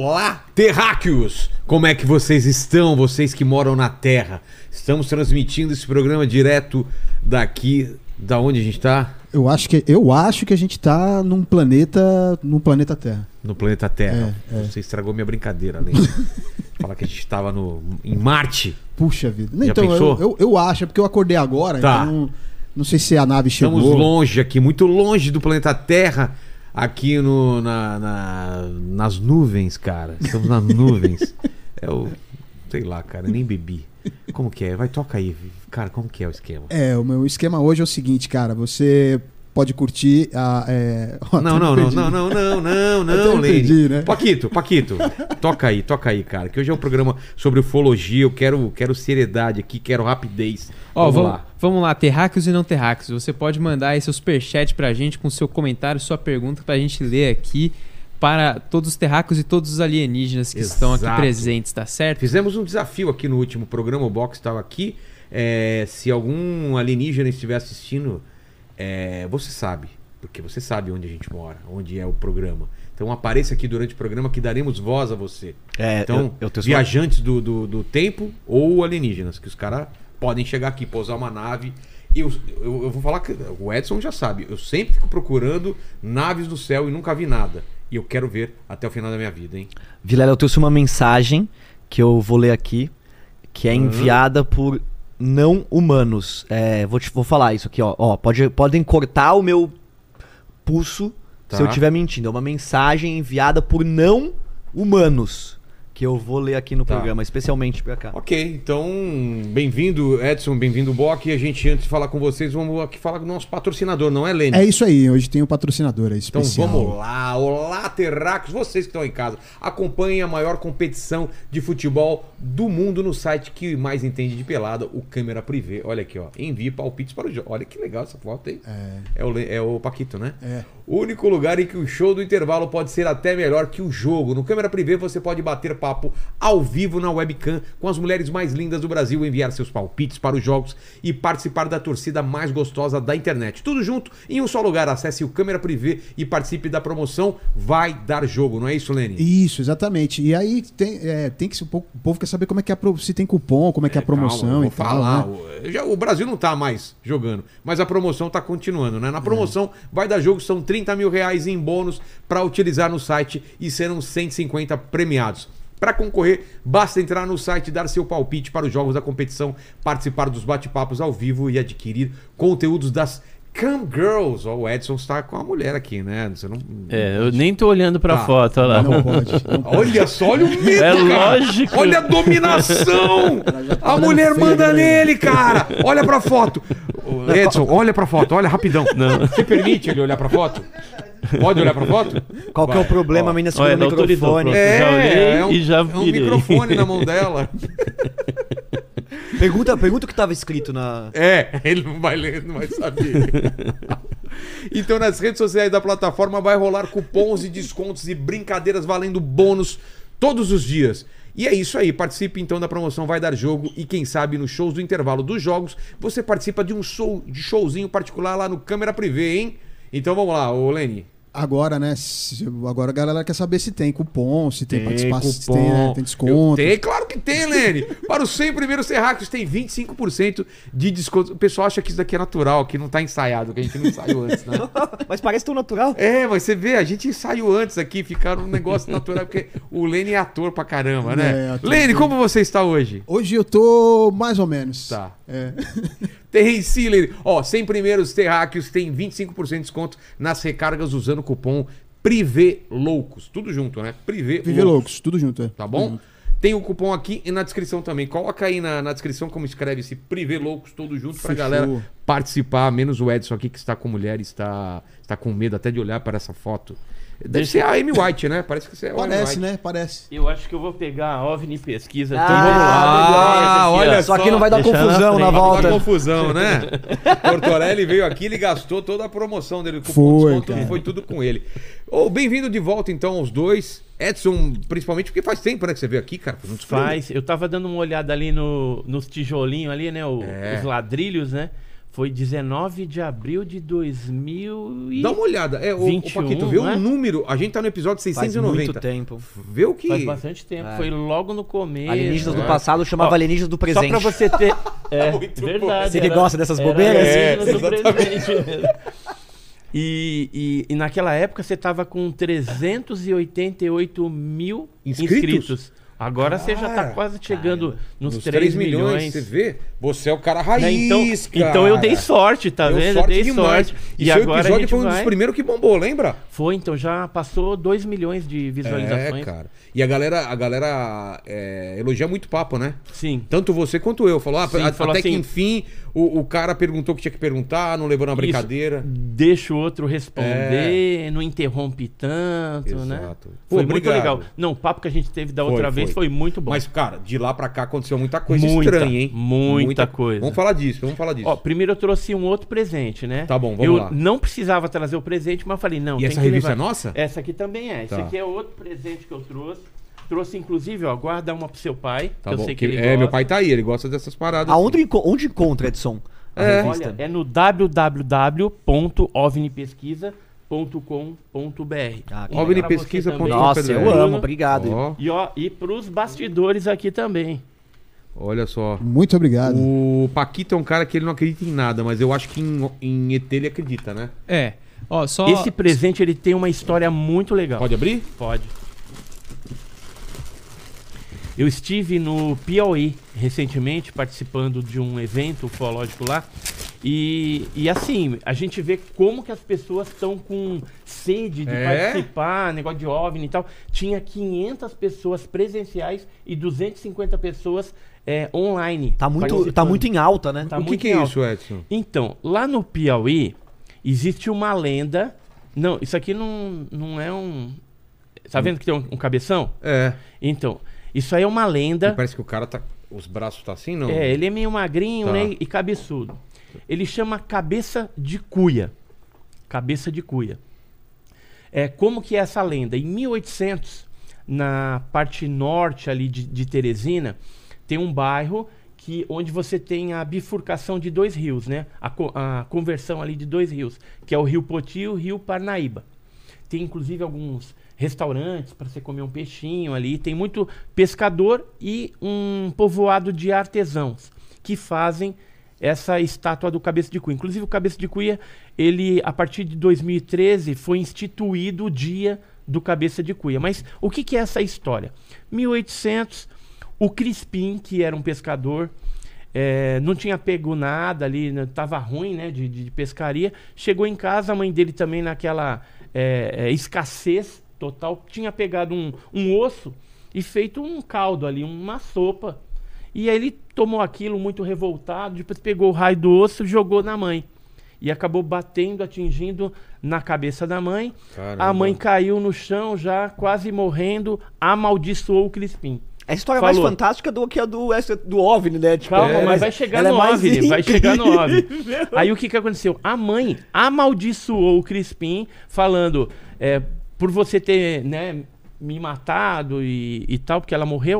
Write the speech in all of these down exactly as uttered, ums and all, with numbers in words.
Olá, terráqueos! Como é que vocês estão, vocês que moram na Terra? Estamos transmitindo esse programa direto daqui, da onde a gente tá? Eu acho que, eu acho que a gente tá num planeta, num planeta Terra. No planeta Terra. É, é. Você estragou minha brincadeira, além falar que a gente estava no, em Marte. Puxa vida. Já Então, pensou? eu, eu, eu acho, é porque eu acordei agora, Tá. então não sei se a nave chegou. Estamos longe aqui, muito longe do planeta Terra, aqui no, na, na- nas nuvens, cara. Estamos nas nuvens. É o... Sei lá, cara, nem bebi. Como que é? Vai, toca aí. Cara, como que é o esquema? É, o meu esquema hoje é o seguinte, cara, você pode curtir a... É... Ó, Não, até não, me não, perdi. não, não, não, não, Até não, me Lene. perdi, né? Paquito, Paquito, toca aí, toca aí, cara. Que hoje é um programa sobre ufologia, eu quero, quero seriedade aqui, quero rapidez. Ó, Vamos vamos, lá. vamos lá, terráqueos e não terráqueos. Você pode mandar aí seu superchat pra gente com seu comentário, sua pergunta pra gente ler aqui para todos os terráqueos e todos os alienígenas que estão aqui Exato. presentes, tá certo? Fizemos um desafio aqui no último programa, o Box estava aqui. É, se algum alienígena estiver assistindo, é, você sabe, porque você sabe onde a gente mora, onde é o programa. Então apareça aqui durante o programa que daremos voz a você. É, Então, eu- eu tenho só- viajantes do, do, do tempo ou alienígenas, que os caras podem chegar aqui, pousar uma nave. E eu, eu, eu vou falar que o Edson já sabe, eu sempre fico procurando naves no céu e nunca vi nada. E eu quero ver até o final da minha vida, hein? Vilela, eu trouxe uma mensagem que eu vou ler aqui, que é Uhum. enviada por não humanos. É, vou, te, vou falar isso aqui, ó. Ó, pode, podem cortar o meu pulso Tá. se eu estiver mentindo. É uma mensagem enviada por não humanos, que eu vou ler aqui no Tá. programa, especialmente pra cá. Ok, então, bem-vindo, Edson, bem-vindo, Bock. E a gente, antes de falar com vocês, vamos aqui falar com o nosso patrocinador, não é, Lene? É isso aí, hoje tem o patrocinador aí, Então especial. vamos lá, olá terráqueos, vocês que estão em casa, acompanhem a maior competição de futebol do mundo no site que mais entende de pelada, o Câmera Privé. Olha aqui, ó, envie palpites para o jogo. Olha que legal essa foto, hein? É, o, Le- é o Paquito, né? É. O único lugar em que o show do intervalo pode ser até melhor que o jogo. No Câmera Privé você pode bater papo ao vivo na webcam com as mulheres mais lindas do Brasil, enviar seus palpites para os jogos e participar da torcida mais gostosa da internet. Tudo junto em um só lugar. Acesse o Câmera Privé e participe da promoção Vai Dar Jogo, não é isso, Lene? Isso, exatamente. E aí tem, é, tem que o povo, o povo quer saber como é que é a pro- se tem cupom, como é que é a promoção Calma, eu vou e tal, falar. né? O- já- o Brasil não tá mais jogando, mas a promoção tá continuando, né? Na promoção Vai Dar Jogo são trinta mil reais em bônus para utilizar no site e serão cento e cinquenta premiados. Para concorrer, basta entrar no site, dar seu palpite para os jogos da competição, participar dos bate-papos ao vivo e adquirir conteúdos das Cam Girls. Ó, o Edson está com a mulher aqui, né? Você não... É, eu nem tô olhando pra Tá. foto, olha lá. Não pode. Não pode. Olha só, olha o medo, É cara. lógico. Olha a dominação. A olhando mulher feio manda também. nele, cara. Olha pra foto. Ô, Edson, olha pra foto, olha rapidão. Você permite ele olhar pra foto? Pode olhar pra foto? Qual que é o Vai, problema, ó. a menina Olha, segura o não autorizou, microfone. pronto. Já olhei É, é um, e já é um virei. microfone na mão dela. Pergunta, pergunta o que estava escrito na... É, ele não vai ler, não vai saber. Então, nas redes sociais da plataforma vai rolar cupons e descontos e brincadeiras valendo bônus todos os dias. E é isso aí, participe então da promoção Vai Dar Jogo e quem sabe nos shows do intervalo dos jogos você participa de um show, de showzinho particular lá no Câmera Privé, hein? Então vamos lá, ô Lene. Agora, né? se- Agora a galera quer saber se tem cupom, se tem, participação, se cupom. tem, né, tem Eu- desconto. Tem, claro que tem, Lene. Para os cem primeiros terráqueos tem vinte e cinco por cento de desconto. O pessoal acha que isso daqui é natural, que não tá ensaiado, que a gente não ensaiou antes, né? Mas parece tão natural. É, mas você vê, a gente ensaiou antes aqui, ficaram um negócio natural, porque o Lene é ator pra caramba, né? É, ator. Lene, como você está hoje? Hoje eu tô mais ou menos. Tá. É. Terrenci, Lene. Ó, cem primeiros terráqueos tem vinte e cinco por cento de desconto nas recargas usando o cupom Privé Loucos. Tudo junto, né? Privé Viver loucos, tudo junto, é. Tá bom? Tem o cupom aqui e na descrição também. Coloca aí na, na descrição como escreve esse Privé Loucos, tudo junto, pra Fechou. galera participar. Menos o Edson aqui que está com mulher e está, está com medo até de olhar para essa foto. Deve ser a Amy White, né? Parece que você é a Amy Parece, White. né? Parece. Eu acho que eu vou pegar a OVNI Pesquisa. Ah, Então vamos lá. Ah, olha Só que não vai dar Deixar na confusão na frente. volta. Uma confusão, né? Tortorelli veio aqui, ele gastou toda a promoção dele. O cupom Foi, de desconto cara. foi tudo com ele. Ô, bem-vindo de volta, então, aos dois. Edson, principalmente, porque faz tempo, né, que você veio aqui, cara. Faz uns Faz. Eu tava dando uma olhada ali no, nos tijolinhos ali, né? o- É. Os ladrilhos, né? Foi dezenove de abril de dois mil e... Dá uma olhada. É, o, o vinte e um, Paquito, vê né? o número. A gente tá no episódio Faz seiscentos e noventa. muito tempo. Vê o que... Faz bastante tempo. É. Foi logo no começo. Alienígenas do É. passado chamava Ó, alienígenas do presente. Só pra você ter... É, Muito bom. verdade. Você que era- gosta dessas era bobeiras? alienígenas do É, presente. E, e, e naquela época você tava com trezentos e oitenta e oito mil Inscritos? inscritos. Agora você já tá Cara, quase chegando nos, Nos três milhões. Você vê? Você é o cara Né? raiz, Então, cara. então eu dei sorte, tá Deu vendo? sorte eu dei demais. sorte. E, E seu agora a episódio gente foi um dos vai... primeiros que bombou, lembra? Foi, então já passou dois milhões de visualizações. É, cara. E a galera, a galera é, elogia muito papo, né? Sim. Tanto você quanto eu. Falou, ah, Sim, a- falou até que assim- enfim o, o cara perguntou o que tinha que perguntar, não levou na brincadeira. Deixa o outro responder, não interrompe tanto, né? Exato. Foi Pô, muito obrigado. legal. Não, o papo que a gente teve da Foi, outra vez foi. foi muito bom. Mas, cara, de lá pra cá aconteceu muita coisa Muita, estranha, hein? muita coisa. Vamos falar disso, vamos falar disso. Ó, primeiro eu trouxe um outro presente, né? Tá bom, vamos eu lá. não precisava trazer o presente, mas eu falei, não, E tem essa que revista levar. é nossa? Essa aqui também é. Esse Tá. aqui é outro presente que eu trouxe. Trouxe, inclusive, ó, guarda uma pro seu pai, Tá que eu bom. sei que Que- ele é, gosta. meu pai tá aí, ele gosta dessas paradas. Aonde enco- onde encontra, Edson? A É. revista? Olha, é no w w w ponto ovni pesquisa ponto com ponto b r. Ah, que ovni legal. pesquisa ponto com. Nossa, eu Pedro. amo, obrigado. Ó, E, ó, e pros bastidores aqui também. olha só. Muito obrigado. O Paquito é um cara que ele não acredita em nada, mas eu acho que em, em E T ele acredita, né? É. Ó, só. Esse presente, ele tem uma história muito legal. Pode abrir? Pode. Eu estive no Piauí recentemente, participando de um evento ufológico lá. E, e assim, a gente vê como que as pessoas estão com sede de É? participar, negócio de OVNI e tal. Tinha quinhentas pessoas presenciais e duzentas e cinquenta pessoas é, online. Tá muito, tá participando. muito em alta, né? Tá o que, muito que em é alta. isso, Edson? Então, lá no Piauí, existe uma lenda. Não, isso aqui não, não é um. Tá vendo que tem um, um cabeção? É. Então, isso aí é uma E lenda. parece que o cara tá. Os braços tá assim, não? É, ele é meio magrinho, Tá. né? E cabeçudo. Ele chama cabeça de cuia. Cabeça de cuia. É, como que é essa lenda? Em mil e oitocentos, na parte norte ali de, de Teresina, tem um bairro que, onde você tem a bifurcação de dois rios, né? A, co- a conversão ali de dois rios, que é o Rio Poti e o Rio Parnaíba. Tem inclusive alguns restaurantes para você comer um peixinho ali. Tem muito pescador e um povoado de artesãos que fazem essa estátua do Cabeça de Cuia. Inclusive o Cabeça de Cuia, ele a partir de dois mil e treze foi instituído o dia do Cabeça de Cuia. Mas o que, que é essa história? mil e oitocentos, o Crispim, que era um pescador, é, não tinha pego nada ali, né, tava ruim, né, de, de pescaria. Chegou em casa, a mãe dele também naquela é, é, escassez total, tinha pegado um, um osso e feito um caldo ali, uma sopa. E aí ele tomou aquilo muito revoltado, depois pegou o raio do osso e jogou na mãe. E acabou batendo, atingindo na cabeça da mãe. Caramba. A mãe caiu no chão já, quase morrendo, amaldiçoou o Crispim. É a história Falou. mais fantástica do que a do, essa, do OVNI, né? Tipo, Calma, é, mas vai chegar ela no é mais OVNI, vai chegar no OVNI. incrível. Aí o que, que aconteceu? A mãe amaldiçoou o Crispim, falando, é, por você ter, né, me matado e, e tal, porque ela morreu,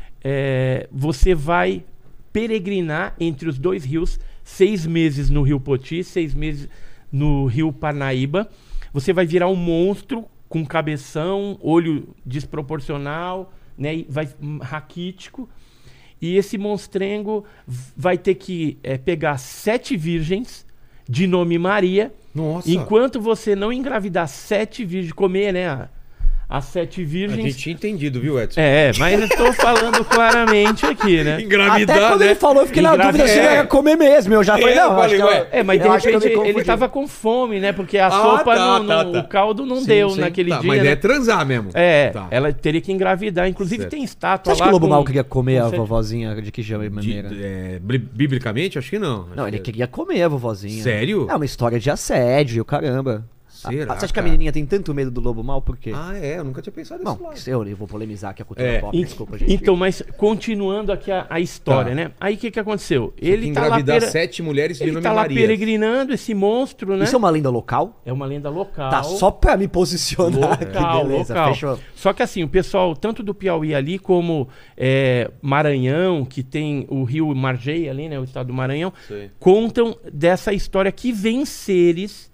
é, você vai peregrinar entre os dois rios, seis meses no Rio Poti, seis meses no Rio Parnaíba. Você vai virar um monstro com cabeção, olho desproporcional, né, e vai hum, raquítico. E esse monstrengo v- vai ter que é, pegar sete virgens de nome Maria. Nossa. Enquanto você não engravidar sete virgens, comer, né, a- as sete A virgens. gente tinha entendido, viu, Edson? É, mas eu tô falando claramente aqui, né? Engravidar, Até quando né? ele falou, eu fiquei na Engravidar. dúvida se É. ele ia comer mesmo. Eu já falei, É, não, eu acho falei, que ué. É, mas de eu acho que eu repente me ele confundi. tava com fome, né? Porque a Ah, sopa, tá, não, tá, não- tá. o caldo não Sim, deu sim. naquele Tá, dia. Mas né? é transar mesmo. É, Tá. ela teria que engravidar. Inclusive Certo. tem Você estátua acha lá que o Lobo com- Mal queria comer com a sete- vovozinha de que De- maneira? é, bri- biblicamente, acho que não. Não, Acho ele que- queria comer a vovozinha. Sério? É uma história de assédio, caramba. Será, Ah, você acha que a cara? menininha tem tanto medo do lobo mal? Por quê? Ah, é, eu nunca tinha pensado nisso. Bom, eu, eu vou polemizar aqui a cultura É. pop, En- desculpa, gente. Então, mas continuando aqui a, a história, Tá. né? Aí o que, que aconteceu? Ele Ele tá lá, engravidar pera- sete mulheres de ele nome tá lá Marias. peregrinando, esse monstro, né? Isso é uma lenda local? É uma lenda local. Tá, só pra me posicionar aqui, Local, beleza, local. fechou. Só que assim, o pessoal, tanto do Piauí ali, como é, Maranhão, que tem o rio Marjeia ali, né? O estado do Maranhão, Sei. contam dessa história que vem seres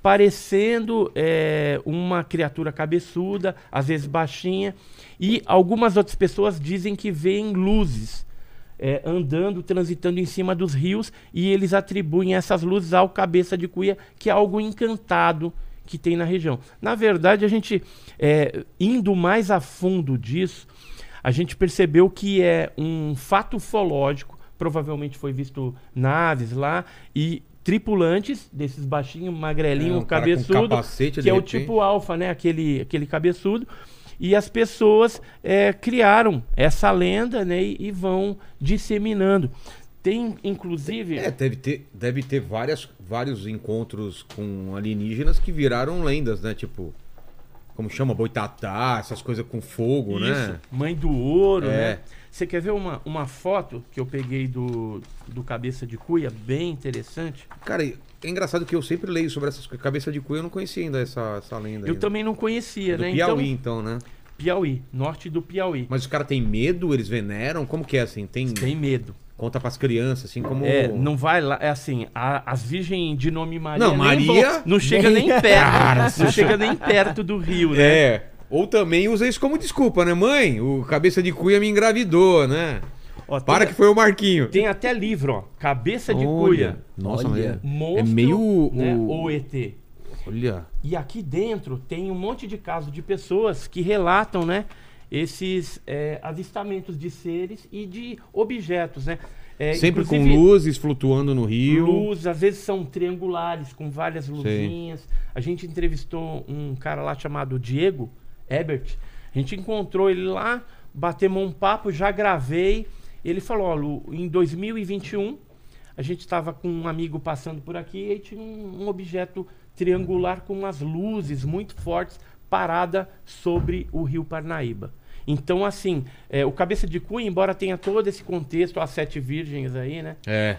parecendo é, uma criatura cabeçuda, às vezes baixinha, e algumas outras pessoas dizem que veem luzes é, andando, transitando em cima dos rios, e eles atribuem essas luzes ao cabeça de cuia, que é algo encantado que tem na região. Na verdade, a gente, é, indo mais a fundo disso, a gente percebeu que é um fato ufológico, provavelmente foi visto naves lá, e tripulantes desses baixinhos, magrelinho, É, um cara com cabeçudo, capacete, que de é o repente. tipo alfa, né? Aquele, aquele cabeçudo. E as pessoas é, criaram essa lenda, né? E, e vão disseminando. Tem, inclusive... É, deve ter, deve ter várias, vários encontros com alienígenas que viraram lendas, né? Tipo, como chama? Boitatá, essas coisas com fogo, Isso, né? Mãe do Ouro, É. né? Você quer ver uma, uma foto que eu peguei do, do Cabeça de Cuia, bem interessante? Cara, é engraçado que eu sempre leio sobre essas coisas. Cabeça de cuia, eu não conhecia ainda essa, essa lenda. Eu ainda. também não conhecia, Do né? Piauí, Então, então, né? Piauí, norte do Piauí. Mas os caras têm medo, eles veneram? Como que é assim? Tem, Tem medo. conta pras crianças, assim, como... É, não vai lá, é assim, a- as virgens de nome Maria Não, nem Maria- vão- não chega nem perto, não chega nem perto do rio, né? É. Ou também usa isso como desculpa, né? Mãe, o cabeça de cuia me engravidou, né? Ó, Para tem, que foi o Marquinho. tem até livro, ó, Cabeça de Olha. Cuia, Nossa, Olha. mas é, monstro, é meio... né, o- ou E T. Olha... E aqui dentro tem um monte de casos de pessoas que relatam, né, esses é, avistamentos de seres e de objetos, né? É, Sempre com inclusive, luzes flutuando no rio. luz, às vezes são triangulares, com várias luzinhas. A gente entrevistou um cara lá chamado Diego Ebert. A gente encontrou ele lá, batemos um papo, já gravei. Ele falou, ó, Lu, em dois mil e vinte e um, a gente estava com um amigo passando por aqui e aí tinha um, um objeto triangular com umas luzes muito fortes parada sobre o rio Parnaíba. Então, assim, é, o Cabeça de Cunha, embora tenha todo esse contexto, as sete virgens aí, né? É.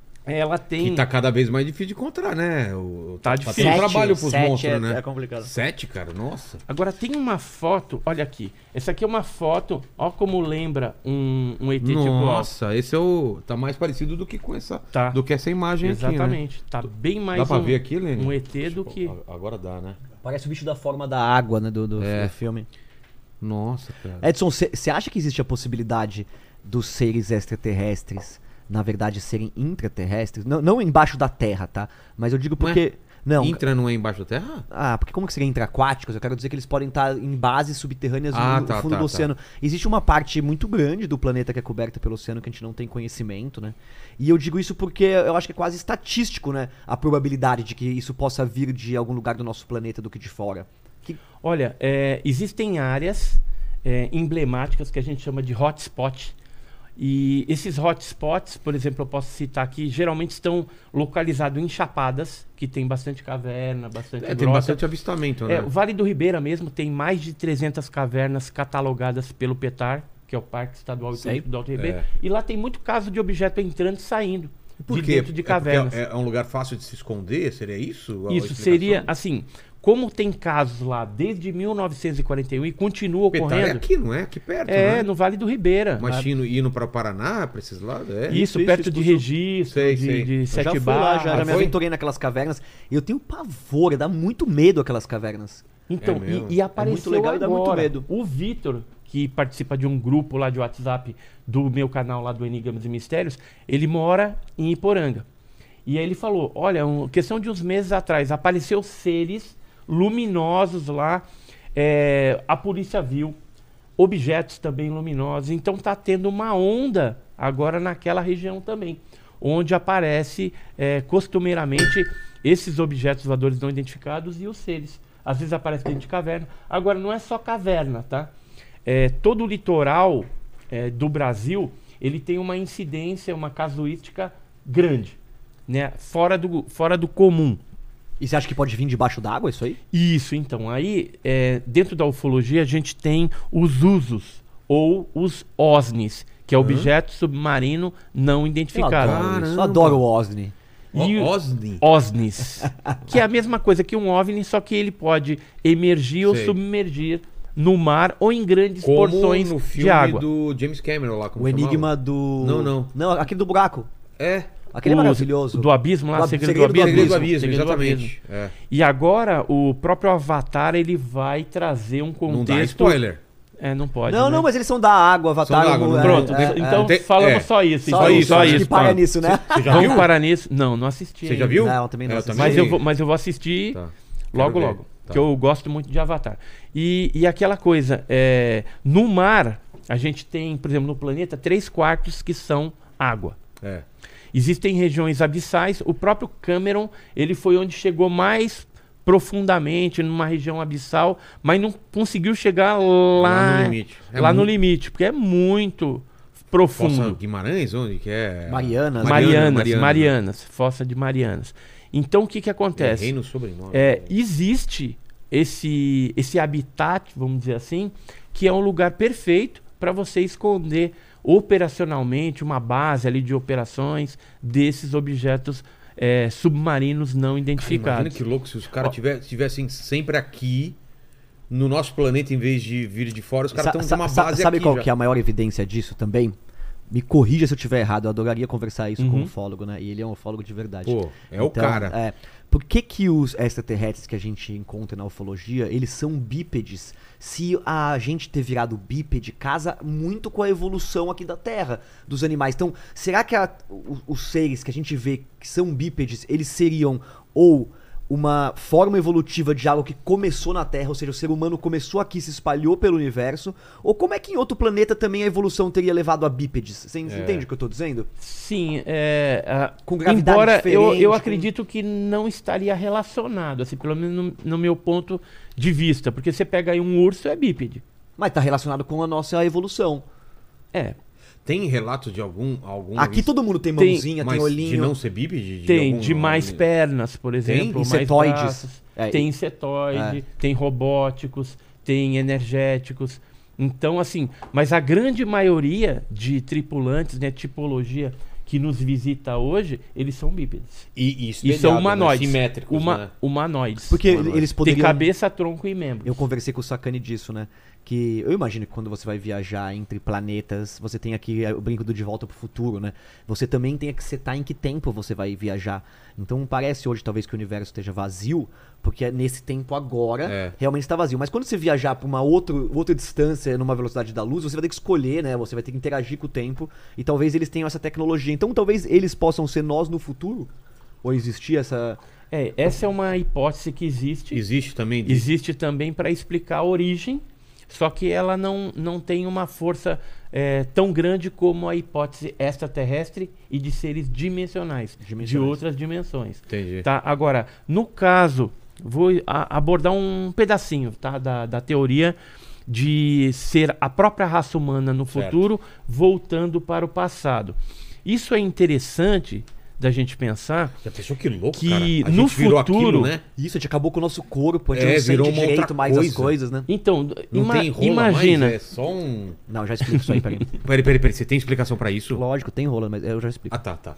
Ela tem... Que tá cada vez mais difícil de encontrar, né? O, Tá ter difícil. um trabalho pros sete monstros, é, né? é complicado. Sete, cara, nossa. Agora tem uma foto, olha aqui. Essa aqui é uma foto, ó como lembra um, um E T tipo alfa. Nossa, esse é o... Tá mais parecido do que com essa... Tá. Do que essa imagem aqui, Exatamente. Tá bem mais Dá pra um, ver aqui, Lene? um E T do que... Agora dá, né? Parece o bicho da forma da água, né, do, do, É. do filme. Nossa, cara. Edson, você acha que existe a possibilidade dos seres extraterrestres, na verdade, serem intraterrestres? Não, não embaixo da Terra, tá? Mas eu digo Não é? porque... Não, Intra não é embaixo da terra? Ah, porque como que seria intraquáticos? Eu quero dizer que eles podem estar em bases subterrâneas Ah, no tá, fundo tá, do tá. oceano. Existe uma parte muito grande do planeta que é coberta pelo oceano que a gente não tem conhecimento, né? E eu digo isso porque eu acho que é quase estatístico, né? A probabilidade de que isso possa vir de algum lugar do nosso planeta do que de fora. Que... Olha, é, existem áreas é, emblemáticas que a gente chama de hotspot. E esses hotspots, por exemplo, eu posso citar aqui, geralmente estão localizados em chapadas, que tem bastante caverna, bastante É, tem grota. bastante avistamento, né? É, o Vale do Ribeira mesmo tem mais de trezentas cavernas catalogadas pelo PETAR, que é o Parque Estadual Sei. do Alto Ribeiro. É. E lá tem muito caso de objeto entrando e saindo Por de quê? dentro de É porque cavernas. É, é um lugar fácil de se esconder? Seria isso? a Isso explicação? seria, assim, como tem casos lá desde mil novecentos e quarenta e um e continua Petar ocorrendo... é aqui, não é? Aqui perto, É, né? no Vale do Ribeira. Mas Ah, indo, indo para o Paraná, para esses lados, é? isso, isso, perto isso, de isso. Registro, Sei, de, sei. de Eu Sete já fui Barras. lá, já, já me foi? aventurei naquelas cavernas. E eu tenho pavor, dá muito medo aquelas cavernas. Então, É mesmo? e, e apareceu muito legal e dá muito agora. medo. O Vitor, que participa de um grupo lá de WhatsApp do meu canal lá do Enigmas e Mistérios, ele mora em Iporanga. E aí ele falou, olha, um, questão de uns meses atrás, apareceu seres luminosos lá, é, a polícia viu, objetos também luminosos, então tá tendo uma onda agora naquela região também, onde aparece é, costumeiramente esses objetos voadores não identificados e os seres. Às vezes aparece dentro de caverna. Agora, não é só caverna, tá? É, todo o litoral é, do Brasil, ele tem uma incidência, uma casuística grande, né? Fora do, fora do comum. E você acha que pode vir debaixo d'água isso aí? Isso, então. Aí, é, dentro da ufologia, a gente tem os usos, ou os OSNIs, que é objeto submarino não identificado. Eu adoro, isso. Eu Caramba. adoro o OSNI. E O- OSNI. OSNIs, que é a mesma coisa que um OVNI, só que ele pode emergir ou Sei. submergir no mar ou em grandes Como porções no filme de água. do James Cameron lá. Como O Enigma chamava? do... Não, não. Não, aquele do buraco. É. Aquele é Os- maravilhoso. Do abismo lá, Do ab- Segredo, Segredo do do Abismo. Segredo do Abismo, Segredo do Abismo. exatamente. É. E agora, o próprio Avatar, ele vai trazer um contexto... Não dá spoiler. É, não pode, Não, né? não, mas eles são da água, Avatar. da água, não- não- é, Pronto, é, então é. Tem- falamos é. só isso. Só, então, isso, só acho isso. que para pronto. nisso, né? Você já Vamos viu? parar nisso. Não, não assisti Você já ainda. viu? Não, também não É, eu assisti. Mas vi. eu, vou, mas eu vou assistir Tá. logo, Quero ver. logo. Tá. Que eu gosto muito de Avatar. E, e aquela coisa, é, no mar, a gente tem, por exemplo, no planeta, três quartos que são água. É. Existem regiões abissais. O próprio Cameron, ele foi onde chegou mais profundamente, numa região abissal, mas não conseguiu chegar lá, Lá no limite. É lá no muito- limite, porque é muito profundo. Fossa Guimarães? Onde que é? Marianas. Marianas, Mariana, Marianas, Fossa de Marianas. Então o que que É acontece? Reino sobrenome. É, existe esse, esse habitat, vamos dizer assim, que é um lugar perfeito para você esconder operacionalmente uma base ali de operações desses objetos é, submarinos não Cara, identificados. imagina que louco se os caras tivessem, tivessem sempre aqui no nosso planeta em vez de vir de fora. Os caras Sa- estão sa- com uma sa- base Sabe aqui qual já. que é a maior evidência disso também? Me corrija se eu estiver errado, eu adoraria conversar isso com Uhum. um ufólogo, né? E ele é um ufólogo de verdade. Pô, é o Então, cara. É, por que que os extraterrestres que a gente encontra na ufologia, eles são bípedes? Se a gente ter virado bípede, casa muito com a evolução aqui da Terra, dos animais. Então, será que a- o- os seres que a gente vê que são bípedes, eles seriam ou uma forma evolutiva de algo que começou na Terra, ou seja, o ser humano começou aqui, se espalhou pelo universo, ou como é que em outro planeta também a evolução teria levado a bípedes? Você É. entende o que eu tô dizendo? Sim, é, a- Com gravidade embora eu, diferente, eu com- acredito que não estaria relacionado, assim, pelo menos no, no meu ponto de vista, porque você pega aí um urso, é bípede. Mas tá relacionado com a nossa evolução. É, Tem relatos de algum. algum Aqui todo mundo tem Tem, mãozinha, mas tem olhinho. de não ser bípede? De tem algum- de mais algum- pernas, por exemplo, mais Insetoides. braços, É, tem e- insetoide, é. tem robóticos, tem energéticos. Então, assim, mas a grande maioria de tripulantes, né, tipologia que nos visita hoje, eles são bípedes. E, e E são né? humanoides. Simétricos, Uma, né? Humanoides. Porque Mano, eles Tem poderiam... cabeça, tronco e membros. Eu conversei com o Sakane disso, né? Que eu imagino que quando você vai viajar entre planetas, você tem aqui é, o brinco do De Volta pro Futuro, né? Você também tem que setar em que tempo você vai viajar. Então parece hoje talvez que o universo esteja vazio, porque é nesse tempo agora É. realmente está vazio. Mas quando você viajar para uma outra, outra distância, numa velocidade da luz, você vai ter que escolher, né? Você vai ter que interagir com o tempo. E talvez eles tenham essa tecnologia. Então talvez eles possam ser nós no futuro? Ou existir essa... É, essa é uma hipótese que existe. Existe também. de- Existe também para explicar a origem, só que ela não, não tem uma força é, tão grande como a hipótese extraterrestre e de seres dimensionais, de Dimensionais. outras dimensões. Entendi. Tá? Agora, no caso, vou a- abordar um pedacinho, tá, da, da teoria de ser a própria raça humana no Certo. futuro voltando para o passado. Isso é interessante da gente pensar. Já pensou que louco, Que cara? A no gente virou futuro- aquilo, né? Isso, a gente acabou com o nosso corpo, a gente É, não virou sente uma outra direito mais as coisa. coisas, né? Então, Não ima- tem rola imagina. mais, é só um... Não, já explico isso aí, peraí. Peraí, peraí, peraí. Você tem explicação pra isso? Lógico, tem rola, mas eu já explico. Ah, tá, tá.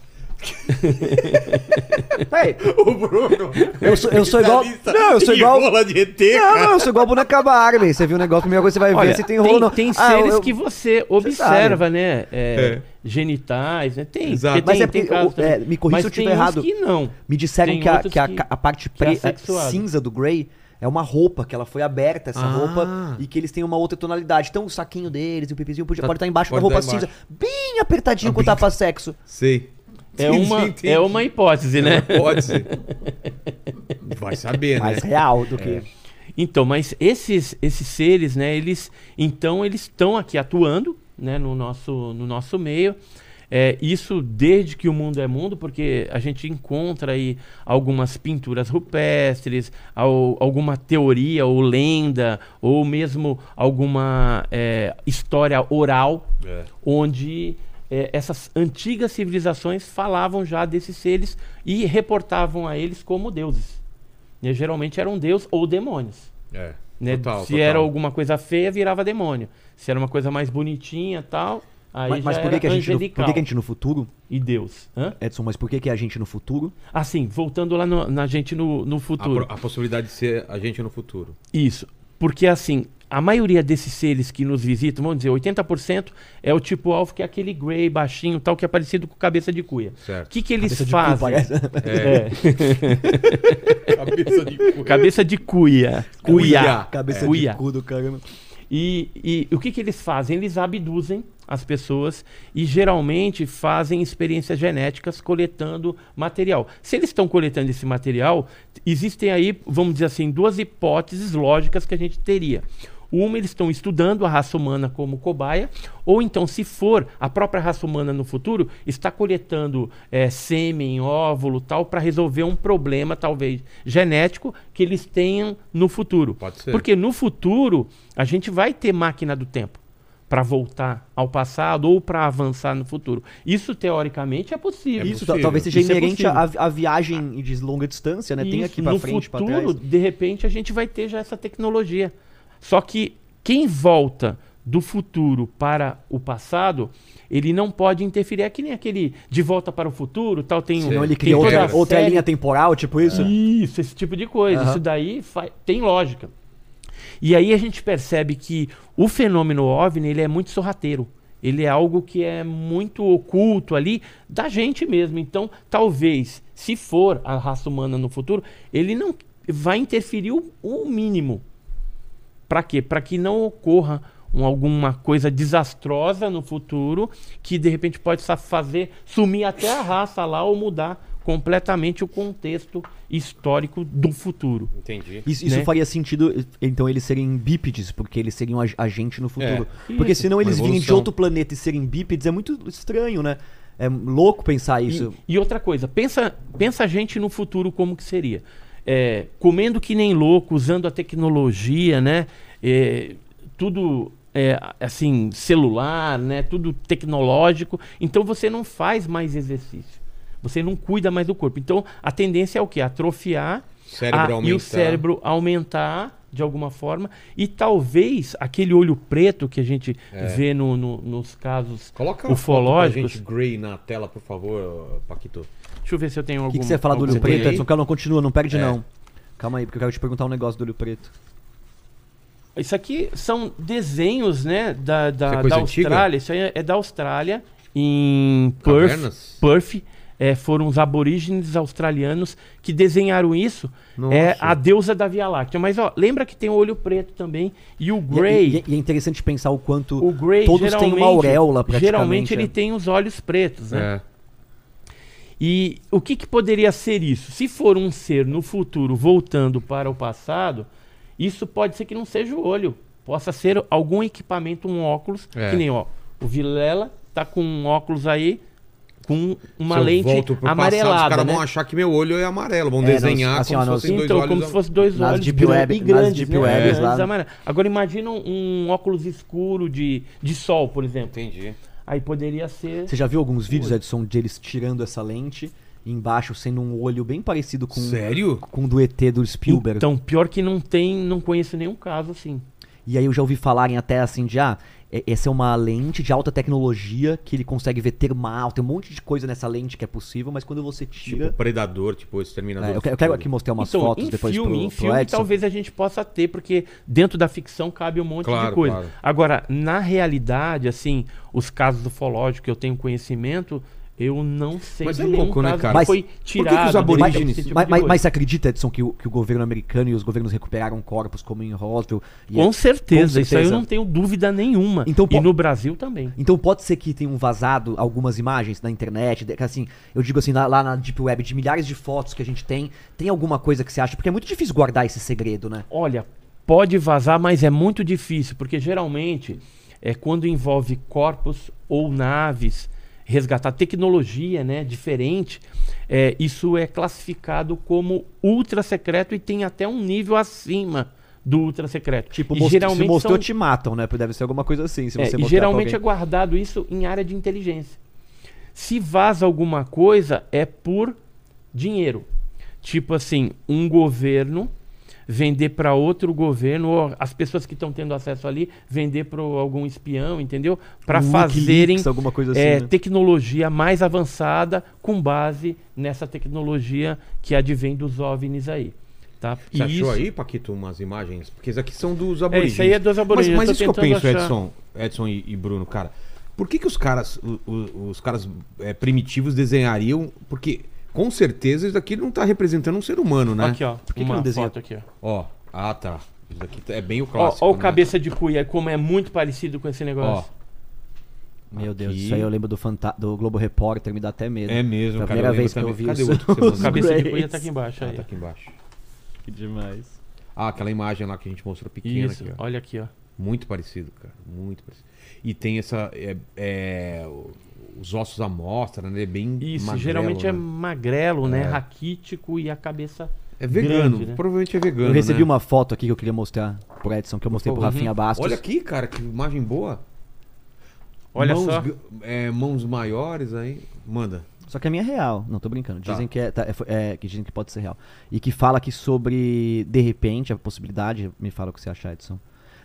Peraí, O Bruno... eu sou, eu sou igual... Não, eu sou igual... rola de E T, Não, cara. não, eu sou igual a boneca Barbie. Você viu o negócio, a primeira coisa que você vai Olha, ver se tem rolo ou não. tem Ah, seres eu- eu- que você observa, né? é, É. Genitais, né? Tem. Exato. porque Mas tem, é porque, tem casos eu- é, também. me corrija Mas se eu tem estiver uns errado. que não. Me disseram Tem que a, outros que, a, que- a parte que é pre- assexuado. cinza do Grey é uma roupa, que ela foi aberta, essa Ah. roupa, e que eles têm uma outra tonalidade. Então o saquinho deles e o pipizinho podia, Tá- pode estar embaixo da pode roupa estar cinza, bem apertadinho Ah, quando bem- tá pra sexo. Sei. É Entendi, uma, entendi. é uma hipótese, né? Pode ser. Vai saber, né? Mais real do que... É. Então, mas esses, esses seres, né? Eles, então, eles estão aqui atuando, né? No nosso, no nosso meio. É, isso desde que o mundo é mundo, porque a gente encontra aí algumas pinturas rupestres, al- alguma teoria ou lenda, ou mesmo alguma é, história oral, É. onde é, essas antigas civilizações falavam já desses seres e reportavam a eles como deuses. né, geralmente era um deus ou demônios. É, Né? total, Se total. era alguma coisa feia, virava demônio. Se era uma coisa mais bonitinha e tal, aí Mas, mas já por que, era que a gente no, angelical. por que, que a gente no futuro, E Deus. Hã? Edson, mas por que, que a gente no futuro? Assim, voltando lá no- na gente no, no A, futuro. pro- a possibilidade de ser a gente no futuro. Isso. Porque assim, a maioria desses seres que nos visitam, vamos dizer, oitenta por cento é o tipo alvo, que é aquele grey, baixinho, tal, que é parecido com cabeça de cuia. O Certo. que, que eles Cabeça de cu, fazem? parece. É. Cabeça de cu. Cabeça de cuia. Cuia. Cabeça Cuia. de cu do caramba. E, e o que, que eles fazem? Eles abduzem as pessoas e geralmente fazem experiências genéticas coletando material. Se eles estão coletando esse material, existem aí, vamos dizer assim, duas hipóteses lógicas que a gente teria. Uma, eles estão estudando a raça humana como cobaia, ou então, se for a própria raça humana no futuro, está coletando é, sêmen, óvulo, tal, para resolver um problema, talvez, genético que eles tenham no futuro. Pode ser. Porque no futuro, a gente vai ter máquina do tempo para voltar ao passado ou para avançar no futuro. Isso, teoricamente, é possível. É Isso possível. ta- talvez seja Isso é inerente possível. à à viagem de longa distância, né? Tem Isso, aqui pra no frente, pra futuro, trás. de repente, a gente vai ter já essa tecnologia. Só que quem volta do futuro para o passado, ele não pode interferir. É que nem aquele De Volta para o Futuro, tal, tem, Sim. Não, ele tem cria toda outra, a outra série. linha temporal, tipo isso? Isso, esse tipo de coisa. Aham. Isso daí fa- tem lógica. E aí a gente percebe que o fenômeno OVNI, ele é muito sorrateiro. Ele é algo que é muito oculto ali da gente mesmo. Então, talvez, se for a raça humana no futuro, ele não vai interferir o, o mínimo. Para quê? Para que não ocorra um- alguma coisa desastrosa no futuro que de repente pode sa- fazer sumir até a raça lá ou mudar completamente o contexto histórico do futuro. Entendi. Isso, isso Né? faria sentido, então, eles serem bípedes, porque eles seriam a, a gente no futuro. É. Porque Isso. senão Uma eles virem de evolução. outro planeta e serem bípedes é muito estranho, né? É louco pensar isso. E, e outra coisa, pensa, pensa a gente no futuro como que seria. É, comendo que nem louco, usando a tecnologia, né? É, tudo é, assim, celular, né? Tudo tecnológico. Então você não faz mais exercício. Você não cuida mais do corpo. Então a tendência é o quê? Atrofiar Cérebro a- e aumentar. o cérebro aumentar de alguma forma. E talvez aquele olho preto que a gente É. vê no, no- nos casos Coloca uma foto pra ufológicos. gente, Grey, na tela, por favor, Paquito. Deixa eu ver se eu tenho O algum. que, que você ia falar do olho Você preto, tem aí? Edson? Calma, não continua, não perde É. não. Calma aí, porque eu quero te perguntar um negócio do olho preto. Isso aqui são desenhos, né, da, da, Isso é coisa da antiga? Austrália. Isso aí é é da Austrália, em Perth. Cavernas? Perth. É, foram os aborígenes australianos que desenharam isso. Nossa. É a deusa da Via Láctea. Mas ó, lembra que tem o olho preto também. E o E, Grey. e- e é interessante pensar o quanto o Grey todos têm geralmente, uma auréola praticamente. geralmente ele é. tem os olhos pretos, né? É. E o que, que poderia ser isso? Se for um ser no futuro voltando para o passado, isso pode ser que não seja o olho. Possa ser algum equipamento, um óculos. É. Que nem, ó, o Vilela tá com um óculos aí, com uma Se eu lente volto pro passado, amarelada, os caras né? vão achar que meu olho é amarelo. Vão É, desenhar nos- assim, como ó, se nos- fossem dois Então, olhos. como se fosse dois Nas olhos Deep gran- Web- e nas grandes, Deep né? Webs Grandes lá. amarelos. Agora imagina um, um óculos escuro de, de sol, por exemplo. Entendi. Aí poderia ser... Você já viu alguns vídeos, Edson, de eles tirando essa lente e embaixo sendo um olho bem parecido com Sério? com o do E T do Spielberg? Então, pior que não tem, não conheço nenhum caso assim. E aí eu já ouvi falarem até assim de, ah, é- essa é uma lente de alta tecnologia que ele consegue ver termal, tem um monte de coisa nessa lente que é possível, mas quando você tira... Tipo Predador, tipo Exterminador. É, eu, do quero, eu quero Futuro. aqui mostrar umas então, fotos em depois filme, pro, em pro filme Edson. talvez a gente possa ter, porque dentro da ficção cabe um monte Claro, de coisa. claro. Agora, na realidade, assim, os casos ufológicos que eu tenho conhecimento, eu não sei Mas de é nenhum louco, né, caso cara? que Mas foi que que os tirado. desse aborígenes- tipo Mas, de mas- coisa. mas você acredita, Edson, que o, que o governo americano e os governos recuperaram corpos como em Roswell? E Com é- certeza, com isso aí eu certeza. não tenho dúvida nenhuma. Então, e po- no Brasil também. Então pode ser que tenha um vazado algumas imagens na internet, de- que, assim, eu digo assim, lá, lá na Deep Web, de milhares de fotos que a gente tem, tem alguma coisa que você acha? Porque é muito difícil guardar esse segredo, né? Olha, pode vazar, mas é muito difícil, porque geralmente é quando envolve corpos ou naves, resgatar tecnologia, né, diferente, é, isso é classificado como ultra secreto e tem até um nível acima do ultra secreto. Tipo, e most- se geralmente mostrou, são- te matam, né? Deve ser alguma coisa assim, se é, você e mostrar geralmente pra é guardado isso em área de inteligência. Se vaza alguma coisa, é por dinheiro. tipo assim, um governo vender para outro governo, ou as pessoas que estão tendo acesso ali, vender para algum espião, entendeu? Para Um fazerem Wikileaks, alguma coisa assim, é, né? tecnologia mais avançada com base nessa tecnologia que advém dos OVNIs aí. Tá? Você E achou isso- aí, Paquito, umas imagens? Porque isso aqui são dos É, aborígenes. isso aí é dos aborígenes. Mas, mas eu isso tô que eu tentando penso, achar. Edson, Edson e, e Bruno, cara. Por que, que os caras, o- o- os caras é, primitivos desenhariam? Porque com certeza isso daqui não tá representando um ser humano, né? Aqui, ó. que que uma não desenha? foto aqui, ó. Ó, ah tá. Isso daqui é bem o Ó, clássico. ó o né? cabeça de cuia, como é muito parecido com esse Ó, negócio. Meu Deus, Aqui. isso aí eu lembro do, Fanta do Globo Repórter, me dá até medo. é mesmo, Foi a cara. primeira lembro vez que eu também. vi Cadê isso. o outro que você Os mandou? Cabeça de Grays. cuia tá aqui embaixo Ah, aí. tá aqui embaixo. Que demais. Ah, aquela imagem lá que a gente mostrou pequena Isso, aqui, ó. olha aqui, ó. Muito parecido, cara. Muito parecido. E tem essa. É, é, os ossos à mostra, né? É bem. Isso, magrelo, geralmente é né? magrelo, né? É. Raquítico e a cabeça É vegano. grande, né? Provavelmente é vegano. Eu recebi né? uma foto aqui que eu queria mostrar pro Edson, que eu mostrei pro favor. Rafinha Bastos. Olha aqui, cara, que imagem boa. Olha mãos, só. g- é, mãos maiores aí. Manda. Só que a minha é real, não tô brincando. Tá. Dizem que é, tá, é, fo- é, que dizem que pode ser real. E que fala aqui sobre, de repente, a possibilidade, me fala o que você acha, Edson,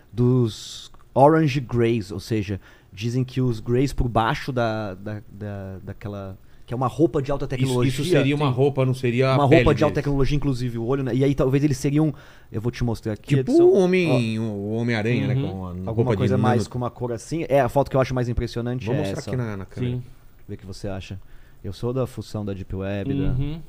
dos Orange Greys, ou seja, dizem que os Greys por baixo da, da, da, daquela... que é uma roupa de alta Isso, tecnologia. isso seria uma tem roupa, não seria a uma pele roupa de alta deles. tecnologia, inclusive o olho, né? E aí talvez eles seriam, eu vou te mostrar aqui, Tipo Edson. o homem, o Homem-Aranha, né? Uhum. Com a Alguma roupa de coisa mais nano- com uma cor assim. É, a foto que eu acho mais impressionante Vou é mostrar essa. aqui ó. na, na câmera. Sim. Vê o que você acha. Eu sou da função da Deep Web. Da... Uhum.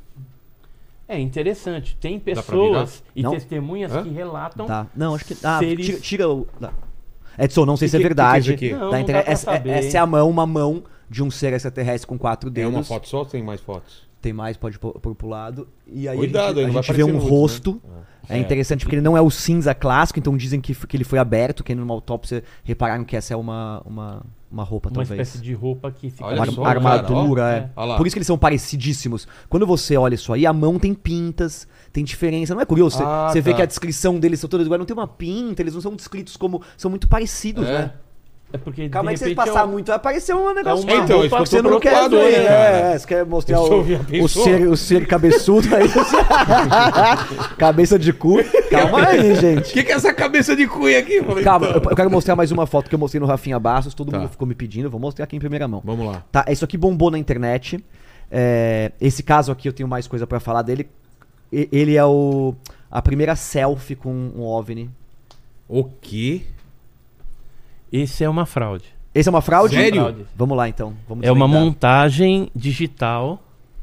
É interessante. Tem pra pessoas e Não. testemunhas Hã? que relatam. Tá. Não, acho que. Ah, seres- tira, tira o. Tá. Edson, não sei Que- se é que- verdade. que que é isso aqui? Não, da não internet. dá pra essa, saber. essa é a mão, uma mão de um ser extraterrestre com quatro É dedos. uma foto só ou tem mais fotos? Tem mais, pode pôr, pôr pro lado. E aí Cuidado, a aí, gente, não a vai gente vê um aparecer no rosto. outro, né? É interessante porque ele não é o cinza clássico, então dizem que, f- que ele foi aberto, que numa autópsia repararam que essa é uma, uma, uma roupa, Uma talvez. espécie de roupa que fica. Olha Uma ali. só, ar- armadura, cara, ó. é. É. Olha lá. Por isso que eles são parecidíssimos. Quando você olha isso aí, a mão tem pintas, tem diferença. Não é curioso? Você Ah, você vê tá. que a descrição deles são todas iguais. Não tem uma pinta, eles não são descritos como... São muito parecidos, É. né? É porque Calma aí de que vocês repente passar é um- muito, vai aparecer um negócio. uma Então, roupa isso que eu Você tô não quer preocupado ver, aí, cara. é, você quer mostrar Eu o, sou- já o, pensou? ser, o ser cabeçudo aí. Cabeça de cu. Calma aí, O gente. que, que é essa cabeça de cuia aqui? Eu falei, Calma, então. eu eu quero mostrar mais uma foto que eu mostrei no Rafinha Bastos, todo Tá. mundo ficou me pedindo, eu vou mostrar aqui em primeira mão. Vamos lá. Tá, isso aqui bombou na internet. É, esse caso aqui eu tenho mais coisa pra falar dele. E- Ele é o a primeira selfie com um OVNI. O quê? Esse é uma fraude. Esse é uma fraude? Sério? Fraude. Vamos lá então. Vamos É uma desvendar. montagem digital.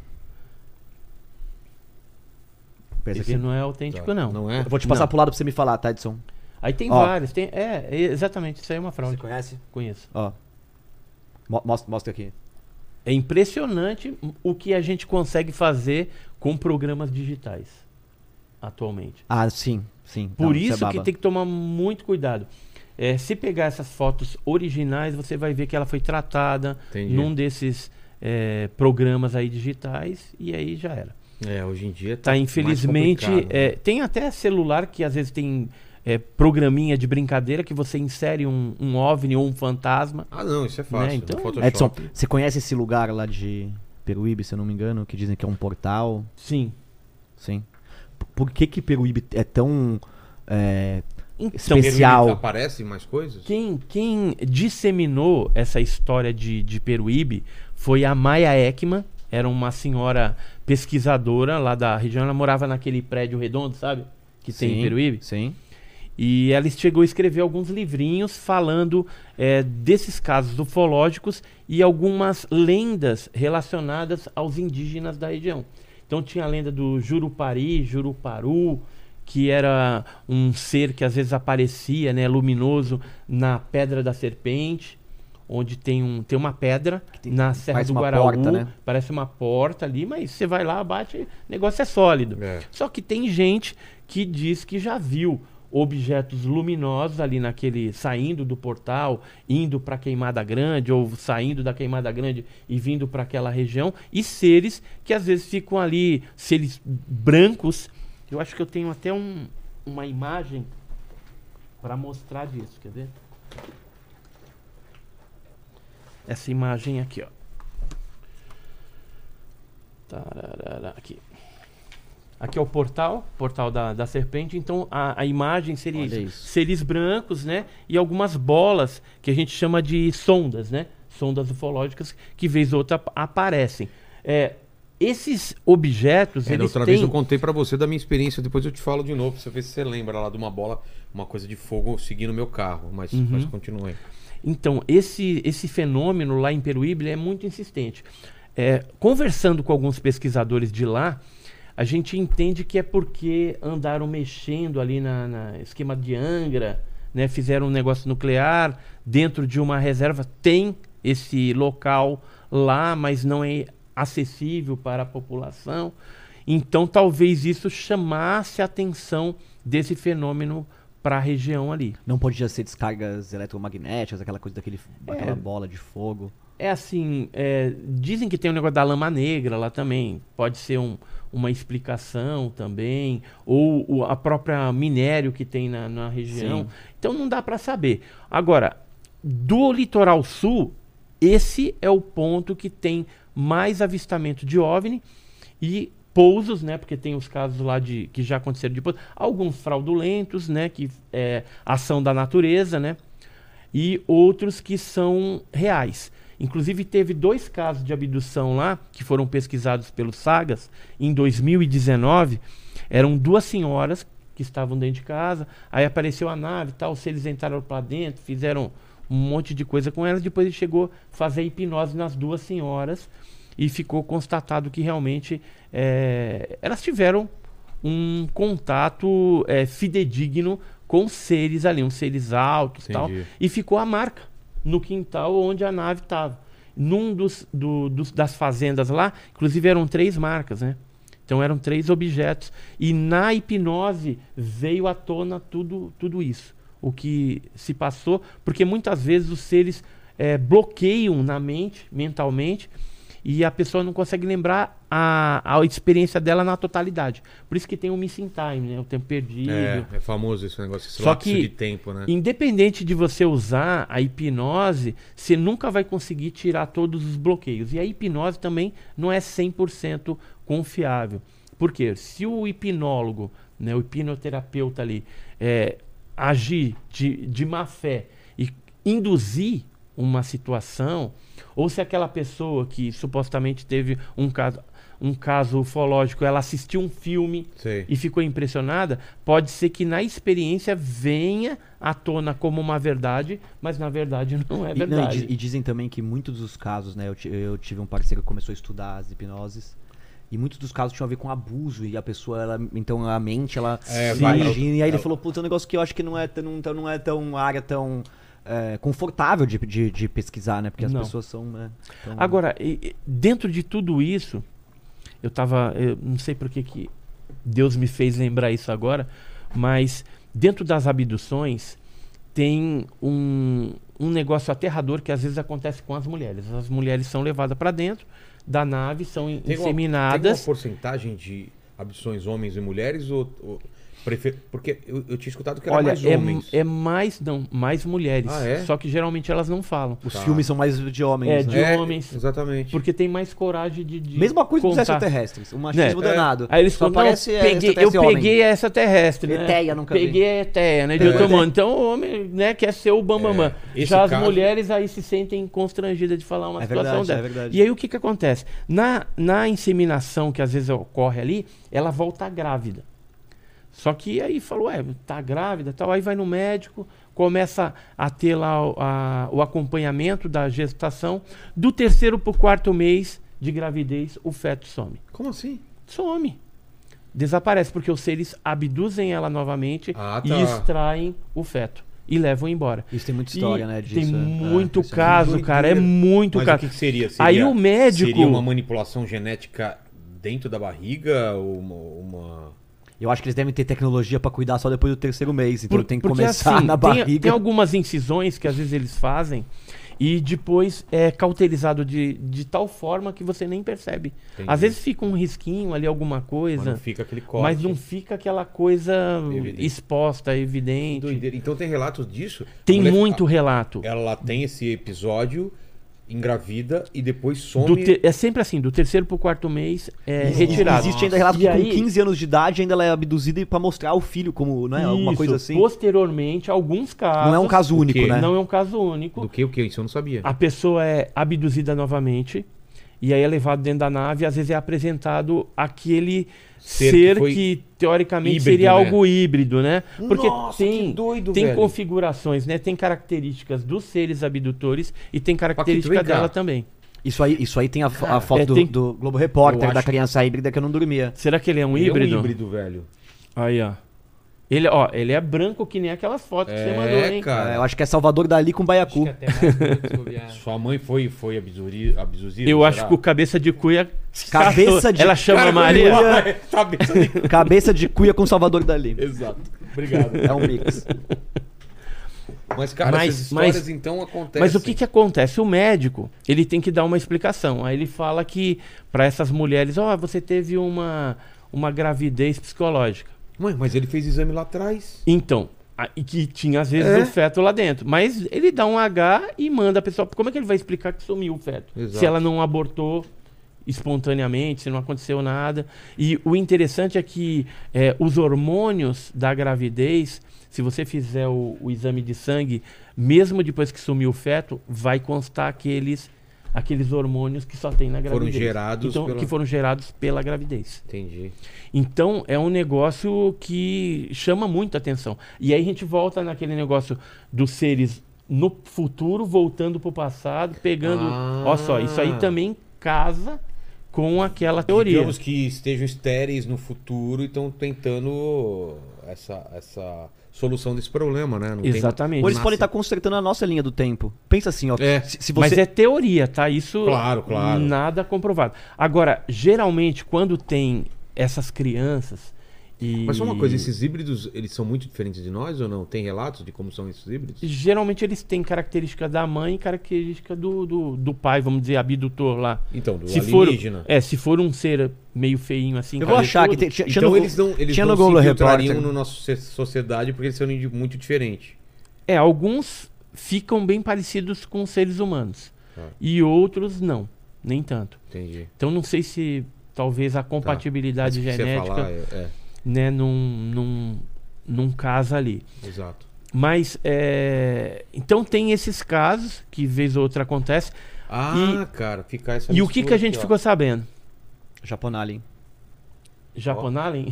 Pensa Esse aqui. não é autêntico, Tá, não. Não é? Eu vou te passar Não. pro lado pra você me falar, tá, Edson? Aí tem Ó. vários. Tem, é, é, exatamente. Isso aí é uma Você fraude. conhece? Conheço. Ó. Mo- Mostra, mostra aqui. É impressionante o que a gente consegue fazer com programas digitais atualmente. Ah, sim, sim. Por Não, é isso que baba. tem que tomar muito cuidado. É, se pegar essas fotos originais, você vai ver que ela foi tratada Entendi. num desses é, programas aí digitais e aí já era. É, hoje em dia Tá, mais infelizmente, complicado, né? é, tem até celular que às vezes tem é, programinha de brincadeira que você insere um, um OVNI ou um fantasma. Ah, não, isso é fácil. Né, então- no Photoshop. Edson, você conhece esse lugar lá de Peruíbe, se eu não me engano, que dizem que é um portal? Sim. Sim. P- Por que que Peruíbe é tão é, Então, especial? Aparece mais coisas? Quem, quem disseminou essa história de, de Peruíbe foi a Maya Ekman, era uma senhora pesquisadora lá da região, ela morava naquele prédio redondo, sabe? Que tem em Sim, Peruíbe. Sim. E ela chegou a escrever alguns livrinhos falando é, desses casos ufológicos e algumas lendas relacionadas aos indígenas da região. Então tinha a lenda do Jurupari, Juruparu, que era um ser que às vezes aparecia, né, luminoso na Pedra da Serpente, onde tem, um, tem uma pedra tem- na Serra parece do uma Guaraú, porta, né? parece uma porta ali, mas você vai lá, bate, o negócio é sólido. É. Só que tem gente que diz que já viu objetos luminosos ali naquele, saindo do portal, indo para Queimada Grande ou saindo da Queimada Grande e vindo para aquela região, e seres que às vezes ficam ali, seres brancos. Eu acho que eu tenho até um, uma imagem para mostrar disso, quer ver? Essa imagem aqui, ó. Tararara, aqui. Aqui é o portal, portal da, da serpente. Então a, a imagem seria Olha isso. isso. Seres brancos, né? E algumas bolas que a gente chama de sondas, né? Sondas ufológicas que vez ou outra ap- aparecem. É, esses objetos, É, da eles outra têm... vez eu contei pra você da minha experiência, depois eu te falo de novo, pra você ver se você lembra lá de uma bola, uma coisa de fogo seguindo o meu carro. Mas, Uhum. mas continue. Então, esse, esse fenômeno lá em Peruíbe é muito insistente. É, conversando com alguns pesquisadores de lá, a gente entende que é porque andaram mexendo ali na, na esquema de Angra, né, fizeram um negócio nuclear dentro de uma reserva. Tem esse local lá, mas não é acessível para a população. Então, talvez isso chamasse a atenção desse fenômeno para a região ali. Não podia ser descargas eletromagnéticas, aquela coisa daquele, aquela bola de fogo. É assim, é, dizem que tem o negócio da lama negra lá também. Pode ser um, uma explicação também. Ou o, a própria minério que tem na, na região. Sim. Então não dá para saber. Agora, do litoral sul, esse é o ponto que tem mais avistamento de OVNI e pousos, né? Porque tem os casos lá de que já aconteceram de pouso. Alguns fraudulentos, né? Que é ação da natureza, né? E outros que são reais. Inclusive teve dois casos de abdução lá, que foram pesquisados pelos Sagas, em dois mil e dezenove. Eram duas senhoras que estavam dentro de casa, aí apareceu a nave e tal, se eles entraram para dentro, fizeram um monte de coisa com elas, depois ele chegou a fazer hipnose nas duas senhoras e ficou constatado que realmente é, elas tiveram um contato é, fidedigno com seres ali, uns seres altos e tal, Entendi. e ficou a marca no quintal onde a nave estava. Num dos, do, dos das fazendas lá, inclusive eram três marcas, né? Então eram três objetos. E na hipnose veio à tona tudo, tudo isso. O que se passou, porque muitas vezes os seres é, bloqueiam na mente, mentalmente, e a pessoa não consegue lembrar a, a experiência dela na totalidade. Por isso que tem o missing time, né? O tempo perdido. É, é famoso esse negócio, esse Só lapso que, de tempo, né? independente de você usar a hipnose, você nunca vai conseguir tirar todos os bloqueios. E a hipnose também não é cem por cento confiável. Por quê? Se o hipnólogo, né, o hipnoterapeuta ali, é, agir de, de má fé e induzir uma situação, ou se aquela pessoa que supostamente teve um caso, um caso ufológico, ela assistiu um filme Sei. e ficou impressionada, pode ser que na experiência venha à tona como uma verdade, mas na verdade não é E, não, e verdade. di- e dizem também que muitos dos casos, né? Eu, ti- eu tive um parceiro que começou a estudar as hipnoses. E muitos dos casos tinham a ver com abuso. E a pessoa, ela, então a mente, ela É, se vai- imagina. E aí ele ela- falou, puta, é um negócio que eu acho que não é, tão- não, tão- não é tão uma área tão é, confortável de, de, de pesquisar, né? Porque as Não. pessoas são. Né, tão- Agora, e- e dentro de tudo isso, eu tava. Eu não sei por que que Deus me fez lembrar isso agora, mas dentro das abduções tem um, um negócio aterrador que às vezes acontece com as mulheres. As mulheres são levadas para dentro da nave, são Tem alguma- Tem inseminadas. uma porcentagem de abduções homens e mulheres? Ou, ou prefer... Porque eu, eu tinha escutado que era Olha, mais é, homens. é mais, não, mais mulheres. Ah, é? Só que geralmente elas não falam. Os Tá. filmes são mais de homens, É, né? de É, homens. Exatamente. Porque tem mais coragem de. de Mesma coisa dos contar. extraterrestres. O machismo Né? danado. Aí eles Só falam, não, aparece peguei, eu extraterrestre homem. peguei a extraterrestre, né? Eteia, nunca vi. Peguei a Eteia, né? De É. outro mundo. Então o homem, né, quer ser o bambambam. É, esse Já as caso- mulheres aí se sentem constrangidas de falar uma É situação verdade, é dessa. verdade. E aí o que que acontece? Na, na inseminação que às vezes ocorre ali, ela volta grávida. Só que aí falou, é, tá grávida, tal, aí vai no médico, começa a ter lá o, a- o acompanhamento da gestação. Do terceiro pro quarto mês de gravidez, o feto some. Como assim? Some. Desaparece, porque os seres abduzem ela novamente Ah, e tá. extraem o feto e levam embora. Isso tem muita história, E né? Disso, tem é. muito É, isso é caso, muito cara. É doideira. muito Mas caso. o que, que seria? Seria- Aí o médico- Seria uma manipulação genética dentro da barriga? Ou uma... uma- Eu acho que eles devem ter tecnologia pra cuidar só depois do terceiro mês. Então Por- tem que porque, começar assim, na tem- barriga. Tem, algumas incisões que às vezes eles fazem e depois é cauterizado de, de tal forma que você nem percebe. Entendi. Às vezes fica um risquinho ali, alguma Mas coisa, não fica aquele corte. mas não fica aquela coisa Evidente. exposta, evidente. Doideira. Então tem relatos disso? Tem A mulher- muito relato. Ela tem esse episódio, engravida e depois Do some. te- É sempre assim, do terceiro pro quarto mês é Existe- retirado. Existe ainda relato E que aí- com quinze anos de idade ainda ela é abduzida e pra mostrar o filho como, né? Alguma Isso, coisa assim. Posteriormente, alguns casos. Não é um caso o único, quê? né? Não é um caso único. Do que o que? Isso eu não sabia. A pessoa é abduzida novamente e aí é levado dentro da nave e às vezes é apresentado aquele Ser ser, que que, foi teoricamente híbrido, seria né? algo híbrido, né? Porque Nossa, tem, que doido, tem velho. configurações, né? Tem características dos seres abdutores e tem característica vem cá. dela também. Isso aí, isso aí tem a, fo- a foto é, do, tem- do Globo Repórter, Eu da acho- criança híbrida que eu não dormia. Será que ele é um Ele híbrido? É um híbrido, velho. Aí, ó. Ele, ó, ele é branco que nem aquelas fotos que você mandou, É, hein? cara. É, eu acho que é Salvador Dali com Acho Baiacu. que até mais bonito, se bobear. Sua mãe foi, foi abduzida? abduzida Eu será? acho que o cabeça de cuia. Cabeça de- Ela chama Cara, Maria. cuia. Cabeça de... Cabeça de cuia com Salvador Dali. Exato. Obrigado. É um mix. Mas, cara, Mas- essas histórias mas- então acontecem. Mas o que que acontece? O médico, ele tem que dar uma explicação. Aí ele fala que para essas mulheres, ó, você teve uma, uma gravidez psicológica. Mãe, mas ele fez exame lá atrás. Então, a- e que tinha às vezes É. o feto lá dentro. Mas ele dá um H e manda a pessoa. Como é que ele vai explicar que sumiu o feto? Exato. Se ela não abortou espontaneamente, se não aconteceu nada. E o interessante é que é, os hormônios da gravidez, se você fizer o, o exame de sangue, mesmo depois que sumiu o feto, vai constar aqueles, aqueles hormônios que só tem na Foram gravidez. gerados então, pela- que foram gerados pela gravidez. Entendi. Então é um negócio que chama muita atenção. E aí a gente volta naquele negócio dos seres no futuro voltando para o passado, pegando. Ah. Ó só, isso aí também casa com aquela teoria. Digamos que estejam estéreis no futuro e estão tentando essa, essa solução desse problema, né? Não tem- Exatamente. Ou eles Nasce- podem estar consertando a nossa linha do tempo. Pensa assim, ó. É. Se, se você... Mas é teoria, tá? Isso Claro, claro. nada comprovado. Agora, geralmente, quando tem essas crianças e. Mas só uma coisa, esses híbridos, eles são muito diferentes de nós ou não? Tem relatos de como são esses híbridos? Geralmente eles têm característica da mãe e característica do, do, do pai, vamos dizer, abdutor lá. Então, do Se for, alienígena. é, se for um ser meio feinho assim. Eu vou achar que cabeçudo, tem, tinha, tinha Então no, eles não, eles tinha não no Globo se infiltrariam Repórter. na nossa so- sociedade porque eles são indi- muito diferentes. É, alguns ficam bem parecidos com seres humanos. Ah. E outros não, nem tanto. Entendi. Então não sei se talvez a compatibilidade Mas o que você genética, falar, é, é, né, não, não, não casa ali. exato. Mas, é, então tem esses casos que vez ou outra acontece. Ah, cara, ficar essa E o que, que a mistura gente aqui, ó. ficou sabendo? Japonalien. Japonalien?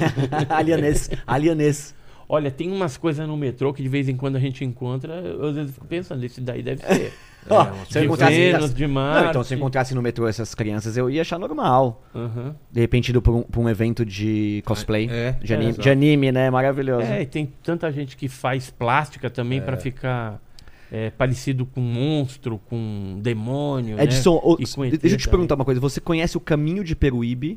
Alianês. Alianês. Olha, tem umas coisas no metrô que de vez em quando a gente encontra, eu às vezes fico pensando, esse daí deve ser. Ó, umas se eu de encontrasse- Vênus, de Não, Marte. então se eu encontrasse no metrô essas crianças, eu ia achar normal. Aham. De repente indo pra um, pra um evento de cosplay. É, de, é, anime, exato. de anime, né? Maravilhoso. É, e tem tanta gente que faz plástica também É. pra ficar é, parecido com um monstro, com um demônio. Edson, né? o- E com E T deixa eu te também. perguntar uma coisa. Você conhece o caminho de Peruíbe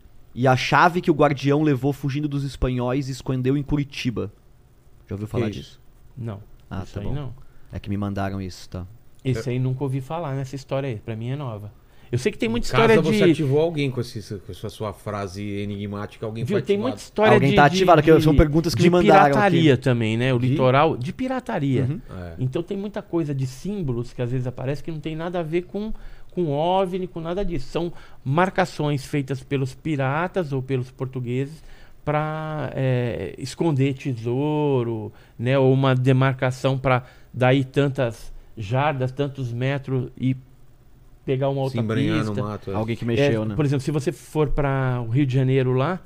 e a chave que o guardião levou fugindo dos espanhóis e escondeu em Curitiba? Já ouviu falar isso? disso? Não. Ah, isso tá aí bom. não. É que me mandaram isso, tá? Esse aí nunca ouvi falar nessa história aí. Pra mim é nova. Eu sei que tem muita Em casa história você de. ativou alguém com, esse, com essa sua frase enigmática, alguém Viu, foi tem ativado. muita história Alguém de. tá de- ativado, que de- são perguntas que de me mandaram pirataria aqui. também, né? O De? litoral. De pirataria. Uhum. É. Então tem muita coisa de símbolos que às vezes aparece que não tem nada a ver com, com OVNI, com nada disso. São marcações feitas pelos piratas ou pelos portugueses para esconder tesouro, né? Ou uma demarcação para daí tantas jardas, tantos metros e pegar uma Se outra embrenhar pista. no mato. é. Alguém que mexeu, É, né? Por exemplo, se você for para o Rio de Janeiro lá,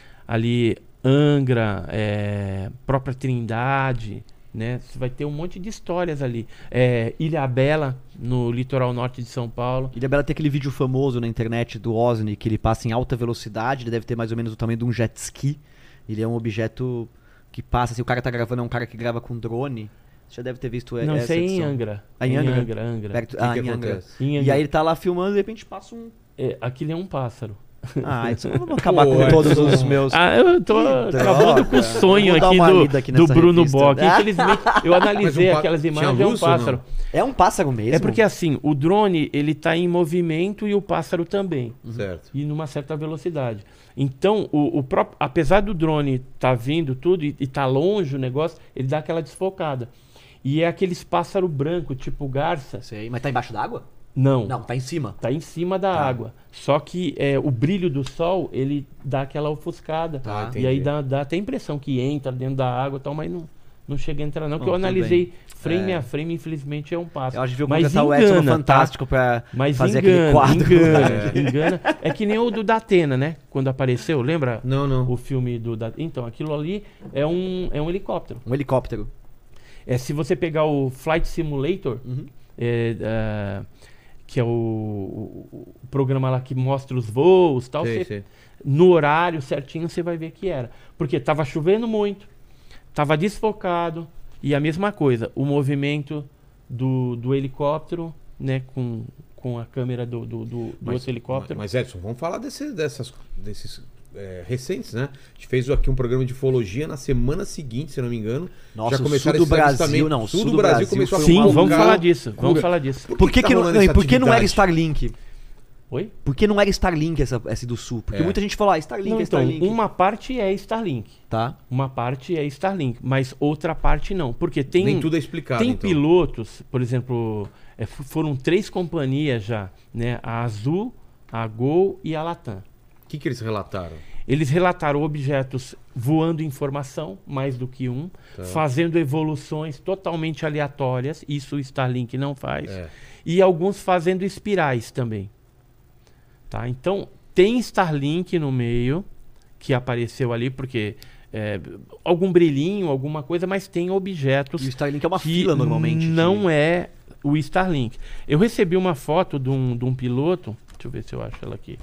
ali Angra, é, própria Trindade, né? Você vai ter um monte de histórias ali. É, Ilha Bela, no litoral norte de São Paulo. Ilha Bela tem aquele vídeo famoso na internet do Osni, que ele passa em alta velocidade, ele deve ter mais ou menos o tamanho de um jet ski. Ele é um objeto que passa, assim, o cara tá gravando, é um cara que grava com drone. Você já deve ter visto Não, essa isso aí é em edição. Angra. Ah, em Angra? Angra, Angra. Perto- O que ah, que em Angra. acontece? Em E Angra. aí ele tá lá filmando e de repente passa um... É, aquilo é um pássaro. Ah, Edson, vamos acabar Pô, com todos Edson. os meus... Ah, eu tô Que acabando droga. com o sonho Vou dar aqui uma do, lida aqui do nessa Bruno revista. Bock. Ah. Infelizmente, eu analisei Mas um pa- aquelas tinha imagens, é um luz ou não? pássaro. É um pássaro mesmo? É porque assim, o drone ele tá em movimento e o pássaro também. Certo. E numa certa velocidade. Então, o, o próprio, apesar do drone tá vindo tudo e, e tá longe o negócio, ele dá aquela desfocada. E é aqueles pássaro branco, tipo garça. Sei, mas tá embaixo d'água? Não, Não, tá em cima. tá em cima da Tá. água. Só que é, o brilho do sol, ele dá aquela ofuscada. Tá, e aí entendi. dá, dá até a impressão que entra dentro da água e tal, mas não, não chega a entrar não. Porque Não, eu tudo analisei frame É. a frame, infelizmente é um passo. Eu acho que viu mas contratar o Edson no engana, Fantástico pra tá? Mas fazer engana, aquele quadro. engana, engana. É que nem o do Datena, né? Quando apareceu, lembra? Não, não. O filme do Datena. Então, aquilo ali é um, é um helicóptero. Um helicóptero. É, se você pegar o Flight Simulator, Uhum. é, ah, que é o, o- o programa lá que mostra os voos e tal, Sei, você- sei. no horário certinho você vai ver que era. Porque tava chovendo muito, tava desfocado, e a mesma coisa, o movimento do, do helicóptero, né, com, com a câmera do, do, do, do outro helicóptero. Mas, Edson, vamos falar desse, dessas, desses é, recentes, né? A gente fez aqui um programa de ufologia na semana seguinte, se não me engano. Nossa, Já o começaram sul do esses Brasil, avistamentos. não, O sul do Brasil começou a Sim, focar- vamos falar disso, vamos Cura. falar disso. Por que, tá que, não, rolando não, e essa por que não era atividade? Starlink? Oi? Por que não era Starlink essa, esse do Sul? Porque É. muita gente falou, ah, Starlink Não, é então, Starlink. uma parte é Starlink. Tá. Uma parte é Starlink, mas outra parte não. Porque tem, Nem tudo é explicado, tem então. pilotos, por exemplo, é, f- foram três companhias já, né? A Azul, a Gol e a Latam. O que, que eles relataram? Eles relataram objetos voando em formação, mais do que um, Tá. fazendo evoluções totalmente aleatórias, isso o Starlink não faz, É. e alguns fazendo espirais também. Tá? Então, tem Starlink no meio, que apareceu ali, porque é, algum brilhinho, alguma coisa, mas tem objetos E o Starlink é uma que fila normalmente. de- não é o Starlink. Eu recebi uma foto de um, de um piloto, deixa eu ver se eu acho ela aqui.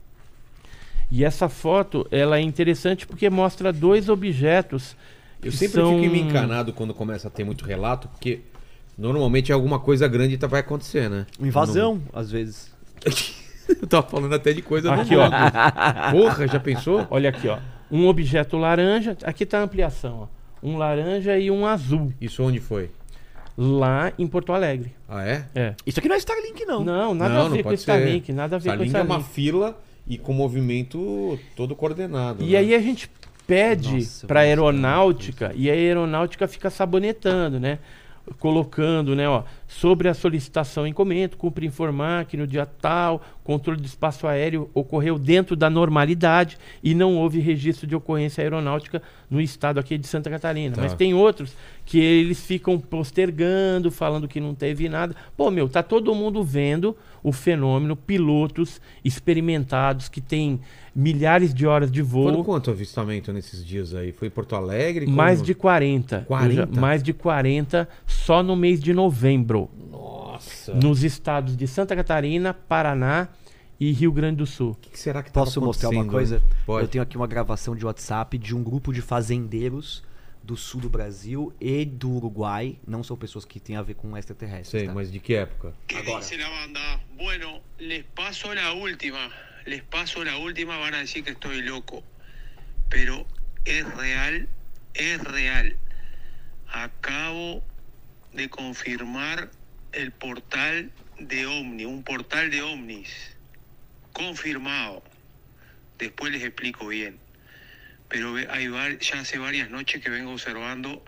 E essa foto, ela é interessante porque mostra dois objetos. Eu que sempre são... fico me encanado quando começa a ter muito relato, porque normalmente alguma coisa grande tá- vai acontecer, né? Uma invasão, às vezes. Eu tava falando até de coisa Aqui, do ó. mundo. Porra, já pensou? Olha aqui, ó. Um objeto laranja, aqui tá a ampliação, ó. Um laranja e um azul, Isso onde foi? lá em Porto Alegre. Ah, é? É. Isso aqui não é Starlink, não. Não, nada Não, a não ver com pode Starlink, ser. nada a ver Starlink com é Starlink. uma fila e com movimento todo coordenado. E né? aí a gente pede Nossa, para a vamos aeronáutica e a aeronáutica fica sabonetando, né? Colocando, né, ó, sobre a solicitação em comento, cumpre informar que no dia tal, controle do espaço aéreo ocorreu dentro da normalidade e não houve registro de ocorrência aeronáutica no estado aqui de Santa Catarina. Tá. Mas tem outros que eles ficam postergando, falando que não teve nada. Pô, meu, tá todo mundo vendo o fenômeno, pilotos experimentados que têm milhares de horas de voo. Foram quanto avistamento nesses dias aí? Foi em Porto Alegre? Como- Mais de quarenta. quarenta? Eu já- mais de quarenta só no mês de novembro. Nossa. Nos estados de Santa Catarina, Paraná e Rio Grande do Sul. O que, que será que tava Posso mostrar uma acontecendo, coisa? né? Pode. Eu tenho aqui uma gravação de WhatsApp de um grupo de fazendeiros do sul do Brasil e do Uruguai. Não são pessoas que têm a ver com extraterrestres. Sei, tá? mas de que época? ¿Qué Ahora. dice la banda? Bueno, les paso la última. Les paso la última, van a decir que estoy loco. Pero es real, es real. Acabo de confirmar el portal de Omni, un portal de ovnis. Confirmado. Después les explico bien. Pero ve- hay var- ya hace varias noches que vengo observando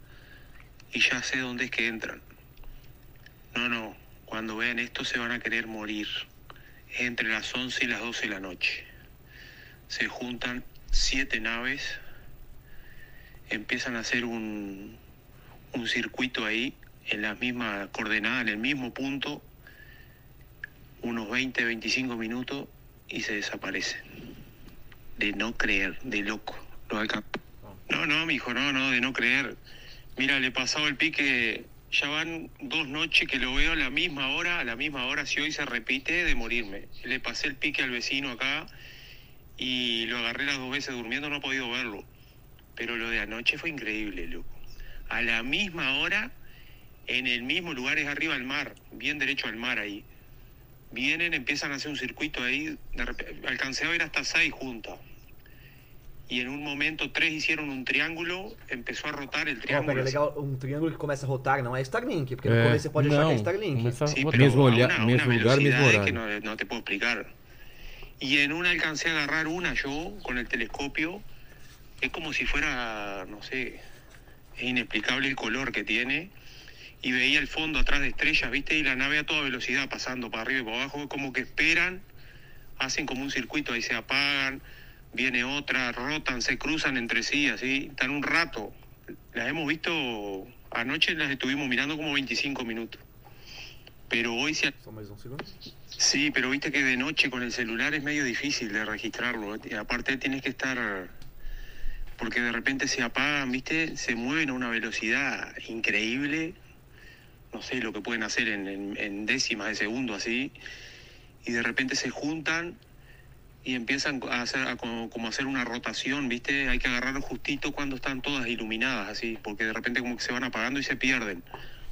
y ya sé dónde es que entran. No, no, cuando vean esto se van a querer morir. Entre las once y las doce de la noche. Se juntan siete naves, empiezan a hacer un, un circuito ahí, en la misma coordenada, en el mismo punto, unos veinte, veinticinco minutos y se desaparecen. De no creer, de loco. Lo alcan- No, no, mijo, no, no, de no creer. Mira, le pasaba el pique, ya van dos noches que lo veo a la misma hora, a la misma hora, si hoy se repite, de morirme. Le pasé el pique al vecino acá y lo agarré las dos veces durmiendo, no he podido verlo. Pero lo de anoche fue increíble, loco. A la misma hora, en el mismo lugar, es arriba al mar, bien derecho al mar ahí. Vienen, empiezan a hacer un circuito ahí, de repente, alcancé a ver hasta seis juntas. Y en un momento tres hicieron un triángulo, empezó a rotar el Ó, triángulo. pega legal, um triângulo que começa a rotar não é Starlink, porque É. no começo você pode achar Não, que é Starlink. começa a Sí, rotar. pero Mismo a olha- una, a mismo una lugar, mismo velocidad que horario. no, no te puedo explicar. Y en una alcancé a agarrar una yo con el telescopio. Es como si fuera, no sé, es inexplicable el color que tiene. y veía el fondo atrás de estrellas, ¿viste? Y la nave a toda velocidad pasando para arriba y para abajo, como que esperan, hacen como un circuito, ahí se apagan, viene otra, rotan, se cruzan entre sí, así, están un rato. Las hemos visto, anoche las estuvimos mirando como veinticinco minutos. Pero hoy se... Sí, pero viste que de noche con el celular es medio difícil de registrarlo. Y aparte tienes que estar... Porque de repente se apagan, viste, se mueven a una velocidad increíble. No sé lo que pueden hacer en, en, en décimas de segundo así. Y de repente se juntan y empiezan a hacer a como, como hacer una rotación, viste. Hay que agarrarlo justito cuando están todas iluminadas así. Porque de repente como que se van apagando y se pierden.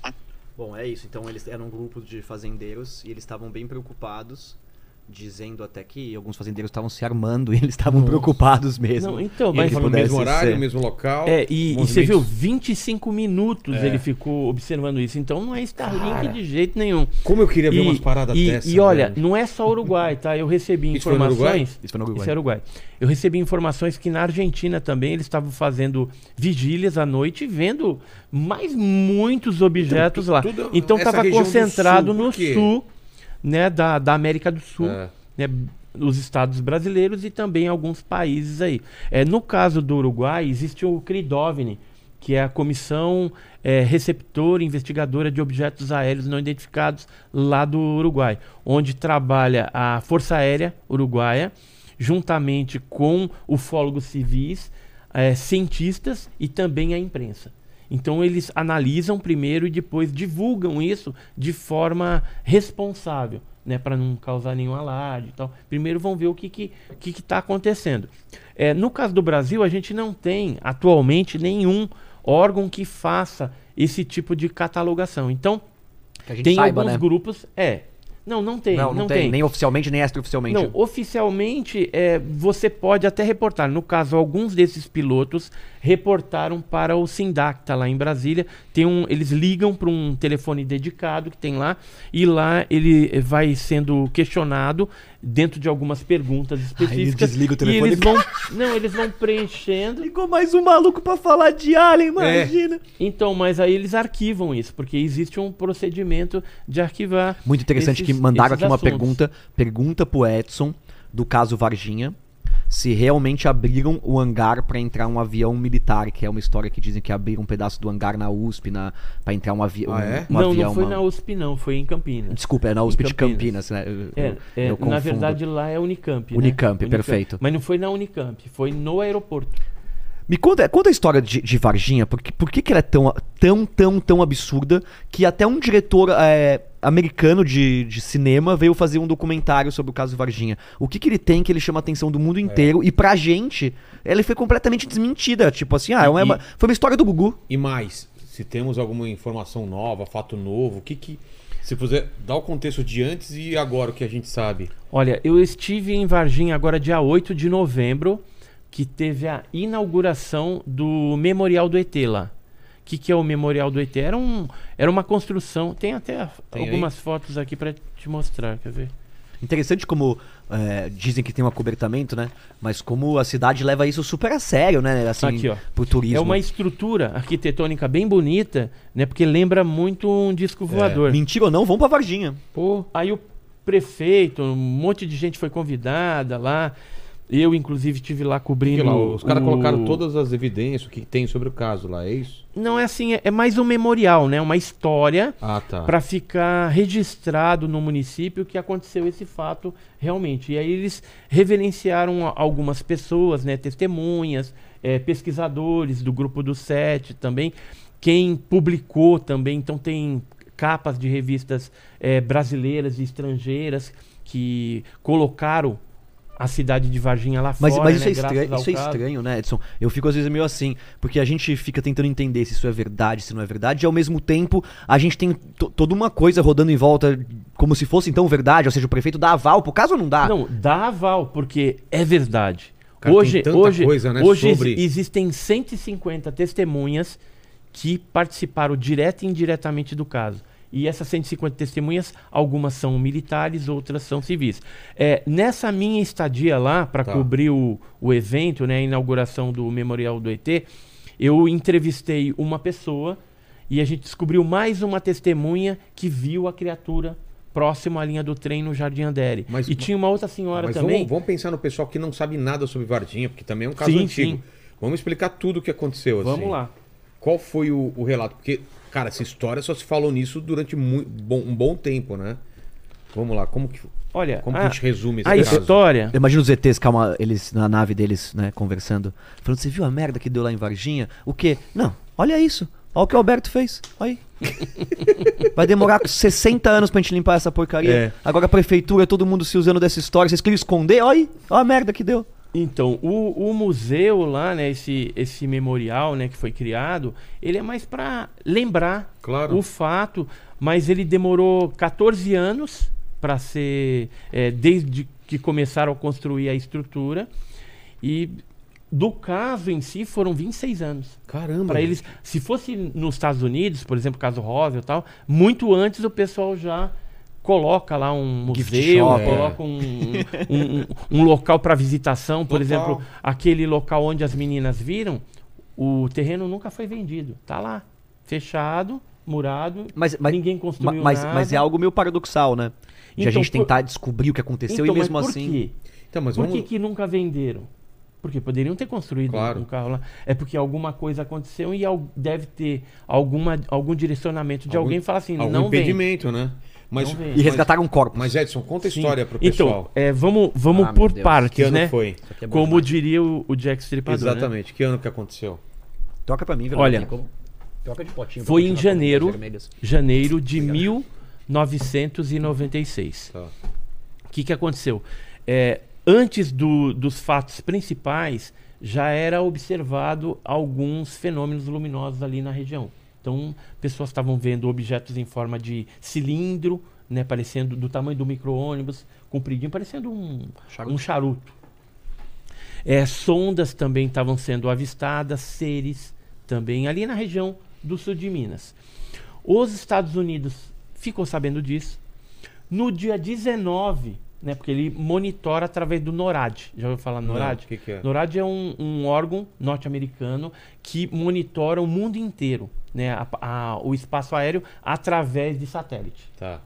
Bom, é isso. Então eles eram um grupo de fazendeiros e eles estavam bem preocupados, dizendo até que alguns fazendeiros estavam se armando e eles estavam preocupados mesmo. Não, então, E mas ele no mesmo pudesse horário, ser. no mesmo local. É, e, e movimentos- você viu, vinte e cinco minutos É. ele ficou observando isso. Então não é Starlink de jeito nenhum. Como eu queria ver E, umas paradas e, dessas. e olha, velho. não é só Uruguai, tá? Eu recebi Isso foi no Uruguai? informações. Isso foi no Uruguai. Isso é Uruguai. Eu recebi informações que na Argentina também eles estavam fazendo vigílias à noite e vendo mais muitos objetos lá. tudo- Então essa estava região do concentrado sul, por no quê? sul, né, da, da América do Sul. É. Né, os estados brasileiros e também alguns países aí. É, no caso do Uruguai, existe o CRIDOVNI, que é a Comissão é, Receptora e Investigadora de Objetos Aéreos Não Identificados lá do Uruguai, onde trabalha a Força Aérea Uruguaia, juntamente com ufólogos civis, é, cientistas e também a imprensa. Então eles analisam primeiro e depois divulgam isso de forma responsável, né, para não causar nenhum alarde e tal. Primeiro vão ver o que que que está acontecendo. É, no caso do Brasil, a gente não tem atualmente nenhum órgão que faça esse tipo de catalogação. Então Que a gente tem saiba, alguns né? grupos, é, não, não tem, Não, não, tem, nem oficialmente, nem extraoficialmente. Não, oficialmente é, você pode até reportar. No caso, alguns desses pilotos reportaram para o Sindacta lá em Brasília. Tem um, eles ligam para um telefone dedicado que tem lá e lá ele vai sendo questionado dentro de algumas perguntas específicas. desliga o E telefone. eles vão, não, eles vão preenchendo. Ligou mais um maluco pra falar de Alien, imagina. Então, mas aí eles arquivam isso, porque existe um procedimento de arquivar. Muito interessante esses- que mandaram esses aqui uma assuntos. pergunta. Pergunta pro Edson, do caso Varginha, se realmente abriram o hangar pra entrar um avião militar, que é uma história que dizem que abriram um pedaço do hangar na U S P na, pra entrar um, avi Ah, um, é? um não, avião. não foi uma- na U S P não, foi em Campinas. Desculpa, é na U S P Em de Campinas, né? Eu- É, eu- é, eu na confundo. verdade lá é Unicamp, né? Unicamp, perfeito. Mas não foi na Unicamp, foi no aeroporto. Me conta, conta a história de, de Varginha, porque, por que, que ela é tão, tão, tão, tão absurda que até um diretor é, americano de, de cinema veio fazer um documentário sobre o caso Varginha. O que, que ele tem que ele chama a atenção do mundo inteiro e pra gente, ela foi completamente desmentida. Tipo assim, ah, é uma- E- foi uma história do Gugu. E mais, se temos alguma informação nova, fato novo, o que que... Se puder dar o contexto de antes e agora, o que a gente sabe. Olha, eu estive em Varginha agora dia oito de novembro, que teve a inauguração do Memorial do E T lá. O que, que é o Memorial do E T? Era, um, era uma construção, tem até Tem algumas fotos aqui pra te mostrar, quer ver? Interessante como é, dizem que tem um acobertamento, né? Mas como a cidade leva isso super a sério, né? Assim, Aqui, ó. pro turismo. É uma estrutura arquitetônica bem bonita, né? Porque lembra muito um disco voador. Mentira ou não, vão pra Varginha. Pô, aí o prefeito, um monte de gente foi convidada lá. Eu, inclusive, estive lá cobrindo. Porque lá, os caras o- colocaram todas as evidências, o que tem sobre o caso lá, é isso? Não é assim, é, é mais um memorial, né? Uma história Ah, tá. para ficar registrado no município que aconteceu esse fato realmente. E aí eles reverenciaram a- algumas pessoas, né? Testemunhas, eh, pesquisadores do grupo do Sete também, quem publicou também. Então tem capas de revistas eh, brasileiras e estrangeiras que colocaram a cidade de Varginha lá Mas, fora, mas isso, né, é estranho, graças ao isso é caso. estranho, né, Edson? Eu fico às vezes meio assim, porque a gente fica tentando entender se isso é verdade, se não é verdade, e ao mesmo tempo a gente tem to- toda uma coisa rodando em volta como se fosse então verdade, ou seja, o prefeito dá aval pro caso ou não dá? Não, dá aval, porque é verdade. Cara, hoje tem tanta hoje, coisa, né, hoje sobre- ex- existem cento e cinquenta testemunhas que participaram direta e indiretamente do caso. E essas cento e cinquenta testemunhas, algumas são militares, outras são civis. É, nessa minha estadia lá, para Tá. cobrir o, o evento, né, a inauguração do Memorial do E T, eu entrevistei uma pessoa E a gente descobriu mais uma testemunha que viu a criatura próximo à linha do trem no Jardim Andere. Mas- e tinha uma outra senhora Mas também. vamos, vamos pensar no pessoal que não sabe nada sobre Varginha, porque também é um caso Sim, antigo. sim. Vamos explicar tudo o que aconteceu. Vamos assim. lá. Qual foi o, o relato? Porque, cara, essa história só se falou nisso durante mui- bom- um bom tempo, né? Vamos lá, como que, Olha, como que a, a gente resume esse a caso? história... Imagina os E Tês, calma, eles na nave deles, né, conversando. Falando, você viu a merda que deu lá em Varginha? O quê? Não, olha isso. Olha o que o Alberto fez. Olha aí. Vai demorar sessenta anos pra gente limpar essa porcaria. É. Agora a prefeitura, todo mundo se usando dessa história. Vocês queriam esconder? Olha aí. Olha a merda que deu. Então, o, o museu lá, né, esse, esse memorial, né, que foi criado, ele é mais para lembrar Claro. o fato, mas ele demorou quatorze anos para ser, é, desde que começaram a construir a estrutura, e do caso em si foram vinte e seis anos. Caramba. Para eles, se fosse nos Estados Unidos, por exemplo, o caso Roswell e tal, muito antes o pessoal já coloca lá um Gift museu, shop, coloca um, um, um, um local para visitação. Por Total. exemplo, aquele local onde as meninas viram, o terreno nunca foi vendido. Tá lá, fechado, murado, Mas, mas, ninguém ma- construiu mas, nada. mas é algo meio paradoxal, né? De a Então, gente por- tentar descobrir o que aconteceu Então, e mesmo mas por assim. quê? Então, mas Por vamos... que, que nunca venderam? Porque poderiam ter construído Claro. um carro lá. É porque alguma coisa aconteceu e al- deve ter alguma, algum direcionamento de Algum- alguém falar assim, Algum não vem. impedimento, né? Mas, Não vem. E resgataram corpos. mas, Edson, conta a Sim. história pro Então, pessoal. é, vamos, vamos Ah, por meu Deus. partes, Que ano né? foi? Isso aqui é bom Como demais. diria o, o Jack Stripador, né? Exatamente. Que ano que aconteceu? Troca pra mim, velho. Olha, Como- Troca de potinho. pra Foi em continuar com as janeiro, vermelhas. janeiro de mil novecentos e noventa e seis. Tá. O que, que aconteceu? É, antes do- dos fatos principais, já era observado alguns fenômenos luminosos ali na região. Então, pessoas estavam vendo objetos em forma de cilindro, né, parecendo do tamanho do micro-ônibus, compridinho, parecendo um charuto. Um charuto. É, sondas também estavam sendo avistadas, seres também, ali na região do sul de Minas. Os Estados Unidos ficou sabendo disso. No dia dezenove, né, porque ele monitora através do NORAD. Já ouviu falar Não, NORAD? o que que é? NORAD é um, um órgão norte-americano que monitora o mundo inteiro, né, a- a- o espaço aéreo através de satélite. Tá.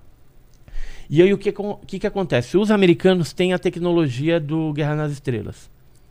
E aí o que, acon- que, que acontece? Os americanos têm a tecnologia do Guerra nas Estrelas.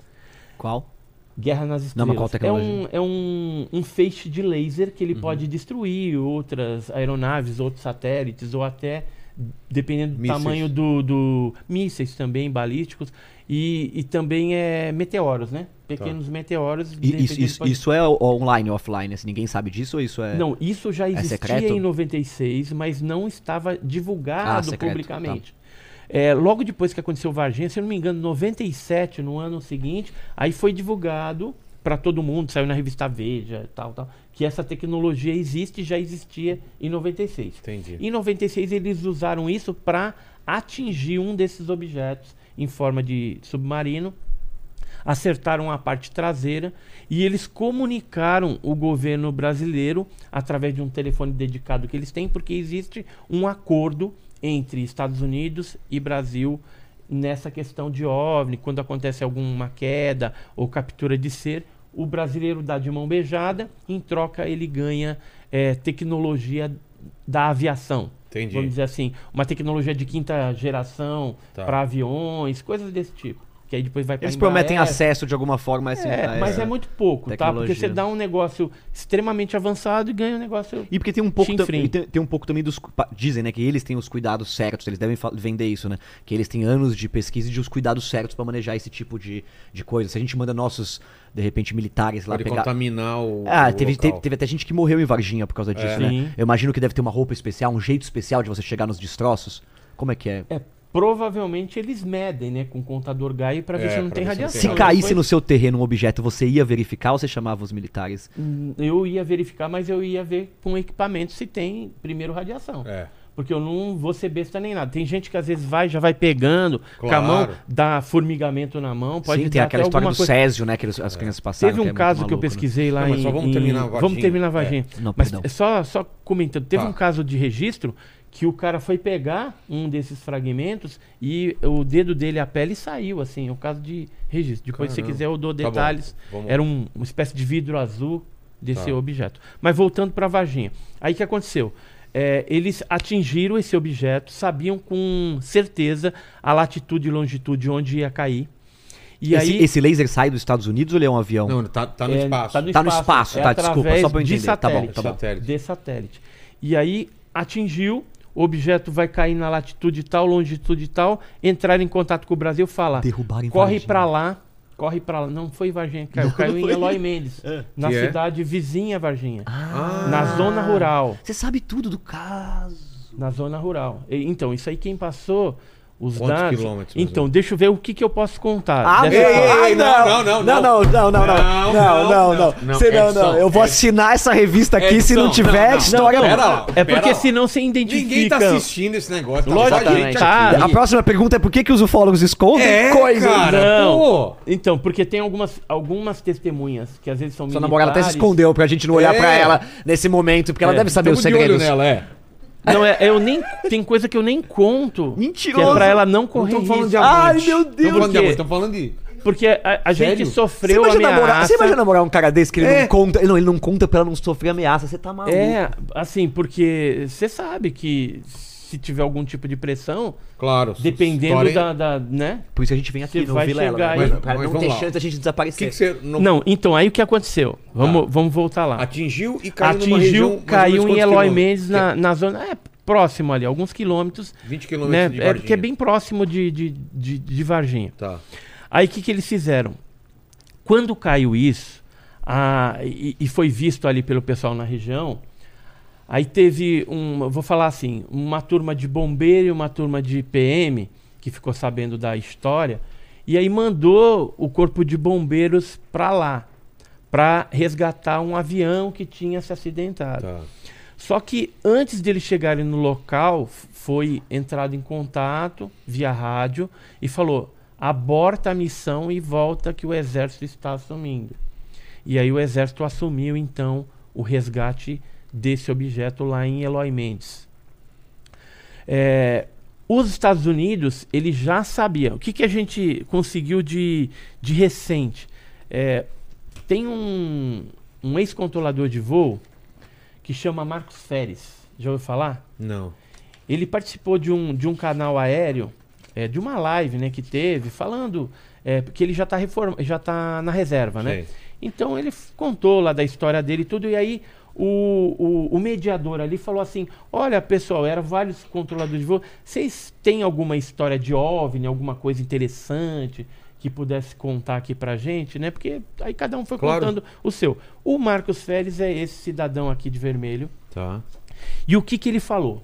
Qual? Guerra nas Não, Estrelas. mas qual é tecnologia? um, é um, um feixe de laser que Uhum. ele pode destruir outras aeronaves, outros satélites, ou até, dependendo do Mísseis. tamanho do, do mísseis também, balísticos, e, e também é meteoros, né? Pequenos meteoros. de E repente, isso, ele isso, pode- isso é o- online ou offline? Assim, ninguém sabe disso ou isso é. Não, isso já existia secreto? em noventa e seis, mas não estava divulgado Ah, secreto, publicamente. É, logo depois que aconteceu Varginha, se eu não me engano, em noventa e sete, no ano seguinte, aí foi divulgado para todo mundo, saiu na revista Veja, tal, tal, que essa tecnologia existe e já existia em noventa e seis. Entendi. Em noventa e seis eles usaram isso para atingir um desses objetos em forma de submarino, acertaram a parte traseira e eles comunicaram o governo brasileiro através de um telefone dedicado que eles têm, porque existe um acordo entre Estados Unidos e Brasil nessa questão de OVNI, quando acontece alguma queda ou captura de ser, o brasileiro dá de mão beijada, em troca ele ganha eh, tecnologia da aviação. Entendi. Vamos dizer assim, uma tecnologia de quinta geração Tá. para aviões, coisas desse tipo. Que aí depois vai para Eles prometem acesso de alguma forma a esse- É, a mas essa é muito pouco, tá? Porque tecnologia. você dá um negócio extremamente avançado e ganha um negócio. E porque tem um pouco, tam- chinfrim. e tem, tem um pouco também dos. cu- pa- Dizem, né, que eles têm os cuidados certos, eles devem fa- vender isso, né? Que eles têm anos de pesquisa e de os cuidados certos pra manejar esse tipo de, de coisa. Se a gente manda nossos, de repente, militares lá Pode pegar. contaminar o. Ah, o teve, local. teve, teve até gente que morreu em Varginha por causa disso, É. né? Sim. Eu imagino que deve ter uma roupa especial, um jeito especial de você chegar nos destroços. Como é que é? É, provavelmente eles medem, né, com contador Gaia para ver É, se não pra tem ver se não tem radiação. Se Não, caísse Depois, no seu terreno um objeto, você ia verificar ou você chamava os militares? hum, Eu ia verificar, mas eu ia ver com equipamento se tem primeiro radiação. É. Porque eu não vou ser besta nem nada. Tem gente que às vezes vai, já vai pegando com a mão, Claro. dá formigamento na mão, pode Sim, dar tem aquela até história alguma do coisa. Césio, né? Que eles- as crianças passaram. Teve um que é muito caso que eu maluco, né? pesquisei lá Não, mas em... só vamos em- terminar a Varginha. Vamos terminar a É. Varginha. Não, mas perdão. só, só comentando, teve Tá. um caso de registro que o cara foi pegar um desses fragmentos e o dedo dele, a pele, saiu, assim, é um caso de registro. Depois, se você Caramba. quiser, eu dou Tá bom. detalhes. Vamos- Era um- uma espécie de vidro azul, desse Tá. objeto. Mas voltando para Varginha. Aí o que aconteceu? É, eles atingiram esse objeto, sabiam com certeza a latitude e longitude onde ia cair. E esse, aí, esse laser sai dos Estados Unidos ou ele é um avião? Não, tá, tá no é, espaço. Tá no Tá no espaço, espaço, é tá, desculpa, através só pra eu de entender. Tá bom, satélite, tá bom. Satélite. De satélite. E aí atingiu, o objeto vai cair na latitude tal, longitude tal, entrar em contato com o Brasil, fala, Derrubar em corre Varginha. pra lá, corre pra lá. Não foi Varginha que caiu, caiu em Eloy Mendes, na Que é? cidade vizinha a Varginha, Ah. na zona rural. Você sabe tudo do caso. Na zona rural. E- Então, isso aí quem passou os Quantos dados. quilômetros, mais ou Então, menos? deixa eu ver o que, que eu posso contar. Ah, dessa ei, história. ei, ei, não, não, não, não, não, não, não, não, Não, não, não, não, não. não. Você não, não. Edson, Eu vou Edson. assinar essa revista aqui se não Edson, tiver não, não, história. não, boa. pera lá. É porque Pera lá. senão você identifica. Ninguém tá assistindo esse negócio. Tá Lógico só a que gente tá. aqui. A próxima pergunta é por que, que os ufólogos escondem É, coisas? cara. Não. Pô. Então, porque tem algumas, algumas testemunhas que às vezes são Sua militares. namorada até se escondeu pra gente não olhar É. pra ela nesse momento, porque ela É, deve saber Tamo os de olho segredos. nela, é. Não, é, eu nem. Tem coisa que eu nem conto. Mentiroso. Que é pra ela não Não correr estamos falando de risco. amante. Ai, meu Deus. Estamos falando de Por quê? amante, estamos falando de... Porque a, a gente Sério? Você sofreu imagina, namorar, ameaça. você imagina namorar um cara desse que ele É. não conta. Não, ele não conta pra ela não sofrer ameaça. Você tá maluco. É, assim, porque você sabe que se tiver algum tipo de pressão, Claro. dependendo história- da, da, né? Por isso a gente vem aqui Você no vai Vila Ela, chegar né? aí. Pra- pra Mas não vamos ter lá. chance da gente O desaparecer. que, que você não... Não, então aí o que aconteceu? Vamos, vamos voltar lá. Atingiu e caiu numa região... Atingiu, mais ou caiu menos em quantos Eloy quilômetros? Mendes na, na zona. É próximo ali, alguns quilômetros. vinte quilômetros Né? de É Varginha. porque é bem próximo de, de, de, de Varginha. Tá. Aí o que, que eles fizeram? Quando caiu isso, a, e, e foi visto ali pelo pessoal na região, aí teve um, eu vou falar assim, uma turma de bombeiro e uma turma de P M que ficou sabendo da história, e aí mandou o corpo de bombeiros para lá, para resgatar um avião que tinha se acidentado. Tá. Só que antes deles chegarem no local, f- foi entrado em contato via rádio e falou: aborta a missão e volta que o exército está assumindo. E aí o exército assumiu então o resgate desse objeto lá em Eloy Mendes. É, os Estados Unidos, ele já sabia. O que, que a gente conseguiu de, de recente? É, tem um, um ex-controlador de voo que chama Marcos Feres. Já ouviu falar? Não. Ele participou de um, de um canal aéreo, é, de uma live, né, que teve, falando é, que ele já está reform... já tá na reserva, né? Sei. Então ele f- contou lá da história dele e tudo, e aí o, o, o mediador ali falou assim: olha, pessoal, eram vários controladores de voo, vocês têm alguma história de OVNI, alguma coisa interessante que pudesse contar aqui pra gente, né? Porque aí cada um foi Claro. contando o seu. O Marcos Feres é esse cidadão aqui de vermelho. Tá. E o que que ele falou?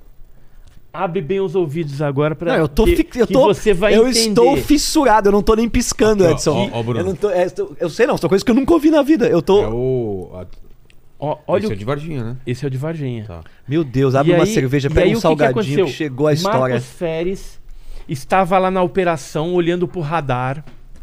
Abre bem os ouvidos agora para Não, eu tô, que, fi- eu que tô, você vai eu entender. estou fissurado, eu não tô nem piscando, Aqui, ó, Edson. ó, ó, Bruno. eu, não tô, é, eu- eu sei não, são coisas que eu nunca ouvi na vida. Eu tô. É o... A... Ó, olha Esse o... é de Varginha, né? Esse é o de Varginha. Tá. Meu Deus, abre E uma aí- cerveja, e pega aí um o que que salgadinho aconteceu? que chegou a história. Marcos Feres estava lá na operação, olhando pro radar.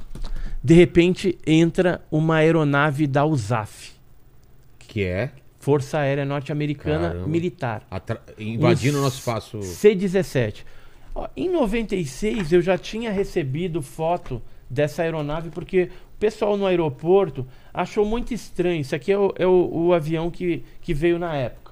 De repente, entra uma aeronave da U S A F, Que é... Força Aérea Norte-Americana Caramba. Militar. atra- invadindo o Um nosso espaço... C dezessete. Ó, em noventa e seis eu já tinha recebido foto dessa aeronave porque o pessoal no aeroporto achou muito estranho. Isso aqui é o, é o, o avião que, que veio na época.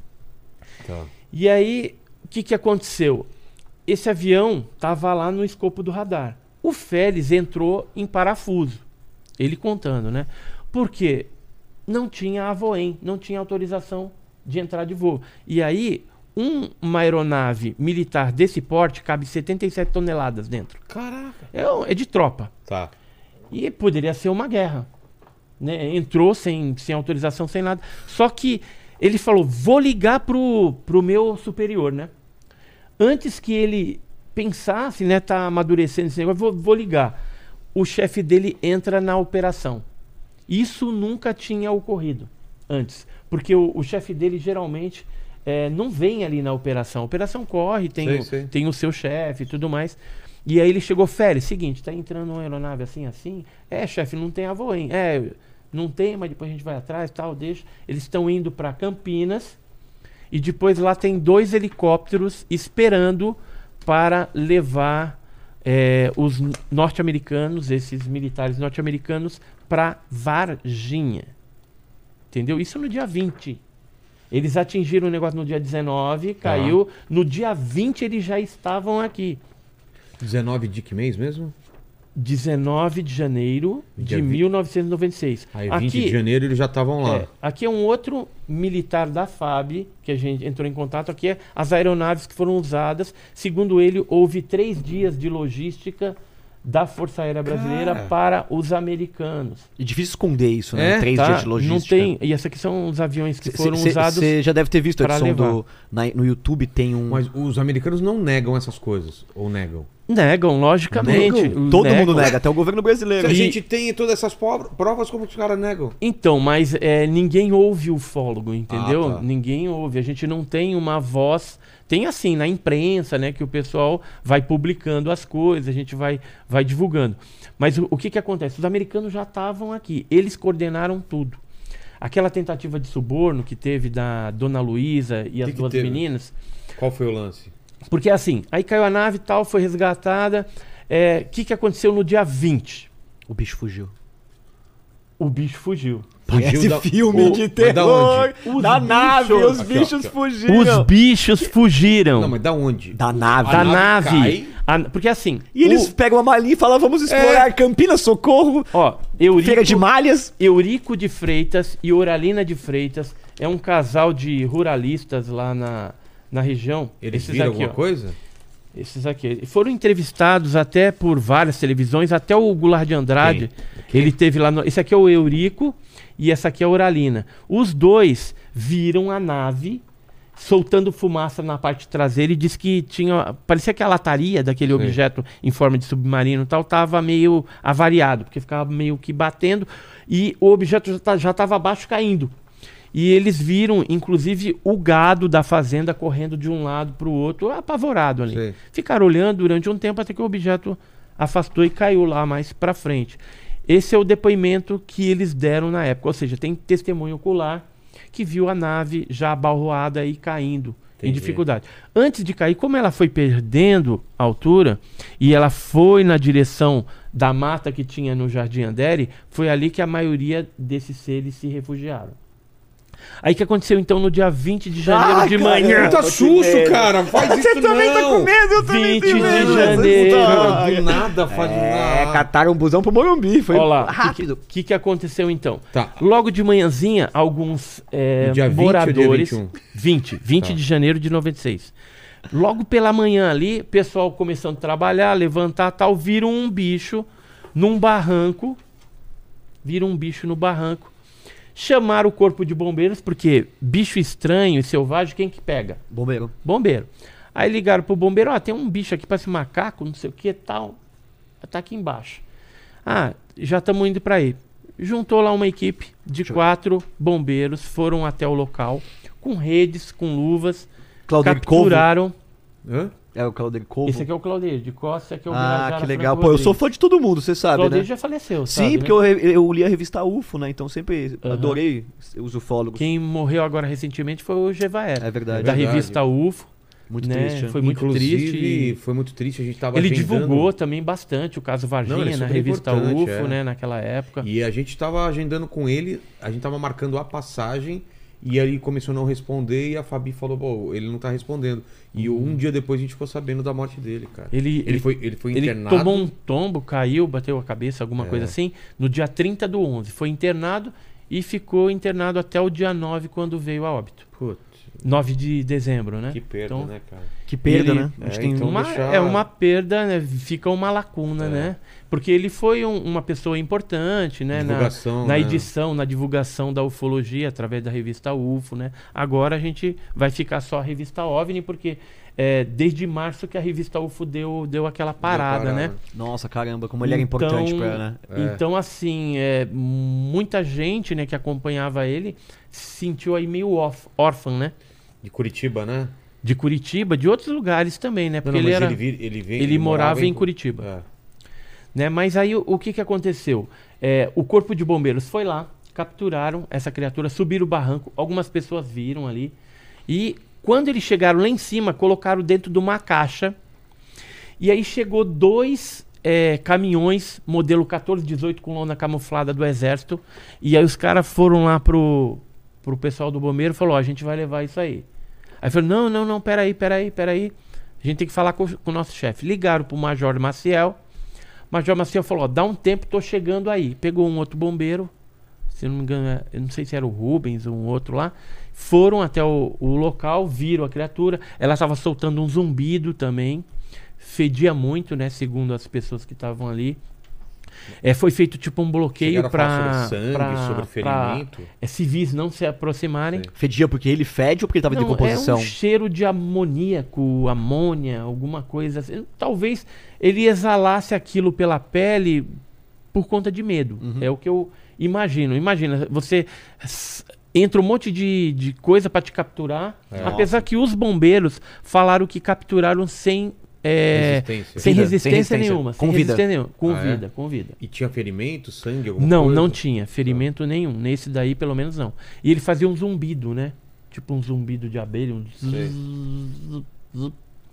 Tá. E aí, o que, que aconteceu? Esse avião estava lá no escopo do radar. O Félix entrou em parafuso. Ele contando, né? Por quê? Não tinha A V O E M, não tinha autorização de entrar de voo. E aí, um, uma aeronave militar desse porte cabe setenta e sete toneladas dentro. Caraca. É, um- é de tropa. Tá. E poderia ser uma guerra. Né? Entrou sem, sem autorização, sem nada. Só que ele falou: vou ligar pro, pro meu superior, né? Antes que ele pensasse, né, tá amadurecendo esse negócio, vou, vou ligar. O chefe dele entra na operação. Isso nunca tinha ocorrido antes. Porque o, o chefe dele geralmente é, não vem ali na operação. A operação corre, tem, Sei, o, sei. tem o seu chefe e tudo mais. E aí ele chegou: Félix, seguinte, tá entrando uma aeronave assim, assim. É, chefe, não tem A V O E M. É, não tem, mas depois a gente vai atrás, tal, deixa. Eles estão indo para Campinas e depois lá tem dois helicópteros esperando para levar é, os n- norte-americanos, esses militares norte-americanos, para Varginha. Entendeu? Isso no dia vinte. Eles atingiram o negócio no dia dezenove, caiu. Tá. No dia vinte eles já estavam aqui. dezenove de que mês mesmo? dezenove de janeiro Dia de vi- mil novecentos e noventa e seis. Aí aqui, vinte de janeiro eles já estavam lá. é, aqui é um outro militar da F A B, que a gente entrou em contato. Aqui é as aeronaves que foram usadas. Segundo ele, houve três dias de logística da Força Aérea Brasileira Cara. para os americanos. É difícil esconder isso, né? É, Três Tá? dias de logística. Não tem. E esses aqui são os aviões que foram usados. Você já deve ter visto a pra edição levar. do... na- no YouTube tem um... Mas os americanos não negam essas coisas. Ou negam? Negam, logicamente. Negam? Todo Negam. mundo nega, até o governo Se brasileiro. a E- gente tem todas essas po- provas, como que os caras negam? Então, mas é, ninguém ouve o ufólogo, entendeu? Ah, tá. Ninguém ouve. A gente não tem uma voz. Tem assim, na imprensa, né? Que o pessoal vai publicando as coisas, a gente vai, vai divulgando. Mas o, o que, que acontece? Os americanos já estavam aqui. Eles coordenaram tudo. Aquela tentativa de suborno que teve da Dona Luísa e as que duas teve? meninas. Qual foi o lance? Porque assim, aí caiu a nave e tal, foi resgatada. O que, que aconteceu no dia vinte? O bicho fugiu. O bicho fugiu. Parece da- filme o- de mas da terror. onde? Da Os nave, bichos. os Aqui, ó, bichos aqui, ó. fugiram. Os bichos fugiram. Não, mas da onde? Da nave. da A nave nave. cai. A- porque assim, E eles o- pegam a malinha e falam, vamos explorar Campinas, Socorro, ó, Eurico, Feira de Malhas. Eurico de Freitas e Oralina de Freitas é um casal de ruralistas lá na, na região. Eles Esses viram aqui, alguma ó. coisa? Esses aqui. Foram entrevistados até por várias televisões, até o Goulart de Andrade. Quem? Ele teve lá. No, esse aqui é o Eurico e essa aqui é a Oralina. Os dois viram a nave soltando fumaça na parte traseira e diz que tinha. Parecia que a lataria daquele Sim. objeto em forma de submarino e tal estava meio avariado, porque ficava meio que batendo e o objeto já estava abaixo caindo. E eles viram, inclusive, o gado da fazenda correndo de um lado para o outro, apavorado ali. Sei. Ficaram olhando durante um tempo até que o objeto afastou e caiu lá mais para frente. Esse é o depoimento que eles deram na época. Ou seja, tem testemunho ocular que viu a nave já abalroada e caindo em Entendi. dificuldade. Antes de cair, como ela foi perdendo altura e ela foi na direção da mata que tinha no Jardim Andere, foi ali que a maioria desses seres se refugiaram. Aí que aconteceu então no dia vinte de janeiro Ah, de caramba. manhã. Puta que susto, medo. cara! Faz Você isso também tá não! com medo, eu também vinte tenho de medo. janeiro. Cara, do nada faz É, nada. cataram um busão pro Morumbi, foi Olha lá, o rápido. que, que aconteceu então? Tá. Logo de manhãzinha, alguns é, No dia vinte ou dia moradores. vinte e um? vinte, vinte Tá. de janeiro de noventa e seis. Logo pela manhã ali, pessoal começando a trabalhar, levantar tal, viram um bicho num barranco. Viram um bicho no barranco. Chamaram o corpo de bombeiros, porque bicho estranho e selvagem, quem que pega? Bombeiro. Bombeiro. Aí ligaram pro bombeiro, ó, tem um bicho aqui, parece um macaco, não sei o que tal. Tá aqui embaixo. Ah, já estamos indo para aí. Juntou lá uma equipe de quatro bombeiros, foram até o local, com redes, com luvas, Claudir Covo. capturaram. Hã? É o Claudir Covo. Esse aqui é o Claudir, de Costa, aqui é o Ah, Birajara que legal. Franco Pô, eu sou Rodrigues. fã de todo mundo, você sabe, Claudir né? já faleceu, Sim, sabe, porque né? eu, re- eu li a revista U F O, né? Então sempre Aham. adorei os ufólogos. Quem morreu agora recentemente foi o Gevaer, É verdade. da verdade. revista U F O. Muito né? triste. Foi muito Inclusive, triste. e- foi muito triste. A gente tava Ele agendando- divulgou também bastante o caso Varginha Não, ele é na super revista importante, U F O, é. né, naquela época. E a gente tava agendando com ele, a gente tava marcando a passagem e aí ele começou a não responder e a Fabi falou, pô, ele não tá respondendo. E um dia depois a gente ficou sabendo da morte dele, cara. Ele, Ele foi, ele foi ele internado. tomou um tombo, caiu, bateu a cabeça, alguma É. coisa assim, no dia trinta do onze. Foi internado e ficou internado até o dia nove, quando veio a óbito. Putz, nove de dezembro, né? que perda, Então, né, cara? Que perda, Ele- né? A gente É, tem então- Uma- deixar- É uma perda, né? Fica uma lacuna, É. né? Porque ele foi um- uma pessoa importante, né? Na, Divulgação, na né? edição, na divulgação da ufologia através da revista U F O, né? Agora a gente vai ficar só a revista OVNI, porque é, desde março que a revista U F O deu, deu aquela parada, parada. né? Nossa, caramba, como ele era importante pra, né? É. Então, assim, é, muita gente, né, que acompanhava ele se sentiu aí meio órf- órfão, né? De Curitiba, né? De Curitiba, de outros lugares também, né? Não, Porque não, ele mas era... ele, vir- ele, vem- ele morava em Curitiba. É. né? Mas aí o, o que, que aconteceu? É, o corpo de bombeiros foi lá, capturaram essa criatura, subiram o barranco, algumas pessoas viram ali. E quando eles chegaram lá em cima, colocaram dentro de uma caixa. E aí chegou dois é, caminhões modelo quatorze dezoito com lona camuflada do Exército. E aí os caras foram lá pro, pro pessoal do bombeiro e falou, ó, a gente vai levar isso aí. Aí falou, não, não, não, peraí, peraí, peraí. A gente tem que falar com, com o nosso chefe. Ligaram pro Major Maciel. O Major Maciel falou, ó, dá um tempo, tô chegando aí. Pegou um outro bombeiro, se não me engano, eu não sei se era o Rubens ou um outro lá. Foram até o, o local, viram a criatura. Ela estava soltando um zumbido também. Fedia muito, né? Segundo as pessoas que estavam ali. É, foi feito tipo um bloqueio para sobre sangue, sobre ferimento. É, civis não se aproximarem. Sei. Fedia porque ele fede ou porque ele tava em Não, decomposição? é um cheiro de amoníaco, amônia, alguma coisa assim. Talvez ele exalasse aquilo pela pele por conta de medo. Uhum. É o que eu imagino. Imagina, você s- entra um monte de, de coisa para te capturar. É. Apesar que os bombeiros falaram que capturaram sem... é, Resistência. sem Vida, resistência sem resistência. nenhuma. Com sem vida. resistência nenhuma. Com Ah, é? vida, com vida. E tinha ferimento, sangue, alguma Não, coisa? não tinha ferimento nenhum. Nesse daí, pelo menos, não. E ele fazia um zumbido, né? Tipo um zumbido de abelha. Um Sei. zzz, zzz.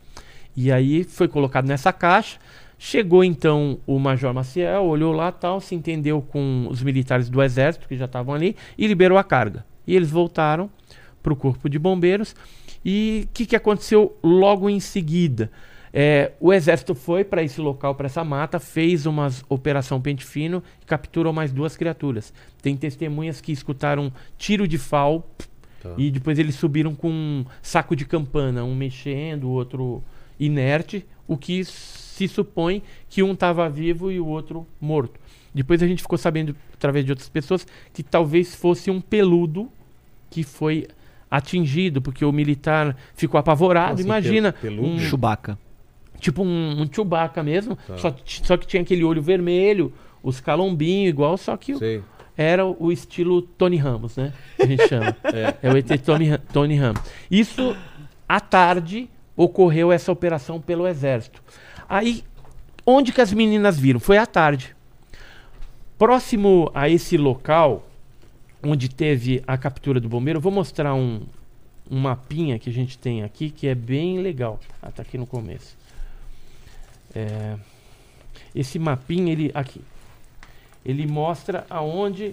E aí foi colocado nessa caixa. Chegou então o Major Maciel, olhou lá tal, se entendeu com os militares do Exército que já estavam ali e liberou a carga. E eles voltaram para o Corpo de Bombeiros. E o que, que aconteceu logo em seguida? É, o Exército foi para esse local, para essa mata, fez uma operação pente fino e capturou mais duas criaturas. Tem testemunhas que escutaram tiro de fal Tá. e depois eles subiram com um saco de campana, um mexendo, o outro inerte, o que se supõe que um estava vivo e o outro morto. Depois a gente ficou sabendo, através de outras pessoas, que talvez fosse um peludo que foi atingido, porque o militar ficou apavorado. Como assim, Imagina, pe- peludo? um, Chewbacca. tipo um, um Chewbacca mesmo, Tá. só, só que tinha aquele olho vermelho, os calombinhos igual, só que o- Sei. era o estilo Tony Ramos, né? Que a gente chama. é. o E T Tony, Ra- Tony Ramos. Isso, à tarde, ocorreu essa operação pelo Exército. Aí, onde que as meninas viram? Foi à tarde. Próximo a esse local, onde teve a captura do bombeiro, eu vou mostrar um, um mapinha que a gente tem aqui, que é bem legal. Ah, tá aqui no começo. É, esse mapinha, ele aqui, ele mostra aonde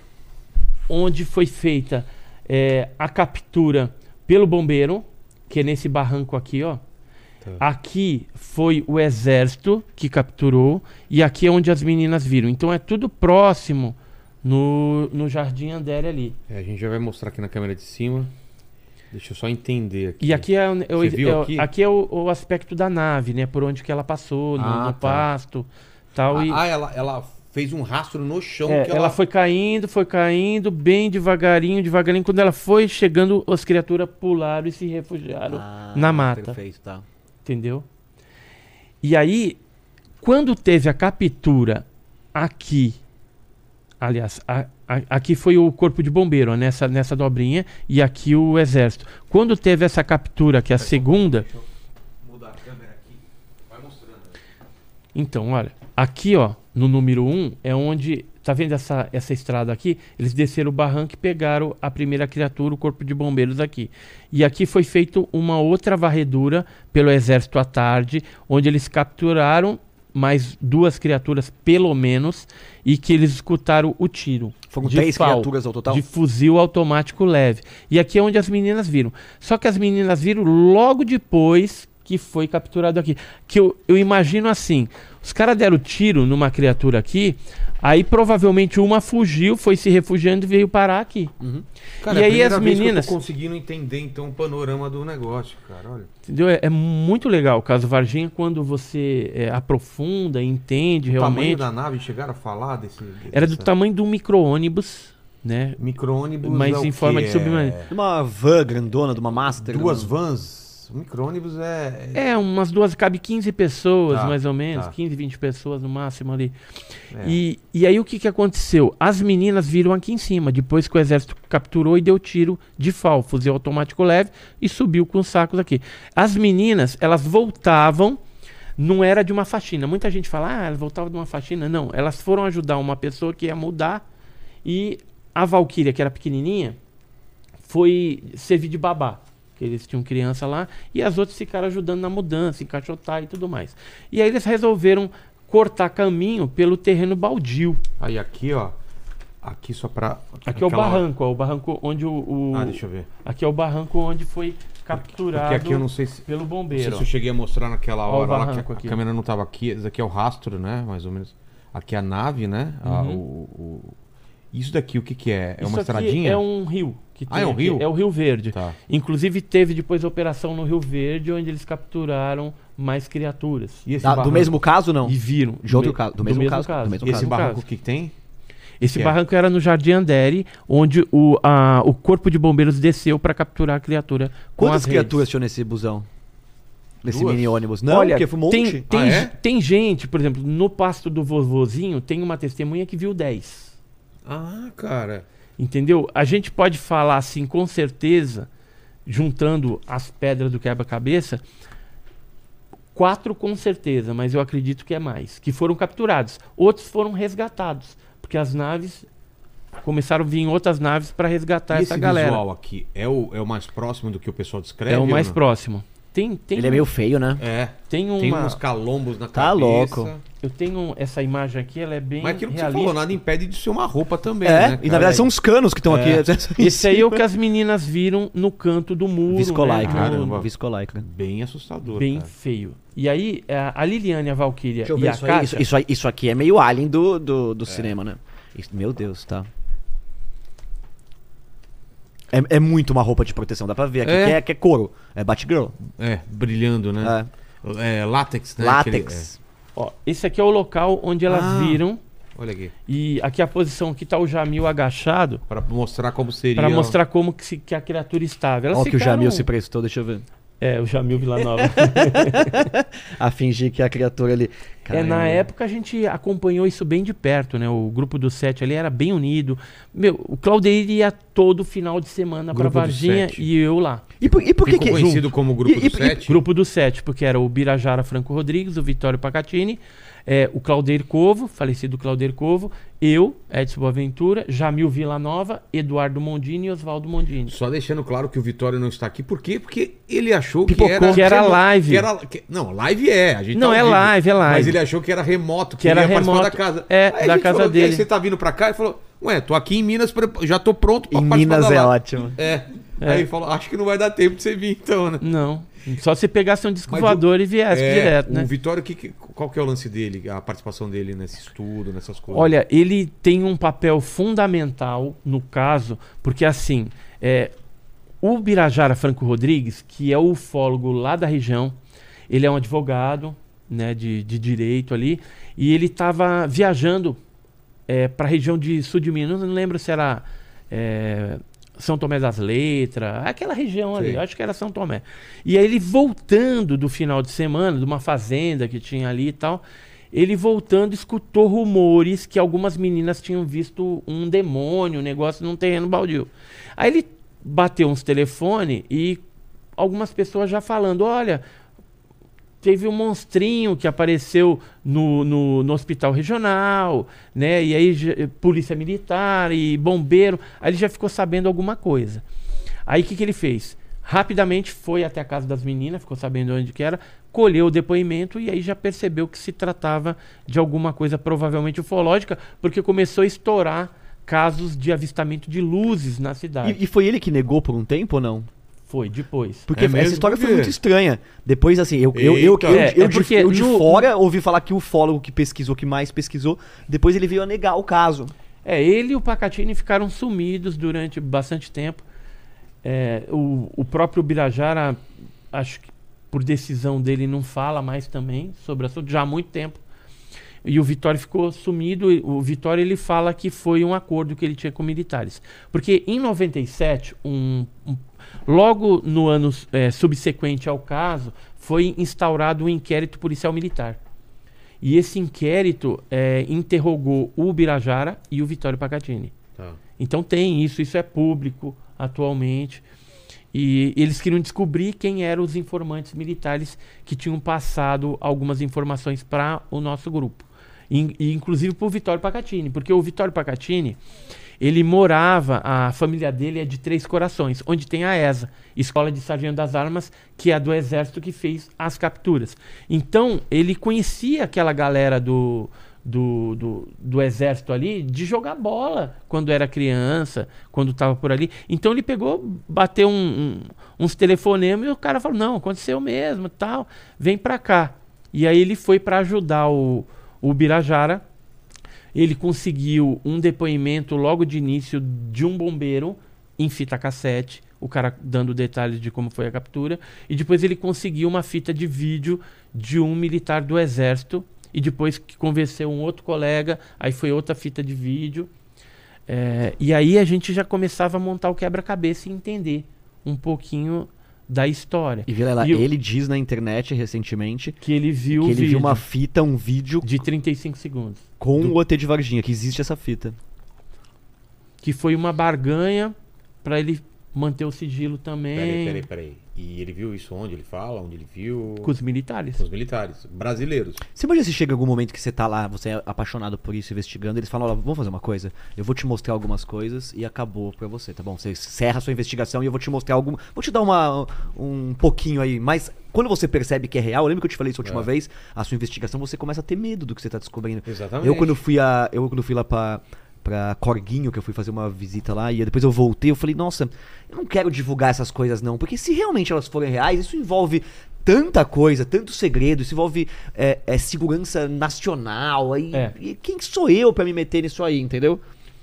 onde foi feita é, a captura pelo bombeiro, que é nesse barranco aqui, ó. Tá. Aqui foi o Exército que capturou e aqui é onde as meninas viram. Então é tudo próximo no, no Jardim Andere ali. É, a gente já vai mostrar aqui na câmera de cima. Deixa eu só entender aqui. E aqui é, o- é o- Você viu é o- aqui? aqui é o, o aspecto da nave, né? Por onde que ela passou, no, Ah, no tá. pasto, tal. e, Ah, ah, ela, ela fez um rastro no chão. é, que ela... ela... foi caindo, foi caindo, bem devagarinho, devagarinho. Quando ela foi chegando, as criaturas pularam e se refugiaram Ah, na mata. Perfeito, tá. Entendeu? E aí, quando teve a captura aqui, aliás, a- a- aqui foi o corpo de bombeiro, ó, nessa, nessa dobrinha, e aqui o Exército. Quando teve essa captura, que é a segunda, Deixa eu mudar a câmera aqui. Vai mostrando. então, olha, aqui, ó, no número um, é onde, tá vendo essa, essa estrada aqui? Eles desceram o barranco e pegaram a primeira criatura, o corpo de bombeiros aqui. E aqui foi feita uma outra varredura pelo Exército à tarde, onde eles capturaram mais duas criaturas, pelo menos, e que eles escutaram o tiro. Foram de três fal, criaturas ao total? de fuzil automático leve. E aqui é onde as meninas viram. Só que as meninas viram logo depois que foi capturado aqui. Que eu, eu imagino assim, os caras deram tiro numa criatura aqui, aí provavelmente uma fugiu, foi se refugiando e veio parar aqui. Cara, E é a aí primeira as vez que meninas- eu tô conseguindo entender então o panorama do negócio, cara. Olha. Entendeu? É, é muito legal o caso Varginha quando você é, aprofunda, entende O tamanho realmente. da nave, chegaram a falar desse. Era do dessa- tamanho de um micro-ônibus, né? Micro-ônibus. Mas é o em forma quê? de submarino. É... De uma van grandona, de uma Master. Duas de uma... vans. O micro-ônibus é. É, umas duas, cabe quinze pessoas, Tá, mais ou menos, tá. quinze, vinte pessoas no máximo ali. é. E, e aí o que, que aconteceu? As meninas viram aqui em cima, depois que o Exército capturou e deu tiro de fal, fuzil automático leve, e subiu com os sacos aqui. As meninas, elas voltavam, não era de uma faxina. Muita gente fala, ah, elas voltavam de uma faxina. Não, elas foram ajudar uma pessoa que ia mudar, e a Valquíria, que era pequenininha, foi servir de babá. Que eles tinham criança lá, e as outras ficaram ajudando na mudança, encaixotar e tudo mais. E aí eles resolveram cortar caminho pelo terreno baldio. Aí aqui, ó. Aqui só pra... Aqui é o aquela- barranco, ó, o barranco onde o... o- Ah, deixa eu ver. Aqui é o barranco onde foi capturado Porque aqui eu não sei se... pelo Não sei bombeiro. se eu cheguei a mostrar naquela Ó o hora lá que barranco a, a aqui. câmera não tava aqui. Esse aqui é o rastro, né? Mais ou menos. Aqui é a nave, né? A- Uhum. o, o- Isso daqui, o que que é? É Isso uma aqui estradinha? é um rio. Que Ah, tem é um aqui. rio? É o Rio Verde. Tá. Inclusive teve depois a operação no Rio Verde, onde eles capturaram mais criaturas. E esse Da- do barranco- mesmo caso, não? E viram. De outro me- caso, do mesmo caso, do mesmo E esse mesmo barranco, caso. o que que tem? Esse que é? barranco era no Jardim Andere, onde o, a- o corpo de bombeiros desceu para capturar a criatura com Quantas as redes. criaturas tinham nesse busão? Nesse Duas? mini ônibus? Não, Olha, porque foi um monte. tem, tem, Ah, é? tem gente, por exemplo, no pasto do vovozinho, tem uma testemunha que viu dez. Ah, cara. Entendeu? A gente pode falar assim, com certeza, juntando as pedras do quebra-cabeça, quatro com certeza, mas eu acredito que é mais, que foram capturados. Outros foram resgatados, porque as naves começaram a vir outras naves para resgatar E essa esse galera. visual aqui é o, é o mais próximo do que o pessoal descreve? É o ou mais não? próximo. Tem, tem, Ele é meio feio, né? É. tem uma, Tem uns calombos na Tá cabeça. louco. eu tenho essa imagem aqui, ela é bem Mas aquilo que você realista. falou, nada impede de ser uma roupa também, É, né? e na cara? verdade são os canos que estão É. aqui. Esse aí é o que as meninas viram no canto do muro, Viscolaicra. né? No- Caramba. Viscolaicra. Bem assustador, bem cara. feio. E aí, a a Liliane, a Valkyria Deixa eu e ver a isso aí. Kátia... Isso, isso, aí- isso aqui é meio alien do, do, do cinema, né? Isso- meu Deus, tá. É, é muito uma roupa de proteção, dá pra ver aqui É. que, é, que é couro. É Batgirl. É, brilhando, né? É. É, látex, né? Látex. Ó, esse aqui é o local onde elas Ah. viram. Aquele- é, olha aqui. E aqui a posição que tá o Jamil agachado, Pra mostrar como seria... para mostrar como que, se- que a criatura estava. Elas Olha que o ficaram- Jamil se prestou, deixa eu ver. É, o Jamil Villanova. A fingir que a criatura ali. É, na Caramba. época a gente acompanhou isso bem de perto, né? O grupo do Sete ali era bem unido. Meu, o Claudeir ia todo final de semana pra Grupo do Varginha Sete. e eu lá. E por, e por que Ficou que. conhecido como Grupo E- e- do Sete? Grupo do Sete, porque era o Birajara Franco Rodrigues, o Vitório Pacatini, é, o Claudeir Covo, falecido Claudeir Covo, eu, Edson Boaventura, Jamil Villanova, Eduardo Mondini e Oswaldo Mondini. Só deixando claro que o Vitório não está aqui. Por quê? Porque ele achou Pipocou. que era... Que era remo- live. que era- que- não, live é. A gente Não, tá ao é vivo. live, é live. Mas ele achou que era remoto, que, Que era ele ia participar remoto. da casa. É, Aí a da gente casa falou, dele. Aí você tá vindo pra cá e falou, ué, tô aqui em Minas, pre- já tô pronto pra Em participar Minas da é live. ótimo. É. É. Aí ele falou, acho que não vai dar tempo de você vir então, né? Não, só se pegasse um disco Mas voador o- e viesse É, direto, né? O Vitório, que, que- qual que é o lance dele, a participação dele nesse estudo, nessas coisas? Olha, ele tem um papel fundamental no caso, porque assim, é, o Birajara Franco Rodrigues, que é o ufólogo lá da região, ele é um advogado, né, de, de direito ali, e ele estava viajando para a região de sul de Minas, não lembro se era é, São Tomé das Letras, aquela região ali, Sim. acho que era São Tomé. E aí ele voltando do final de semana, de uma fazenda que tinha ali e tal, ele voltando escutou rumores que algumas meninas tinham visto um demônio, um negócio num terreno baldio. Aí ele bateu uns telefones e algumas pessoas já falando, olha, teve um monstrinho que apareceu no, no, no hospital regional, né? E aí já- polícia militar e bombeiro. Aí ele já ficou sabendo alguma coisa. Aí o que, que ele fez? Rapidamente foi até a casa das meninas, ficou sabendo onde que era, colheu o depoimento e aí já percebeu que se tratava de alguma coisa provavelmente ufológica, porque começou a estourar casos de avistamento de luzes na cidade. E, e foi ele que negou por um tempo ou não? Foi, depois. Porque É mesmo? essa história Por foi quê? muito estranha. Depois, assim, eu, eu, eu, Eita. eu, É, eu é de- porque eu de no- fora ouvi falar que o ufólogo que pesquisou, que mais pesquisou, depois ele veio a negar o caso. É, ele e o Pacatini ficaram sumidos durante bastante tempo. É, o, o próprio Birajara, acho que por decisão dele, não fala mais também sobre o assunto, já há muito tempo. E o Vitório ficou sumido. e O Vitório ele fala que foi um acordo que ele tinha com militares. Porque em noventa e sete, um, um- logo no ano é, subsequente ao caso, foi instaurado um inquérito policial militar. E esse inquérito é, interrogou o Birajara e o Vitório Pacatini. Tá. Então tem isso, isso é público atualmente. E eles queriam descobrir quem eram os informantes militares que tinham passado algumas informações para o nosso grupo. In- e inclusive pro Vittorio Pacatini, porque o Vittorio Pacatini, ele morava, a família dele é de Três Corações, onde tem a E S A, Escola de Sargento das Armas, que é a do Exército que fez as capturas. Então, ele conhecia aquela galera do, do, do, do Exército ali de jogar bola quando era criança, quando estava por ali. Então, ele pegou, bateu um, um, uns telefonemas e o cara falou, não, aconteceu mesmo, tal, vem pra cá. E aí ele foi para ajudar o, o Birajara. Ele conseguiu um depoimento logo de início de um bombeiro em fita cassete, o cara dando detalhes de como foi a captura, e depois ele conseguiu uma fita de vídeo de um militar do Exército, e depois que convenceu um outro colega, aí foi outra fita de vídeo. É, e aí a gente já começava a montar o quebra-cabeça e entender um pouquinho da história. E Vilela, E o- ele diz na internet recentemente Que ele viu que o ele vídeo viu uma fita, um vídeo de trinta e cinco segundos. com o O T de Varginha, que existe essa fita. Que foi uma barganha para ele manter o sigilo também Peraí, peraí, peraí. E ele viu isso onde? Ele fala? Onde ele viu? com os militares. Com os militares. Brasileiros. Você imagina se chega algum momento que você tá lá, você é apaixonado por isso, investigando, eles falam, olha, vamos fazer uma coisa, eu vou te mostrar algumas coisas e acabou pra você, tá bom? Você encerra a sua investigação e eu vou te mostrar algum, vou te dar uma, um pouquinho aí, mas quando você percebe que é real, eu lembro que eu te falei isso a última É. vez, a sua investigação, você começa a ter medo do que você tá descobrindo. Exatamente. Eu quando fui a, eu quando fui lá pra, pra Corguinho, que eu fui fazer uma visita lá, e depois eu voltei, eu falei, nossa, eu não quero divulgar essas coisas não, porque se realmente elas forem reais, isso envolve tanta coisa, tanto segredo, isso envolve é, é, segurança nacional, aí, É. e quem sou eu pra me meter nisso aí, entendeu?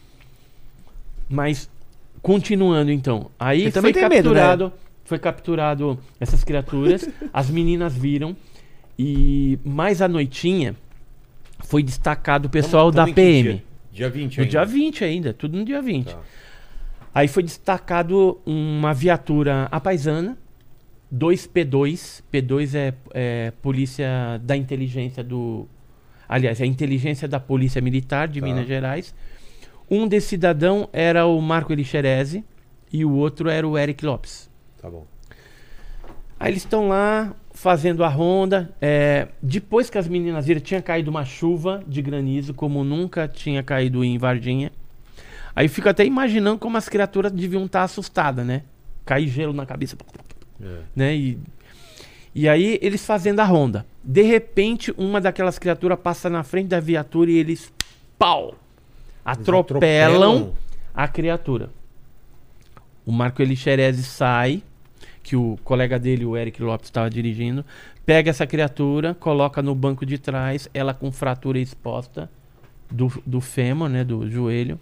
Mas continuando então, aí Você foi também tem medo, né? capturado, foi capturado essas criaturas, as meninas viram e mais à noitinha foi destacado o pessoal Tamo- da tamo em que P M. dia? Dia vinte No ainda. dia vinte ainda, tudo no dia vinte. Tá. Aí foi destacado uma viatura apaisana, dois P dois. P dois é, é polícia da inteligência do... Aliás, é a inteligência da Polícia Militar de Tá. Minas Gerais. Um desse cidadão era o Marco Elixerese e o outro era o Eric Lopes. Tá bom. Aí eles estão lá fazendo a ronda. é, depois que as meninas viram, tinha caído uma chuva de granizo, como nunca tinha caído em Varginha. Aí eu fico até imaginando como as criaturas deviam estar assustadas, né? Cair gelo na cabeça. É. Né? E, e aí eles fazendo a ronda. De repente, uma daquelas criaturas passa na frente da viatura e eles, pau, atropelam, atropelam. a criatura. O Marco Elixerese sai, que o colega dele, o Eric Lopes, estava dirigindo, pega essa criatura, coloca no banco de trás, ela com fratura exposta do, do fêmur, né, do joelho.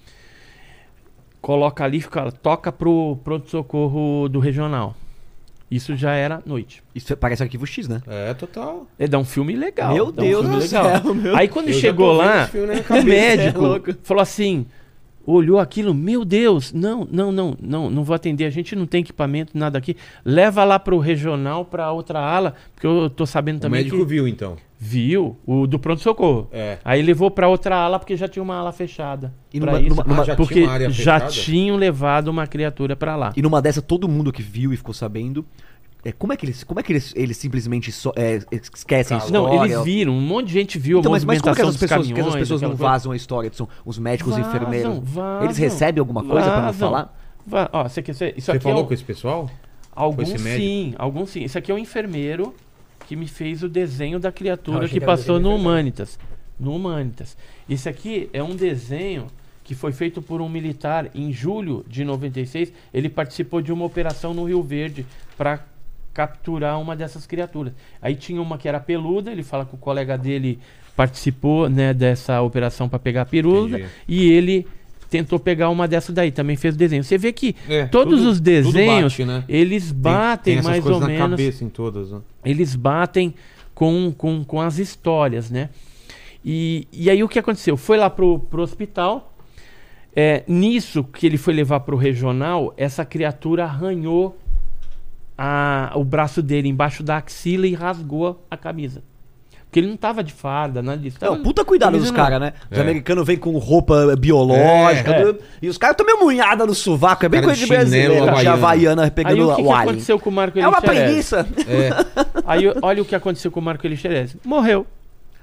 Coloca ali, fica, toca pro pronto-socorro do regional. Isso já era noite. Isso parece Arquivo X, né? É, total. É, dá um filme legal. Meu dá um Deus filme do céu, meu. Aí quando Eu já chegou tô vendo lá, esse filme na minha o cabeça, médico é louco. falou assim, olhou aquilo, meu Deus, não, não, não, não, não vou atender, a gente não tem equipamento, nada aqui. Leva lá pro regional, pra outra ala, porque eu tô sabendo O também médico que viu, então. viu o do pronto-socorro. É. Aí levou pra outra ala, porque já tinha uma ala fechada. E pra numa- isso. numa- numa- Ah, já porque tinha uma área já fechada? tinham levado uma criatura pra lá. E numa dessa, todo mundo que viu e ficou sabendo, é, como é que eles, como é que eles, eles simplesmente so- é, esquecem a Calma. história? Não, eles viram, um monte de gente viu Então, a mas, mas como que movimentação essas dos pessoas, que caminhões. essas pessoas não aquela coisa. vazam a história? São os médicos, Vazam, os enfermeiros. vazam, Eles recebem alguma coisa pra não vazam. falar? Va- Ó, você quer ser, isso Você aqui falou é o- com esse pessoal? alguns esse médico? sim, alguns sim. Esse aqui é o enfermeiro que me fez o desenho da Ah, criatura achei que que era o passou desenho no do enfermeiro. Humanitas. No Humanitas. Esse aqui é um desenho que foi feito por um militar em julho de noventa e seis. Ele participou de uma operação no Rio Verde para capturar uma dessas criaturas. Aí tinha uma que era peluda, ele fala que o colega dele participou, né, dessa operação para pegar a peluda, Entendi. e ele tentou pegar uma dessa daí, também fez o desenho. Você vê que É, todos tudo- os tudo desenhos, bate, né? eles Tem- batem tem essas mais coisas ou na menos, cabeça em todas, né? eles batem com, com, com as histórias, né? E, e aí o que aconteceu? Foi lá pro, pro hospital, é, nisso que ele foi levar pro regional, essa criatura arranhou a, o braço dele embaixo da axila e rasgou a camisa. Porque ele não tava de farda, nada disso. Não, Tava- puta cuidado camisa dos não. caras, né? Os É. americanos vêm com roupa biológica, É, tudo, e os caras tomam munhada no sovaco, é bem Cara coisa de de brasileiro, chinelo, de havaiana Aí pegando o que, o, que alien. aconteceu com o Marco É uma Elixerese? preguiça. É. Aí olha o que aconteceu com o Marco Elixerese. Morreu.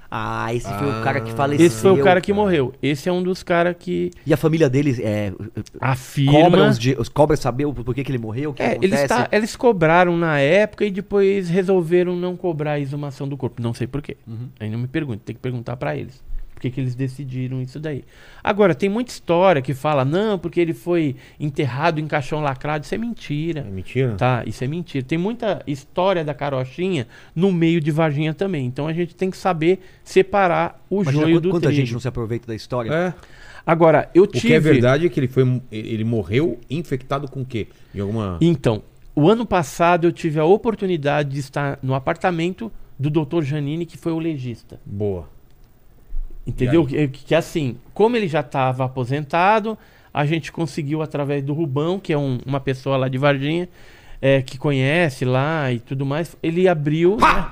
Ah, esse foi Ah. o cara que faleceu. Esse foi o cara que cara. morreu. Esse é um dos caras que E a família deles é, afirma... cobra os, di- os cobra saber o porquê que ele morreu, o que É, acontece. eles, tá- eles cobraram na época e depois resolveram não cobrar a exumação do corpo. Não sei por quê. Uhum. Aí não me pergunte, tem que perguntar pra eles. Por que que eles decidiram isso daí? Agora, tem muita história que fala, não, porque ele foi enterrado em caixão lacrado. Isso é mentira. É mentira? Tá, isso é mentira. Tem muita história da carochinha no meio de Varginha também. Então a gente tem que saber separar o Imagina joio quant- do quanta trigo. gente não se aproveita da história. É. Agora, eu O tive... que é verdade é que ele foi, ele morreu infectado com o quê? De alguma... Então, o ano passado eu tive a oportunidade de estar no apartamento do doutor Janine, que foi o legista. Boa. Entendeu? E Que, que assim, como ele já estava aposentado, a gente conseguiu através do Rubão, que é um- uma pessoa lá de Varginha, é, que conhece lá e tudo mais, ele abriu... né?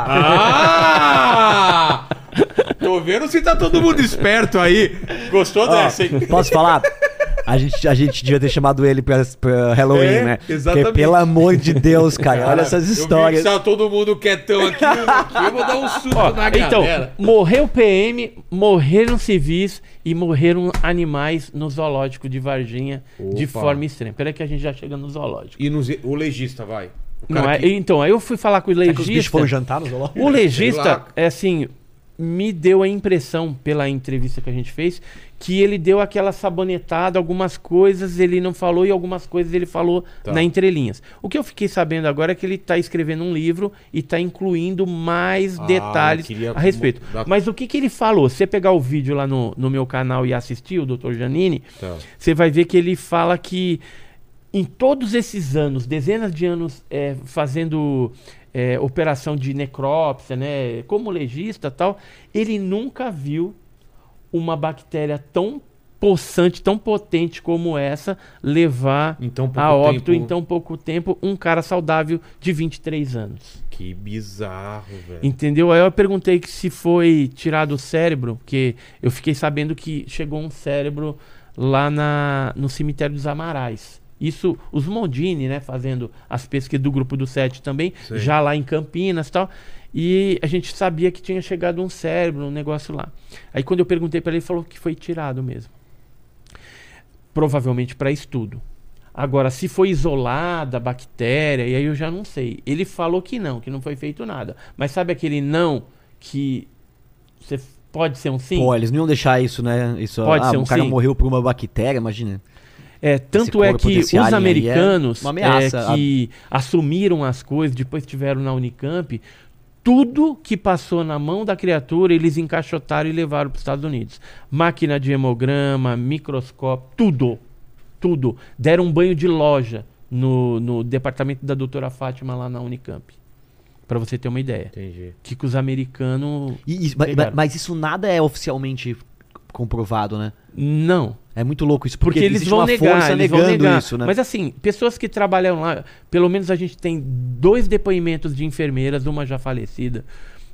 Ah! Tô vendo se tá todo mundo esperto aí. Gostou Ó, dessa, hein? posso falar? A gente, a gente devia ter chamado ele pra, pra Halloween, É, né? exatamente. Porque, pelo amor de Deus, cara, olha essas Eu vi histórias. que tá todo mundo quietão aqui, aqui. Eu vou dar um susto Ó, na então, galera. morreu P M, morreram civis e morreram animais no zoológico de Varginha de Opa. forma extrema. Peraí que a gente já chega no zoológico. E nos- o legista, vai. O Não, cara é- que- Então, aí eu fui falar com o Será que os bichos legista. foram jantar no zoológico? O Sei legista, lá. é assim, me deu a impressão, pela entrevista que a gente fez, que ele deu aquela sabonetada, algumas coisas ele não falou e algumas coisas ele falou Tá. na entrelinhas. O que eu fiquei sabendo agora é que ele está escrevendo um livro e está incluindo mais Ah, detalhes eu queria a respeito. mo- dar- Mas o que, que ele falou? Se você pegar o vídeo lá no, no meu canal e assistir, o doutor Janine, Tá. você vai ver que ele fala que em todos esses anos, dezenas de anos é, fazendo é, operação de necrópsia, né, como legista e tal, ele nunca viu uma bactéria tão possante, tão potente como essa, levar Em tão pouco a óbito tempo. em tão pouco tempo um cara saudável de vinte e três anos. Que bizarro, velho. Entendeu? Aí eu perguntei que se foi tirado o cérebro, porque eu fiquei sabendo que chegou um cérebro lá na, no cemitério dos Amarais. Isso, os Mondini, né, fazendo as pesquisas do grupo do Sete também, Sei. já lá em Campinas e tal. E a gente sabia que tinha chegado um cérebro, um negócio lá. Aí quando eu perguntei para ele, ele falou que foi tirado mesmo. Provavelmente para estudo. Agora, se foi isolada a bactéria, e aí eu já não sei. Ele falou que não, que não foi feito nada. Mas sabe aquele não que você pode ser um sim? Pô, eles não iam deixar isso, né? Isso, Pode ah, ser um o cara sim. morreu por uma bactéria, imagina. É, tanto é corpo que desse os alien aí é americanos uma ameaça. é, que assumiram as coisas, depois estiveram na Unicamp, tudo que passou na mão da criatura, eles encaixotaram e levaram para os Estados Unidos. Máquina de hemograma, microscópio, tudo. Tudo. Deram um banho de loja no, no departamento da doutora Fátima lá na Unicamp. Para você ter uma ideia. Entendi. Que, que os americanos... E, e- ma- pegaram. mas isso nada é oficialmente comprovado, né? Não. É muito louco isso, Porque, porque, eles existe vão uma negar, força eles vão negando negar. isso, né? Mas assim, pessoas que trabalham lá, pelo menos a gente tem dois depoimentos de enfermeiras, uma já falecida,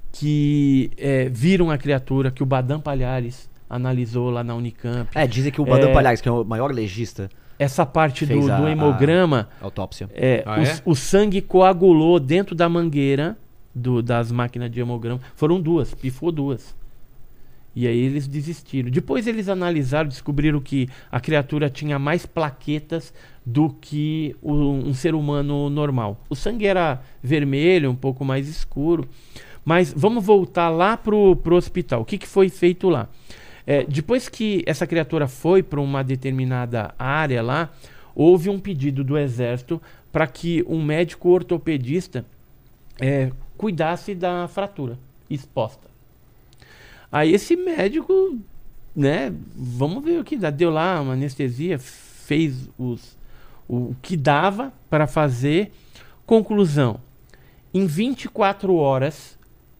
que é, viram a criatura que o Badam Palhares analisou lá na Unicamp. É, dizem que o Badam É. Palhares, que é o maior legista, Essa parte Fez do, a- do hemograma, a autópsia. é, Ah, o, é? o sangue coagulou dentro da mangueira do- das máquinas de hemograma. Foram duas, pifou duas. E aí eles desistiram. Depois eles analisaram, descobriram que a criatura tinha mais plaquetas do que o- um ser humano normal. O sangue era vermelho, um pouco mais escuro. Mas vamos voltar lá pro, pro hospital. O que, que foi feito lá? É, depois que essa criatura foi para uma determinada área lá, houve um pedido do exército para que um médico ortopedista é, cuidasse da fratura exposta. Aí esse médico, né, vamos ver o que dá. Deu lá uma anestesia, fez os, o que dava para fazer. Conclusão, em vinte e quatro horas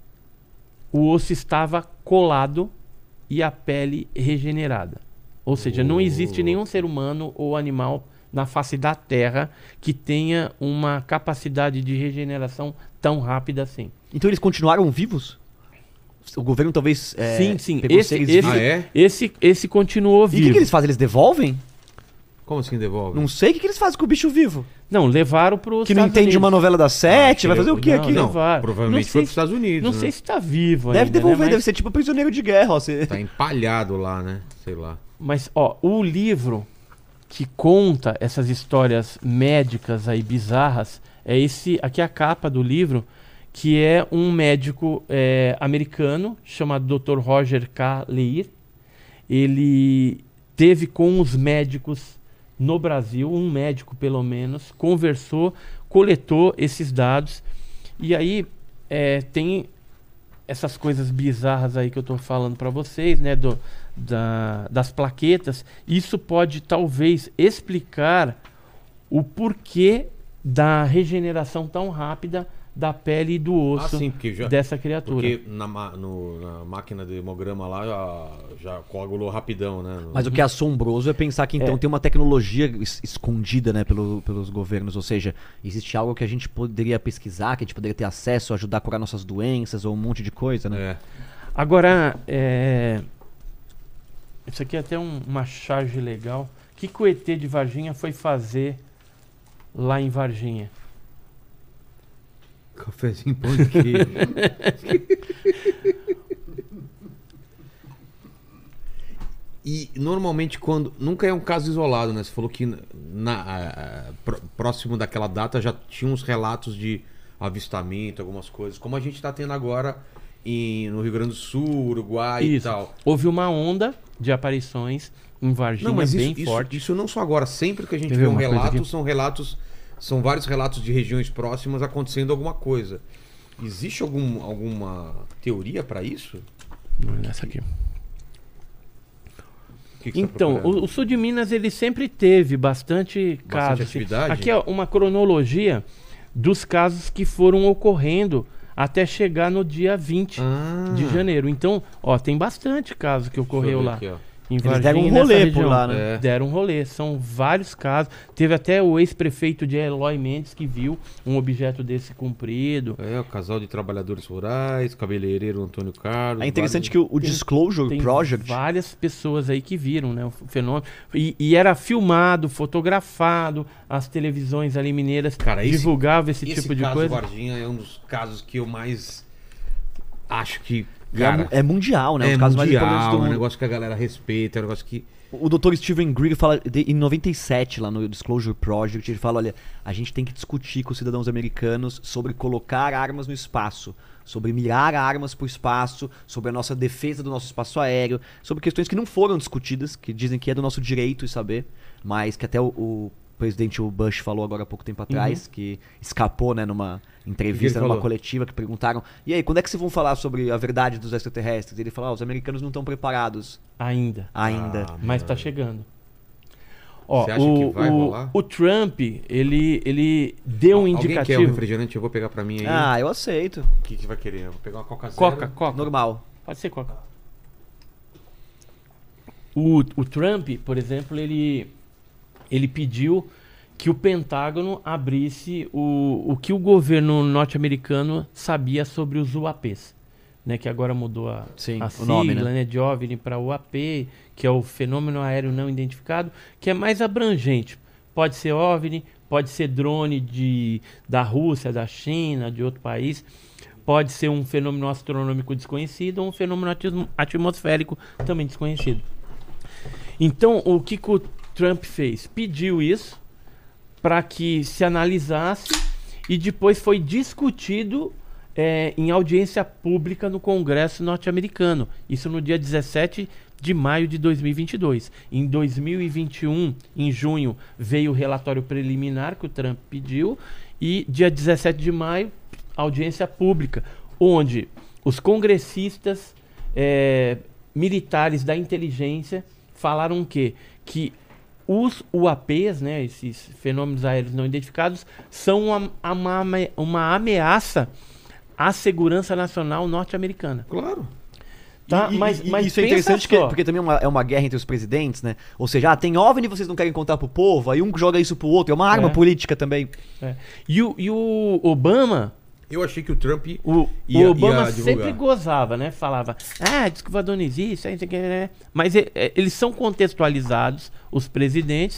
o osso estava colado e a pele regenerada. Ou seja, não existe nenhum ser humano ou animal na face da Terra que tenha uma capacidade de regeneração tão rápida assim. Então eles continuaram vivos? O governo talvez é, sim, sim. pegou Esse, seres esse, vivos. Ah, é? esse, esse continuou E o vivo. que, que eles fazem? Eles devolvem? Como assim devolve? Não sei o que, que eles fazem com o bicho vivo. Não, levaram pro Que não entende uma novela das sete, Ah, vai fazer o quê não, aqui? não. Não, levaram. Provavelmente Não foi sei pros Estados Unidos. Não né? sei se tá vivo deve ainda, devolver, né? Mas- deve ser tipo prisioneiro de guerra. Ó, você... Tá empalhado lá, né? Sei lá. Mas, ó, o livro que conta essas histórias médicas aí bizarras é esse, aqui é a capa do livro, que é um médico é, americano chamado doutor Roger K. Leir. Ele teve com os médicos no Brasil, um médico pelo menos, conversou, coletou esses dados e aí é, tem essas coisas bizarras aí que eu tô falando para vocês, né, do, da, das plaquetas. Isso pode talvez explicar o porquê da regeneração tão rápida da pele e do osso Ah, sim, porque já- dessa criatura. Porque na, ma- no- na máquina de hemograma lá já, já coagulou rapidão, né? No- Mas o que é assombroso é pensar que então É. tem uma tecnologia es- escondida, né, pelo- pelos governos, ou seja, existe algo que a gente poderia pesquisar, que a gente poderia ter acesso, ajudar a curar nossas doenças ou um monte de coisa, né? É. Agora, é... isso aqui é até um- uma charge legal. O que, que o E T de Varginha foi fazer lá em Varginha? Cafézinho pão de queijo. E normalmente quando. Nunca é um caso isolado, né? Você falou que na, a- a- pró- próximo daquela data já tinha uns relatos de avistamento, algumas coisas, como a gente está tendo agora em, no Rio Grande do Sul, Uruguai Isso. e tal. Houve uma onda de aparições em Varginha Não, mas bem isso, isso, forte. isso não só agora. Sempre que a gente Quer vê ver um uma coisa relato, aqui? são relatos. São vários relatos de regiões próximas acontecendo alguma coisa. Existe algum, alguma teoria para isso? Olha essa aqui. O que que você tá Então, procurando? o, o sul de Minas ele sempre teve bastante Bastante casos. assim. atividade? Aqui é uma cronologia dos casos que foram ocorrendo até chegar no dia vinte Ah. de janeiro. Então, ó, tem bastante caso que Deixa eu ocorreu ver lá. aqui, ó. Em Eles Varginha, deram um nessa rolê por região. lá, né? É. Deram um rolê. São vários casos. Teve até o ex-prefeito de Eloy Mendes que viu um objeto desse comprido. É, o casal de trabalhadores rurais, cabeleireiro Antônio Carlos. É interessante vários- que o, o Disclosure Tem Project... várias pessoas aí que viram, né, o fenômeno. E, e era filmado, fotografado. As televisões ali mineiras Cara, esse- divulgavam esse, Esse tipo de caso coisa. Varginha é um dos casos que eu mais acho que. E é Cara, mu- é mundial, né? é Os casos mais importantes mundial, do é um mundo. negócio que a galera respeita, é um negócio que. O doutor Steven Greer fala, de- em noventa e sete, lá no Disclosure Project, ele fala, olha, a gente tem que discutir com os cidadãos americanos sobre colocar armas no espaço, sobre mirar armas pro espaço, sobre a nossa defesa do nosso espaço aéreo, sobre questões que não foram discutidas, que dizem que é do nosso direito saber, mas que até o, o presidente Bush falou agora há pouco tempo atrás, que escapou, né, numa entrevista, ele numa falou? coletiva, que perguntaram, e aí, quando é que vocês vão falar sobre a verdade dos extraterrestres? Ele falou, ah, os americanos não estão preparados Ainda. ainda. Ah, Mas tá mano. chegando. Ó, Você acha o, que vai o, rolar? o Trump, ele, ele deu um Alguém quer um indicativo. refrigerante? Eu vou pegar pra mim aí. Ah, eu aceito. O que, que você vai querer? Eu vou pegar uma Coca Zero. Coca, Coca. Normal. Pode ser Coca. O, o Trump, por exemplo, ele, ele pediu que o Pentágono abrisse o, o que o governo norte-americano sabia sobre os U A Ps. Né, que agora mudou a, Sim, a o sigla, nome, né? né, de OVNI para U A P, que é o fenômeno aéreo não identificado, que é mais abrangente. Pode ser OVNI, pode ser drone de, da Rússia, da China, de outro país. Pode ser um fenômeno astronômico desconhecido ou um fenômeno atis- atmosférico também desconhecido. Então, o que, que o Trump fez? Pediu isso para que se analisasse e depois foi discutido é, em audiência pública no Congresso norte-americano. Isso no dia dezessete de maio de dois mil e vinte e dois. Em dois mil e vinte e um, em junho, veio o relatório preliminar que o Trump pediu e dia dezessete de maio, audiência pública, onde os congressistas é, militares da inteligência falaram o quê? Que os U A Ps, né, esses fenômenos aéreos não identificados, são uma, uma, uma ameaça à segurança nacional norte-americana. Claro. Tá? E- e- mas, e mas isso é pensa interessante que- só. porque também é uma, é uma guerra entre os presidentes, né? Ou seja, ah, tem OVNI e vocês não querem contar pro povo, aí um joga isso pro outro, é uma arma É. política também. É. E, o, e o Obama, Eu achei que o Trump. o, Ia- o Obama ia divulgar. sempre gozava, né? Falava, ah, diz que o voador não existe, aí não sei o que, né? Mas e- é, eles são contextualizados, os presidentes,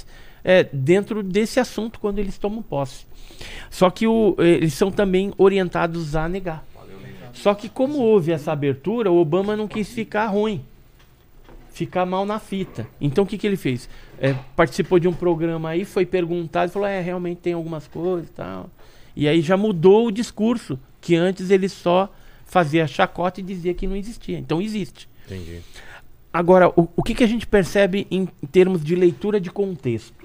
é, dentro desse assunto quando eles tomam posse. Só que o, eles são também orientados a negar. Só que como houve essa abertura, o Obama não quis ficar ruim, ficar mal na fita. Então o que, que ele fez? É, participou de um programa aí, foi perguntado, falou, é, realmente tem algumas coisas e tal. E aí já mudou o discurso, que antes ele só fazia chacota e dizia que não existia. Então existe. Entendi. Agora, o, o que, que a gente percebe em, em termos de leitura de contexto?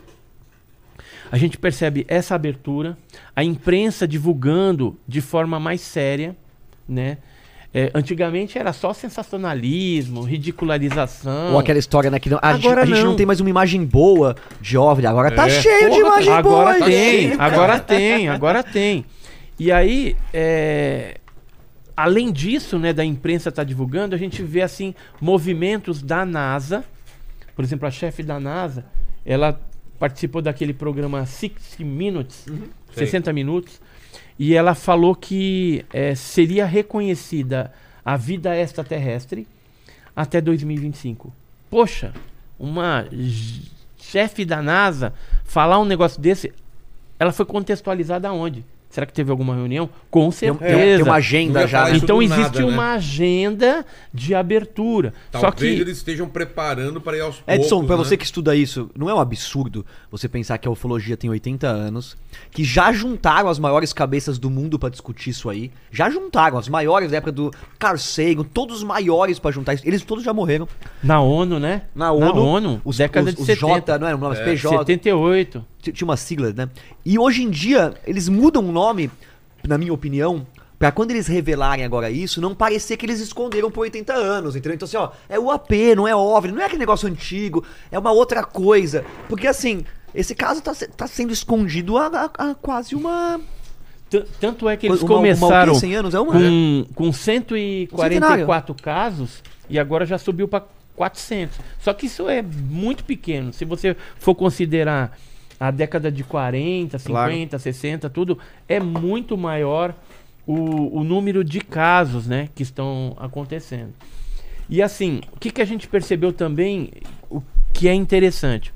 A gente percebe essa abertura, a imprensa divulgando de forma mais séria, né? É, antigamente era só sensacionalismo, ridicularização. Ou aquela história, né? Que não, a, Agora gente, a gente não. não tem mais uma imagem boa de OVNI. Agora tá É. cheio de Porra, imagem agora boa. tem, gente. agora tem, agora tem. E aí, é, além disso, né, da imprensa estar divulgando, a gente vê assim movimentos da NASA. Por exemplo, a chefe da NASA, ela participou daquele programa sixty minutes, sessenta minutos, e ela falou que é, seria reconhecida a vida extraterrestre até dois mil e vinte e cinco. Poxa, uma j- chefe da NASA falar um negócio desse, ela foi contextualizada aonde? Será que teve alguma reunião? Com Tem, certeza. tem- tem uma Não agenda ia já. falar né? isso Então do existe nada, né? uma agenda de abertura. Talvez Só que eles estejam preparando para ir aos poucos. Edson, pra né? você que estuda isso, não é um absurdo você pensar que a ufologia tem oitenta anos, que já juntaram as maiores cabeças do mundo pra discutir isso aí, já juntaram as maiores da época do Carl Sagan, todos os maiores pra juntar isso, eles todos já morreram. na ONU, né? Na ONU, os, década os, de os setenta. J, não era o nome, É. P J, setenta e oito. t- tinha uma sigla, né? E hoje em dia, eles mudam o nome, na minha opinião, pra quando eles revelarem agora isso, não parecer que eles esconderam por oitenta anos, entendeu? Então assim, ó, é o A P, não é OVNI, não é aquele negócio antigo, é uma outra coisa. Porque assim, esse caso tá, se- tá sendo escondido há, há- há quase uma... T- Tanto é que eles uma- uma- começaram o quê? cem anos? É uma... com, com cento e quarenta e quatro Um casos e agora já subiu para quatrocentos. Só que isso é muito pequeno. Se você for considerar a década de quarenta, cinquenta, sessenta, tudo, é muito maior o, o número de casos, né, que estão acontecendo. E assim, o que, que a gente percebeu também, o que é interessante?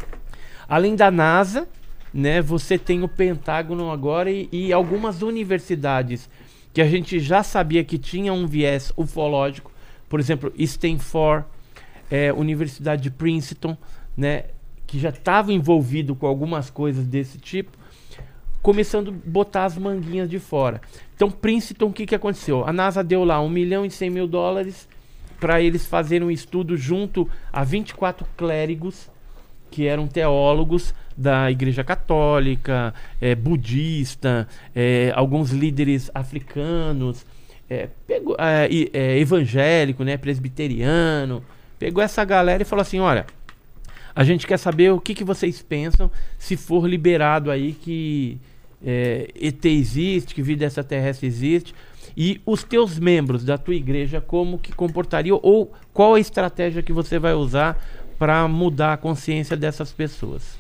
Além da NASA, né, você tem o Pentágono agora e, e algumas universidades que a gente já sabia que tinha um viés ufológico, por exemplo, Stanford, é, Universidade de Princeton, né, que já estava envolvido com algumas coisas desse tipo, começando a botar as manguinhas de fora. Então, Princeton, o que, que aconteceu? A NASA deu lá um milhão e cem mil dólares para eles fazerem um estudo junto a vinte e quatro clérigos, que eram teólogos da Igreja Católica, é, budista, é, alguns líderes africanos, é, pegou, é, e- é, evangélico, né, presbiteriano, pegou essa galera e falou assim, olha, a gente quer saber o que, que vocês pensam se for liberado aí que é, E T existe, que vida extraterrestre existe, e os teus membros da tua igreja como que comportariam ou qual a estratégia que você vai usar para mudar a consciência dessas pessoas.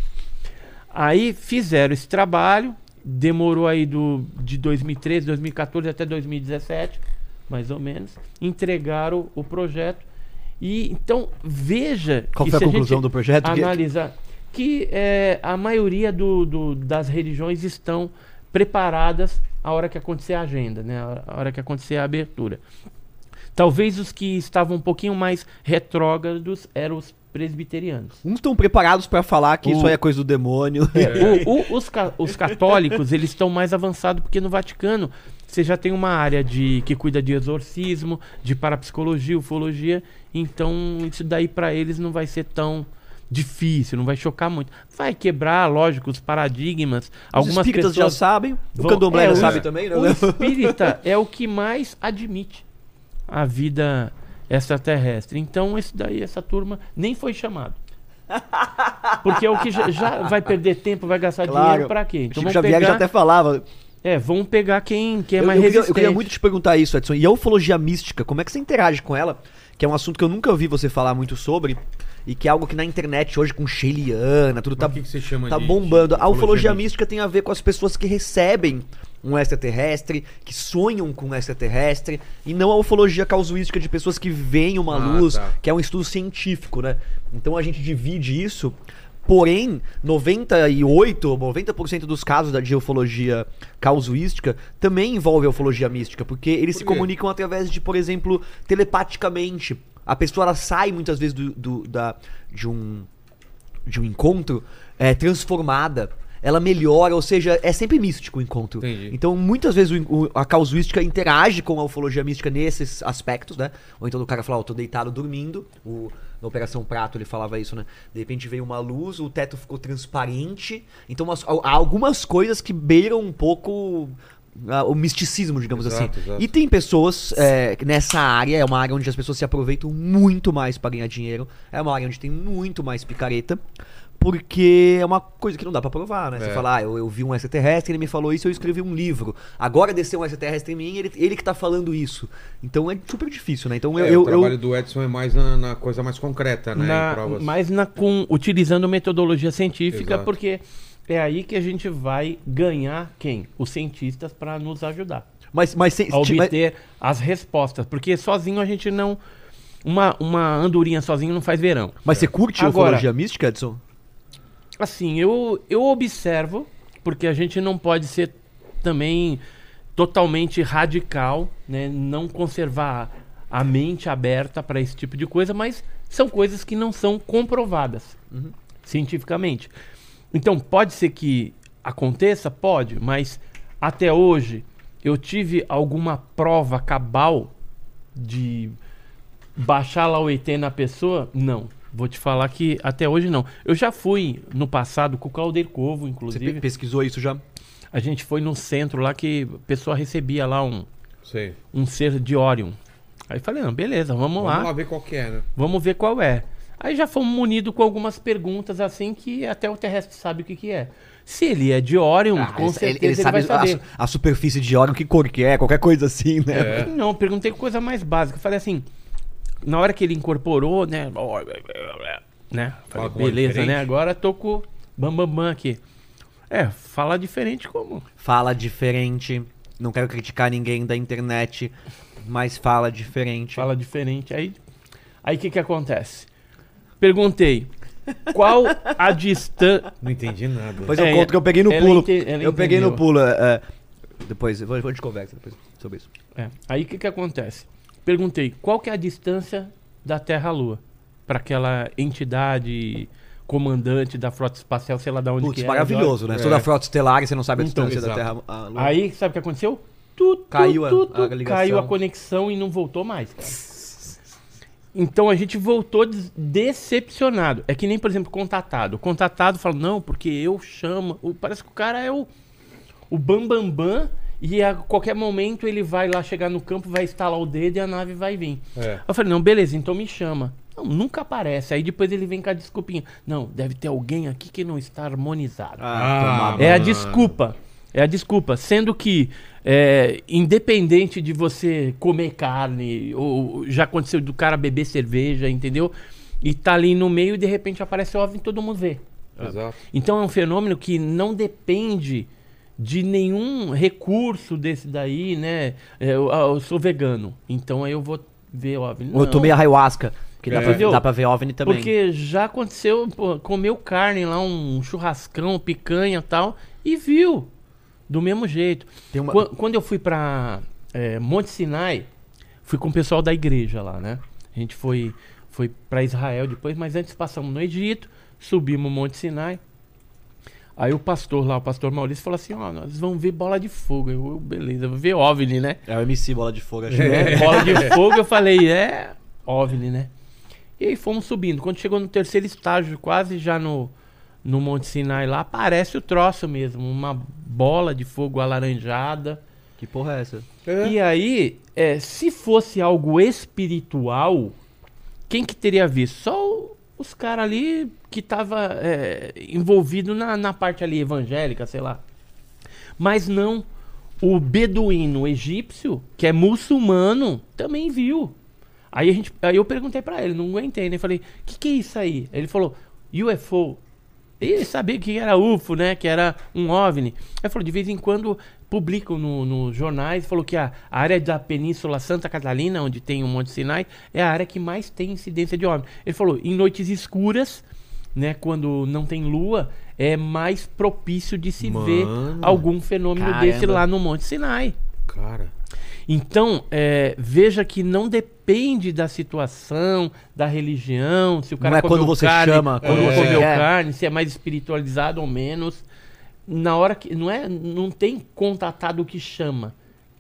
Aí fizeram esse trabalho, demorou aí do, de dois mil e treze, dois mil e quatorze até dois mil e dezessete, mais ou menos, entregaram o projeto. E então veja Qual que foi a se conclusão gente do projeto? Que- analisar que é, a maioria do, do- das religiões estão preparadas a hora que acontecer a agenda, né? A hora que acontecer a abertura. Talvez os que estavam um pouquinho mais retrógrados eram os presbiterianos. Uns estão preparados pra falar que O- isso aí é coisa do demônio. É, o- o- os, ca- os católicos, eles estão mais avançados porque no Vaticano você já tem uma área de que cuida de exorcismo, de parapsicologia, ufologia, então isso daí para eles não vai ser tão difícil, não vai chocar muito. Vai quebrar, lógico, os paradigmas. Os Algumas espíritas já pessoas sabem, o vão- candomblé é, já o- sabe também, né? O espírita é o que mais admite a vida extraterrestre. Então, esse daí, essa turma nem foi chamado. Porque é o que já, já vai perder tempo, vai gastar dinheiro pra quê? Então Chico vamos Xavier pegar, já até falava. é, vamos pegar quem, quem é eu, mais eu queria, resistente. eu queria muito te perguntar isso, Edson. E a ufologia mística, como é que você interage com ela? Que é um assunto que eu nunca ouvi você falar muito sobre. E que é algo que na internet hoje com Sheiliana, tudo Mas tá, o que que você chama tá de- bombando. de A ufologia ufologia mística tem a ver com as pessoas que recebem um extraterrestre, que sonham com um extraterrestre, e não a ufologia casuística de pessoas que veem uma Ah, luz, tá. que é um estudo científico, né? Então a gente divide isso Porém, noventa e oito, noventa por cento dos casos da de ufologia causuística também envolve a ufologia mística, porque eles Por se quê? comunicam através de, por exemplo, telepaticamente. A pessoa ela sai muitas vezes do, do- da, de, um, de um encontro é, transformada. Ela melhora, ou seja, é sempre místico o encontro. Entendi. Então, muitas vezes o- o- a causuística interage com a ufologia mística nesses aspectos, né? Ou então o cara fala, ó, tô deitado dormindo. O, na Operação Prato ele falava isso, né? De repente veio uma luz, o teto ficou transparente. Então, umas- há algumas coisas que beiram um pouco ah, o misticismo, digamos Exato, assim. exato. E tem pessoas é, nessa área, é uma área onde as pessoas se aproveitam muito mais pra ganhar dinheiro. É uma área onde tem muito mais picareta. Porque é uma coisa que não dá pra provar, né? Você É. fala, ah, eu, eu vi um extraterrestre, ele me falou isso, eu escrevi um livro. Agora desceu um extraterrestre em mim, ele, ele que tá falando isso. Então é super difícil, né? Então eu... É, eu, o trabalho eu- do Edson é mais na, na coisa mais concreta, né? Na- em provas. mas na, com, utilizando metodologia científica, Exato. porque é aí que a gente vai ganhar quem? Os cientistas para nos ajudar Mas, mas, sem- a mas- obter as respostas. Porque sozinho a gente não. Uma, uma andorinha sozinho não faz verão. mas você curte a Agora- ufologia mística, Edson? Assim, eu, eu observo, porque a gente não pode ser também totalmente radical, né? Não conservar a mente aberta para esse tipo de coisa, mas são coisas que não são comprovadas cientificamente. Então, pode ser que aconteça? Pode, mas até hoje eu tive alguma prova cabal de baixar lá o E T na pessoa? Não. Vou te falar que até hoje não. Eu já fui no passado com o Claudio Corvo, Você inclusive. pe- pesquisou isso já? A gente foi no centro lá que a pessoa recebia lá um, Sei. um ser de Orion. Aí falei, não, beleza, vamos, Vamos lá, lá ver qual que é, né? vamos ver qual é. Aí já fomos munidos com algumas perguntas assim que até o terrestre sabe o que, que é. Se ele é de Orion, Ah, com ele- certeza ele, ele, sabe vai saber. A, a superfície de óleo, que cor que é, qualquer coisa assim, né? É. Não, perguntei coisa mais básica. Falei assim, na hora que ele incorporou, né? né? Fala Falei, com voz beleza, diferente. né? Agora tô com o bambambam bam, bam aqui. É, fala diferente como? Fala diferente. Não quero criticar ninguém da internet, mas fala diferente. Fala diferente. Aí aí o que que acontece? Perguntei, qual a distância... Não entendi nada. Depois É, eu conto que eu peguei no ela pulo. ente- ela eu peguei no entendeu. pulo. é, é. Depois, eu vou- a gente conversa depois sobre isso. É, aí o que que acontece? Perguntei, qual que é a distância da Terra à Lua? Para aquela entidade comandante da frota espacial, sei lá de onde Putz, que é. maravilhoso, né? É. Sou da frota estelar e você não sabe a Então, distância da exato. Terra à Lua. Aí, sabe o que aconteceu? Tu, tu, Caiu a- tu, tu, a ligação. Caiu a conexão e não voltou mais, cara. Então a gente voltou des- decepcionado. É que nem, por exemplo, contatado. O contatado fala, não, porque eu chamo. O- Parece que o cara é o, o bambambam bam, bam, e a qualquer momento ele vai lá chegar no campo, vai instalar o dedo e a nave vai vir. É. Eu falei, não, beleza, então me chama. Não, nunca aparece. Aí depois ele vem com a desculpinha. Não, deve ter alguém aqui que não está harmonizado. Ah, É a mano. desculpa. É a desculpa. Sendo que, é, independente de você comer carne, ou já aconteceu do cara beber cerveja, entendeu? E tá ali no meio e de repente aparece o OVNI e todo mundo vê. Exato. Então é um fenômeno que não depende de nenhum recurso desse daí, né? É, eu, eu sou vegano, então aí eu vou ver OVNI. Ou eu Não. tomei a ayahuasca, que dá, É. pra, Entendeu? dá pra ver OVNI também. Porque já aconteceu, pô, comeu carne lá, um churrascão, picanha e tal, e viu. Do mesmo jeito. Tem uma- Quan- Quando eu fui pra é, Monte Sinai, fui com o pessoal da igreja lá, né? A gente foi, foi pra Israel depois, mas antes passamos no Egito, subimos o Monte Sinai. Aí o pastor lá, o pastor Maurício, falou assim, ó, nós vamos ver bola de fogo. Eu, eu, beleza, vou ver OVNI, né? É o M C Bola de Fogo, acho. Né? Bola de fogo, eu falei, é OVNI, né? E aí fomos subindo. Quando chegou no terceiro estágio, quase já no, no Monte Sinai lá, aparece o troço mesmo, uma bola de fogo alaranjada. Que porra é essa? É. E aí, é, se fosse algo espiritual, quem que teria visto? Só o- os caras ali que tava é, envolvido na, na parte ali evangélica, sei lá. Mas não, o beduíno egípcio, que é muçulmano, também viu. Aí, a gente, aí eu perguntei pra ele, não aguentei, né? Falei, o que, que é isso aí? Ele falou, U F O. Ele sabia que era U F O, né? Que era um OVNI. Aí falou, de vez em quando publicam nos no jornais, falou que a, a área da Península Santa Catarina, onde tem o Monte Sinai, é a área que mais tem incidência de OVNI. Ele falou, em noites escuras, né, quando não tem lua, é mais propício de se Mano. ver algum fenômeno Caramba. desse lá no Monte Sinai. Cara. Então, é, veja que não depende da situação, da religião, se o cara Não é comeu quando você carne, chama, quando quando você comeu quer. carne, se é mais espiritualizado ou menos. Na hora que não é, não tem contatado o que chama.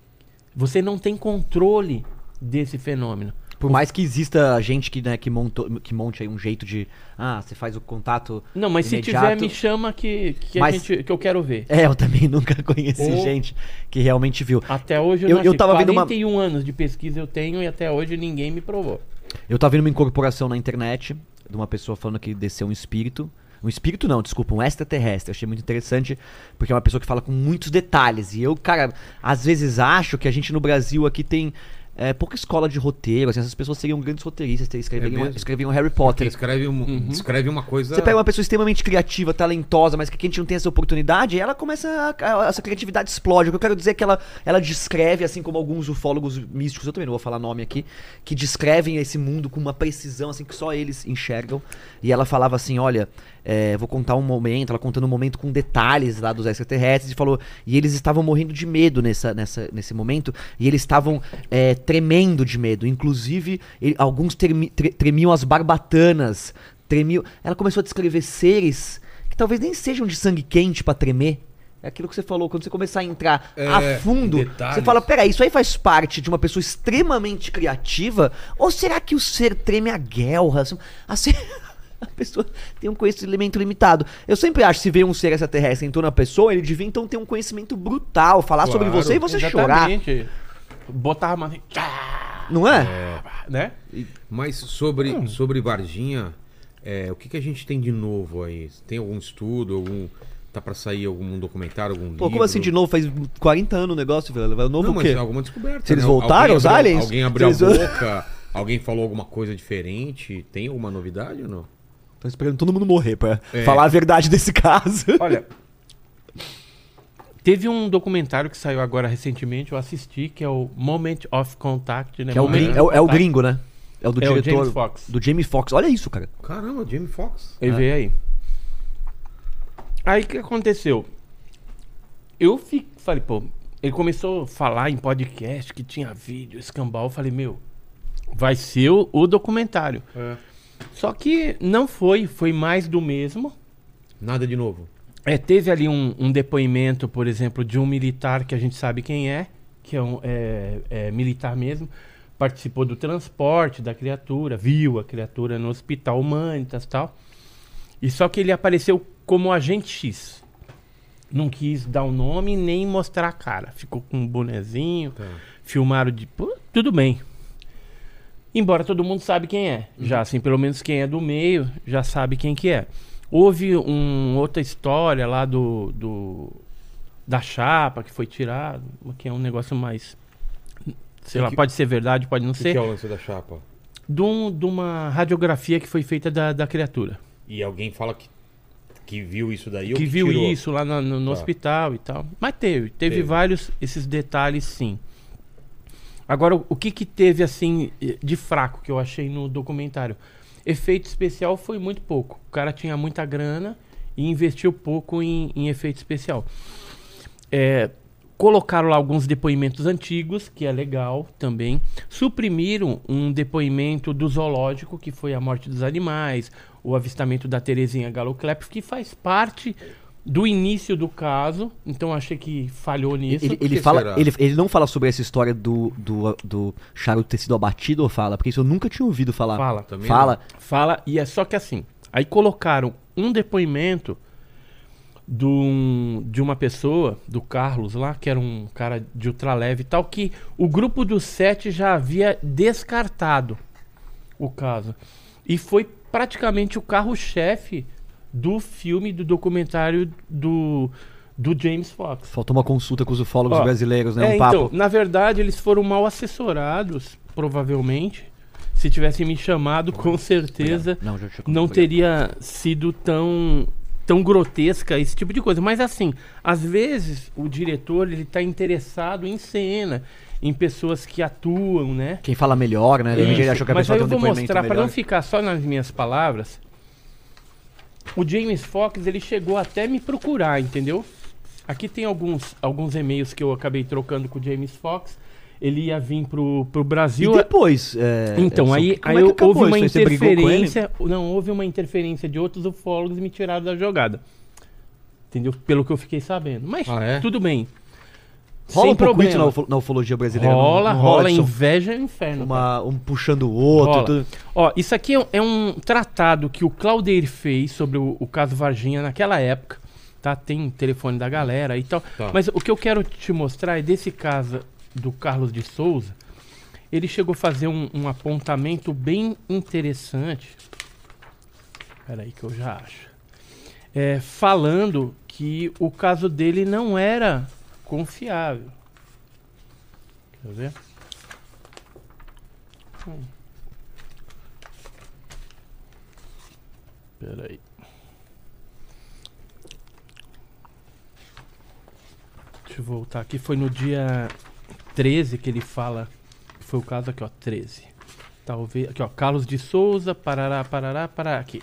Você não tem controle desse fenômeno. Por mais que exista gente que, né, que, montou, que monte aí um jeito de... Ah, você faz o contato Não, mas imediato. se tiver, me chama que, que, a Mas- gente, que eu quero ver. É, eu também nunca conheci Ou- gente que realmente viu. Até hoje eu, Eu- não eu sei, tava vendo uma- quarenta e um anos de pesquisa eu tenho e até hoje ninguém me provou. Eu tava vendo uma incorporação na internet de uma pessoa falando que desceu um espírito. Um espírito não, desculpa, um extraterrestre. Eu achei muito interessante, porque é uma pessoa que fala com muitos detalhes. E eu, cara, às vezes acho que a gente no Brasil aqui tem é, pouca escola de roteiro. Assim, essas pessoas seriam grandes roteiristas, ter- escreveriam, É mesmo? escreveriam Harry Porque Potter. escreve, um, descreve uma coisa... Você pega uma pessoa extremamente criativa, talentosa, mas que a gente não tem essa oportunidade, e ela começa a, a- essa criatividade explode. O que eu quero dizer é que ela, ela descreve, assim como alguns ufólogos místicos, eu também não vou falar nome aqui, que descrevem esse mundo com uma precisão assim que só eles enxergam. E ela falava assim, olha, é, vou contar um momento, ela contando um momento com detalhes lá dos extraterrestres, e falou, e eles estavam morrendo de medo nessa, nessa, nesse momento, e eles estavam é, tremendo de medo. Inclusive, ele- alguns tremi- tre- tremiam as barbatanas, tremiam. Ela começou a descrever seres que talvez nem sejam de sangue quente pra tremer. É aquilo que você falou, quando você começar a entrar É, a fundo, detalhes. você fala, peraí, isso aí faz parte de uma pessoa extremamente criativa? Ou será que o ser treme a guerra? Assim, assim, a pessoa tem um conhecimento limitado. Eu sempre acho que se vê um ser extraterrestre em torno da pessoa, ele devia então ter um conhecimento brutal, falar sobre Claro. você e você chorar. Exatamente. Botar a mão assim, tchá, Não é? né? Mas sobre, Hum. sobre Varginha, é, o que, que a gente tem de novo aí? Tem algum estudo, algum... Tá pra sair algum documentário, algum livro? Pô, como assim de novo? Faz quarenta anos o negócio, velho. Vai novo Não, o mas quê? alguma descoberta. Se eles né? voltaram, Alguém os abriu- aliens? Alguém abriu Se a eles- boca, alguém falou alguma coisa diferente. Tem alguma novidade ou não? Tô esperando todo mundo morrer pra É. falar a verdade desse caso. Olha, teve um documentário que saiu agora recentemente, eu assisti, que é o Moment of Contact, né? Que é o, Moment gring- of é o- é o Contact. gringo, né? É o do É o diretor. James Fox. Do Jamie Foxx. Olha isso, cara. Caramba, Jamie Foxx. Ele É. veio aí. Aí o que aconteceu? Eu fi- falei, pô, ele começou a falar em podcast que tinha vídeo, escambau. Eu falei, meu, vai ser o, o documentário. É. Só que não foi, foi mais do mesmo. Nada de novo. É, teve ali um, um depoimento, por exemplo, de um militar que a gente sabe quem é, que é um é, é militar mesmo, participou do transporte da criatura, viu a criatura no hospital Humanitas e tal. E só que ele apareceu como agente X. Não quis dar o nome nem mostrar a cara. Ficou com um bonezinho, Tá. filmaram de... Pô, tudo bem. Embora todo mundo sabe quem é. Já assim, pelo menos quem é do meio, já sabe quem que é. Houve um, outra história lá do, do da chapa que foi tirado, que é um negócio mais... Sei Que lá, que- pode ser verdade, pode não O que, ser. que é o lance da chapa? De, um- de uma radiografia que foi feita da, da criatura. E alguém fala que, que viu isso daí ou Que viu tirou? isso lá no, no- no Tá. hospital e tal. Mas teve, teve, Teve. vários esses detalhes, sim. Agora, o, o que que teve, assim, de fraco que eu achei no documentário? Efeito especial foi muito pouco. O cara tinha muita grana e investiu pouco em, em efeito especial. É, colocaram lá alguns depoimentos antigos, que é legal também. Suprimiram um depoimento do zoológico, que foi a morte dos animais, o avistamento da Terezinha Galo-Klep, que faz parte do início do caso. Então achei que falhou nisso. Ele, ele que fala, será? ele, ele não fala sobre essa história do, do, do charuto ter sido abatido ou fala? Porque isso eu nunca tinha ouvido falar. Fala. Também Fala. Fala, e é só que assim, aí colocaram um depoimento do, de uma pessoa, do Carlos lá, que era um cara de ultraleve e tal, que o grupo dos sete já havia descartado o caso. E foi praticamente o carro-chefe do filme, do documentário do, do James Fox. Faltou uma consulta com os ufólogos Ó, brasileiros, né? É, Um papo. então, na verdade, eles foram mal assessorados, provavelmente. Se tivessem me chamado, com certeza Não, já tinha não obrigado. teria sido tão, tão grotesca esse tipo de coisa. Mas assim, às vezes o diretor ele tá interessado em cena, em pessoas que atuam, né? Quem fala melhor, né? De repente ele achou que a Mas pessoa aí tem eu um vou depoimento mostrar, para melhor. não ficar só nas minhas palavras, o James Fox, ele chegou até me procurar, entendeu? Aqui tem alguns, alguns e-mails que eu acabei trocando com o James Fox. Ele ia vir pro, pro Brasil. E depois? É, então, é, aí, como aí é que acabou houve uma isso aí? Você brigou com ele? interferência. Não, houve uma interferência de outros ufólogos e me tiraram da jogada. Entendeu? Pelo que eu fiquei sabendo. Mas Ah, é? tudo bem. Rola Sem um pouco isso problema. na, ufo- na ufologia brasileira? Rola, não, não rola, isso? inveja é um inferno. cara. Uma, um puxando o outro. Rola. Tudo. Ó, isso aqui é um, é um tratado que o Claudeir fez sobre o, o caso Varginha naquela época, tá? Tem telefone da galera e tal. Tá. Mas o que eu quero te mostrar é desse caso do Carlos de Souza. Ele chegou a fazer um, um apontamento bem interessante. Peraí que eu já acho. É, falando que o caso dele não era confiável. Quer ver? Hum. Peraí. Deixa eu voltar aqui. Foi no dia treze que ele fala. Que foi o caso aqui, ó. treze. Talvez. Aqui, ó. Carlos de Souza, parará, parará, parará. Aqui.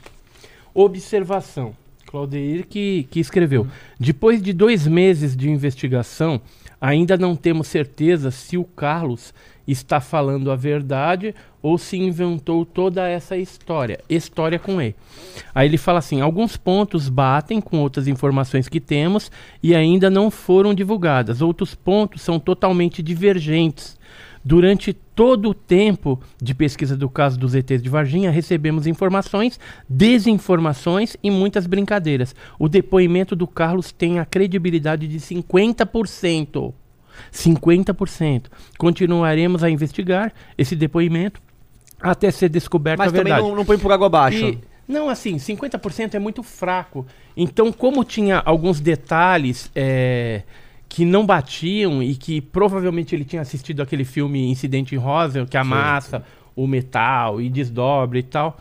Observação. Claudeir que, que escreveu. Depois de dois meses de investigação, ainda não temos certeza se o Carlos está falando a verdade ou se inventou toda essa história. História com E. Aí ele fala assim, alguns pontos batem com outras informações que temos e ainda não foram divulgadas. Outros pontos são totalmente divergentes. Durante todo o tempo de pesquisa do caso dos E Tês de Varginha, recebemos informações, desinformações e muitas brincadeiras. O depoimento do Carlos tem a credibilidade de cinquenta por cento. cinquenta por cento. Continuaremos a investigar esse depoimento até ser descoberta Mas a verdade. também não, não põe por água abaixo. E, não, assim, cinquenta por cento é muito fraco. Então, como tinha alguns detalhes é, que não batiam e que provavelmente ele tinha assistido aquele filme Incidente em Roswell, que amassa o metal e desdobra e tal,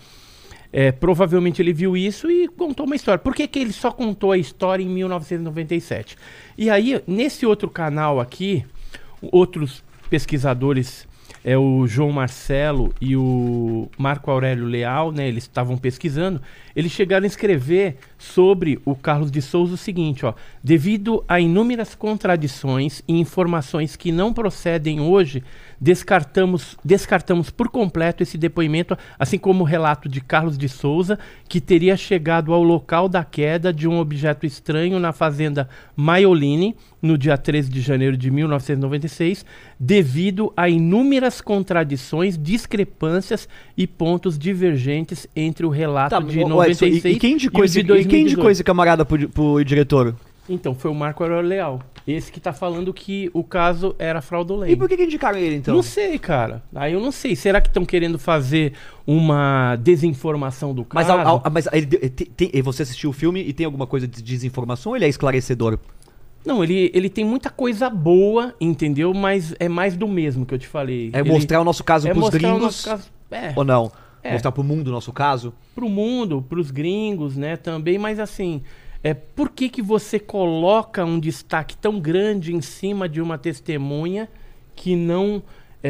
é, provavelmente ele viu isso e contou uma história. Por que que ele só contou a história em mil novecentos e noventa e sete? E aí, nesse outro canal aqui, outros pesquisadores... É o João Marcelo e o Marco Aurélio Leal, né? Eles estavam pesquisando. Eles chegaram a escrever sobre o Carlos de Souza o seguinte, ó. Devido a inúmeras contradições e informações que não procedem hoje, descartamos, descartamos por completo esse depoimento, assim como o relato de Carlos de Souza, que teria chegado ao local da queda de um objeto estranho na fazenda Maioline, no dia treze de janeiro de mil novecentos e noventa e seis, devido a inúmeras contradições, discrepâncias e pontos divergentes entre o relato Tá, de ô, noventa e Edson, seis e, e quem indicou e o esse, de e quem indicou dois mil e dezoito. esse camarada pro, pro diretor? Então, foi o Marco Aurélio Leal. Esse que tá falando que o caso era fraudulento. E por que, que indicaram ele, então? Não sei, cara. Aí eu não sei. Será que estão querendo fazer uma desinformação do Mas, caso? ao- ao- mas ele, tem- tem- você assistiu o filme e tem alguma coisa de desinformação ou ele é esclarecedor? Não, ele, ele tem muita coisa boa, entendeu? Mas é mais do mesmo que eu te falei. É Ele- mostrar o nosso caso é pros mostrar o gringos? nosso caso, é, Ou não? É. Mostrar pro mundo o nosso caso? pro mundo, pros gringos, né, também, mas assim, é, por que que você coloca um destaque tão grande em cima de uma testemunha que não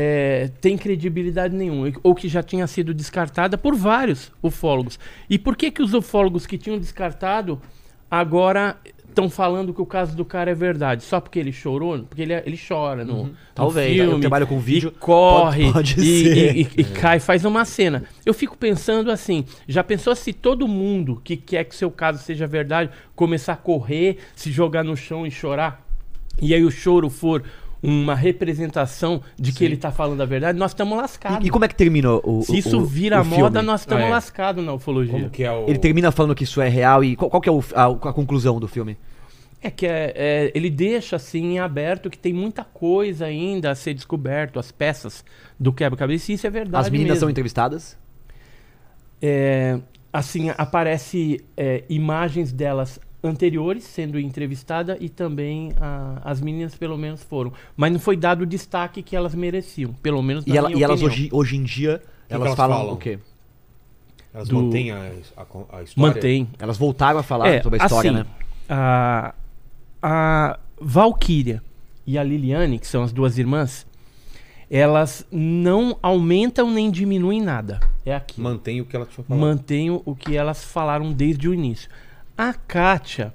é, tem credibilidade nenhuma, ou que já tinha sido descartada por vários ufólogos? E por que que os ufólogos que tinham descartado agora estão falando que o caso do cara é verdade? Só porque ele chorou? Porque ele, ele chora no, no Talvez. filme. Eu trabalho com vídeo, E corre pode- pode e, ser. e- e- e cai, faz uma cena. Eu fico pensando assim, já pensou se todo mundo que quer que seu caso seja verdade começar a correr, se jogar no chão e chorar? E aí o choro for uma representação de que ele tá falando a verdade, nós estamos lascados. E, e como é que termina o, o Se isso o- vira o moda, filme? nós estamos Ah, é. lascados na ufologia. Como que é o... Ele termina falando que isso é real e qual, qual que é o- a, a conclusão do filme? É que é, é, ele deixa assim em aberto que tem muita coisa ainda a ser descoberto, as peças do quebra-cabeça, e isso é verdade As meninas mesmo. são entrevistadas? É, assim, aparece é, imagens delas anteriores sendo entrevistada e também a- as meninas pelo menos foram. Mas não foi dado o destaque que elas mereciam, pelo menos na E, ela- minha e elas opinião. hoje, hoje em dia, que elas, elas falam, falam? o quê? Elas do- mantêm a, a, a história? Mantém. Elas voltaram a falar É, sobre a história, assim, né? A, a Valkyria e a Liliane, que são as duas irmãs, elas não aumentam nem diminuem nada. é aqui. Mantém o que ela tinha falado. Mantenho o que elas falaram desde o início. A Kátia,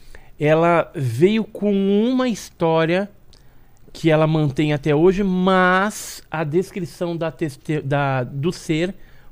ela veio com uma história que ela mantém até hoje, mas a descrição da teste- da, do ser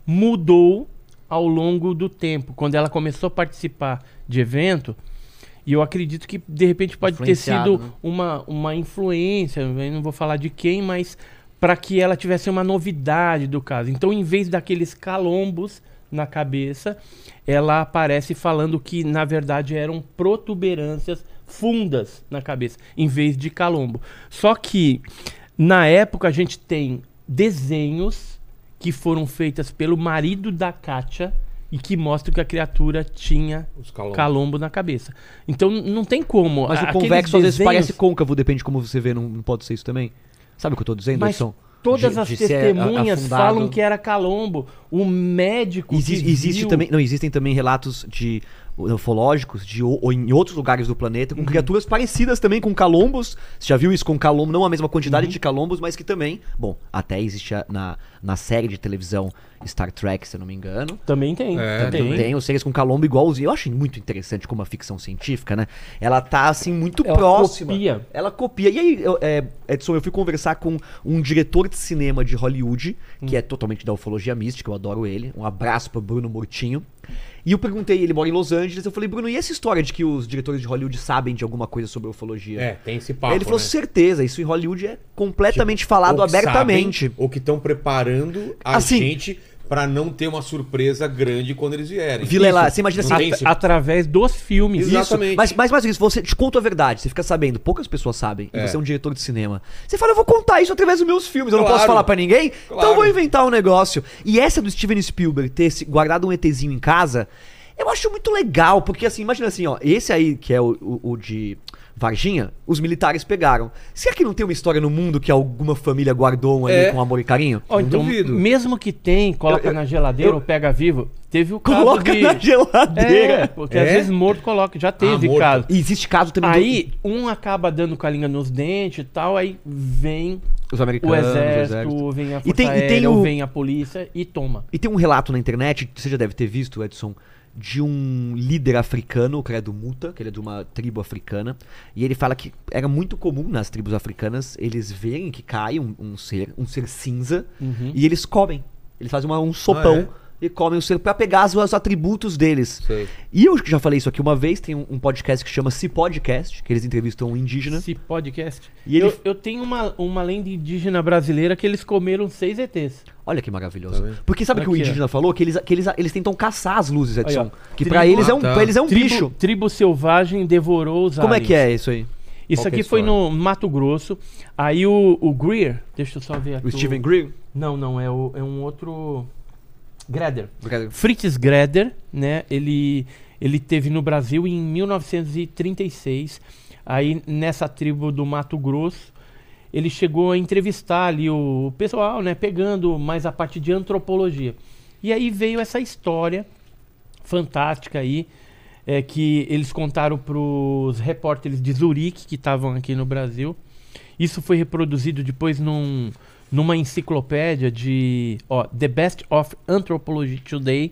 mudou ao longo do tempo. Quando ela começou a participar de evento, e eu acredito que de repente pode ter Influenciado, sido né? uma, uma influência, eu não vou falar de quem, mas para que ela tivesse uma novidade do caso. Então, em vez daqueles calombos na cabeça, ela aparece falando que, na verdade, eram protuberâncias fundas na cabeça, em vez de calombo. Só que, na época, a gente tem desenhos que foram feitas pelo marido da Kátia e que mostram que a criatura tinha Os calombos. calombo na cabeça. Então, não tem como. Mas A- o aqueles convexo às vezes desenhos- parece côncavo, depende de como você vê, não, não pode ser isso também? Sabe o que eu tô dizendo, Mas Edson? todas De- as de ser testemunhas afundado. falam que era calombo. O médico Exi- que existe viu- também, não, existem também relatos de ufológicos de o- ou em outros lugares do planeta com criaturas parecidas também com calombos. Você já viu isso com calombo? Não a mesma quantidade de calombos, mas que também, bom, até existe a- na, na série de televisão Star Trek, se eu não me engano. Também tem. É, tem. Tem os seres com calombo igualzinho. Eu acho muito interessante como a ficção científica, né? Ela tá, assim, muito Ela próxima. copia. Ela copia. E aí, eu, é, Edson, eu fui conversar com um diretor de cinema de Hollywood, que é totalmente da ufologia mística, eu adoro ele. Um abraço pro Bruno Murtinho. E eu perguntei, ele mora em Los Angeles, eu falei, Bruno, e essa história de que os diretores de Hollywood sabem de alguma coisa sobre ufologia? É, tem esse papo, Aí ele falou, né? certeza, isso em Hollywood é completamente falado Ou que abertamente. sabem, ou que estão preparando a Assim- gente pra não ter uma surpresa grande quando eles vierem. Vilela, Isso. você imagina Não assim, tem esse- Através dos filmes. Exato. Exatamente. Isso. Mas, mas mais isso, você te conta a verdade, você fica sabendo, poucas pessoas sabem, É. e você é um diretor de cinema. Você fala, eu vou contar isso através dos meus filmes, eu não Claro. posso falar pra ninguém, então Claro. eu vou inventar um negócio. E essa do Steven Spielberg ter se- guardado um ETzinho em casa, eu acho muito legal, porque assim, imagina assim, ó, esse aí que é o, o- o de Varginha, os militares pegaram. Será que não tem uma história no mundo que alguma família guardou um ali É. com amor e carinho? Ó, Não então, duvido. mesmo que tem, coloca Eu- eu- na geladeira eu- ou pega vivo, teve o caso Coloca de... na geladeira. É, porque às É? vezes morto coloca, já teve morto. caso. E existe caso também do- Aí, um acaba dando com a língua nos dentes e tal, aí vem os o americanos, o exército, vem a força E tem, e aérea, tem ou o, vem a polícia e toma. E tem um relato na internet, você já deve ter visto, Edson, de um líder africano, o credo Muta, que ele é de uma tribo africana, e ele fala que era muito comum nas tribos africanas eles verem que cai um, um ser, um ser cinza, Uhum. e eles comem. Eles fazem uma- um sopão Ah, e comem o ser pra pegar os, os atributos deles. Sei. E eu já falei isso aqui uma vez, tem um, um podcast que chama Se Podcast, que eles entrevistam um indígena. Esse podcast. E ele- eu, eu tenho uma, uma lenda indígena brasileira que eles comeram seis E Tês. Olha que maravilhoso. Tá vendo? Porque sabe o que o Aqui, ó. indígena falou? Que eles, que eles, eles tentam caçar as luzes, Edson. Aí, ó. que Tribo- pra eles, é um, Ah, tá. pra eles é um tribo, bicho. Tribo selvagem devorou os Como é aliens. que é isso aí? Isso Qual que é aqui a foi história? no Mato Grosso. Aí o, o Greer, deixa eu só ver aqui. O Steven Greer? Não, não, é, o, é um outro. Greder. Porque- Fritz Greder, né? Ele, ele teve no Brasil em mil novecentos e trinta e seis. Aí nessa tribo do Mato Grosso, ele chegou a entrevistar ali o pessoal, né? Pegando mais a parte de antropologia. E aí veio essa história fantástica aí, é, que eles contaram para os repórteres de Zurique que estavam aqui no Brasil. Isso foi reproduzido depois num, numa enciclopédia de ó, The Best of Anthropology Today,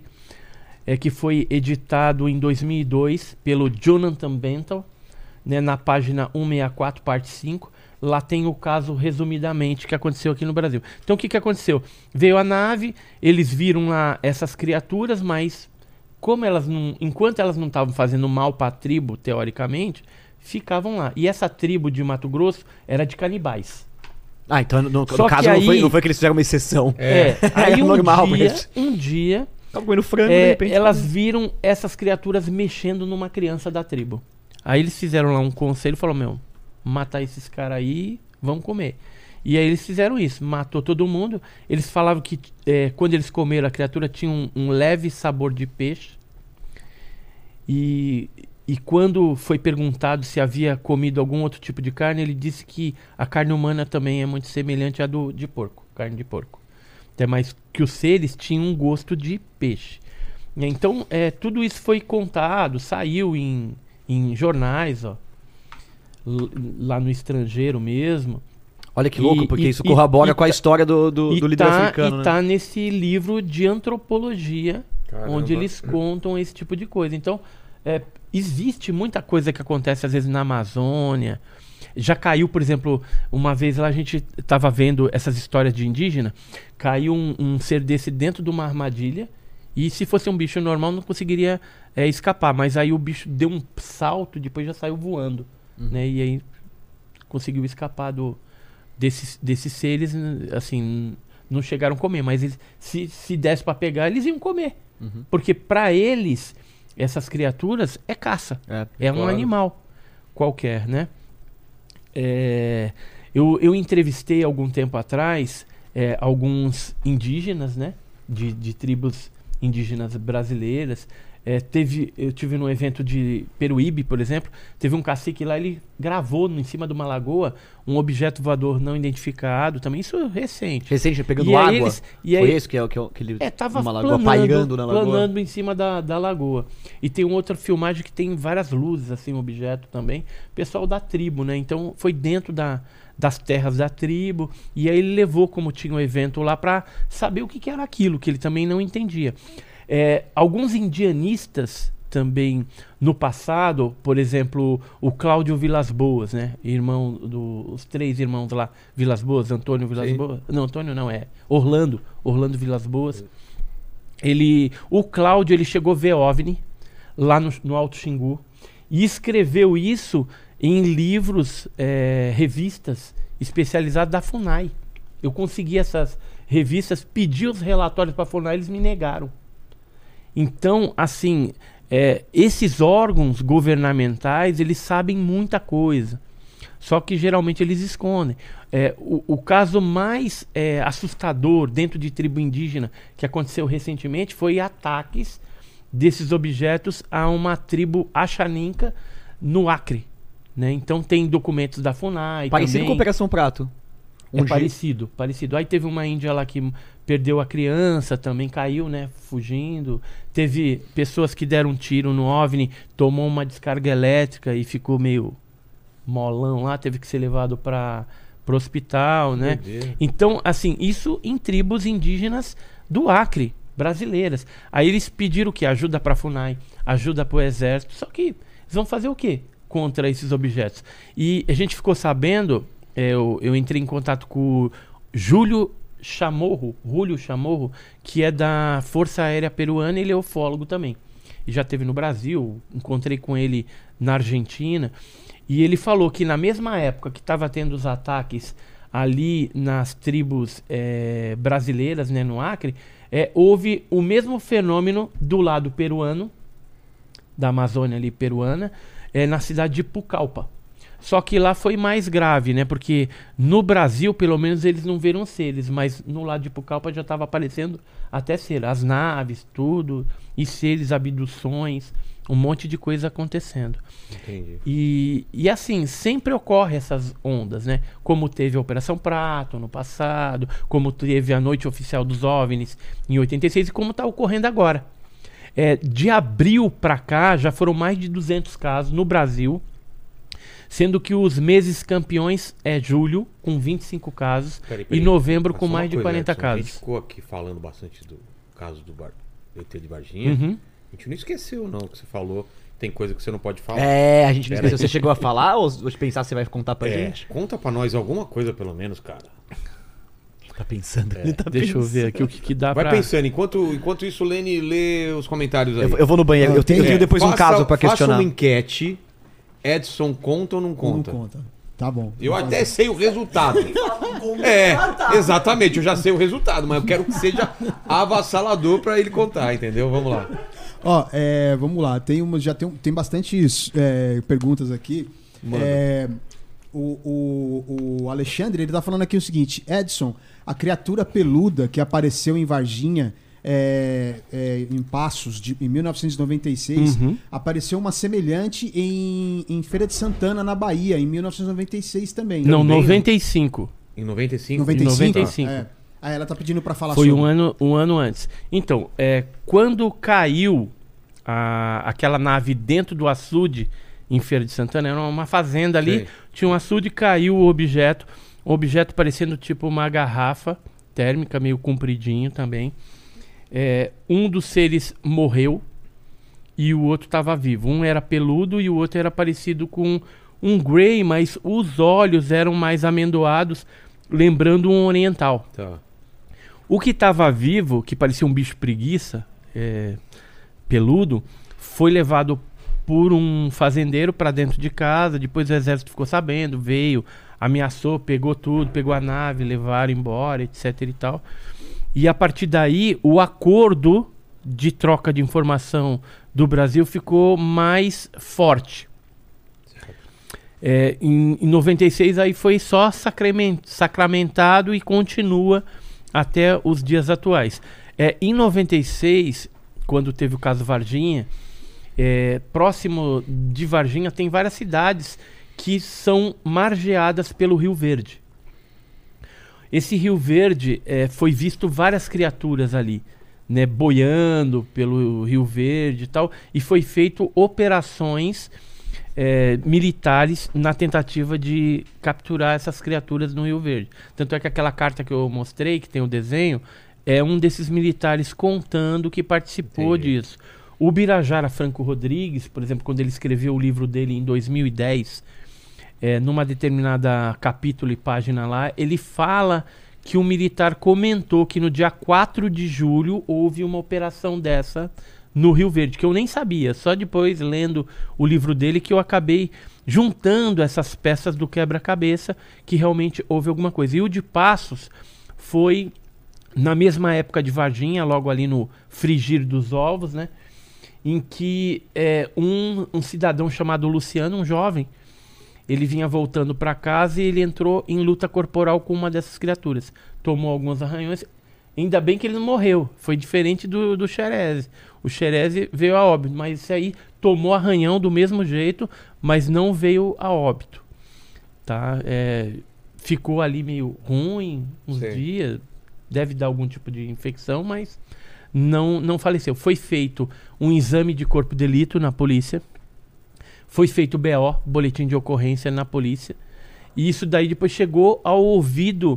é, que foi editado em dois mil e dois pelo Jonathan Bentel, né, na página cento e sessenta e quatro, parte cinco. Lá tem o caso resumidamente que aconteceu aqui no Brasil. Então o que, que aconteceu? Veio a nave, eles viram lá essas criaturas, mas como elas não, enquanto elas não estavam fazendo mal para a tribo, teoricamente, ficavam lá. E essa tribo de Mato Grosso era de canibais. Ah, então no, no Só caso que não, foi, aí- não foi que eles fizeram uma exceção. É, aí É um normal, dia, mas- um dia Tava comendo frango, de é, repente. elas viram essas criaturas mexendo numa criança da tribo. Aí eles fizeram lá um conselho e falaram, meu, matar esses caras aí, vamos comer. E aí eles fizeram isso, matou todo mundo. Eles falavam que é, quando eles comeram a criatura tinha um, um leve sabor de peixe. E, e quando foi perguntado se havia comido algum outro tipo de carne, ele disse que a carne humana também é muito semelhante à do, de porco, carne de porco. Até mais que os seres tinham um gosto de peixe. E então, é, tudo isso foi contado, saiu em, em jornais, ó, l- lá no estrangeiro mesmo. Olha que louco, E- porque e- isso e- corrobora e com a tá- história do, do, e do líder tá, africano, e né? tá nesse livro de antropologia, Caramba. onde eles contam esse tipo de coisa. Então, é, existe muita coisa que acontece às vezes na Amazônia. Já caiu, por exemplo, uma vez lá a gente estava vendo essas histórias de indígena, caiu um, um ser desse dentro de uma armadilha, e se fosse um bicho normal não conseguiria é, escapar, mas aí o bicho deu um salto e depois já saiu voando, né? E aí conseguiu escapar do, desses, desses seres, assim, não chegaram a comer, mas eles, se, se desse para pegar, eles iam comer. Porque para eles, essas criaturas é caça. É. É um Claro. animal qualquer, né? É, eu, eu entrevistei algum tempo atrás é, alguns indígenas, né? De, de tribos indígenas brasileiras. É, teve, eu tive num evento de Peruíbe, por exemplo, teve um cacique lá, ele gravou no, em cima de uma lagoa um objeto voador não identificado, também isso é recente. Recente, pegando E aí água. eles- e Foi aí- esse que é o que, é o- que ele... É, tava numa lagoa, planando, pairando na lagoa. planando em cima da, da lagoa. E tem uma outra filmagem que tem várias luzes, assim, o objeto também. Pessoal da tribo, né? Então foi dentro da, das terras da tribo. E aí ele levou, como tinha um evento lá, pra saber o que, que era aquilo, que ele também não entendia. É, alguns indianistas também no passado, por exemplo, o Cláudio Vilas Boas, né? Irmão dos três irmãos lá, Vilas Boas, Antônio Vilas Sim. Boas. Não, Antônio não, é Orlando, Orlando Vilas Boas. Ele, o Cláudio, ele chegou a ver OVNI lá no, no Alto Xingu e escreveu isso em livros, é, revistas especializadas da FUNAI. Eu consegui essas revistas, pedi os relatórios para a FUNAI, eles me negaram. Então, assim, é, esses órgãos governamentais, eles sabem muita coisa. Só que geralmente eles escondem. É, o, o caso mais é, assustador dentro de tribo indígena que aconteceu recentemente foi ataques desses objetos a uma tribo Axaninca no Acre, né? Então tem documentos da FUNAI Parecido também. com a Operação Prato. É Um dia- parecido, parecido. Aí teve uma índia lá que perdeu a criança, também caiu, né, fugindo. Teve pessoas que deram um tiro no OVNI, tomou uma descarga elétrica e ficou meio molão lá, teve que ser levado para o hospital, né? Doideira. Então, assim, isso em tribos indígenas do Acre, brasileiras. Aí eles pediram o quê? Ajuda para a FUNAI, ajuda para o Exército. Só que eles vão fazer o quê contra esses objetos? E a gente ficou sabendo, é, eu, eu entrei em contato com o Júlio Chamorro, Júlio Chamorro, que é da Força Aérea Peruana, ele é ufólogo também. E já esteve no Brasil, encontrei com ele na Argentina. E ele falou que na mesma época que estava tendo os ataques ali nas tribos eh, brasileiras, né, no Acre, eh, houve o mesmo fenômeno do lado peruano, da Amazônia ali peruana, eh, na cidade de Pucallpa. Só que lá foi mais grave, né? Porque no Brasil, pelo menos, eles não viram seres, mas no lado de Pucallpa já estava aparecendo até ser as naves, tudo, e seres, abduções, um monte de coisa acontecendo. Entendi. E, e assim, sempre ocorre essas ondas, né? Como teve a Operação Prato no passado, como teve a Noite Oficial dos OVNIs em oitenta e seis e como está ocorrendo agora. É, de abril para cá, já foram mais de duzentos casos no Brasil, sendo que os meses campeões é julho, com vinte e cinco casos, Peraí, e peraí. novembro Mas com só uma mais de coisa, quarenta Edson, A casos. gente ficou aqui falando bastante do caso do, bar... do E T de Varginha. Uhum. A gente não esqueceu, não, que você falou. Tem coisa que você não pode falar. É, a gente não Pera esqueceu. aí. Você chegou a falar ou ou pensar você vai contar pra É, gente? conta pra nós alguma coisa, pelo menos, cara. Tá pensando. Ele tá Deixa eu ver aqui o que, que dá Vai pra... pensando. Enquanto, enquanto isso, Lene lê os comentários aí. Eu, eu vou no banheiro. Eu tenho, eu tenho É, depois um faça- caso pra questionar. Faça uma enquete. Edson conta ou não Ou conta? não conta. Tá bom. Eu até sei o resultado. É, exatamente, eu já sei o resultado, mas eu quero que seja avassalador pra ele contar, entendeu? Vamos lá. Ó, é, vamos lá. Tem uma, já tem, um- tem bastantes é, perguntas aqui. É, o, o, o Alexandre, ele tá falando aqui o seguinte: Edson, a criatura peluda que apareceu em Varginha, é, é, em Passos, de, em mil novecentos e noventa e seis, Uhum. apareceu uma semelhante em, em Feira de Santana, na Bahia, em mil novecentos e noventa e seis também. Não, Também, noventa e cinco. Em noventa e cinco? noventa e cinco? noventa e cinco. É. Aí ela tá pedindo pra falar Foi sobre. um ano, um ano antes. Então, é, quando caiu a- aquela nave dentro do açude em Feira de Santana, era uma fazenda ali, Sei. tinha um açude, caiu o objeto. um objeto parecendo tipo uma garrafa térmica, meio compridinho também. É, um dos seres morreu e o outro estava vivo. Um era peludo e o outro era parecido com um Grey, mas os olhos eram mais amendoados, lembrando um oriental. Tá. O que estava vivo, que parecia um bicho preguiça, é, peludo, foi levado por um fazendeiro para dentro de casa. Depois o exército ficou sabendo, veio, ameaçou, pegou tudo, pegou a nave, levaram embora, etc e tal. E a partir daí, o acordo de troca de informação do Brasil ficou mais forte. É, em, em noventa e seis aí foi só sacrament, sacramentado e continua até os dias atuais. É, em noventa e seis, quando teve o caso Varginha, é, próximo de Varginha tem várias cidades que são margeadas pelo Rio Verde. Esse Rio Verde é, foi visto várias criaturas ali, né, boiando pelo Rio Verde e tal, e foi feito operações é, militares na tentativa de capturar essas criaturas no Rio Verde. Tanto é que aquela carta que eu mostrei, que tem o desenho, é um desses militares contando que participou Entendi. disso. O Birajara Franco Rodrigues, por exemplo, quando ele escreveu o livro dele em dois mil e dez, é, numa determinada capítulo e página lá, ele fala que um militar comentou que no dia quatro de julho houve uma operação dessa no Rio Verde, que eu nem sabia, só depois lendo o livro dele que eu acabei juntando essas peças do quebra-cabeça, que realmente houve alguma coisa. E o de Passos foi na mesma época de Varginha, logo ali no frigir dos ovos, né, em que é, um, um cidadão chamado Luciano, um jovem, ele vinha voltando para casa e ele entrou em luta corporal com uma dessas criaturas. Tomou alguns arranhões. Ainda bem que ele não morreu. Foi diferente do, do Xerez. O Xerez veio a óbito, mas esse aí tomou arranhão do mesmo jeito, mas não veio a óbito. Tá? É, ficou ali meio ruim uns Sim. dias. Deve dar algum tipo de infecção, mas não, não faleceu. Foi feito um exame de corpo de delito na polícia. Foi feito o B O, boletim de ocorrência na polícia. E isso daí depois chegou ao ouvido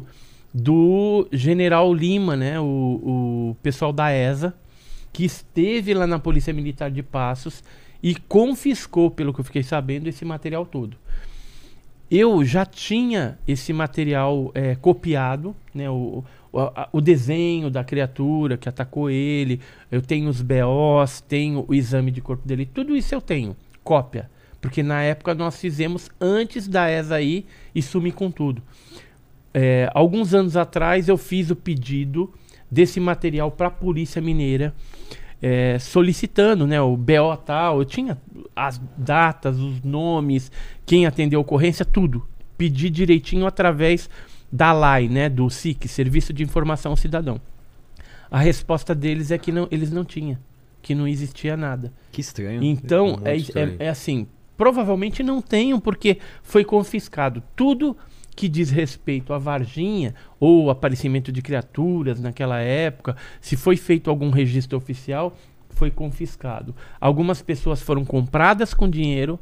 do general Lima, né, o, o pessoal da E S A, que esteve lá na Polícia Militar de Passos e confiscou, pelo que eu fiquei sabendo, esse material todo. Eu já tinha esse material é, copiado, né, o, o, a, o desenho da criatura que atacou ele, eu tenho os B Os, tenho o exame de corpo dele, tudo isso eu tenho, cópia. Porque na época nós fizemos antes da E S A ir e sumir com tudo. É, alguns anos atrás eu fiz o pedido desse material para a Polícia Mineira, é, solicitando, né, o B O tal. Eu tinha as datas, os nomes, quem atendeu a ocorrência, tudo. Pedi direitinho através da L A I, né, do S I C, Serviço de Informação ao Cidadão. A resposta deles é que não, eles não tinham, que não existia nada. Que estranho. Então, é, é, é assim... Provavelmente não tenham, porque foi confiscado. Tudo que diz respeito a Varginha ou aparecimento de criaturas naquela época, se foi feito algum registro oficial, foi confiscado. Algumas pessoas foram compradas com dinheiro,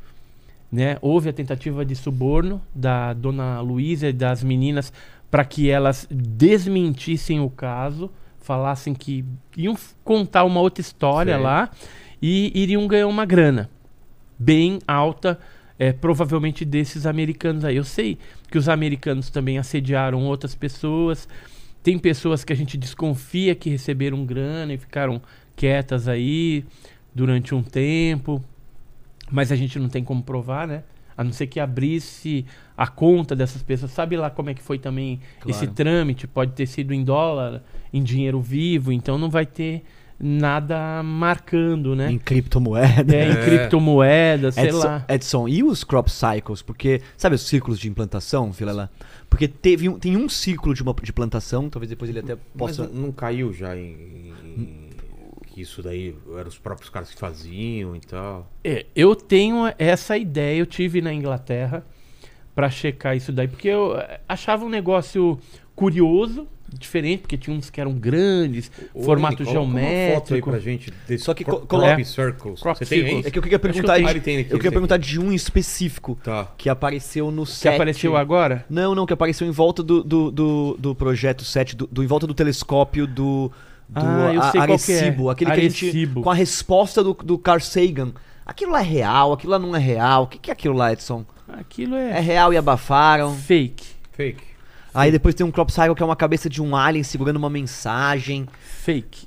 né? Houve a tentativa de suborno da dona Luísa e das meninas para que elas desmentissem o caso, falassem que iam contar uma outra história Sim. lá e iriam ganhar uma grana bem alta, é, provavelmente desses americanos aí. Eu sei que os americanos também assediaram outras pessoas. Tem pessoas que a gente desconfia que receberam grana e ficaram quietas aí durante um tempo, mas a gente não tem como provar, né? A não ser que abrisse a conta dessas pessoas. Sabe lá como é que foi também claro. esse trâmite? Pode ter sido em dólar, em dinheiro vivo, então não vai ter nada marcando, né? Em criptomoeda. É, em é. criptomoeda, sei Edson, lá. Edson, e os crop cycles? Porque, sabe os círculos de implantação, Vilela? Porque teve um, tem um ciclo de, uma, de plantação, talvez depois ele até possa... Mas não caiu já em... em... que isso daí eram os próprios caras que faziam e tal? É, eu tenho essa ideia, eu tive na Inglaterra para checar isso daí, porque eu achava um negócio curioso, diferente, porque tinha uns que eram grandes, Ô, formato Vini, coloca uma foto aí geométrico. pra gente desse Só que cro- co- crop é. circles. Crop Você tem aí? circles. É que eu queria Acho que eu perguntar, tenho. Ah, ele tem aqui, eu queria esse perguntar de um específico Tá. que apareceu no Que set. apareceu agora? Não, não, que apareceu em volta do, do, do, do projeto sete, do, do- em volta do telescópio do, do Ah, eu a- sei qual que é. Arecibo, aquele que a gente, Arecibo. com a resposta do, do Carl Sagan. Aquilo lá é real, aquilo lá não é real. O que, que é aquilo lá, Edson? Aquilo É é, real e abafaram. fake. Fake. Aí depois tem um crop cycle que é uma cabeça de um alien segurando uma mensagem. Fake.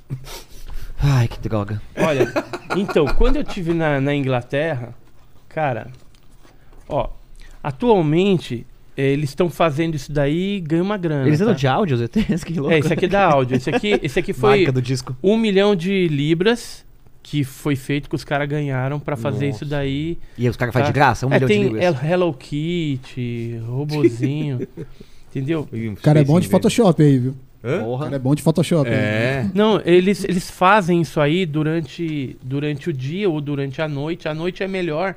Ai, que droga. Olha, então, quando eu tive na, na Inglaterra, cara, ó, atualmente eh, eles estão fazendo isso daí e ganham uma grana. Eles andam tá? de áudio, Z T? Que louco. É, esse aqui dá áudio. Esse aqui, esse aqui foi Marca do disco. um milhão de libras que foi feito que os caras ganharam pra fazer Nossa. isso daí. E aí os caras fazem tá? de graça? Um é, milhão de tem libras. El- Hello Kitty, robozinho, entendeu? O cara é bom de Photoshop aí, viu? Hã? O Porra. cara é bom de Photoshop. aí. É. Não, eles, eles fazem isso aí durante, durante o dia ou durante a noite. A noite é melhor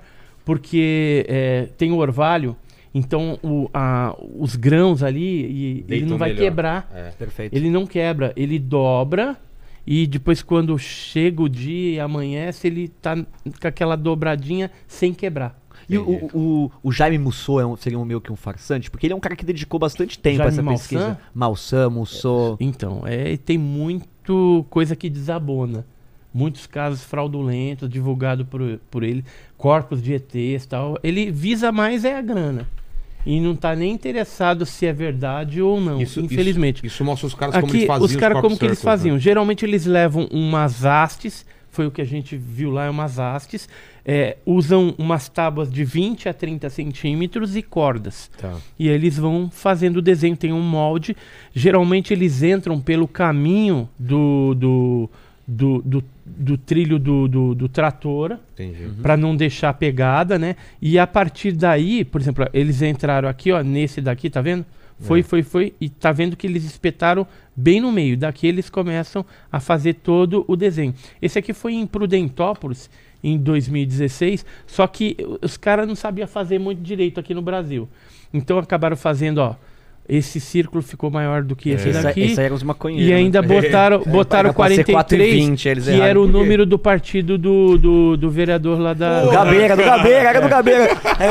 porque é, tem o orvalho, então o, a- os grãos ali, e ele Deitam não vai melhor. quebrar. É. Perfeito. Ele não quebra, ele dobra e depois quando chega o dia e amanhece, ele tá com aquela dobradinha sem quebrar. E o, Entendi. o, o, o Jaime Mussot é um, seria um meio que um farsante? Porque ele é um cara que dedicou bastante tempo Jaime a essa Maussan? pesquisa. Malsan, Mussot. Então, é, tem muito coisa que desabona. Muitos casos fraudulentos divulgados por, por ele, corpos de E Tês e tal. Ele visa mais é a grana. E não tá nem interessado se é verdade ou não, Isso, infelizmente. Isso, isso mostra os caras como Aqui, eles faziam. os caras crop como que eles circles, né? faziam? Geralmente eles levam umas hastes, foi o que a gente viu lá, umas hastes, é, usam umas tábuas de vinte a trinta centímetros e cordas. Tá. E eles vão fazendo o desenho, tem um molde. Geralmente eles entram pelo caminho do, do, do, do, do trilho do, do, do trator, Entendi. para não deixar pegada, né? E a partir daí, por exemplo, eles entraram aqui, ó, nesse daqui, tá vendo? Foi, É. foi, foi, e tá vendo que eles espetaram bem no meio. Daqui eles começam a fazer todo o desenho. Esse aqui foi em Prudentópolis, em dois mil e dezesseis, só que os caras não sabiam fazer muito direito aqui no Brasil. Então acabaram fazendo, ó, esse círculo ficou maior do que esse É. Esse, daqui. esse aí eram os maconheiros. E ainda né? botaram, botaram Era pra ser quarenta e quatro e três, vinte, eles que erraram. era o Por quê? número do partido do, do, do vereador lá da... Do Gabeira, do Gabeira, era do Gabeira.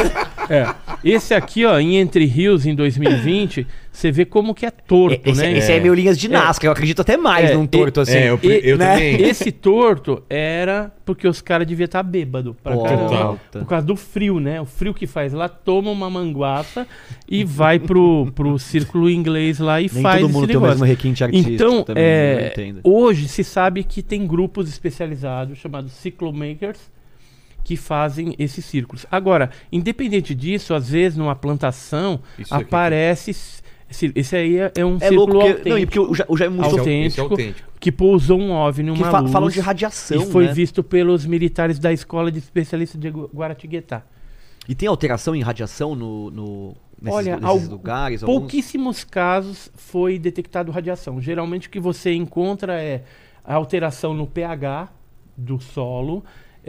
É. Esse aqui, ó, em Entre Rios, em dois mil e vinte, você vê como que é torto, Esse, né? esse aí é meio linhas de Nazca, eu acredito até mais É, num torto e- assim. É, eu, E- eu né? também. Esse torto era porque os caras deviam estar bêbado pra Puta. caramba. Por causa do frio, né? O frio que faz lá, toma uma manguaça e vai pro, pro círculo inglês lá e Nem faz todo esse mundo tem o negócio. mesmo requinte artístico Então, também, eu é, entendo. hoje se sabe que tem grupos especializados chamados cyclomakers que fazem esses círculos. Agora, independente disso, às vezes numa plantação Isso aqui. aparece... Esse, esse aí é, é um É círculo louco, porque, autêntico, não, e porque o, Ja- o Jaime Mussot, Esse é o- esse é autêntico, autêntico. que pousou um OVNI, que uma fa- luz, falam de radiação, e foi né? visto pelos militares da Escola de Especialistas de Gu- Guaratinguetá. E tem alteração em radiação no, no, nesses, Olha, nesses al- lugares? alguns? Pouquíssimos casos foi detectado radiação. Geralmente o que você encontra é a alteração no pH do solo.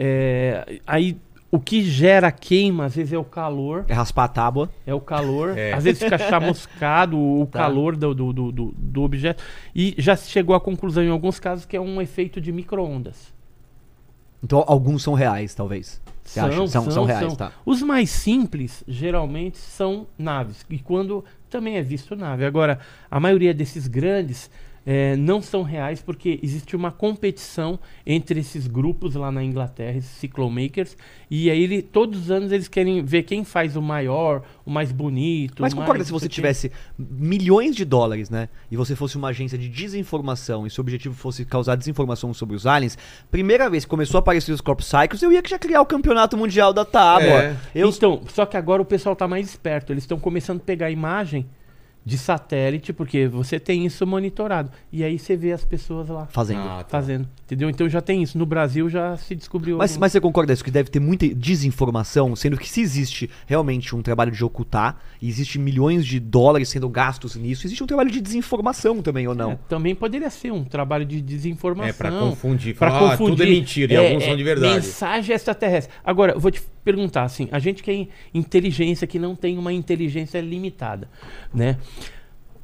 é, aí o que gera queima, às vezes, é o calor. É raspar a tábua. É o calor. É. Às vezes fica chamuscado o Tá. calor do, do, do, do- do objeto. E já se chegou à conclusão, em alguns casos, que é um efeito de micro-ondas. Então alguns são reais, talvez. Você acha? São, são reais, tá. Os mais simples, geralmente, são naves. E quando também é visto nave. Agora, a maioria desses grandes eh, não são reais porque existe uma competição entre esses grupos lá na Inglaterra, esses cyclomakers. E aí, ele, todos os anos, eles querem ver quem faz o maior, o mais bonito. Mas o concorda mais se não você sei o quê. tivesse milhões de dólares, né? E você fosse uma agência de desinformação e seu objetivo fosse causar desinformação sobre os aliens, primeira vez que começou a aparecer os Crop Cycles, eu ia que já criar o campeonato mundial da tábua. É. Eu, Então, só que agora o pessoal tá mais esperto. Eles estão começando a pegar imagem de satélite, porque você tem isso monitorado. E aí você vê as pessoas lá fazendo. Ah, tá. fazendo. Entendeu? Então já tem isso. No Brasil já se descobriu. Mas, algum- mas você concorda isso? Que deve ter muita desinformação, sendo que se existe realmente um trabalho de ocultar, e existe milhões de dólares sendo gastos nisso, existe um trabalho de desinformação também, ou não? É, também poderia ser um trabalho de desinformação. É, pra confundir. Pra Falar, ah, confundir. tudo é mentira, e É, alguns é, são de verdade. Mensagem extraterrestre. Agora, eu vou te perguntar assim: a gente que é inteligência, que não tem uma inteligência limitada, né?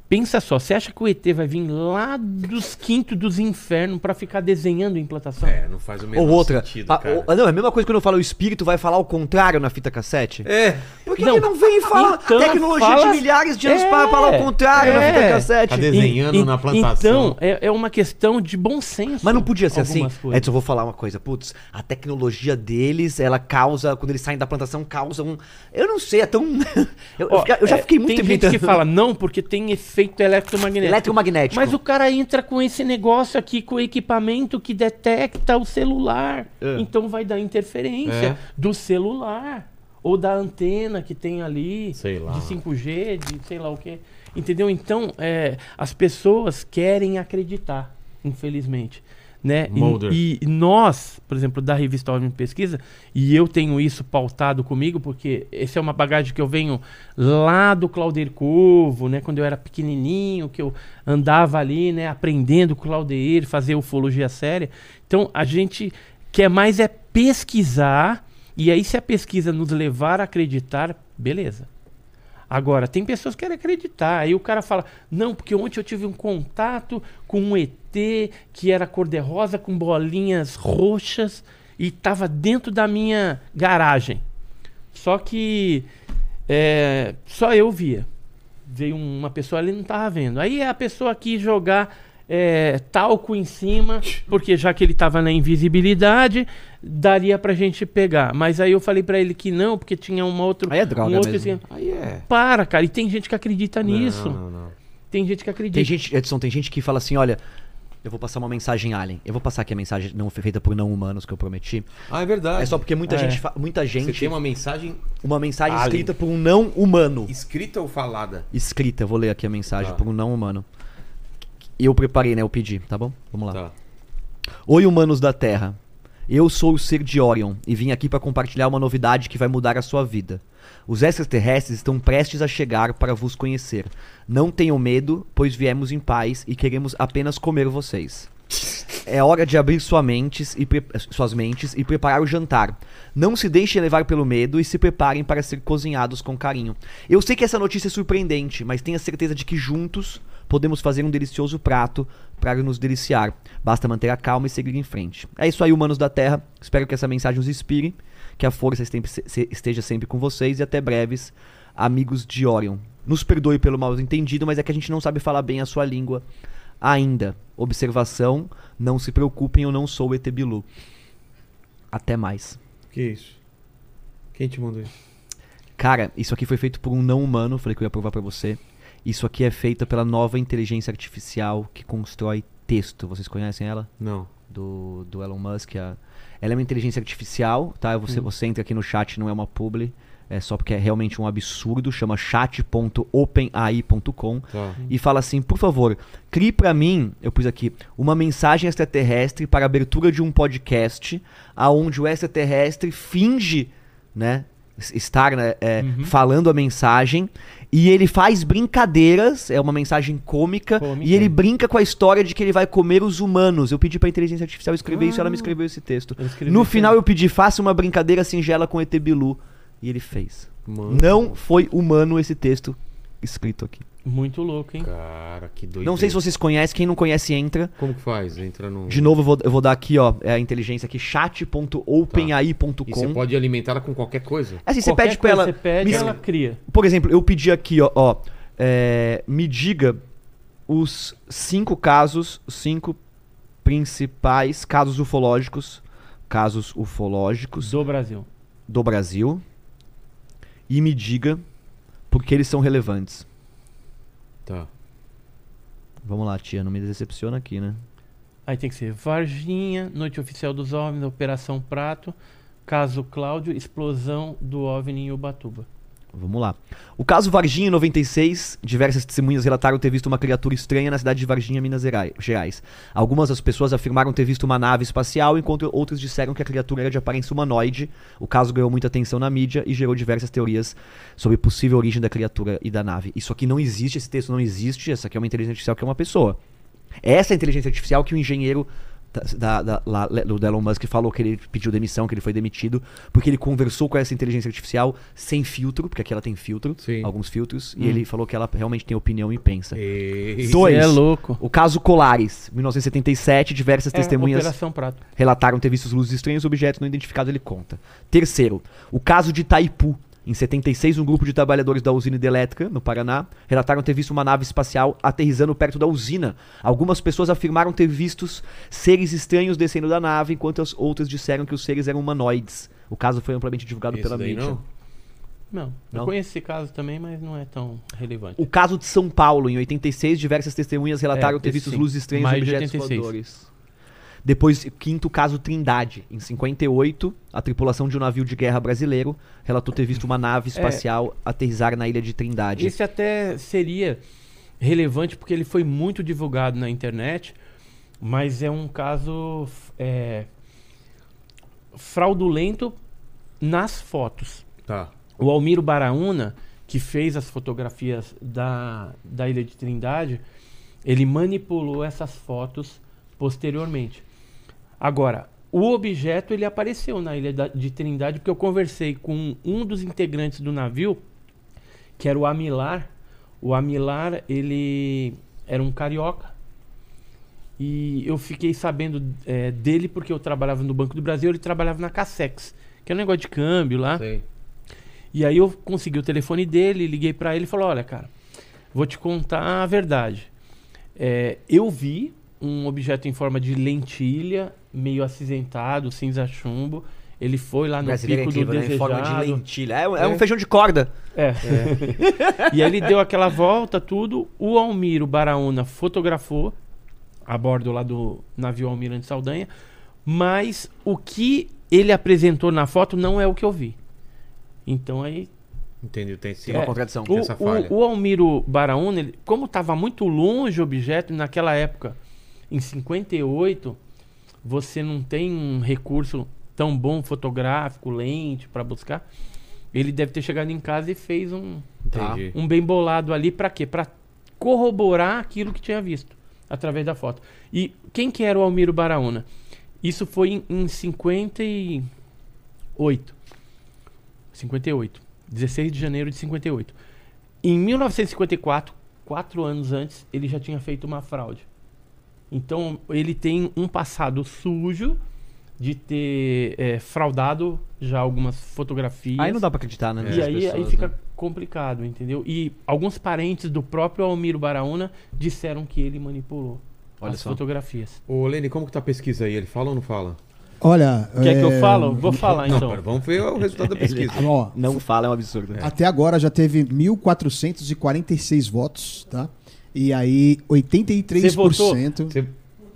Pensa só, você acha que o E T vai vir lá dos quintos dos infernos pra ficar desenhando implantação? É, não faz o menor Ou outra. sentido, a- cara. ou- não, é a mesma coisa quando eu falo o espírito vai falar o contrário na fita cassete. É. Por que Não, que não vem falar então, tecnologia fala- de milhares de anos É, para falar o contrário na é. fita cassete? Tá desenhando E- e- na plantação. Então, é, é uma questão de bom senso. Mas não podia ser assim. algumas coisas. Edson, eu vou falar uma coisa. Putz, a tecnologia deles, ela causa, quando eles saem da plantação, causa um... Eu não sei, é tão... eu, Ó, eu fica- eu já é, fiquei muito Tem gente tentando- que fala não, porque tem efeito eletromagnético. Eletromagnético. Mas o cara entra com esse negócio aqui, com o equipamento que detecta o celular. É. Então vai dar interferência É. do celular. Ou da antena que tem ali, Sei lá. de cinco G, de sei lá o quê. Entendeu? Então, é, as pessoas querem acreditar, infelizmente. Né? Mulder. E, e nós, por exemplo, da revista Homem Pesquisa, e eu tenho isso pautado comigo, porque essa é uma bagagem que eu venho lá do Claudir Curvo, né? Quando eu era pequenininho, que eu andava ali, né? Aprendendo com o Claudir, fazer ufologia séria. Então, a gente quer mais é pesquisar, e aí se a pesquisa nos levar a acreditar, beleza. Agora, tem pessoas que querem acreditar. Aí o cara fala, não, porque ontem eu tive um contato com um E T que era cor-de-rosa com bolinhas roxas e estava dentro da minha garagem. Só que é, só eu via. Veio uma pessoa ali e não estava vendo. Aí a pessoa quis jogar é, talco em cima, porque já que ele estava na invisibilidade, daria pra gente pegar. Mas aí eu falei pra ele que não, porque tinha uma outra, Aí é droga um outro mesmo. esquema. Aí é. Para, cara. E tem gente que acredita nisso. Não, não, não. Tem gente que acredita. Tem gente, Edson, tem gente que fala assim, olha, eu vou passar uma mensagem alien. Eu vou passar aqui a mensagem não feita por não humanos que eu prometi. Ah, é verdade. É só porque muita É. gente, fa- muita gente, Você tem uma mensagem uma mensagem Alien. escrita por um não humano. escrita ou falada? Escrita, eu vou ler aqui a mensagem Tá. por um não humano. E eu preparei, né? Eu pedi, tá bom? Vamos lá. Tá. Oi, humanos da Terra. Eu sou o ser de Orion e vim aqui para compartilhar uma novidade que vai mudar a sua vida. Os extraterrestres estão prestes a chegar para vos conhecer. Não tenham medo, pois viemos em paz e queremos apenas comer vocês. É hora de abrir sua mentes e pre- suas mentes e preparar o jantar. Não se deixem levar pelo medo e se preparem para ser cozinhados com carinho. Eu sei que essa notícia é surpreendente, mas tenha certeza de que juntos podemos fazer um delicioso prato para nos deliciar. Basta manter a calma e seguir em frente. É isso aí, humanos da Terra. Espero que essa mensagem os inspire, que a força sempre se- se- esteja sempre com vocês e até breves, amigos de Orion. Nos perdoe pelo mal entendido, mas é que a gente não sabe falar bem a sua língua ainda. Observação, não se preocupem, eu não sou o E T Bilu. Até mais. Que isso? Quem te mandou isso? Cara, isso aqui foi feito por um não humano, falei que eu ia provar pra você. Isso aqui é feita pela nova inteligência artificial que constrói texto. Vocês conhecem ela? Não. Do, do Elon Musk. A... Ela é uma inteligência artificial, tá? Você, você entra aqui no chat, não é uma publi. É só porque é realmente um absurdo. Chama chat ponto openai ponto com. Tá. E fala assim, por favor, crie pra mim, eu pus aqui, uma mensagem extraterrestre para a abertura de um podcast aonde o extraterrestre finge, né, s- estar né, é, falando a mensagem e ele faz brincadeiras, é uma mensagem cômica, Cômica. e ele brinca com a história de que ele vai comer os humanos. Eu pedi pra inteligência artificial escrever isso, ela me escreveu esse texto. Eu escrevi No isso final aí. eu pedi, faça uma brincadeira singela com E T Bilu, e ele fez. Mano. Não foi humano esse texto escrito aqui. Muito louco, hein? Cara, que doido. Não sei se vocês conhecem, quem não conhece entra. Como que faz? Entra no... De novo eu vou, eu vou dar aqui, ó, é a inteligência aqui, chat ponto openai ponto E você com. pode alimentar ela com qualquer coisa? Assim, você Qualquer pede pra coisa ela, Você pede, me- ela cria. por exemplo, eu pedi aqui, ó, ó é, me diga os cinco casos, cinco principais casos ufológicos, casos ufológicos Do Brasil. do Brasil e me diga por que eles são relevantes. Tá. Vamos lá, tia, não me decepciona aqui, né? Aí tem que ser Varginha, Noite Oficial dos OVNIs, Operação Prato, Caso Cláudio, Explosão do OVNI em Ubatuba. Vamos lá. O caso Varginha, em noventa e seis, diversas testemunhas relataram ter visto uma criatura estranha na cidade de Varginha, Minas Gerai- Gerais. Algumas das pessoas afirmaram ter visto uma nave espacial, enquanto outras disseram que a criatura era de aparência humanoide. O caso ganhou muita atenção na mídia e gerou diversas teorias sobre possível origem da criatura e da nave. Isso aqui não existe, esse texto não existe, essa aqui é uma inteligência artificial que é uma pessoa. Essa é a inteligência artificial que o engenheiro da, da, lá, do Elon Musk falou que ele pediu demissão, que ele foi demitido, porque ele conversou com essa inteligência artificial sem filtro, porque aqui ela tem filtro, Sim. alguns filtros, Hum. e ele falou que ela realmente tem opinião e pensa. E... Dois. é louco. O caso Colares, mil novecentos e setenta e sete, diversas É, testemunhas Operação Prato. relataram ter visto luzes estranhas e objetos não identificados, ele conta. Terceiro, o caso de Itaipu. Em setenta e seis, um grupo de trabalhadores da usina hidrelétrica, no Paraná, relataram ter visto uma nave espacial aterrissando perto da usina. Algumas pessoas afirmaram ter visto seres estranhos descendo da nave, enquanto as outras disseram que os seres eram humanoides. O caso foi amplamente divulgado Esse pela daí mídia. não? Não, Não? eu conheço esse caso também, mas não é tão relevante. O caso de São Paulo, em oitenta e seis, diversas testemunhas relataram É, ter esse visto sim. luzes estranhas e Mais de objetos oitenta e seis. voadores. Depois, quinto caso Trindade. Em cinquenta e oito, a tripulação de um navio de guerra brasileiro relatou ter visto uma nave espacial aterrissar na ilha de Trindade. Esse até seria relevante porque ele foi muito divulgado na internet, mas é um caso é, fraudulento nas fotos. Tá. O Almiro Baraúna, que fez as fotografias da, da Ilha de Trindade, ele manipulou essas fotos posteriormente. Agora, o objeto ele apareceu na Ilha da- de Trindade porque eu conversei com um dos integrantes do navio, que era o Amilar. O Amilar, ele era um carioca. E eu fiquei sabendo é, dele porque eu trabalhava no Banco do Brasil, ele trabalhava na Cassex, que é um negócio de câmbio lá. Sei. E aí eu consegui o telefone dele, liguei pra ele e falou: olha, cara, vou te contar a verdade. É, eu vi um objeto em forma de lentilha, meio acinzentado, cinza chumbo. Ele foi lá O no brasileiro é pico do incrível, né? Em desejado. forma de lentilha. É, um- é É. um feijão de corda. É. E aí ele deu aquela volta, tudo. O Almiro Baraúna fotografou a bordo lá do navio Almirante Saldanha, mas o que ele apresentou na foto não é o que eu vi. Então aí Entendi, tem sim. Tem uma É, contradição. Tem o, essa falha. o, o Almiro Baraúna, ele- como estava muito longe o objeto, naquela época, em cinquenta e oito, você não tem um recurso tão bom fotográfico, lente, para buscar. Ele deve ter chegado em casa e fez um, Entendi. um bem bolado ali, para quê? Para corroborar aquilo que tinha visto, através da foto. E quem que era o Almiro Baraúna? Isso foi em, em cinquenta e oito. cinquenta e oito. dezesseis de janeiro de cinquenta e oito. Em mil novecentos e cinquenta e quatro, quatro anos antes, ele já tinha feito uma fraude. Então, ele tem um passado sujo de ter é, fraudado já algumas fotografias. Aí não dá pra acreditar, né? E nessas aí, aí pessoas, fica né? complicado, entendeu? E alguns parentes do próprio Almiro Baraúna disseram que ele manipulou Olha as só. fotografias. Ô, Lene, como que tá a pesquisa aí? Ele fala ou não fala? Olha. Quer que eu é, falo? Vou falar Não, então. pera, vamos ver o resultado da pesquisa. Ó, Não fala, é um absurdo. até agora já teve mil quatrocentos e quarenta e seis votos, tá? E aí, oitenta e três por cento. Você-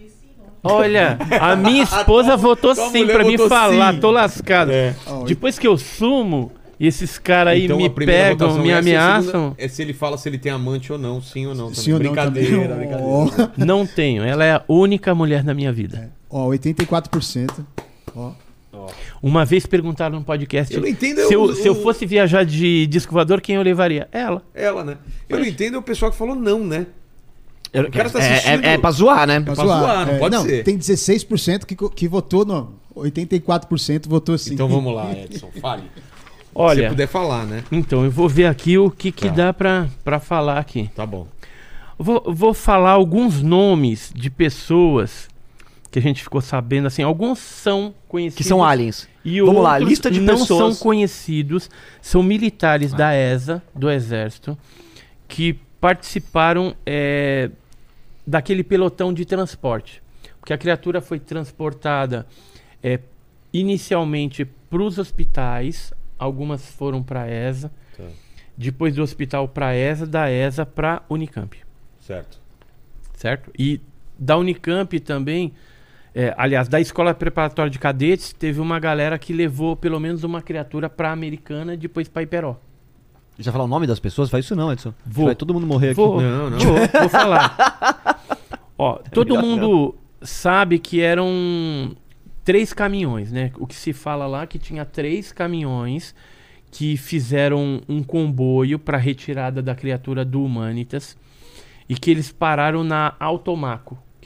Olha, a minha esposa votou Tua sim mulher pra me votou falar, sim. tô lascado. Ó, Depois que eu sumo, e esses caras aí Então, me a primeira pegam, votação me essa, e a ameaçam. segunda é se ele fala se ele tem amante ou não, sim ou não. Também. Sim ou não brincadeira, também. brincadeira. Ó, Não tenho, ela é a única mulher na minha vida. ó, oitenta e quatro por cento. Ó. Uma vez perguntaram no podcast Eu não entendo, se, eu- eu, se eu eu- fosse viajar de disco voador, quem eu levaria? Ela. Ela, né? Eu não entendo é o pessoal que falou não, né? Eu- O cara tá é, assistindo- é, é pra zoar, né? Pra pra zoar, não pode ser. Tem dezesseis por cento que, co- que votou no. oitenta e quatro por cento votou sim. Então vamos lá, Edson, fale. Se Olha, você puder falar, né? então eu vou ver aqui o que, que Tá. dá pra, pra falar aqui. Tá bom. Vou, vou falar alguns nomes de pessoas que a gente ficou sabendo, assim, alguns são conhecidos. Que são aliens. E Vamos lá, outros lista de não pessoas- são conhecidos, são militares da E S A, do Exército, que participaram é, daquele pelotão de transporte. Porque a criatura foi transportada é, inicialmente para os hospitais, algumas foram para a E S A, Tá. depois do hospital para a E S A, da E S A para Unicamp, Certo. certo? E da Unicamp também, é, aliás, da Escola Preparatória de Cadetes, teve uma galera que levou pelo menos uma criatura para a Americana e depois para Iperó. Já falar o nome das pessoas? Faz isso não, Edson. Vou. Vai todo mundo morrer aqui. Vou, Não, não. vou, vou falar. Ó, todo melhor mundo sabe que eram três caminhões, né? O que se fala lá é que tinha três caminhões que fizeram um comboio para retirada da criatura do Humanitas e que eles pararam na Automaco, que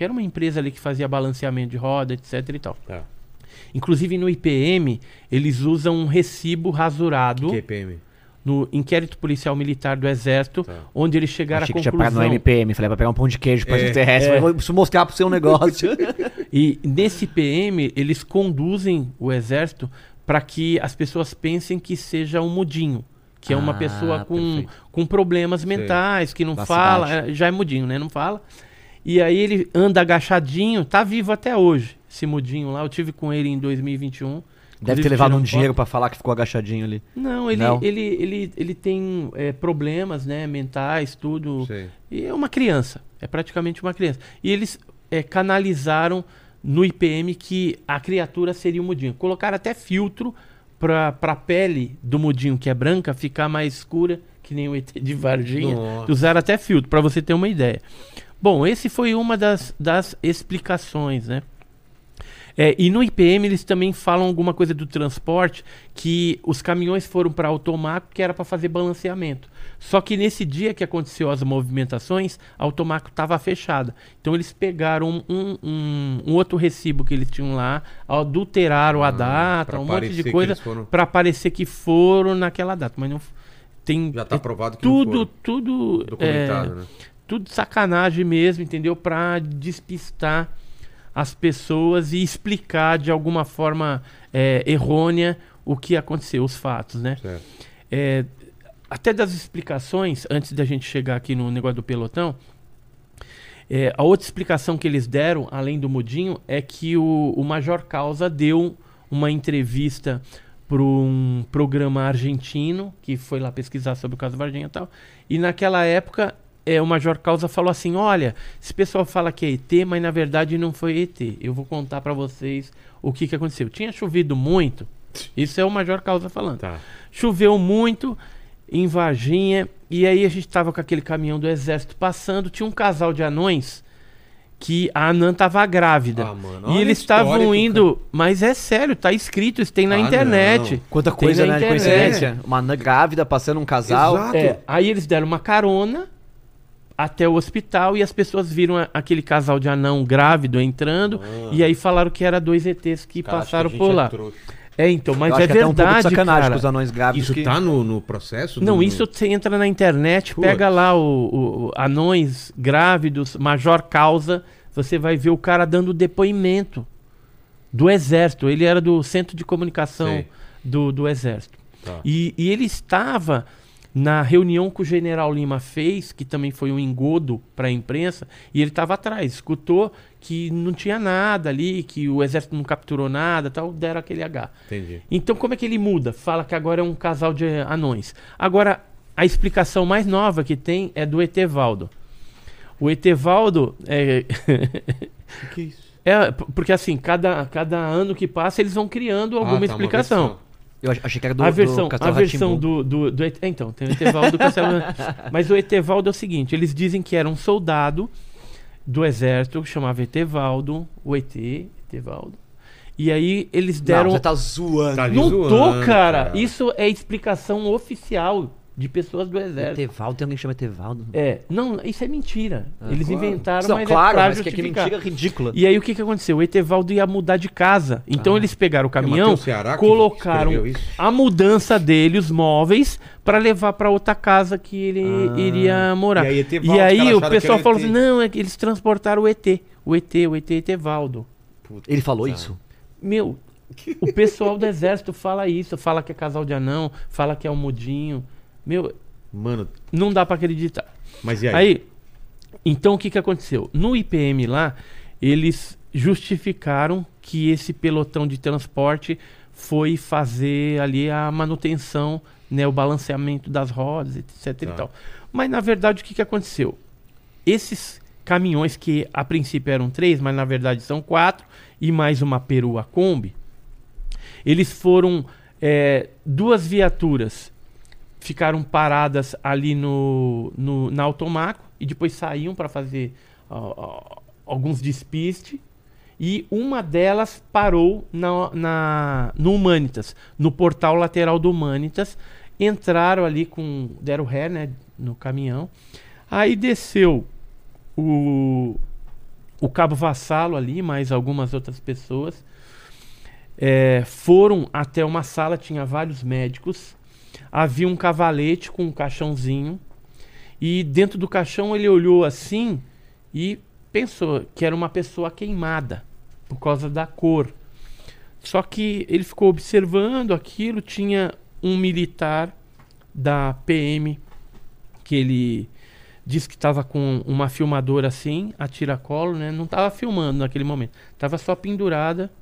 que era uma empresa ali que fazia balanceamento de roda, etc e tal. Tá. Inclusive no I P M, eles usam um recibo rasurado Que P M? no inquérito policial militar do Exército, Tá. onde eles chegaram Achei à que tinha parado no conclusão... M P M, falei, vai pegar um pão de queijo pra É, extraterrestre, é. vou preciso mostrar pro seu negócio. E nesse I P M, eles conduzem o Exército para que as pessoas pensem que seja um mudinho, que é uma Ah, pessoa com, perfeito. com problemas mentais, que não Da fala, cidade. é, já é mudinho, né? Não fala. E aí ele anda agachadinho, tá vivo até hoje, esse mudinho lá. Eu tive com ele em dois mil e vinte e um. Deve Inclusive, ter levado um tirando dinheiro foto. pra falar que ficou agachadinho ali. Não, ele, Não? ele, ele, ele tem é, problemas, né, mentais, tudo. Sei. E é uma criança, é praticamente uma criança. E eles é, canalizaram no I P M que a criatura seria o mudinho. Colocaram até filtro para a pele do mudinho, que é branca, ficar mais escura, que nem o E T de Varginha. Nossa. Usaram até filtro, para você ter uma ideia. Bom, esse foi uma das, das explicações, né? É, e no I P M eles também falam alguma coisa do transporte, que os caminhões foram para Automaco, que era para fazer balanceamento. Só que nesse dia que aconteceu as movimentações, a Automaco estava fechada. Então eles pegaram um, um, um outro recibo que eles tinham lá, adulteraram a Ah, data, pra um monte parecer de que coisa, eles foram- para parecer que foram naquela data. Mas não f- tem Já tá é provado que não tudo, foram. tudo Documentado, é, né? tudo sacanagem mesmo, entendeu? Para despistar as pessoas e explicar de alguma forma é, errônea o que aconteceu, os fatos, né? Certo. É, até das explicações, antes da gente chegar aqui no negócio do pelotão, é, a outra explicação que eles deram, além do mudinho, é que o, o Major Causa deu uma entrevista para um programa argentino, que foi lá pesquisar sobre o caso Varginha e tal, e naquela época é, o Major Causa falou assim, olha, esse pessoal fala que é E T, mas na verdade não foi E T. Eu vou contar para vocês o que, que aconteceu. Tinha chovido muito, isso é o Major Causa falando. Tá. Choveu muito em Varginha, e aí a gente tava com aquele caminhão do Exército passando, tinha um casal de anões que a anã tava grávida. Ah, mano, e olha eles a história estavam que o indo, mas é sério, tá escrito, isso tem na Ah, internet. não. Quanta Tem coisa, na né, de internet. coincidência. Uma anã grávida passando um casal. Exato. É, aí eles deram uma carona até o hospital e as pessoas viram a- aquele casal de anão grávido entrando Ah. e aí falaram que era dois E Tês que Cara, acho passaram que a por gente lá. é trouxa. É, então, mas Eu acho é que até um pouco de verdade, sacanagem cara. com os anões grávidos. Isso que... tá no, no processo? Não, do- isso você entra na internet, Putz. pega lá o, o- o anões grávidos, Major Causa, você vai ver o cara dando depoimento do Exército. Ele era do Centro de Comunicação Sei. do, do Exército. Tá. E, e ele estava na reunião que o General Lima fez, que também foi um engodo para a imprensa, e ele estava atrás, escutou que não tinha nada ali, que o Exército não capturou nada, tal, deram aquele H. Entendi. Então como é que ele muda? Fala que agora é um casal de anões. Agora, a explicação mais nova que tem é do Etevaldo. O Etevaldo é... O que é isso? é p- porque assim, cada, cada ano que passa eles vão criando alguma Ah, tá, uma explicação. versão. Eu ach- achei que era do, a versão, do a Castelo versão Rá-Tim-Bum. do, do, do Et- é, então, tem o Etevaldo do Castelo. Mas o Etevaldo é o seguinte, eles dizem que era um soldado do exército, que chamava Etevaldo, o E T, Etevaldo. E aí eles deram... Não, você tá zoando. Tá Não zoando, tô, cara. cara. Isso é explicação oficial de pessoas do exército. Etevaldo, tem alguém que chama Etevaldo? É, não, isso é mentira. Eles claro. inventaram, Não, mas claro, é pra mas que, que justificar. mentira ridícula. E aí o que que aconteceu? O Etevaldo ia mudar de casa. Então Ah. eles pegaram o É, caminhão, Matheus Ceará que colocaram escreveu isso? a mudança dele, os móveis, pra levar pra outra casa que ele Ah. iria morar. E aí, E Etevaldo, aí, os caras o acharam pessoal que era falou E T. assim: não, é que eles transportaram o E T. O E T, o E T Etevaldo. Ele falou isso? Meu, o pessoal do exército fala isso, fala que é casal de anão, fala que é um mudinho. Meu, Mano, não dá pra acreditar. mas e aí? Aí, então o que que aconteceu? No I P M lá, eles justificaram que esse pelotão de transporte foi fazer ali a manutenção, né, o balanceamento das rodas, etc Tá. e tal. Mas na verdade o que que aconteceu? Esses caminhões que a princípio eram três, mas na verdade são quatro, e mais uma perua Kombi, eles foram é, duas viaturas ficaram paradas ali no, no, na Automaco e depois saíam para fazer ó, ó, alguns despistes e uma delas parou na, na, no Humanitas, no portal lateral do Humanitas, entraram ali com, deram ré, né, no caminhão, aí desceu o, o cabo Vassalo ali, mais algumas outras pessoas, é, foram até uma sala, tinha vários médicos, havia um cavalete com um caixãozinho, e dentro do caixão ele olhou assim e pensou que era uma pessoa queimada, por causa da cor. Só que ele ficou observando aquilo, tinha um militar da P M, que ele disse que estava com uma filmadora assim, a tiracolo, né? Não estava filmando naquele momento, estava só pendurada.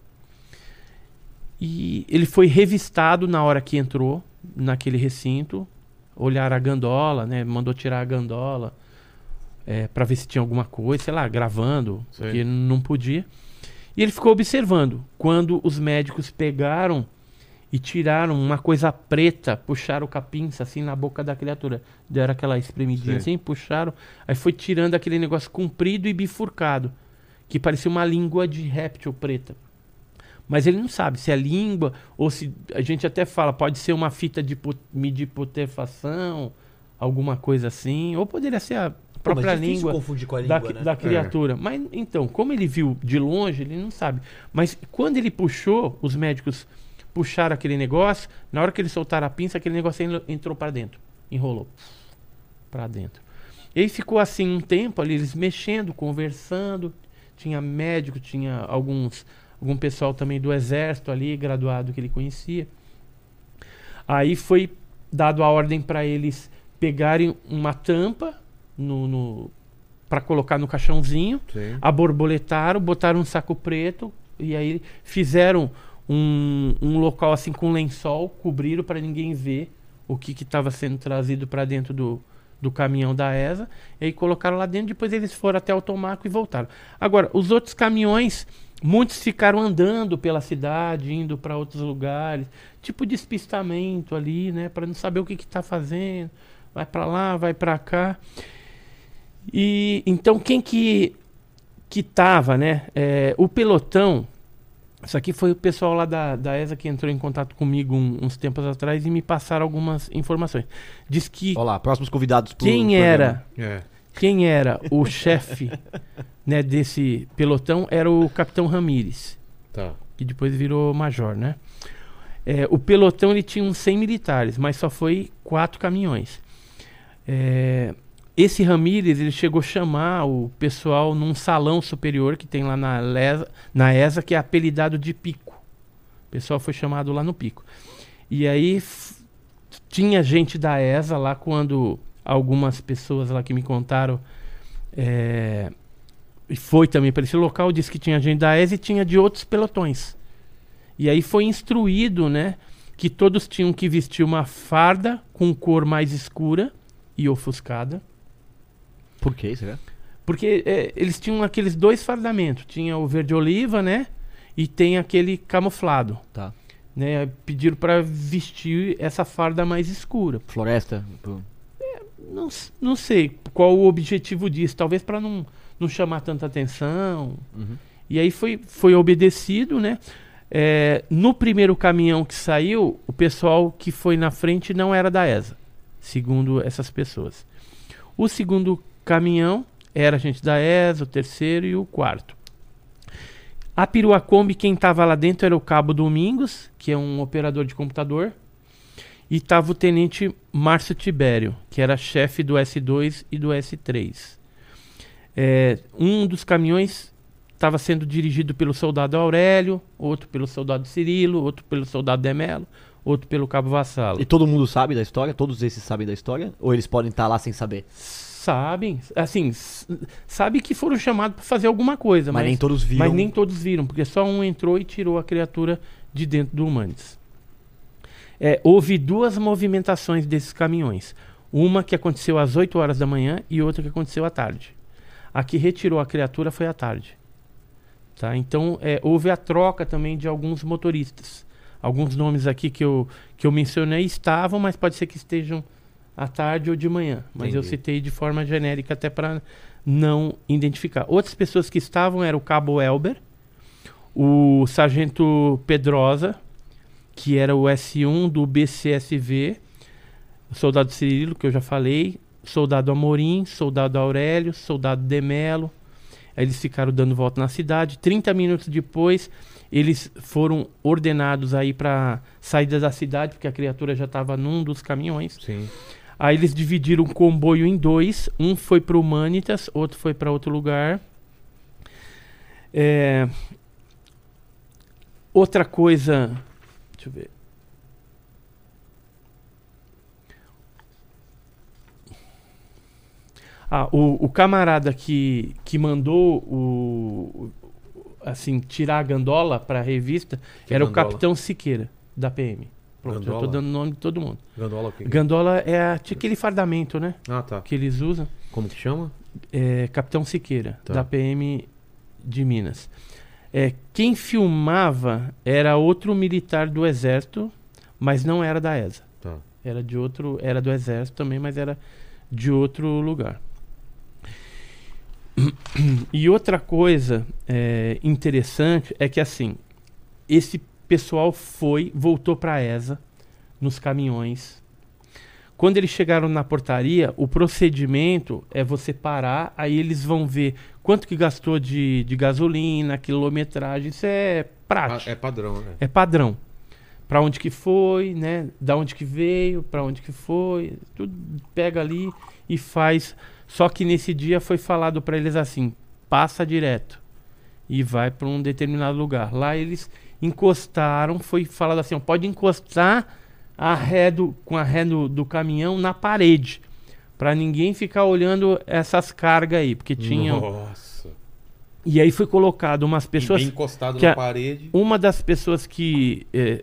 E ele foi revistado na hora que entrou naquele recinto, olhar a gandola, né? Mandou tirar a gandola é, para ver se tinha alguma coisa, sei lá, gravando, Sim. porque não podia. E ele ficou observando. Quando os médicos pegaram e tiraram uma coisa preta, puxaram com a pinça assim na boca da criatura, deram aquela espremidinha Sim. assim, puxaram, aí foi tirando aquele negócio comprido e bifurcado, que parecia uma língua de réptil preta. Mas ele não sabe se é língua ou se... A gente até fala, pode ser uma fita de pu- medir putrefação, alguma coisa assim, ou poderia ser a Pô, mas própria difícil língua confundir com a da, língua, né? da criatura. Mas então, como ele viu de longe, ele não sabe. Mas quando ele puxou, os médicos puxaram aquele negócio, na hora que eles soltaram a pinça, aquele negócio en- entrou para dentro, enrolou para dentro. E aí ficou assim um tempo ali, eles mexendo, conversando, tinha médico, tinha alguns... algum pessoal também do exército ali, graduado, que ele conhecia. Aí foi dado a ordem para eles pegarem uma tampa no, no, para colocar no caixãozinho, Sim. aborboletaram, botaram um saco preto e aí fizeram um, um local assim com lençol, cobriram para ninguém ver o que estava sendo trazido para dentro do, do caminhão da E S A, e aí colocaram lá dentro, depois eles foram até o Tomaco e voltaram. Agora, os outros caminhões, muitos ficaram andando pela cidade, indo para outros lugares, tipo despistamento ali, né, para não saber o que está fazendo, vai para lá, vai para cá. E então quem que que tava, né, é, o pelotão. Isso aqui foi o pessoal lá da, da E S A que entrou em contato comigo um, uns tempos atrás e me passaram algumas informações. Diz que Olá, próximos convidados pro quem programa. era É. quem era o chefe, né, desse pelotão era o Capitão Ramírez, Tá. que depois virou major, né? É, o pelotão ele tinha uns cem militares, mas só foi quatro caminhões. É, esse Ramírez ele chegou a chamar o pessoal num salão superior que tem lá na, Lesa, na E S A, que é apelidado de Pico. O pessoal foi chamado lá no Pico. E aí f- tinha gente da E S A lá quando algumas pessoas lá que me contaram é, e foi também para esse local, disse que tinha gente da E S A e tinha de outros pelotões. E aí foi instruído, né, que todos tinham que vestir uma farda com cor mais escura e ofuscada. Por que será? Porque é, eles tinham aqueles dois fardamentos. Tinha o verde oliva, né, e tem aquele camuflado. Tá. Né, pediram para vestir essa farda mais escura. Floresta? Pô. Não, s- não sei qual o objetivo disso. Talvez para não, não chamar tanta atenção. Uhum. E aí foi, foi obedecido, né? É, no primeiro caminhão que saiu, o pessoal que foi na frente não era da E S A, segundo essas pessoas. O segundo caminhão era gente da E S A, o terceiro e o quarto. A perua Kombi, quem estava lá dentro era o Cabo Domingos, que é um operador de computador, e estava o tenente Márcio Tibério, que era chefe do S dois e do S três. É, um dos caminhões estava sendo dirigido pelo soldado Aurélio, outro pelo soldado Cirilo, outro pelo soldado Demelo, outro pelo Cabo Vassalo. E todo mundo sabe da história? Todos esses sabem da história? Ou eles podem estar lá sem saber? Sabem, assim, s- sabe que foram chamados para fazer alguma coisa, Mas, mas, nem todos viram. mas nem todos viram, porque só um entrou e tirou a criatura de dentro do Humanes. É, houve duas movimentações desses caminhões. Uma que aconteceu às oito horas da manhã e outra que aconteceu à tarde. A que retirou a criatura foi à tarde. Tá? Então, é, houve a troca também de alguns motoristas. Alguns nomes aqui que eu, que eu mencionei estavam, mas pode ser que estejam à tarde ou de manhã. Mas eu Entendi. citei de forma genérica até para não identificar. Outras pessoas que estavam eram o Cabo Elber, o Sargento Pedrosa, que era o S um do B C S V, o soldado Cirilo, que eu já falei, soldado Amorim, soldado Aurélio, soldado Demelo. Aí eles ficaram dando volta na cidade. trinta minutos depois, eles foram ordenados aí para saída da cidade, porque a criatura já estava num dos caminhões. Sim. Aí eles dividiram o comboio em dois. Um foi para o Humanitas, outro foi para outro lugar. É... Outra coisa... Deixa eu ver. Ah, o, o camarada que, que mandou o, o- assim, tirar a gandola para a revista Que era o gandola? Capitão Siqueira, da P M. Pronto, já tô Gandola? dando o nome de todo mundo. Gandola o quê? Gandola é a- tinha aquele fardamento, né? Ah, tá. Que eles usam. Como que chama? É, Capitão Siqueira, Tá. da P M de Minas. É, quem filmava era outro militar do Exército, mas não era da E S A. Tá. Era de outro, era do Exército também, mas era de outro lugar. E outra coisa é, interessante é que assim, esse pessoal foi, voltou para a E S A nos caminhões. Quando eles chegaram na portaria, o procedimento é você parar, aí eles vão ver quanto que gastou de, de gasolina, quilometragem, isso é prático. Ah, é padrão, né? É padrão. Para onde que foi, né? Da onde que veio, para onde que foi, tudo pega ali e faz. Só que nesse dia foi falado para eles assim: passa direto e vai para um determinado lugar. Lá eles encostaram, foi falado assim: ó, pode encostar a ré do, com a ré do, do caminhão na parede, para ninguém ficar olhando essas cargas aí, porque tinham. Nossa. E aí foi colocado umas pessoas. E bem encostado que na a- parede. Uma das pessoas que eh,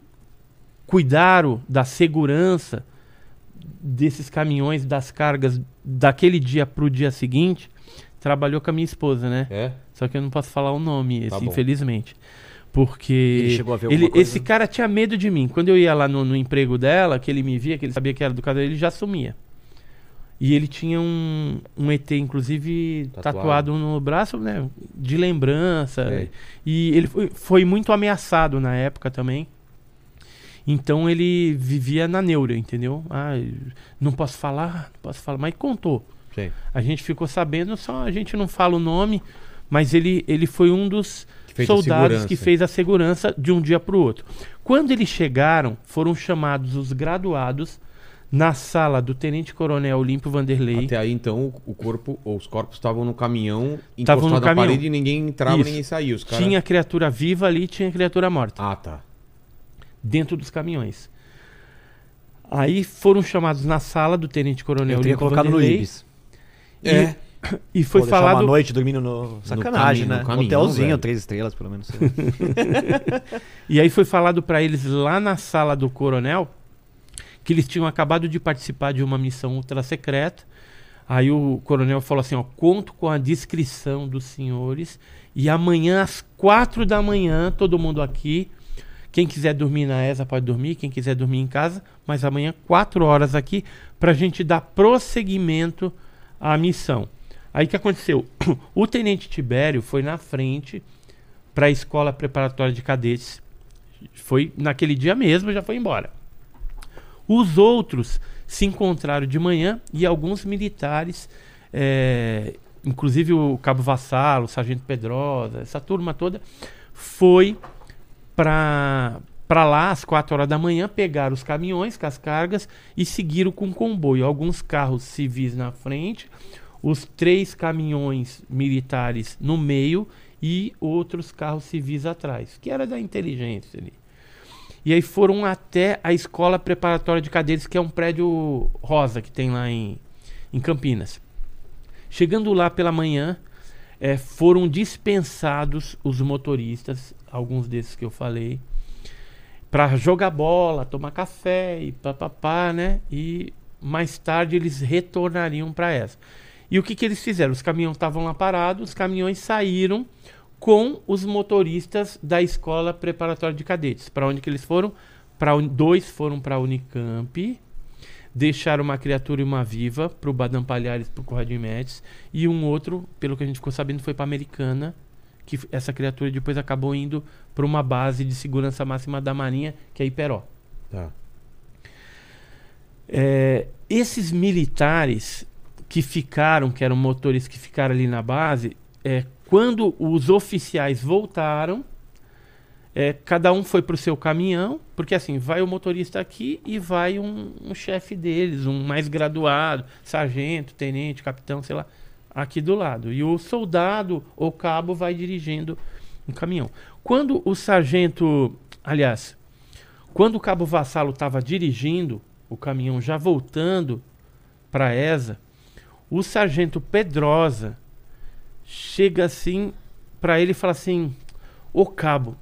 cuidaram da segurança desses caminhões, das cargas, daquele dia pro dia seguinte, trabalhou com a minha esposa, né? É? Só que eu não posso falar o nome, esse, Tá bom. infelizmente. Porque Ele chegou a ver alguma ele- coisa? esse cara tinha medo de mim. Quando eu ia lá no, no emprego dela, que ele me via, que ele sabia que era do caso, ele já sumia. E ele tinha um, um E T, inclusive, Tatuado. tatuado, no braço, né? De lembrança. É. E ele foi, foi muito ameaçado na época também. Então ele vivia na neura, entendeu? Ah, não posso falar, não posso falar. Mas contou. Sim. A gente ficou sabendo, só a gente não fala o nome, mas ele, ele foi um dos Que fez a soldados segurança. que fez a segurança de um dia para o outro. Quando eles chegaram, foram chamados os graduados na sala do Tenente Coronel Olímpio Vanderlei. Até aí, então, o o corpo, ou os corpos estavam no caminhão, Estavam no encostado na caminhão. parede e ninguém entrava, Isso. ninguém saía. Os caras... Tinha criatura viva ali, tinha criatura morta. Ah, tá. Dentro dos caminhões. Aí foram chamados na sala do Tenente Coronel Eu teria Olímpio colocado no Vanderlei. Ibis. E, É. e foi Pô, deixar falado. uma noite dormindo no... Sacanagem, caminho- né? no caminhão, Hotelzinho, velho. três estrelas, pelo menos. E aí foi falado pra eles lá na sala do coronel que eles tinham acabado de participar de uma missão ultra-secreta. Aí o coronel falou assim, ó, conto com a descrição dos senhores e amanhã às quatro da manhã, todo mundo aqui, quem quiser dormir na E S A pode dormir, quem quiser dormir em casa, mas amanhã quatro horas aqui pra gente dar prosseguimento à missão. Aí o que aconteceu? O tenente Tibério foi na frente para a escola preparatória de cadetes. Foi naquele dia mesmo, já foi embora. Os outros se encontraram de manhã e alguns militares, é, inclusive o Cabo Vassalo, o Sargento Pedrosa, essa turma toda, foi para para lá às quatro horas da manhã, pegaram os caminhões com as cargas e seguiram com o comboio. Alguns carros civis na frente, os três caminhões militares no meio e outros carros civis atrás, que era da inteligência ali. E aí foram até a Escola Preparatória de Cadetes, que é um prédio rosa que tem lá em, em Campinas. Chegando lá pela manhã, eh, foram dispensados os motoristas, alguns desses que eu falei, para jogar bola, tomar café e papapá, né? E mais tarde eles retornariam para essa. E o que, que eles fizeram? Os caminhões estavam lá parados, os caminhões saíram com os motoristas da Escola Preparatória de Cadetes. Para onde que eles foram? Pra, un- dois foram para a Unicamp, deixaram uma criatura e uma viva para o Badam Palhares, para o Correio de Médici, e um outro, pelo que a gente ficou sabendo, foi para a Americana, que f- essa criatura depois acabou indo para uma base de segurança máxima da Marinha, que é Iperó. Tá. É, esses militares que ficaram, que eram motores que ficaram ali na base, é, quando os oficiais voltaram, é, cada um foi para o seu caminhão, porque assim, vai o motorista aqui e vai um, um chefe deles, um mais graduado, sargento, tenente, capitão, sei lá, aqui do lado. E o soldado ou cabo vai dirigindo um caminhão. Quando o sargento, aliás, quando o cabo Vassalo estava dirigindo o caminhão já voltando para a E S A, o sargento Pedrosa chega assim para ele e fala assim: ô cabo,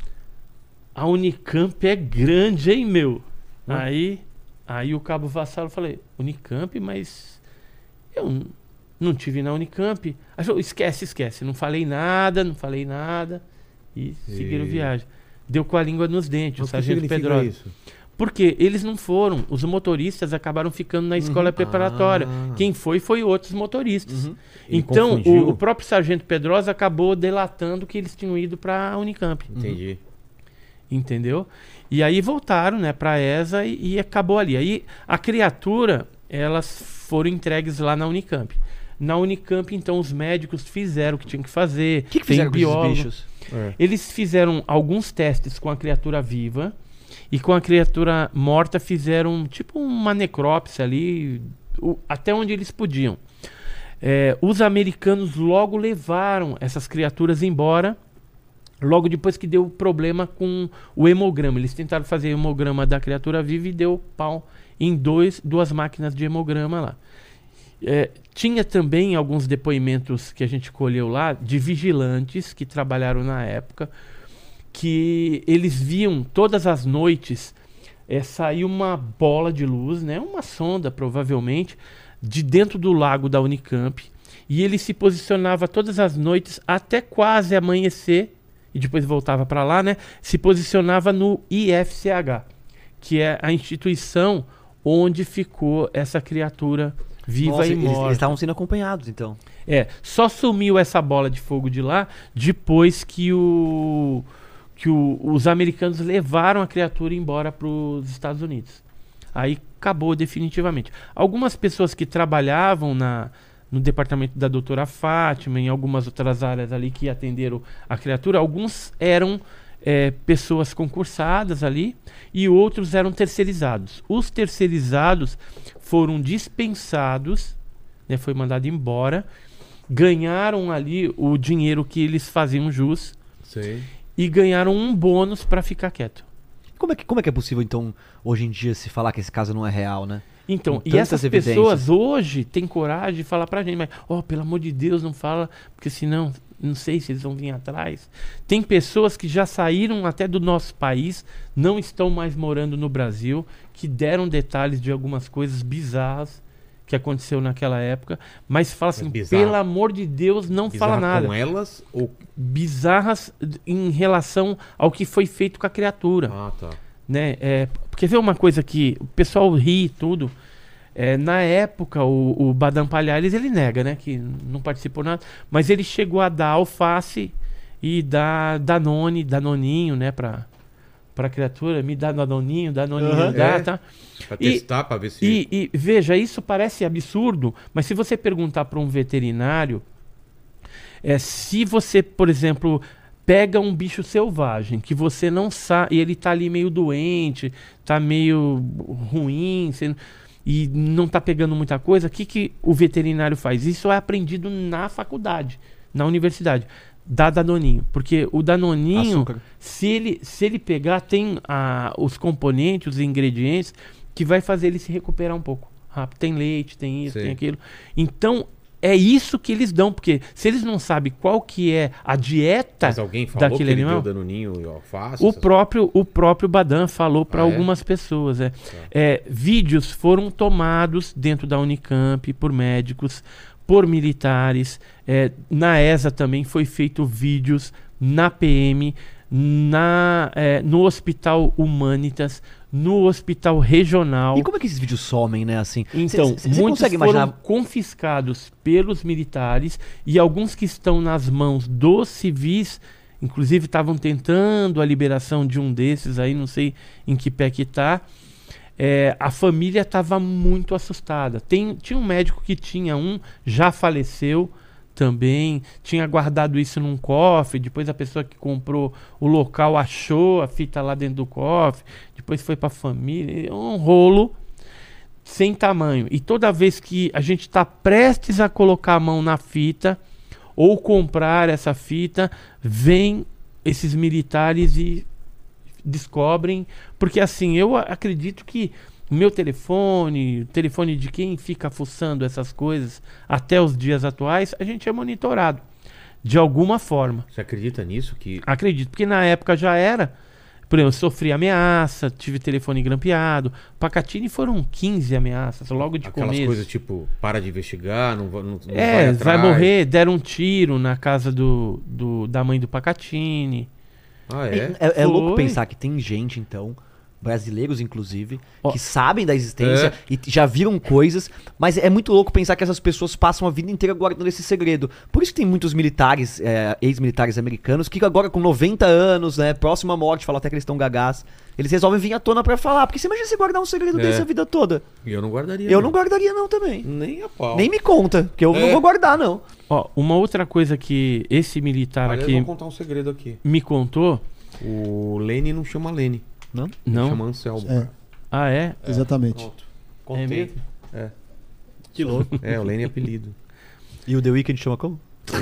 a Unicamp é grande, hein, meu? Hum. Aí, aí o cabo Vassalo falei: Unicamp, mas eu n- não tive na Unicamp. Aí falou: esquece, esquece, não falei nada, não falei nada. E, E- seguiram viagem. Deu com a língua nos dentes, Mas o o que sargento significa Pedrosa. isso? Porque eles não foram, os motoristas acabaram ficando na escola preparatória. Ah. Quem foi, foi outros motoristas. Uhum. Ele Então, confundiu. o, o próprio sargento Pedrosa acabou delatando que eles tinham ido para a Unicamp. Entendi. Entendeu? E aí voltaram, né, para a E S A e, e acabou ali. Aí a criatura, elas foram entregues lá na Unicamp. Na Unicamp, então, os médicos fizeram o que tinham que fazer. O que, que Tem fizeram com esses biólogo. bichos? É. Eles fizeram alguns testes com a criatura viva e com a criatura morta fizeram tipo uma necrópsia ali, o- até onde eles podiam. É, os americanos logo levaram essas criaturas embora, logo depois que deu problema com o hemograma. Eles tentaram fazer hemograma da criatura viva e deu pau em dois, duas máquinas de hemograma lá. É, tinha também alguns depoimentos que a gente colheu lá de vigilantes que trabalharam na época, que eles viam todas as noites é, sair uma bola de luz, né, uma sonda provavelmente, de dentro do lago da Unicamp, e ele se posicionava todas as noites até quase amanhecer, e depois voltava para lá, né, se posicionava no I F C H, que é a instituição onde ficou essa criatura viva Nossa, e eles- morta. Eles estavam sendo acompanhados, então. É, só sumiu essa bola de fogo de lá depois que, o, que o- os americanos levaram a criatura embora para os Estados Unidos. Aí acabou definitivamente. Algumas pessoas que trabalhavam na, no departamento da doutora Fátima, em algumas outras áreas ali que atenderam a criatura, alguns eram é, pessoas concursadas ali e outros eram terceirizados. Os terceirizados foram dispensados, né, foi mandado embora, ganharam ali o dinheiro que eles faziam jus Sei. e ganharam um bônus para ficar quieto. Como é, que, como é que é possível, então, hoje em dia, se falar que esse caso não é real, né? Então, Com e tantas essas evidências. pessoas hoje têm coragem de falar pra gente, mas, ó, pelo amor de Deus, não fala, porque senão, não sei se eles vão vir atrás. Tem pessoas que já saíram até do nosso país, não estão mais morando no Brasil, que deram detalhes de algumas coisas bizarras que aconteceu naquela época, mas fala assim, bizarro. pelo amor de Deus, não fala Bizarro nada. com elas ou... Bizarras em relação ao que foi feito com a criatura. Ah, tá. Né? É, porque vê uma coisa que o pessoal ri e tudo. É, na época, o, o Badam Palhares, ele nega, né? Que não participou nada. Mas ele chegou a dar alface e dar Danone, Danoninho, né? Pra, pra criatura. Me dá Danoninho, Danoninho, Uhum. dá, É. tá? Pra E- testar, pra ver se... E, e veja, isso parece absurdo, mas se você perguntar para um veterinário, é, se você, por exemplo, pega um bicho selvagem que você não sabe, e ele tá ali meio doente, tá meio ruim, você- e não tá pegando muita coisa, o que, que o veterinário faz? Isso é aprendido na faculdade, na universidade. Dá Danoninho, porque o Danoninho, Açúcar. se ele, se ele pegar, tem ah, os componentes, os ingredientes que vai fazer ele se recuperar um pouco rápido. Tem leite, tem isso, Sim. tem aquilo. Então, é isso que eles dão, porque se eles não sabem qual que é a dieta Mas alguém falou daquele que ele animal, deu danoninho e alface? o essas- próprio, o próprio Badam falou para Ah, é? algumas pessoas. É. É, vídeos foram tomados dentro da Unicamp por médicos, por militares. É, na E S A também foi feito vídeos na P M, na, é, no Hospital Humanitas, no Hospital Regional. E como é que esses vídeos somem, né, assim? Então, Cê- cê- cê muitos consegue foram imaginar... confiscados pelos militares e alguns que estão nas mãos dos civis, inclusive estavam tentando a liberação de um desses aí, não sei em que pé que tá. É, a família estava muito assustada. Tem, tinha um médico que tinha um, já faleceu, também, tinha guardado isso num cofre, depois a pessoa que comprou o local achou a fita lá dentro do cofre, depois foi pra família, um rolo sem tamanho. E toda vez que a gente tá prestes a colocar a mão na fita ou comprar essa fita, vem esses militares e descobrem, porque assim, eu acredito que o meu telefone, o telefone de quem fica fuçando essas coisas até os dias atuais, a gente é monitorado de alguma forma. Você acredita nisso? Que... Acredito, porque na época já era. Por exemplo, eu sofri ameaça, tive telefone grampeado. Pacatini foram quinze ameaças logo de Aquelas começo. coisas tipo, para de investigar, não, va- não, não É, vai vai, atrás. morrer, deram um tiro na casa do, do- da mãe do Pacatini. Ah, é? É, é louco Foi. pensar que tem gente, então, brasileiros inclusive, Ó. que sabem da existência É. e já viram coisas, mas é muito louco pensar que essas pessoas passam a vida inteira guardando esse segredo. Por isso que tem muitos militares, é, ex-militares americanos, que agora com noventa anos, né, próximo à morte, falam até que eles estão gagás, eles resolvem vir à tona pra falar. Porque você imagina você guardar um segredo É. desse a vida toda. E eu não guardaria. Eu não guardaria não também. Nem a pau. Nem me conta, porque eu É. não vou guardar não. Ó, uma outra coisa que esse militar Aliás, eu aqui vou contar um segredo aqui. me contou. O Lene não chama Lene. Não? Ele Não? chama Anselmo. É, Ah, é? exatamente. Pronto. É Contei. mesmo? Que louco. É, o Lene é apelido. E o The Weeknd chama como?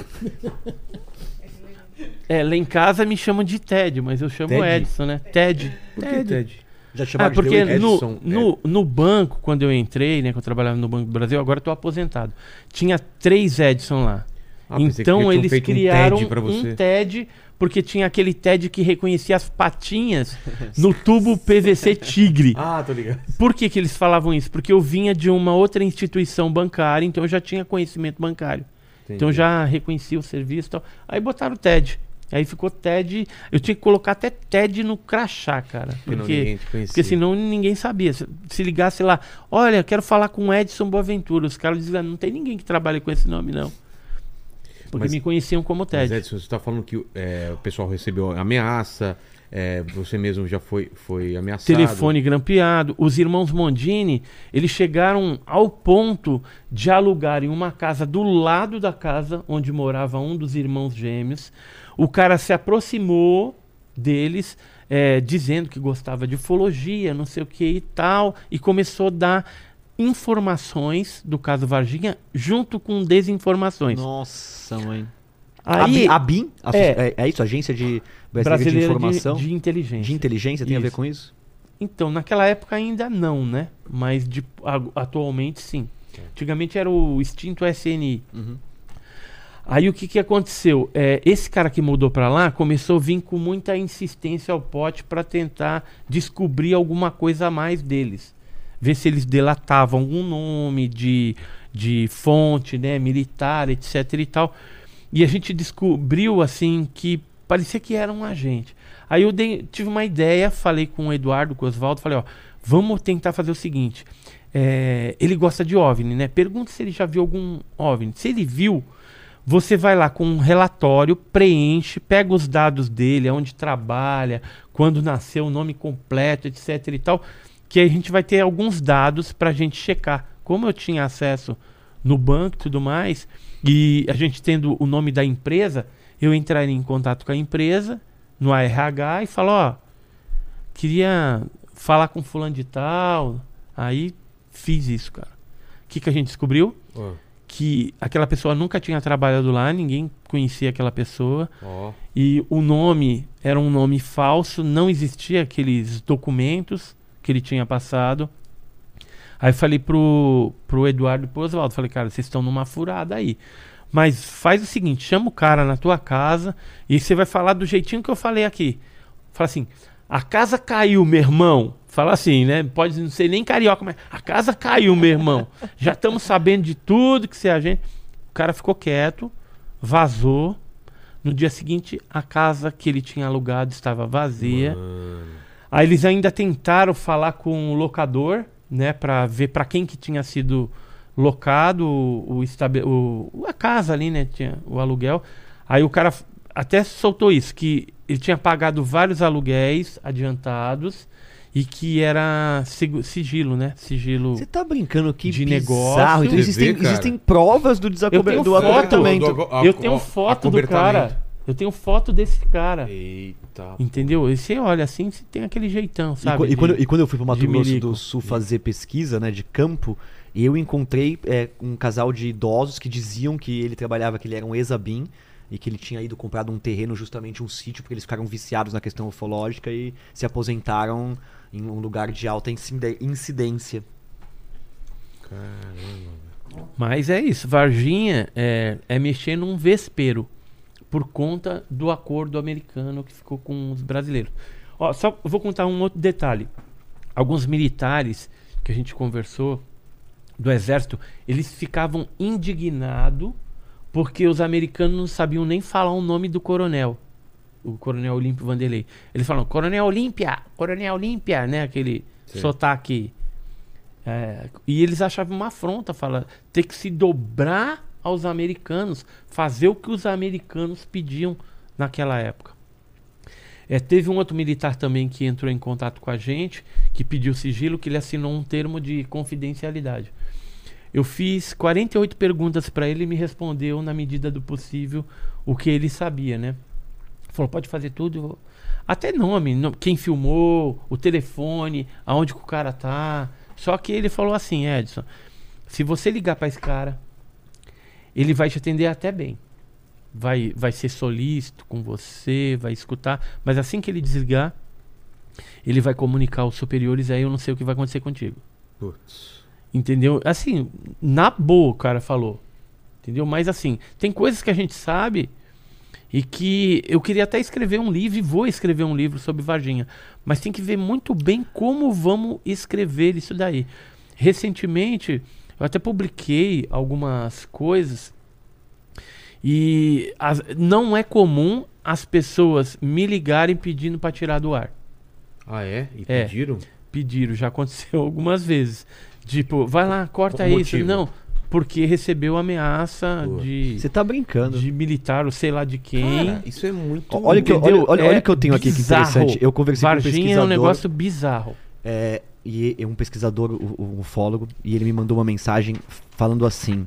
É, lá em casa me chamam de Ted, mas eu chamo Ted? Edson, né? Ted. Por que Ted? Já Ah, chamaram porque de The Weeknd? no, Edson, no, no banco, quando eu entrei, né, que eu trabalhava no Banco do Brasil, agora eu tô aposentado. Tinha três Edson lá. Ah, pensei que então tinham eles feito um criaram TED pra você. um TED, porque tinha aquele TED que reconhecia as patinhas no tubo P V C Tigre. Ah, tô ligado. Por que, que eles falavam isso? Porque eu vinha de uma outra instituição bancária, então eu já tinha conhecimento bancário. Então eu já reconhecia o serviço e tal. Aí botaram o TED. Aí ficou TED. Eu tinha que colocar até TED no crachá, cara. Porque não, Porque, ninguém te conhecia. porque senão ninguém sabia. Se, se ligasse lá, olha, quero falar com o Edson Boaventura. Os caras diziam, não tem ninguém que trabalhe com esse nome, não. Porque Mas- me conheciam como Mas, TED. Edson, você tá falando que é, o pessoal recebeu ameaça, é, você mesmo já foi, foi ameaçado. Telefone grampeado. Os irmãos Mondini, eles chegaram ao ponto de alugarem uma casa do lado da casa onde morava um dos irmãos gêmeos. O cara se aproximou deles, é, dizendo que gostava de ufologia, não sei o que e tal, e começou a dar informações do caso Varginha junto com desinformações. Nossa, mãe. Aí, a BIM? A, é. é, é isso? Agência de Brasileira de brasileiro Informação? de, de inteligência. De inteligência tem a ver Isso. com isso? Então, naquela época ainda não, né? Mas de- a- atualmente sim. Antigamente era o extinto S N I. Uhum. Aí o que, que aconteceu? É, esse cara que mudou pra lá começou a vir com muita insistência ao pote pra tentar descobrir alguma coisa a mais deles. Ver se eles delatavam algum nome de, de fonte, né, militar, etc e tal. E a gente descobriu, assim, que parecia que era um agente. Aí eu dei- tive uma ideia, falei com o Eduardo, com o Oswaldo, falei, ó, vamos tentar fazer o seguinte. É, ele gosta de OVNI, né? Pergunta se ele já viu algum OVNI. Se ele viu, você vai lá com um relatório, preenche, pega os dados dele, aonde trabalha, quando nasceu, o nome completo, etc e tal, que aí a gente vai ter alguns dados pra gente checar. Como eu tinha acesso no banco e tudo mais, e a gente tendo o nome da empresa, eu entraria em contato com a empresa, no A R H, e falo, ó, queria falar com fulano de tal. Aí fiz isso, cara. O que, que a gente descobriu? Ó, Que aquela pessoa nunca tinha trabalhado lá, ninguém conhecia aquela pessoa. ó. E o nome era um nome falso, não existia aqueles documentos que ele tinha passado. Aí falei pro, pro Eduardo e pro Oswaldo, falei, cara, vocês estão numa furada aí. Mas faz o seguinte, chama o cara na tua casa e você vai falar do jeitinho que eu falei aqui. Fala assim, a casa caiu, meu irmão. Fala assim, né? Pode não ser nem carioca, mas a casa caiu, meu irmão. Já estamos sabendo de tudo que você é agente. O cara ficou quieto, vazou. No dia seguinte, a casa que ele tinha alugado estava vazia. Mano. Aí eles ainda tentaram falar com o locador, né, para ver para quem que tinha sido locado o, o, estabe- o- a casa ali, né, tinha o aluguel. Aí o cara f- até soltou isso, que ele tinha pagado vários aluguéis adiantados e que era sig- sigilo, né? Sigilo Você tá brincando que de bizarro. negócio. Então existem, Você vê, cara. existem provas do, Eu desacober... tenho do foto. acobertamento. Do- a- Eu tenho a- foto do acobertamento. cara. Eu tenho foto desse cara. Eita. Entendeu? E você olha assim, você tem aquele jeitão, E, sabe? co- e de- quando, e quando eu fui pro Mato de Grosso milico. do Sul fazer pesquisa, né, de campo, eu encontrei é, um casal de idosos que diziam que ele trabalhava, que ele era um ex-abim e que ele tinha ido comprado um terreno, justamente um sítio, porque eles ficaram viciados na questão ufológica e se aposentaram em um lugar de alta incide- incidência. Caramba. Mas é isso, Varginha é, é mexer num vespeiro por conta do acordo americano que ficou com os brasileiros. Ó, só vou contar um outro detalhe. Alguns militares que a gente conversou do exército, eles ficavam indignados porque os americanos não sabiam nem falar o nome do coronel, o coronel Olímpio Vanderlei. Eles falam, Coronel Olímpia, Coronel Olímpia, né? Aquele Sim. sotaque. É, e eles achavam uma afronta, fala, ter que se dobrar aos americanos, fazer o que os americanos pediam naquela época. É, teve um outro militar também que entrou em contato com a gente, que pediu sigilo, que ele assinou um termo de confidencialidade. Eu fiz quarenta e oito perguntas para ele e me respondeu, na medida do possível, o que ele sabia, né? Falou, pode fazer tudo. Até nome, no- quem filmou, o telefone, aonde que o cara tá. Só que ele falou assim, Edson, se você ligar para esse cara, ele vai te atender até bem. Vai, vai ser solícito com você, vai escutar. Mas assim que ele desligar, ele vai comunicar aos superiores, aí eu não sei o que vai acontecer contigo. Putz. Entendeu? Assim, na boa o cara falou. Entendeu? Mas assim, tem coisas que a gente sabe e que eu queria até escrever um livro e vou escrever um livro sobre Varginha. Mas tem que ver muito bem como vamos escrever isso daí. Recentemente, eu até publiquei algumas coisas e as- não é comum as pessoas me ligarem pedindo para tirar do ar. Ah, é? E É. pediram? Pediram, já aconteceu algumas vezes. Tipo, vai lá, corta Qual isso. motivo? Não, porque recebeu ameaça Pô. de, Você tá brincando. de militar ou sei lá de quem. Cara, isso é muito... Ó, olha que eu- Entendeu? olha- olha É o que eu tenho aqui que bizarro. interessante. Eu conversei com um Varginha é um pesquisador. negócio bizarro. É, e é um pesquisador, o- o- um ufólogo, e ele me mandou uma mensagem falando assim.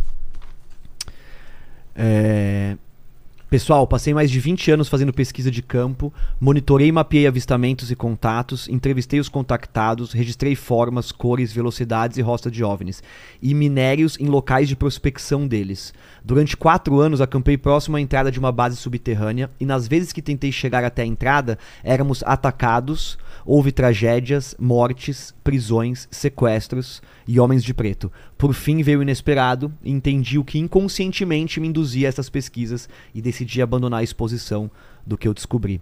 É, Pessoal, passei mais de vinte anos fazendo pesquisa de campo, monitorei e mapeei avistamentos e contatos, entrevistei os contactados, registrei formas, cores, velocidades e rostas de OVNIs, e minérios em locais de prospecção deles. Durante quatro anos acampei próximo à entrada de uma base subterrânea, e nas vezes que tentei chegar até a entrada, éramos atacados, houve tragédias, mortes, prisões, sequestros e homens de preto. Por fim veio o inesperado e entendi o que inconscientemente me induzia a essas pesquisas e decidi abandonar a exposição do que eu descobri.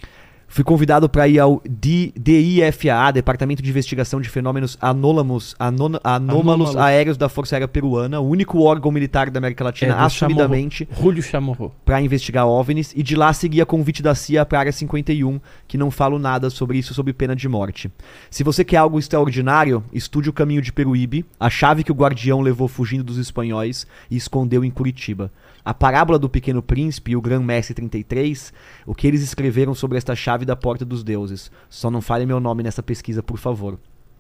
Fui convidado para ir ao D- DIFAA, Departamento de Investigação de Fenômenos Anômalos, Anona- Anômalos Anômalos. Aéreos da Força Aérea Peruana, o único órgão militar da América Latina É, do assumidamente Chamorro. Julio Chamorro. para investigar OVNIs, e de lá segui a convite da C I A para a Área cinquenta e um, que não falo nada sobre isso sob pena de morte. Se você quer algo extraordinário, estude o caminho de Peruíbe, a chave que o guardião levou fugindo dos espanhóis e escondeu em Curitiba. A parábola do Pequeno Príncipe e o Grã-Mestre trinta e três, o que eles escreveram sobre esta chave da porta dos deuses. Só não fale meu nome nessa pesquisa, por favor.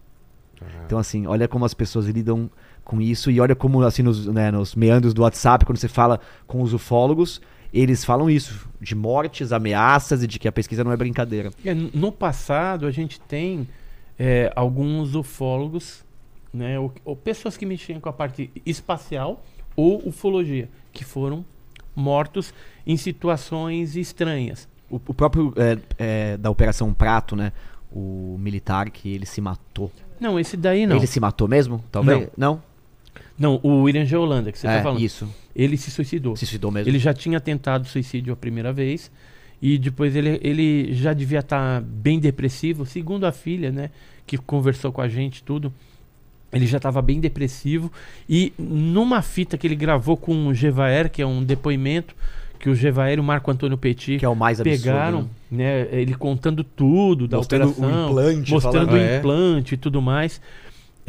Então assim, olha como as pessoas lidam com isso, e olha como assim nos, né, nos meandros do WhatsApp, quando você fala com os ufólogos, eles falam isso, de mortes, ameaças e de que a pesquisa não é brincadeira. É, n- no passado, a gente tem é, alguns ufólogos, né, ou, ou pessoas que mexiam com a parte espacial ou ufologia, que foram mortos em situações estranhas. O, o próprio é, é, da Operação Prato, né, o militar que ele se matou. Não, esse daí não. Ele se matou mesmo? Talvez? Não? Não, o Irangê Holanda, que você é, tá falando. isso. Ele se suicidou. Se suicidou mesmo. Ele já tinha tentado suicídio a primeira vez e depois ele, ele já devia estar bem depressivo, segundo a filha, né, que conversou com a gente tudo. Ele já estava bem depressivo e numa fita que ele gravou com o Gevaer, que é um depoimento que o Gevaer e o Marco Antônio Petit Que é o mais absurdo, pegaram, né? né, ele contando tudo da Mostrando o operação, implante, mostrando falando- o Ah, é? implante e tudo mais.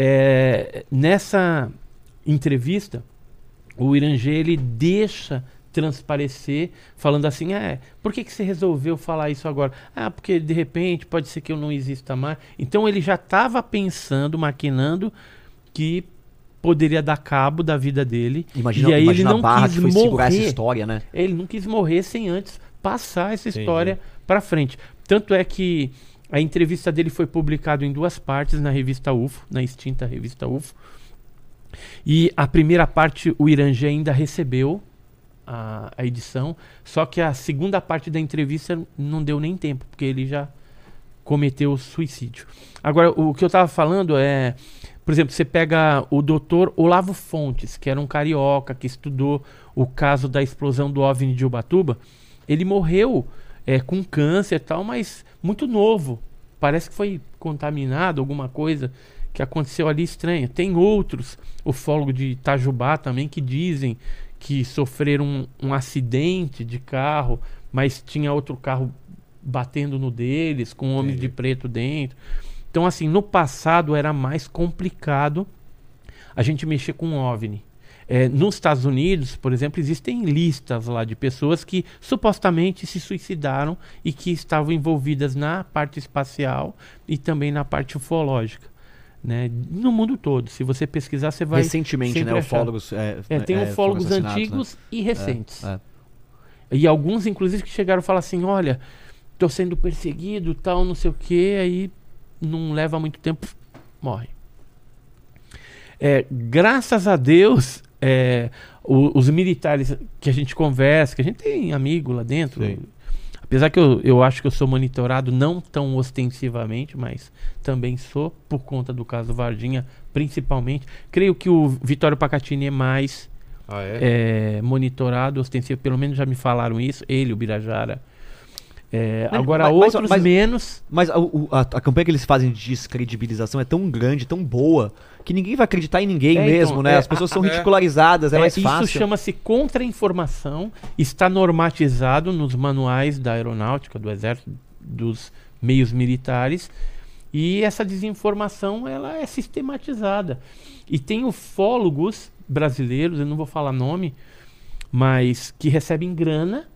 É, nessa entrevista, o Irangê ele deixa transparecer, falando assim, é, por que, que você resolveu falar isso agora? Ah, porque de repente pode ser que eu não exista mais. Então ele já estava pensando, maquinando que poderia dar cabo da vida dele. Imagina, e aí imagina ele não a barra quis que foi morrer. segurar essa história, né? Ele não quis morrer sem antes passar essa Entendi. história para frente. Tanto é que a entrevista dele foi publicada em duas partes na revista U F O, na extinta revista U F O. E a primeira parte o Irangê ainda recebeu a, a edição, só que a segunda parte da entrevista não deu nem tempo, porque ele já cometeu suicídio. Agora, o que eu estava falando é, por exemplo, você pega o doutor Olavo Fontes, que era um carioca que estudou o caso da explosão do OVNI de Ubatuba. Ele morreu é, com câncer e tal, mas muito novo. Parece que foi contaminado, alguma coisa que aconteceu ali estranha. Tem outros ufólogos de Itajubá também que dizem que sofreram um, um acidente de carro, mas tinha outro carro batendo no deles, com um homem de preto dentro. Então, assim, no passado era mais complicado a gente mexer com OVNI. É, nos Estados Unidos, por exemplo, existem listas lá de pessoas que supostamente se suicidaram e que estavam envolvidas na parte espacial e também na parte ufológica, né? No mundo todo. Se você pesquisar, você vai Recentemente, sempre né? achar. Ufólogos. É, É, tem é, ufólogos foram assassinados, antigos né? e recentes. É, é. E alguns, inclusive, que chegaram a falar assim, olha, tô sendo perseguido, tal, não sei o que, aí não leva muito tempo, morre. É, graças a Deus, é, o, os militares que a gente conversa, que a gente tem amigo lá dentro, Sim. apesar que eu, eu acho que eu sou monitorado não tão ostensivamente, mas também sou, por conta do caso Varginha, principalmente. Creio que o Vitório Pacatini é mais Ah, é? é, monitorado, ostensivo, pelo menos já me falaram isso, ele, o Birajara. É, Mas- agora, mas- mas- outros mas- menos. Mas a, o- a- a campanha que eles fazem de descredibilização é tão grande, tão boa, que ninguém vai acreditar em ninguém É, mesmo, então, né? é, As pessoas a- são é. ridicularizadas, é, É, mais isso fácil. chama-se contra-informação, está normatizado nos manuais da aeronáutica, do exército, dos meios militares, e essa desinformação ela é sistematizada. E tem ufólogos brasileiros, eu não vou falar nome, mas que recebem grana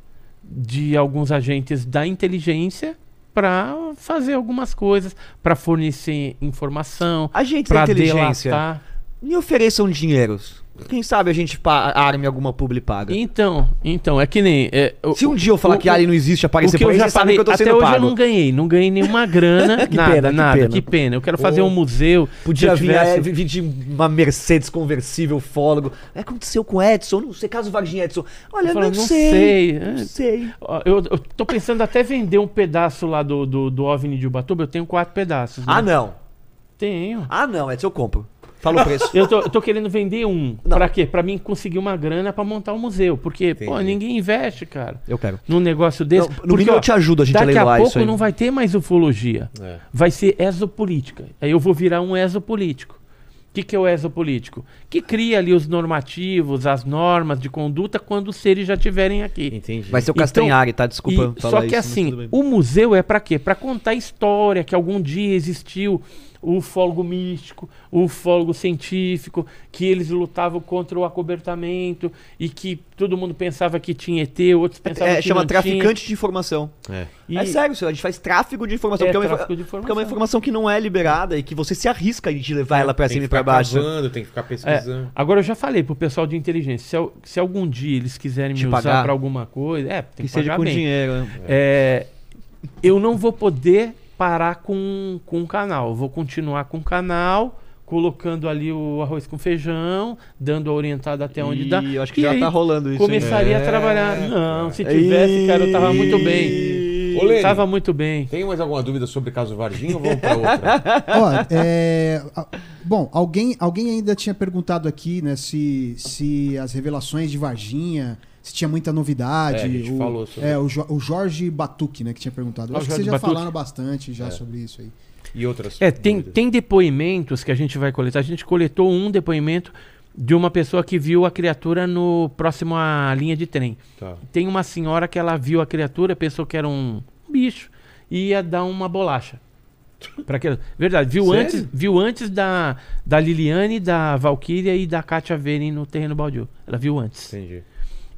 de alguns agentes da inteligência para fazer algumas coisas, para fornecer informação, Agentes da para inteligência, delatar. me ofereçam dinheiros. Quem sabe a gente pa- arme alguma publi paga. Então, então, é que nem... é, o- Se um dia eu falar o- que Ali não existe, o aparecer que por eu aí, já vocês sabem falei, que eu tô até sendo hoje eu pago. não ganhei, não ganhei nenhuma grana, Que nada, pena, que nada, pena. que pena. Eu quero fazer Pô. um museu. Podia se eu vir, é, tivesse- vir de uma Mercedes conversível, fólogo. É, aconteceu com o Edson, não sei, caso Varginha Edson. Olha, Eu não, falo, não sei. sei, Não é. sei. Ó, Eu, eu tô pensando até vender um pedaço lá do, do, do OVNI de Ubatuba. Eu tenho quatro pedaços. Né? Ah, não. Tenho. Ah, não, Edson, eu compro. Fala o preço. Eu tô, eu tô querendo vender um. Não. Pra quê? Pra mim conseguir uma grana pra montar um museu. Porque, pô, Entendi. ninguém investe, cara, Eu quero. num negócio desse. Não, no Porque, mínimo ó, eu te ajudo a gente a daqui a leiloar pouco isso aí. não vai ter mais ufologia. É. Vai ser exopolítica. Aí eu vou virar um exopolítico. O que, que é o exopolítico? Que cria ali os normativos, as normas de conduta quando os seres já estiverem aqui. Entendi. Vai ser o Então, Castanhari, tá? Desculpa E- falar só que isso, mas assim, tudo bem. o museu é pra quê? Pra contar a história que algum dia existiu o ufólogo místico, o ufólogo científico, que eles lutavam contra o acobertamento e que todo mundo pensava que tinha E T, outros pensavam É, que chama não traficante de informação. É. tinha. É E- sério, senhor, a gente faz tráfico de informação. É, porque, é uma, tráfico de porque é uma informação. informação que não é liberada e que você se arrisca de levar ela pra Tem cima que e ficar pra baixo. cavando, tem que ficar É, pesquisando. agora eu já falei pro pessoal de inteligência, se, al- se algum dia eles quiserem Te me usar pagar? pra alguma coisa, é, tem Que que, seja pagar com bem. dinheiro. né? É, eu não vou poder parar com, com o canal. Eu vou continuar com o canal, colocando ali o arroz com feijão, dando a orientada até onde E dá. eu acho que E já aí tá rolando isso. Começaria hein? a trabalhar. É, Não, cara. se tivesse, cara, eu tava muito bem. Ô, Lene, Tava muito bem. tem mais alguma dúvida sobre caso Varginha ou vamos pra outra? Ó, é, a- bom, alguém, alguém ainda tinha perguntado aqui, né, se, se as revelações de Varginha, se tinha muita novidade. É, a gente o, falou sobre é, o, Jo- o Jorge Batuque, né, que tinha perguntado. Eu Ah, acho o que vocês Jorge já Batuque. falaram bastante já É. sobre isso aí. E outras É, tem, dúvidas? tem depoimentos que a gente vai coletar. A gente coletou um depoimento de uma pessoa que viu a criatura no próximo à linha de trem. Tá. Tem uma senhora que ela viu a criatura, pensou que era um bicho e ia dar uma bolacha. Pra aquela... Verdade, viu Sério? antes, viu antes da, da Liliane, da Valkyria e da Kátia verem no terreno baldio. Ela viu antes. Entendi.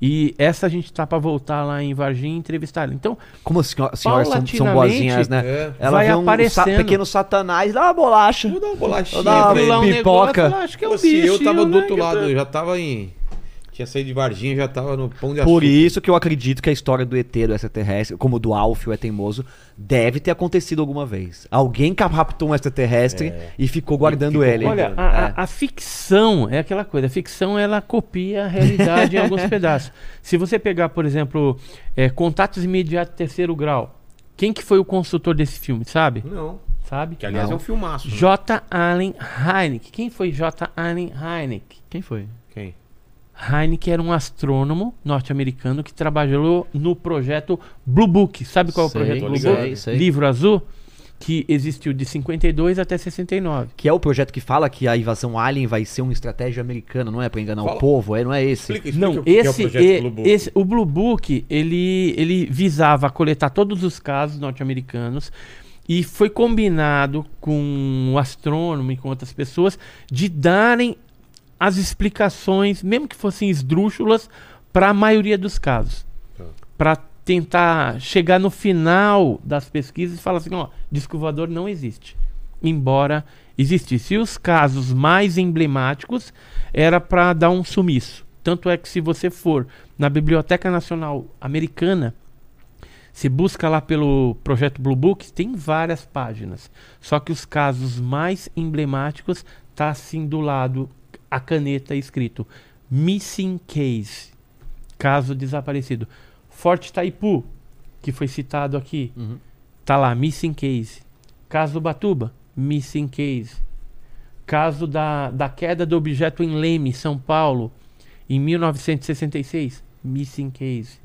E essa a gente tá para voltar lá em Varginha e entrevistar ela. Então, Como as senhoras, senhoras são, são paulatinamente, boazinhas, né? é, Ela vai vê um aparecendo. sa- pequeno satanás, dá uma bolacha. Vou dar uma bolachinha Vou dar uma pra ele. lá um pipoca. negócio, eu acho que é um Pô, se eu bicho, tava do né, outro que lado, tá- eu já tava em... Tinha saído de Varginha, já tava no Pão de Açúcar. Por isso que eu acredito que a história do E T, do extraterrestre, como do Alf, o É Teimoso, deve ter acontecido alguma vez. Alguém captou um extraterrestre e ficou guardando ficou ele. Olha, É. a, a- a ficção é aquela coisa. A ficção, ela copia a realidade em alguns pedaços. Se você pegar, por exemplo, é, Contatos Imediatos Terceiro Grau, quem que foi o consultor desse filme, sabe? Não, Sabe? que aliás Não. é um filmaço. né? J. Allen Hynek. Quem foi J. Allen Hynek? Quem foi? Quem? Hynek era um astrônomo norte-americano que trabalhou no projeto Blue Book. Sabe qual é o Sei, projeto tô Blue ligado. Book? Sei, sei. Livro azul, que existiu de cinquenta e dois até sessenta e nove. Que é o projeto que fala que a invasão alien vai ser uma estratégia americana, não é? Pra enganar Fala. o povo, é, não é esse? Explica, explica Não, o que é o esse, projeto e- Blue Book. esse- o Blue Book, ele, ele visava coletar todos os casos norte-americanos e foi combinado com o astrônomo e com outras pessoas de darem as explicações, mesmo que fossem esdrúxulas, para a maioria dos casos. Tá. Para tentar chegar no final das pesquisas e falar assim, ó, disco voador não existe. Embora existisse. E os casos mais emblemáticos era para dar um sumiço. Tanto é que se você for na Biblioteca Nacional Americana, se busca lá pelo projeto Blue Book, tem várias páginas. Só que os casos mais emblemáticos tá assim do lado, a caneta escrito Missing Case, caso desaparecido. Forte Itaipu, que foi citado aqui, Uhum. tá lá, Missing Case. Caso Ubatuba, Missing Case. Caso da, da queda do objeto em Leme, São Paulo, em mil novecentos e sessenta e seis, Missing Case.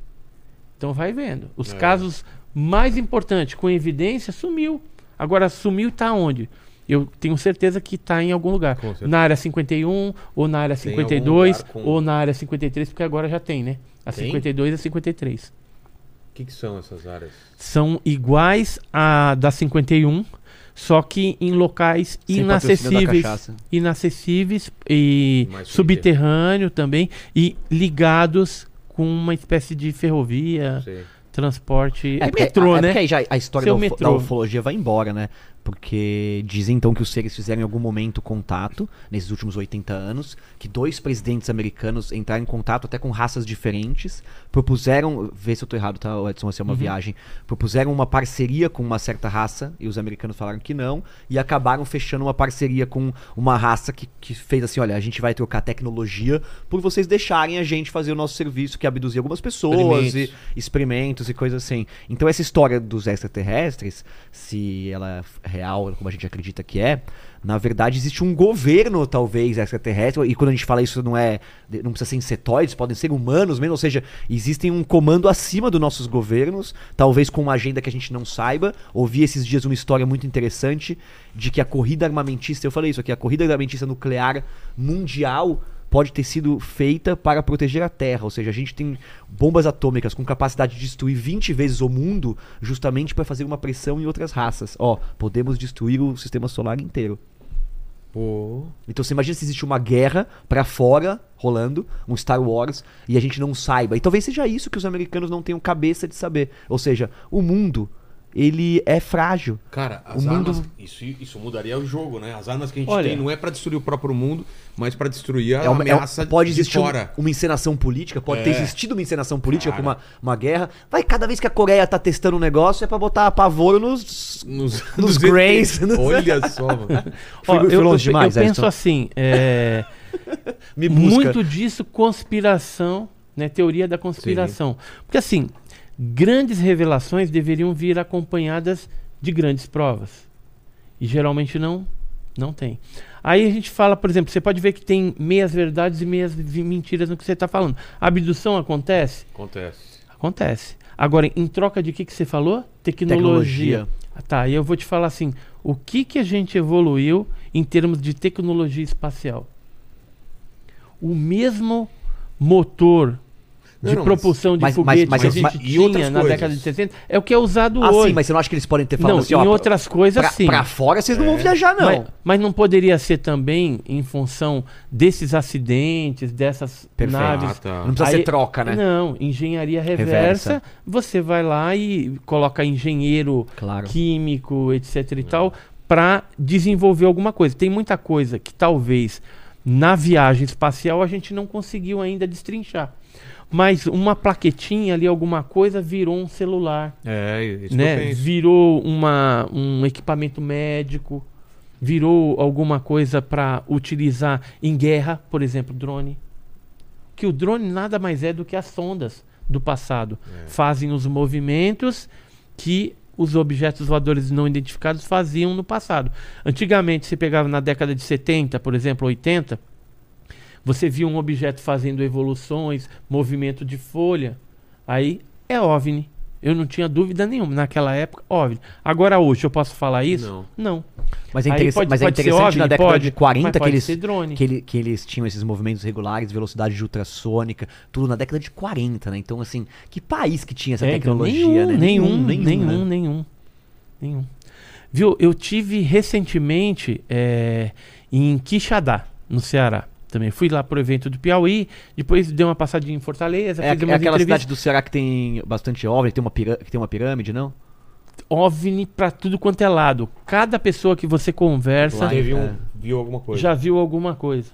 Então vai vendo. Os É. casos mais importantes, com evidência, sumiu. Agora, sumiu tá onde? Eu tenho certeza que tá em algum lugar. Com certeza. Na área cinquenta e um, ou na área Tem cinquenta e algum dois, lugar com- ou na área cinquenta e três, porque agora já tem, né? A Tem? cinquenta e dois e a cinquenta e três. O que, que são essas áreas? São iguais à da cinquenta e um, só que em locais Sem patrocínio da inacessíveis, cachaça. inacessíveis e Mais subterrâneo também, e ligados com uma espécie de ferrovia, Sei. transporte, é, porque, metrô, é né? porque aí já a história Seu da, ufo- metrô. da ufologia vai embora, né? Porque dizem então que os seres fizeram em algum momento contato, nesses últimos oitenta anos, que dois presidentes americanos entraram em contato até com raças diferentes, propuseram, vê se eu tô errado, tá, Edson, essa é uma viagem, propuseram uma parceria com uma certa raça, e os americanos falaram que não, e acabaram fechando uma parceria com uma raça que, que fez assim, olha, a gente vai trocar tecnologia por vocês deixarem a gente fazer o nosso serviço, que é abduzir algumas pessoas, Experimentos. e, experimentos e coisas assim. Então essa história dos extraterrestres, se ela é real, como a gente acredita que é, na verdade existe um governo talvez extraterrestre, e quando a gente fala isso não é, não precisa ser insetoides, podem ser humanos mesmo, ou seja, existem um comando acima dos nossos governos, talvez com uma agenda que a gente não saiba. Ouvi esses dias uma história muito interessante de que a corrida armamentista, eu falei isso aqui, a corrida armamentista nuclear mundial pode ter sido feita para proteger a Terra, ou seja, a gente tem bombas atômicas com capacidade de destruir vinte vezes o mundo, justamente para fazer uma pressão em outras raças. Ó, podemos destruir o sistema solar inteiro. Pô. Então você imagina se existe uma guerra pra fora rolando, um Star Wars, e a gente não saiba. E talvez seja isso que os americanos não tenham cabeça de saber. Ou seja, o mundo, ele é frágil. Cara, as O armas. mundo- Isso, isso mudaria o jogo, né? As armas que a gente Olha- tem não é pra destruir o próprio mundo, mas pra destruir a É uma- é- ameaça pode de existir um- fora. uma encenação política, pode ter É. existido uma encenação política Cara. com uma, uma guerra. Vai, cada vez que a Coreia tá testando um negócio, é pra botar pavoro nos... Nos, Nos E Ts. Greys. Olha só, mano. Fui- Ó, fui eu, longe eu- demais, eu penso Edson. assim, é, Me busca. muito disso conspiração, né, teoria da conspiração. Porque assim, grandes revelações deveriam vir acompanhadas de grandes provas. E geralmente não, não tem. Aí a gente fala, por exemplo, você pode ver que tem meias verdades e meias vi- mentiras no que você está falando. A abdução acontece? Acontece. Acontece. Agora, em troca de que que você falou? Tecnologia. Tecnologia. Ah, tá, e eu vou te falar assim, o que que a gente evoluiu em termos de tecnologia espacial? O mesmo motor de Não, não, propulsão de mas- mas- foguete mas- que a gente mas- e tinha outras na coisas? década de sessenta, é o que é usado Ah, hoje. sim, mas você não acha que eles podem ter falado Não, assim, em ó, outras coisas, pra, sim. pra fora vocês não vão viajar, não. Mas, mas não poderia ser também em função desses acidentes, dessas Perfeito. naves. Ah, tá. Não precisa Aí- ser troca, né? Não, engenharia reversa, Reversa. você vai lá e coloca engenheiro Claro. químico, etc e tal, para desenvolver alguma coisa. Tem muita coisa que talvez na viagem espacial a gente não conseguiu ainda destrinchar. Mas uma plaquetinha ali, alguma coisa, virou um celular, É, isso que eu né? penso. Virou uma, um equipamento médico, virou alguma coisa para utilizar em guerra, por exemplo, drone. Que o drone nada mais é do que as sondas do passado. Fazem os movimentos que os objetos voadores não identificados faziam no passado. Antigamente, você pegava na década de setenta, por exemplo, oitenta, você via um objeto fazendo evoluções, movimento de folha, aí é OVNI. Eu não tinha dúvida nenhuma. Naquela época, OVNI. Agora, hoje, eu posso falar isso? Não. Não. Mas é Aí interessante, pode- mas é pode ser interessante OVNI, na década pode, de quarenta mas que pode eles, ser drone. que, ele- que eles tinham esses movimentos regulares, velocidade de ultrassônica, tudo na década de quarenta, né? Então, assim, que país que tinha essa É, então, tecnologia, nenhum, né? nenhum, nenhum, nenhum, né? nenhum, nenhum. Viu, eu tive recentemente é, em Quixadá, no Ceará. Também fui lá pro evento do Piauí, depois dei uma passadinha em Fortaleza, É, fiz é umas aquela entrevistas. cidade do Ceará que tem bastante OVNI, tem uma pirâ- que tem uma pirâmide, não? OVNI pra tudo quanto é lado. Cada pessoa que você conversa Lá, Teve um, é. viu alguma coisa. já viu alguma coisa.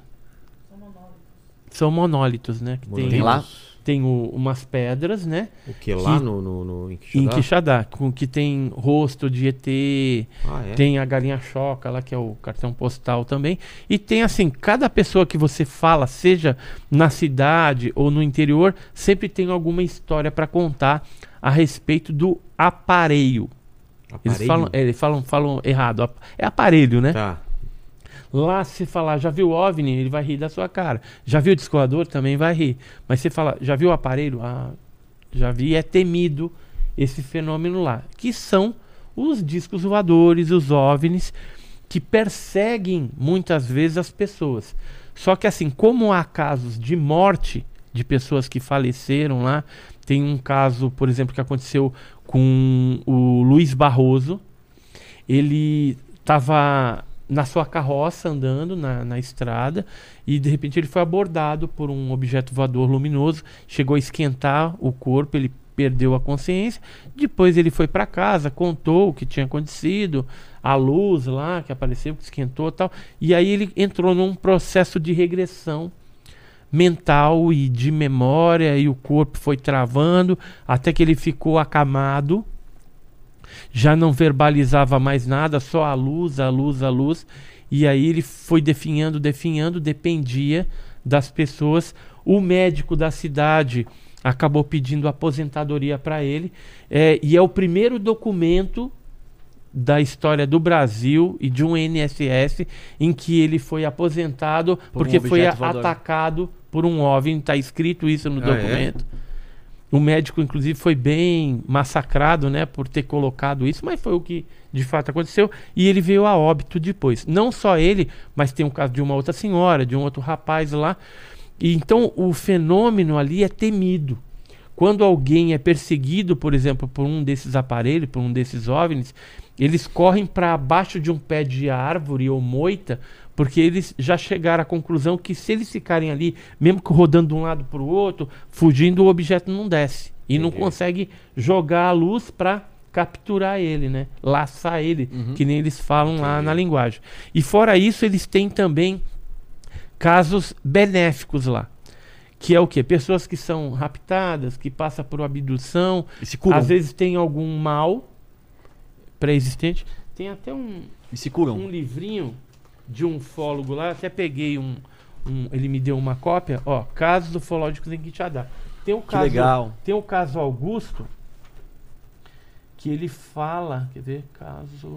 São monólitos, né? Que tem Tem lá? tem o- umas pedras, né? O que? Lá Que- no, no, no, em Em Quixadá? Quixadá, com que tem rosto de E T, Ah, é? tem a galinha choca lá, que é o cartão postal também. E tem assim, cada pessoa que você fala, seja na cidade ou no interior, sempre tem alguma história para contar a respeito do aparelho. Eles Aparelho? falam, é, eles falam, falam errado. ap- É aparelho, né? Tá. Lá se falar, já viu o OVNI, ele vai rir da sua cara. Já viu o disco voador, também vai rir. Mas você fala, já viu o aparelho? Ah, já vi, é temido esse fenômeno lá. Que são os discos voadores, os OVNIs, que perseguem muitas vezes as pessoas. Só que assim, como há casos de morte de pessoas que faleceram lá, tem um caso, por exemplo, que aconteceu com o Luiz Barroso. Ele estava na sua carroça andando na, na estrada e de repente ele foi abordado por um objeto voador luminoso, chegou a esquentar o corpo, ele perdeu a consciência, depois ele foi para casa, contou o que tinha acontecido, a luz lá que apareceu, que esquentou e tal, e aí ele entrou num processo de regressão mental e de memória, e o corpo foi travando até que ele ficou acamado, já não verbalizava mais nada, só a luz, a luz, a luz. E aí ele foi definhando, definhando, dependia das pessoas. O médico da cidade acabou pedindo aposentadoria para ele. É, e é o primeiro documento da história do Brasil e de um I N S S em que ele foi aposentado Por um porque foi objeto voador. atacado por um OVNI. Está escrito isso no Ah, é? documento. O médico, inclusive, foi bem massacrado, né, por ter colocado isso, mas foi o que de fato aconteceu. E ele veio a óbito depois. Não só ele, mas tem um caso de uma outra senhora, de um outro rapaz lá. E então o fenômeno ali é temido. Quando alguém é perseguido, por exemplo, por um desses aparelhos, por um desses OVNIs, eles correm para baixo de um pé de árvore ou moita, porque eles já chegaram à conclusão que se eles ficarem ali, mesmo que rodando de um lado para o outro, fugindo, o objeto não desce. E não Entendi. consegue jogar a luz para capturar ele, né? Laçar ele, que nem eles falam lá na linguagem. E fora isso, eles têm também casos benéficos lá. Que é o quê? Pessoas que são raptadas, que passam por abdução, E se curam. às vezes tem algum mal pré-existente. Tem até um, E se curam. um livrinho de um ufólogo lá, até peguei um, um- ele me deu uma cópia, ó, casos ufológicos em Quixadá. Tem o caso, legal. tem o caso Augusto, que ele fala, quer ver, caso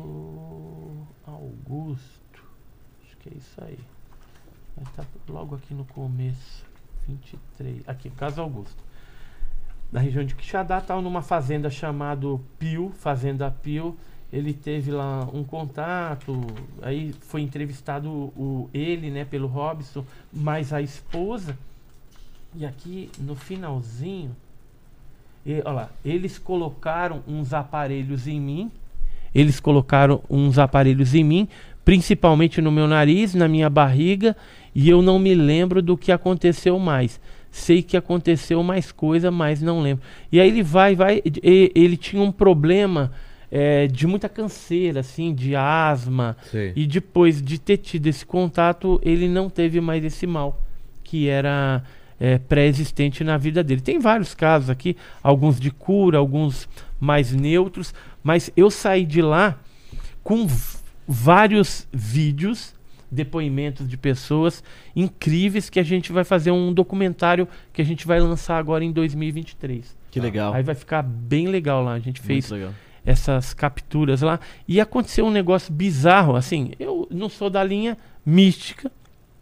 Augusto, acho que é isso aí. Mas tá logo aqui no começo, vinte e três, aqui, caso Augusto. Na região de Quixadá, tal, numa fazenda chamada Pio, Fazenda Pio. Ele teve lá um contato, aí foi entrevistado o, ele, né, pelo Robson, mas a esposa, E aqui no finalzinho, e, olha lá, eles colocaram uns aparelhos em mim, eles colocaram uns aparelhos em mim, principalmente no meu nariz, na minha barriga, e eu não me lembro do que aconteceu mais. Sei que aconteceu mais coisa, mas não lembro. E aí ele vai, vai, e, ele tinha um problema é, de muita canseira, assim, de asma, Sei. e depois de ter tido esse contato, ele não teve mais esse mal, que era é, pré-existente na vida dele. Tem vários casos aqui, alguns de cura, alguns mais neutros, mas eu saí de lá com v- vários vídeos, depoimentos de pessoas incríveis, que a gente vai fazer um documentário que a gente vai lançar agora em dois mil e vinte e três. Que legal. Aí vai ficar bem legal lá. A gente fez Muito legal. essas capturas lá. E aconteceu um negócio bizarro, assim, eu não sou da linha mística,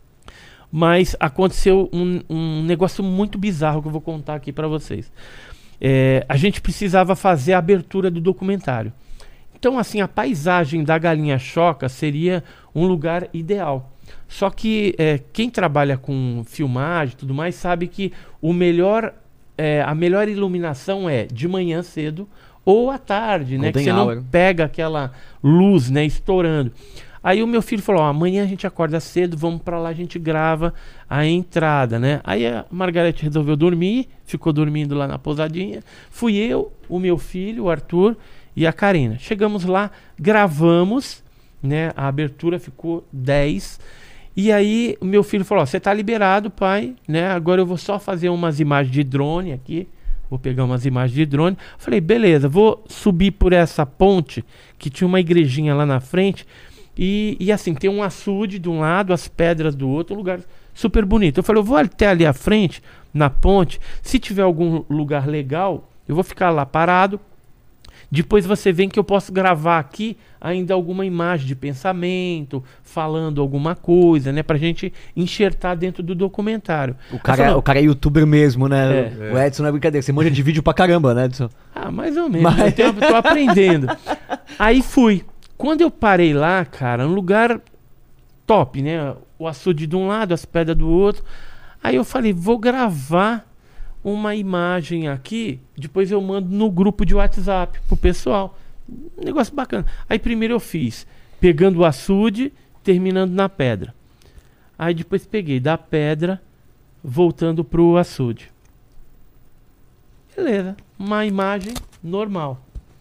mas aconteceu um, um negócio muito bizarro que eu vou contar aqui pra vocês. É, a gente precisava fazer a abertura do documentário. Então, assim, a paisagem da Galinha Choca seria um lugar ideal. Só que é, quem trabalha com filmagem e tudo mais sabe que o melhor, é, a melhor iluminação é de manhã cedo ou à tarde, né? Que Golden você hour. não pega aquela luz, né, estourando. Aí o meu filho falou, ó, amanhã a gente acorda cedo, vamos pra lá, a gente grava a entrada, né? Aí a Margarete resolveu dormir, ficou dormindo lá na pousadinha. Fui eu, o meu filho, o Arthur e a Karina. Chegamos lá, gravamos, né? A abertura ficou dez. E aí o meu filho falou, ó, você tá liberado, pai, né? Agora eu vou só fazer umas imagens de drone aqui. Vou pegar umas imagens de drone. Falei, beleza, vou subir por essa ponte, que tinha uma igrejinha lá na frente. E, e assim, tem um açude de um lado, as pedras do outro, um lugar super bonito. Eu falei, eu vou até ali à frente, na ponte. Se tiver algum lugar legal, eu vou ficar lá parado. Depois você vem que eu posso gravar aqui ainda alguma imagem de pensamento, falando alguma coisa, né? Pra gente enxertar dentro do documentário. O cara, Aí falou, o cara é youtuber mesmo, né? É. O Edson não é brincadeira. Você manja de vídeo pra caramba, né, Edson? ah, mais ou menos, Mas- eu tenho- tô aprendendo. Aí fui. Quando eu parei lá, cara, um lugar top, né? O açude de um lado, as pedras do outro. Aí eu falei, vou gravar uma imagem aqui, depois eu mando no grupo de WhatsApp pro pessoal. Um negócio bacana. Aí primeiro eu fiz, pegando o açude, terminando na pedra. Aí depois peguei da pedra, voltando pro açude. Beleza, uma imagem normal.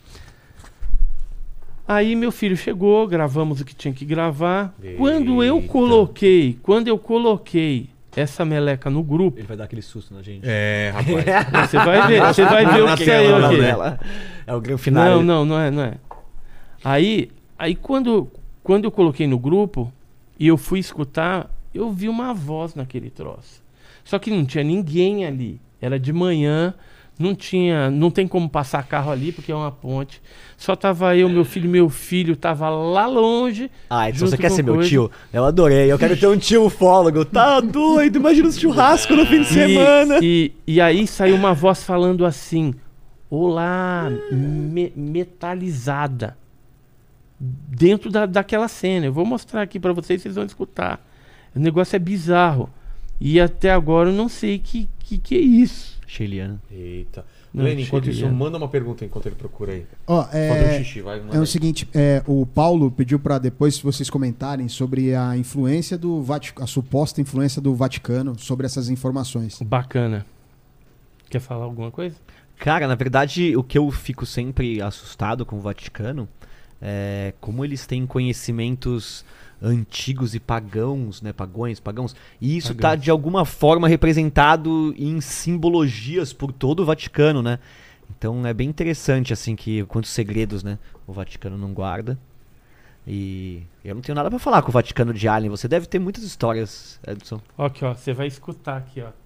Aí meu filho chegou, gravamos o que tinha que gravar. Quando eu Eita. coloquei, quando eu coloquei essa meleca no grupo, Ele vai dar aquele susto na gente. É, rapaz. você vai ver, você vai ver o Na que tela, saiu na aqui. tela. É o grande final. Não, não, não é, não é. Aí, aí quando, quando eu coloquei no grupo e eu fui escutar, eu vi uma voz naquele troço. Só que não tinha ninguém ali. Era de manhã, não tinha, não tem como passar carro ali porque é uma ponte. Só tava eu, meu filho, meu filho tava lá longe. Ah, Edson, junto você quer com ser meu coisa. tio? Eu adorei. Eu quero ter um tio ufólogo. Tá doido? Imagina os churrasco no fim de semana. E, e aí saiu uma voz falando assim: olá, me- metalizada. Dentro da, daquela cena. Eu vou mostrar aqui pra vocês, vocês vão escutar. O negócio é bizarro. E até agora eu não sei que que, que é isso. Sheiliana. Eita. Não, Lene, enquanto isso, Sheiliana. manda uma pergunta enquanto ele procura aí. Ó, Fazer um é, xixi, vai. manda é o aí. seguinte, é, o Paulo pediu para depois vocês comentarem sobre a influência do Vaticano, a suposta influência do Vaticano sobre essas informações. Bacana. Quer falar alguma coisa? Cara, na verdade, o que eu fico sempre assustado com o Vaticano é como eles têm conhecimentos antigos e pagãos, né? Pagões, pagãos. E isso tá Pagãos. de alguma forma representado em simbologias por todo o Vaticano, né? Então é bem interessante, assim, que quantos segredos, né? O Vaticano não guarda. E eu não tenho nada pra falar com o Vaticano de Alien. Você deve ter muitas histórias, Edson. Ó, aqui, ó. Você vai escutar aqui, ó.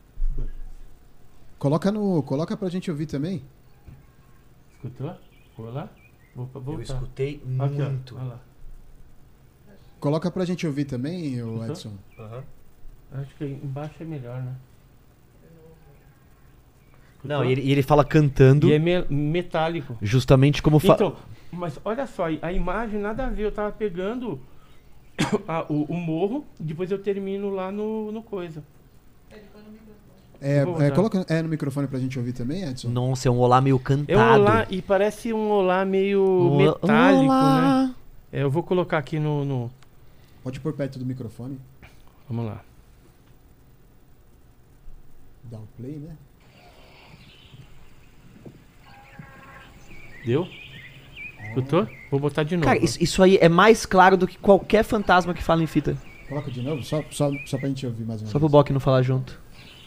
Coloca no, coloca pra gente ouvir também. Escutou? Vou lá? Vou pra voltar. escutei Aqui, ó. Olha lá. Coloca pra gente ouvir também, o Uhum. Edson. Acho que embaixo é melhor, né? Não, Escutou? e ele, e ele fala cantando E é me- metálico. justamente como... Fa... Então, mas olha só, a imagem nada a ver. Eu tava pegando a- o, o morro, depois eu termino lá no, no coisa. É, Vou é, usar. coloca é, no microfone pra gente ouvir também, Edson. Nossa, é um olá meio cantado. É um olá e parece um olá meio Olá- metálico, olá. né? É, eu vou colocar aqui no, no... Pode pôr perto do microfone. Vamos lá. Dá o play, né? Deu? Escutou? Vou botar de novo. Cara, isso, isso aí é mais claro do que qualquer fantasma que fala em fita. Coloca de novo, só, só, só pra gente ouvir mais uma Só pro vez. Bock não falar junto.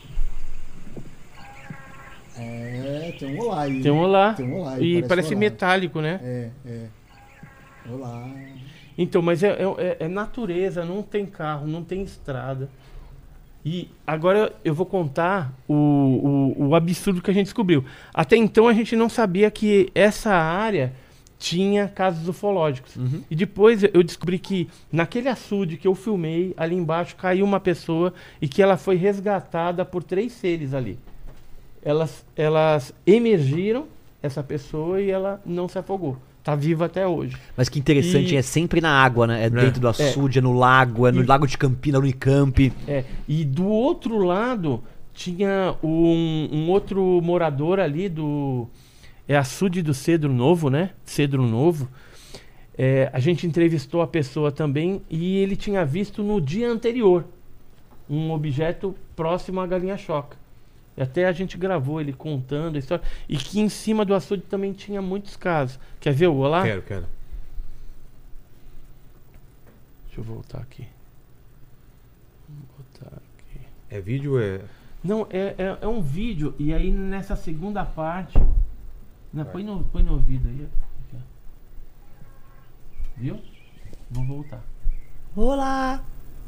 É, tem um olá aí. Tem um olá. Tem um olá. E parece, olá. metálico, né? É, é. Olá. Então, mas é, é- é natureza, não tem carro, não tem estrada. E agora eu vou contar o, o, o absurdo que a gente descobriu. Até então a gente não sabia que essa área tinha casos ufológicos. Uhum. E depois eu descobri que naquele açude que eu filmei, ali embaixo caiu uma pessoa e que ela foi resgatada por três seres ali. Elas, elas emergiram, essa pessoa, e ela não se afogou. Tá viva até hoje. Mas que interessante, E- é sempre na água, né? É, dentro do açude, é no lago, é no E- lago de Campina, no Unicamp. É, e do outro lado tinha um, um outro morador ali do... É açude do Cedro Novo, né? Cedro Novo. É, a gente entrevistou a pessoa também e ele tinha visto no dia anterior um objeto próximo à galinha-choca. E até a gente gravou ele contando a história. E que em cima do açude também tinha muitos casos. Quer ver o olá? Quero, quero. Deixa eu voltar aqui. Vou botar aqui. É vídeo ou é... Não, é, é, é um vídeo. E aí nessa segunda parte. Não, põe, no, põe no ouvido aí. Aqui, ó. Viu? Vou voltar. Olá!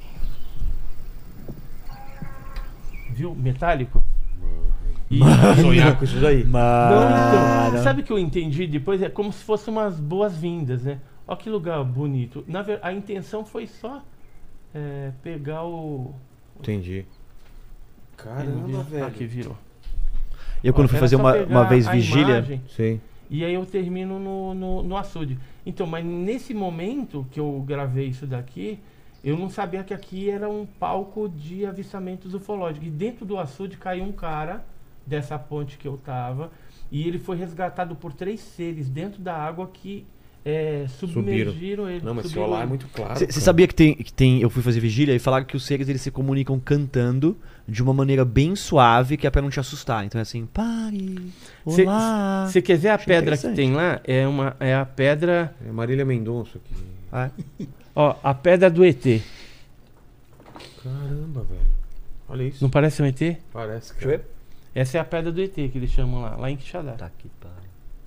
Viu? Metálico? E, Sonhar com isso daí. não, Mano. então, sabe o que eu entendi depois? É como se fossem umas boas-vindas, né? Olha que lugar bonito. Na ver, a intenção foi só é, pegar o. Entendi. Caramba, Virou. velho. Aqui virou. Eu quando Ó, fui era fazer só uma, pegar uma vez a vigília... imagem, Sim. e aí eu termino no, no, no açude. Então, mas nesse momento que eu gravei isso daqui, eu não sabia que aqui era um palco de avistamentos ufológicos. E dentro do açude caiu um cara dessa ponte que eu tava, e ele foi resgatado por três seres dentro da água que é, submergiram ele. Não, mas esse subiram olá é ele. muito claro. Você cara. sabia que tem, que tem... Eu fui fazer vigília e falaram que os seres eles se comunicam cantando de uma maneira bem suave, que é pra não te assustar. Então é assim, pare, Cê- olá... Você quer ver a Achei pedra que interessante. tem lá? É, uma, é a pedra. É Marília Mendonça aqui. Ah, Ó, a pedra do E T. Caramba, velho. Olha isso. Não parece um E T? Parece, deixa eu cara. ver. Essa é a pedra do E T que eles chamam lá, lá em Quixadá. Tá aqui, pare.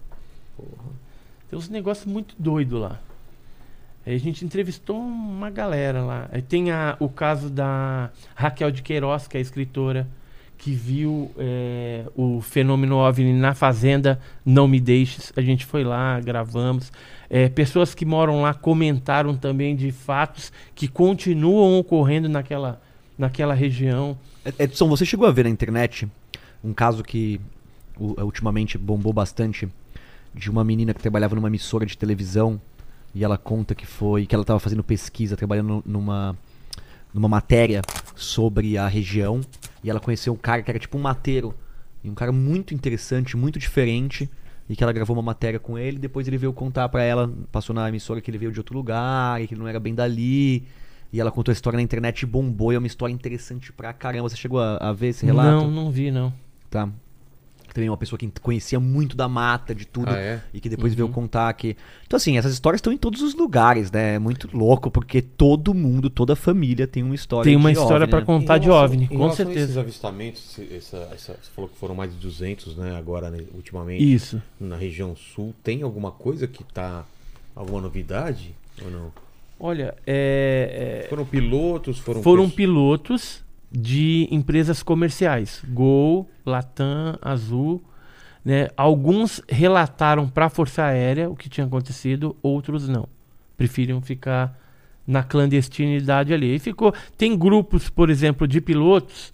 Tem uns negócios muito doidos lá. Aí a gente entrevistou uma galera lá. Aí tem a- o caso da Raquel de Queiroz, que é a escritora, que viu é, o fenômeno OVNI na fazenda Não Me Deixes. A gente foi lá, gravamos. É, pessoas que moram lá comentaram também de fatos que continuam ocorrendo naquela, naquela região. Edson, você chegou a ver na internet um caso que u- ultimamente bombou bastante, de uma menina que trabalhava numa emissora de televisão e ela conta que foi que ela estava fazendo pesquisa, trabalhando numa numa matéria sobre a região, e ela conheceu um cara que era tipo um mateiro, e um cara muito interessante, muito diferente, e que ela gravou uma matéria com ele. Depois ele veio contar pra ela, passou na emissora, que ele veio de outro lugar e que ele não era bem dali. E ela contou a história na internet e bombou, e é uma história interessante pra caramba. Você chegou a, a ver esse relato? Não, não vi, não. Tá. Também uma pessoa que conhecia muito da mata, de tudo, Ah, é? e que depois Uhum. veio contar que... Então assim, essas histórias estão em todos os lugares, né? É muito louco, porque todo mundo, toda família tem uma história Tem uma de história OVNI, pra né? contar Em de relação- OVNI, em com relação a Esses certeza. avistamentos, esse- essa, essa, você falou que foram mais de duzentos, né? Agora, né, ultimamente, Isso. na região sul. Tem alguma coisa que tá... Alguma novidade ou não? Olha, é, é, Foram pilotos? Foram, foram pessoas- pilotos de empresas comerciais. Gol, Latam, Azul. Né? Alguns relataram para a Força Aérea o que tinha acontecido, outros não. Preferiam ficar na clandestinidade ali. E ficou. Tem grupos, por exemplo, de pilotos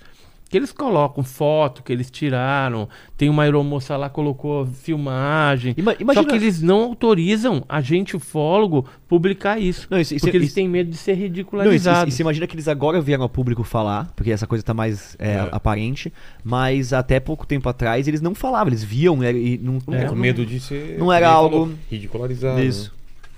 Que eles colocam foto que eles tiraram, tem uma aeromoça lá colocou filmagem. Ima- Só imagina- que eles não autorizam a gente ufólogo publicar isso, Não, isso- isso- porque eles isso- têm medo de ser Não, e, e, ridicularizados. e você imagina que eles agora vieram a público falar, porque essa coisa tá mais é, É. aparente, mas até pouco tempo atrás eles não falavam, eles viam né, e não, não, É, Com não- medo de ser. não era como ele algo- falou, ridicularizado. Isso.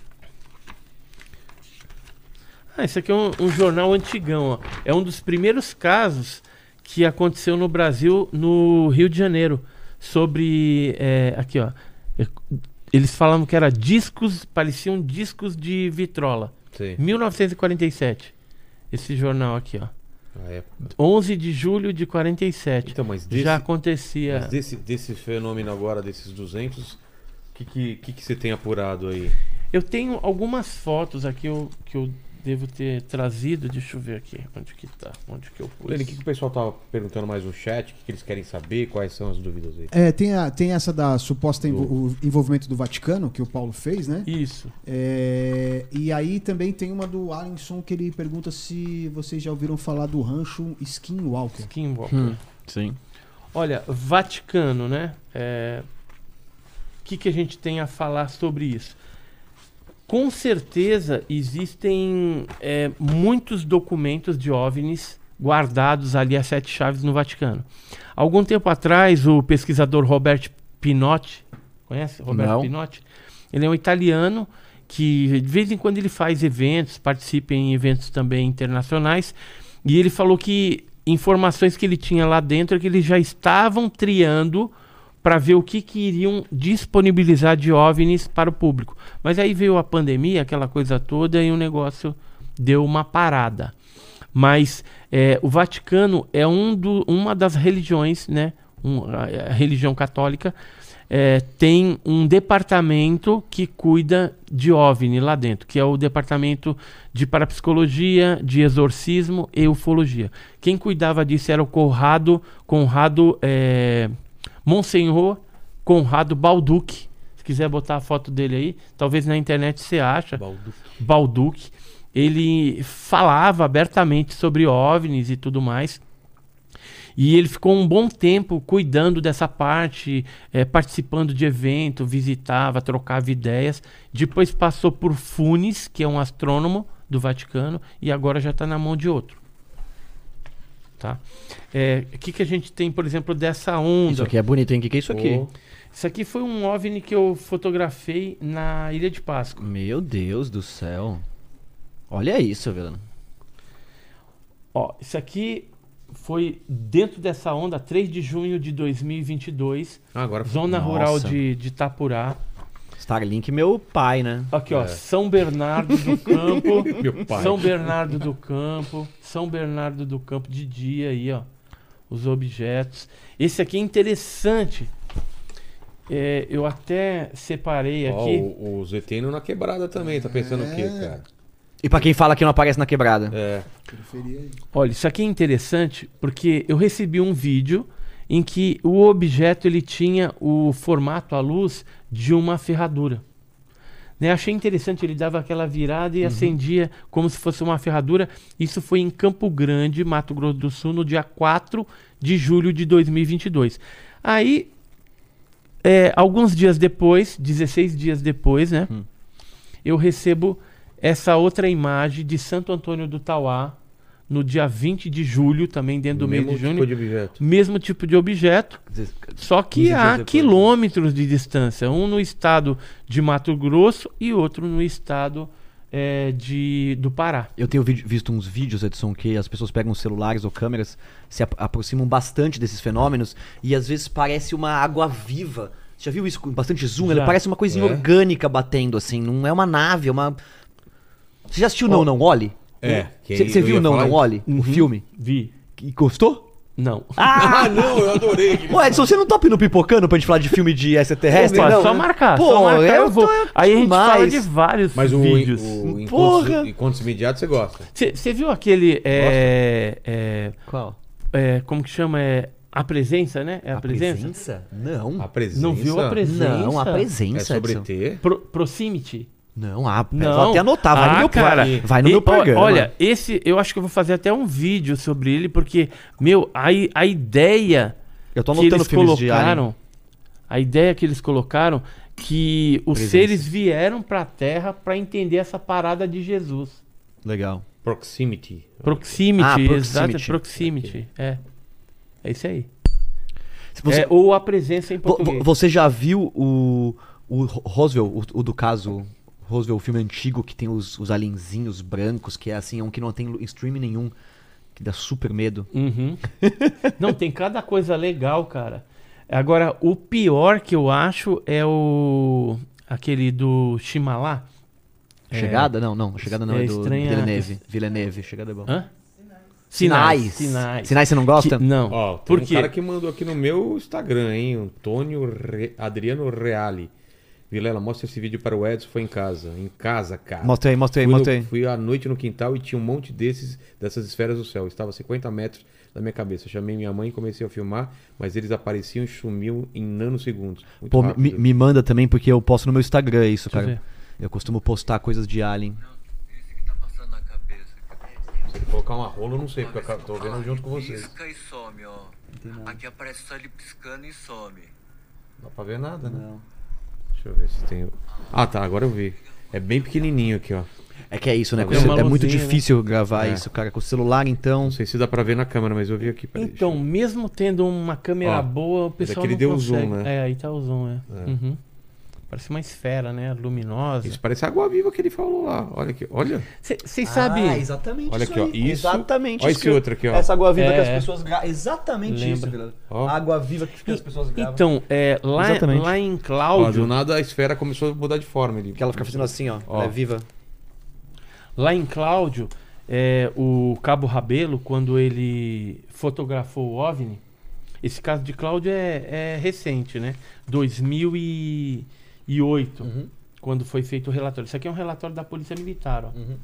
Ah, esse aqui é um, um jornal antigão, ó. É um dos primeiros casos que aconteceu no Brasil, no Rio de Janeiro, sobre, é, aqui ó, é, eles falavam que era discos, pareciam discos de vitrola, Sei. mil novecentos e quarenta e sete, esse jornal aqui ó, Na época. onze de julho de quarenta e sete, Então, mas desse, já acontecia. mas desse, desse fenômeno agora, desses duzentos, o que, que, que, que você tem apurado aí? Eu tenho algumas fotos aqui eu, que eu devo ter trazido, deixa eu ver aqui, onde que tá, onde que eu pus. Lene, o que, que o pessoal tava perguntando mais no chat? O que, que eles querem saber? Quais são as dúvidas aí? É, tem, a, tem essa da suposta envol- o envolvimento do Vaticano, que o Paulo fez, né? Isso. É, e aí também tem uma do Alisson que ele pergunta se vocês já ouviram falar do rancho Skinwalker. Skinwalker. Hum, sim. Olha, Vaticano, né? É, o que, que a gente tem a falar sobre isso? Com certeza existem é, muitos documentos de OVNIs guardados ali a sete chaves no Vaticano. Algum tempo atrás, o pesquisador Robert Pinotti, conhece Roberto Não. Pinotti? Ele é um italiano que de vez em quando ele faz eventos, participa em eventos também internacionais, e ele falou que informações que ele tinha lá dentro é que eles já estavam triando para ver o que, que iriam disponibilizar de OVNIs para o público. Mas aí veio a pandemia, aquela coisa toda, e o negócio deu uma parada. Mas é, o Vaticano é um do, uma das religiões, né? Um, a, a religião católica é, tem um departamento que cuida de OVNI lá dentro, que é o departamento de parapsicologia, de exorcismo e ufologia. Quem cuidava disso era o Conrado, Conrado é, Monsenhor Conrado Balducci. Se quiser botar a foto dele aí, talvez na internet você acha. Balducci. Balducci. Ele falava abertamente sobre OVNIs e tudo mais. E ele ficou um bom tempo cuidando dessa parte, eh, participando de evento, visitava, trocava ideias. Depois passou por Funes, que é um astrônomo do Vaticano, e agora já está na mão de outro. Tá? É, o que, que a gente tem, por exemplo, dessa onda? Isso aqui é bonito, hein? O que, que é isso aqui? Oh. Isso aqui foi um OVNI que eu fotografei na Ilha de Páscoa. Meu Deus do céu. Olha isso, velho. Ó, isso aqui foi dentro dessa onda, três de junho de dois mil e vinte e dois, Ah, agora zona Nossa. rural de, de Itapurá. Starlink, meu pai, né? Aqui, ó, É. São Bernardo do Campo, Meu pai. São Bernardo do Campo, São Bernardo do Campo de dia aí, ó, os objetos. Esse aqui é interessante. É, eu até separei Ó, aqui. o, o Zeteno na quebrada também. Tá pensando o quê, cara? E pra quem fala que não aparece na quebrada? É. Periferia aí. Olha, isso aqui é interessante porque eu recebi um vídeo em que o objeto ele tinha o formato, a luz de uma ferradura. Né? Achei interessante, ele dava aquela virada e acendia como se fosse uma ferradura. Isso foi em Campo Grande, Mato Grosso do Sul, no dia quatro de julho de dois mil e vinte e dois. Aí, é, alguns dias depois, dezesseis dias depois, né, Hum. eu recebo essa outra imagem de Santo Antônio do Tauá, no dia vinte de julho, também dentro do mês Mesmo de junho. tipo de objeto. Mesmo tipo de objeto, só que quinze a dias depois. quilômetros de distância. Um no estado de Mato Grosso e outro no estado é, de, do Pará. Eu tenho vi- visto uns vídeos, Edson, que as pessoas pegam celulares ou câmeras, se ap- aproximam bastante desses fenômenos e às vezes parece uma água viva. Você já viu isso com bastante zoom? Já. Ela parece uma coisinha É. orgânica batendo, assim. Não é uma nave, é uma... Você já assistiu Não, Não Olhe? É. que Você eu viu ia Não, falar Não isso. Olhe? O filme? Vi. E gostou? Não. Ah, não, eu adorei. Ô Edson, você não topa no Pipocando pra gente falar de filme de extraterrestre? Pô, não, só né? marcar, Pô, só marcar eu, eu vou. tô Aí a gente fala demais. de vários Mas o, vídeos. o encontros, Porra. encontros imediatos você gosta. Você viu aquele... É, é, Qual? é, como que chama? É, a presença, né? É a, presença? Não. A presença. Não viu a presença? Não, a É presença, sobre Edson. T. Pro, proximity. Não, ah, Não. vou até anotar, vai Ah, no meu, cara, vai, vai no E, meu ó, programa. Olha, esse eu acho que eu vou fazer até um vídeo sobre ele, porque, meu, a, i- a ideia eu tô que anotando eles filmes de Alien. colocaram, a ideia que eles colocaram, que os Presença. seres vieram pra Terra pra entender essa parada de Jesus. Legal. Proximity. Proximity, Ah, proximity. exato, proximity, é. É isso aí. Se você, É, ou a presença em vo- vo- português. você já viu o, o Roswell, o, o do caso Roswell, o filme antigo que tem os, os alienzinhos brancos, que é assim, é um que não tem streaming nenhum, que dá super medo. Uhum. Não, tem cada coisa legal, cara. Agora, o pior que eu acho é o... aquele do Shimalá. É. Chegada? Não, não. Chegada não, é, É do estranha- Villeneuve. Villeneuve, Chegada é bom. Hã? Sinais. Sinais. Sinais você não gosta? Que- não. Ó, tem Por um quê? cara que mandou aqui no meu Instagram, hein? Antônio Re- Adriano Reale. Vilela, mostra esse vídeo para o Edson, foi em casa. Em casa, cara. Mostra aí, mostra aí, Fui, no- mostra aí. fui à noite no quintal e tinha um monte desses, dessas esferas do céu. Estava a cinquenta metros da minha cabeça. Chamei minha mãe e comecei a filmar, mas eles apareciam e sumiam em nanosegundos. Muito Pô, rápido. me, me manda também, porque eu posto no meu Instagram isso, Deixa eu cara. Eu costumo postar coisas de Alien. Esse que tá passando na cabeça. Se ele colocar uma rola, eu não sei, porque eu tô vendo junto com vocês. Pisca e some, ó. Aqui aparece só ele piscando e some. Não dá pra ver nada, né? Deixa eu ver se tem... Ah, tá, agora eu vi. É bem pequenininho aqui, ó. É que é isso, né? Tá com vendo? o celu- é muito Uma luzinha, difícil gravar É. isso, cara. Com o celular, então. Não sei se dá pra ver na câmera, mas eu vi aqui. Peraí, Então, deixa mesmo tendo uma câmera Ó, boa, o pessoal aqui ele não deu o consegue. zoom, né? É, aí tá o zoom, é. É. Uhum. Parece uma esfera, né? Luminosa. eu- Isso parece água viva que ele falou lá. Olha aqui, olha. Vocês sabem... Ah, exatamente Olha isso aqui, ó. aí. Isso- Exatamente olha isso esse que- outro aqui, ó. Essa água viva É, que as é. pessoas gravam. Exatamente Lembra. isso, Vilela. Ó. A água viva que as pessoas gravam. Então, é, lá, Exatamente. lá em Ó, Cláudio... do nada a esfera começou a mudar de forma. Ele... Que ela fica fazendo assim, ó. Ó. Ela é viva. Lá em Cláudio, é, o Cabo Rabelo, quando ele fotografou o OVNI, esse caso de Cláudio é, é recente, né? dois mil e oito, Uhum. quando foi feito o relatório. Isso aqui é um relatório da Polícia Militar, ó. Uhum.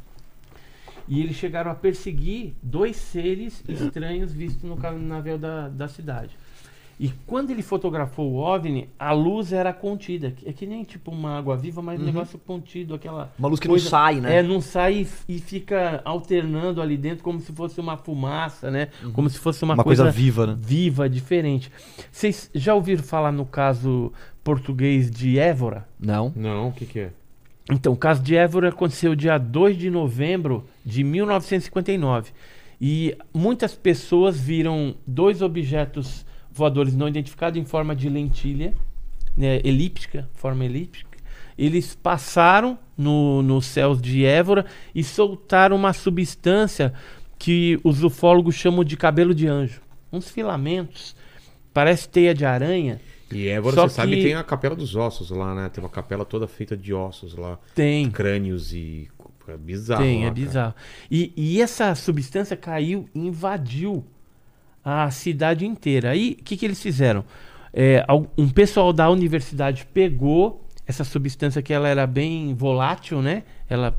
E eles chegaram a perseguir dois seres estranhos vistos no canavial da, da cidade. E quando ele fotografou o OVNI, a luz era contida. É que nem tipo uma água viva, mas um negócio contido, aquela... Uma luz que coisa- não sai, né? É, não sai e, e fica alternando ali dentro como se fosse uma fumaça, né? Como se fosse uma, Uma coisa viva, né? viva, diferente. Vocês já ouviram falar no caso português de Évora? Não. Não, o que que é? Então, o caso de Évora aconteceu dia dois de novembro de mil novecentos e cinquenta e nove. E muitas pessoas viram dois objetos voadores não identificados em forma de lentilha, né, elíptica, forma elíptica. Eles passaram no, nos céus de Évora e soltaram uma substância que os ufólogos chamam de cabelo de anjo. Uns filamentos, parece teia de aranha. E Évora, Só você sabe, que- tem a Capela dos Ossos lá, né? Tem uma capela toda feita de ossos lá. Tem. Crânios e... É bizarro Tem, lá, é cara. bizarro. E, e essa substância caiu e invadiu a cidade inteira. Aí, o que, que eles fizeram? É, al- um pessoal da universidade pegou essa substância que ela era bem volátil, né? Ela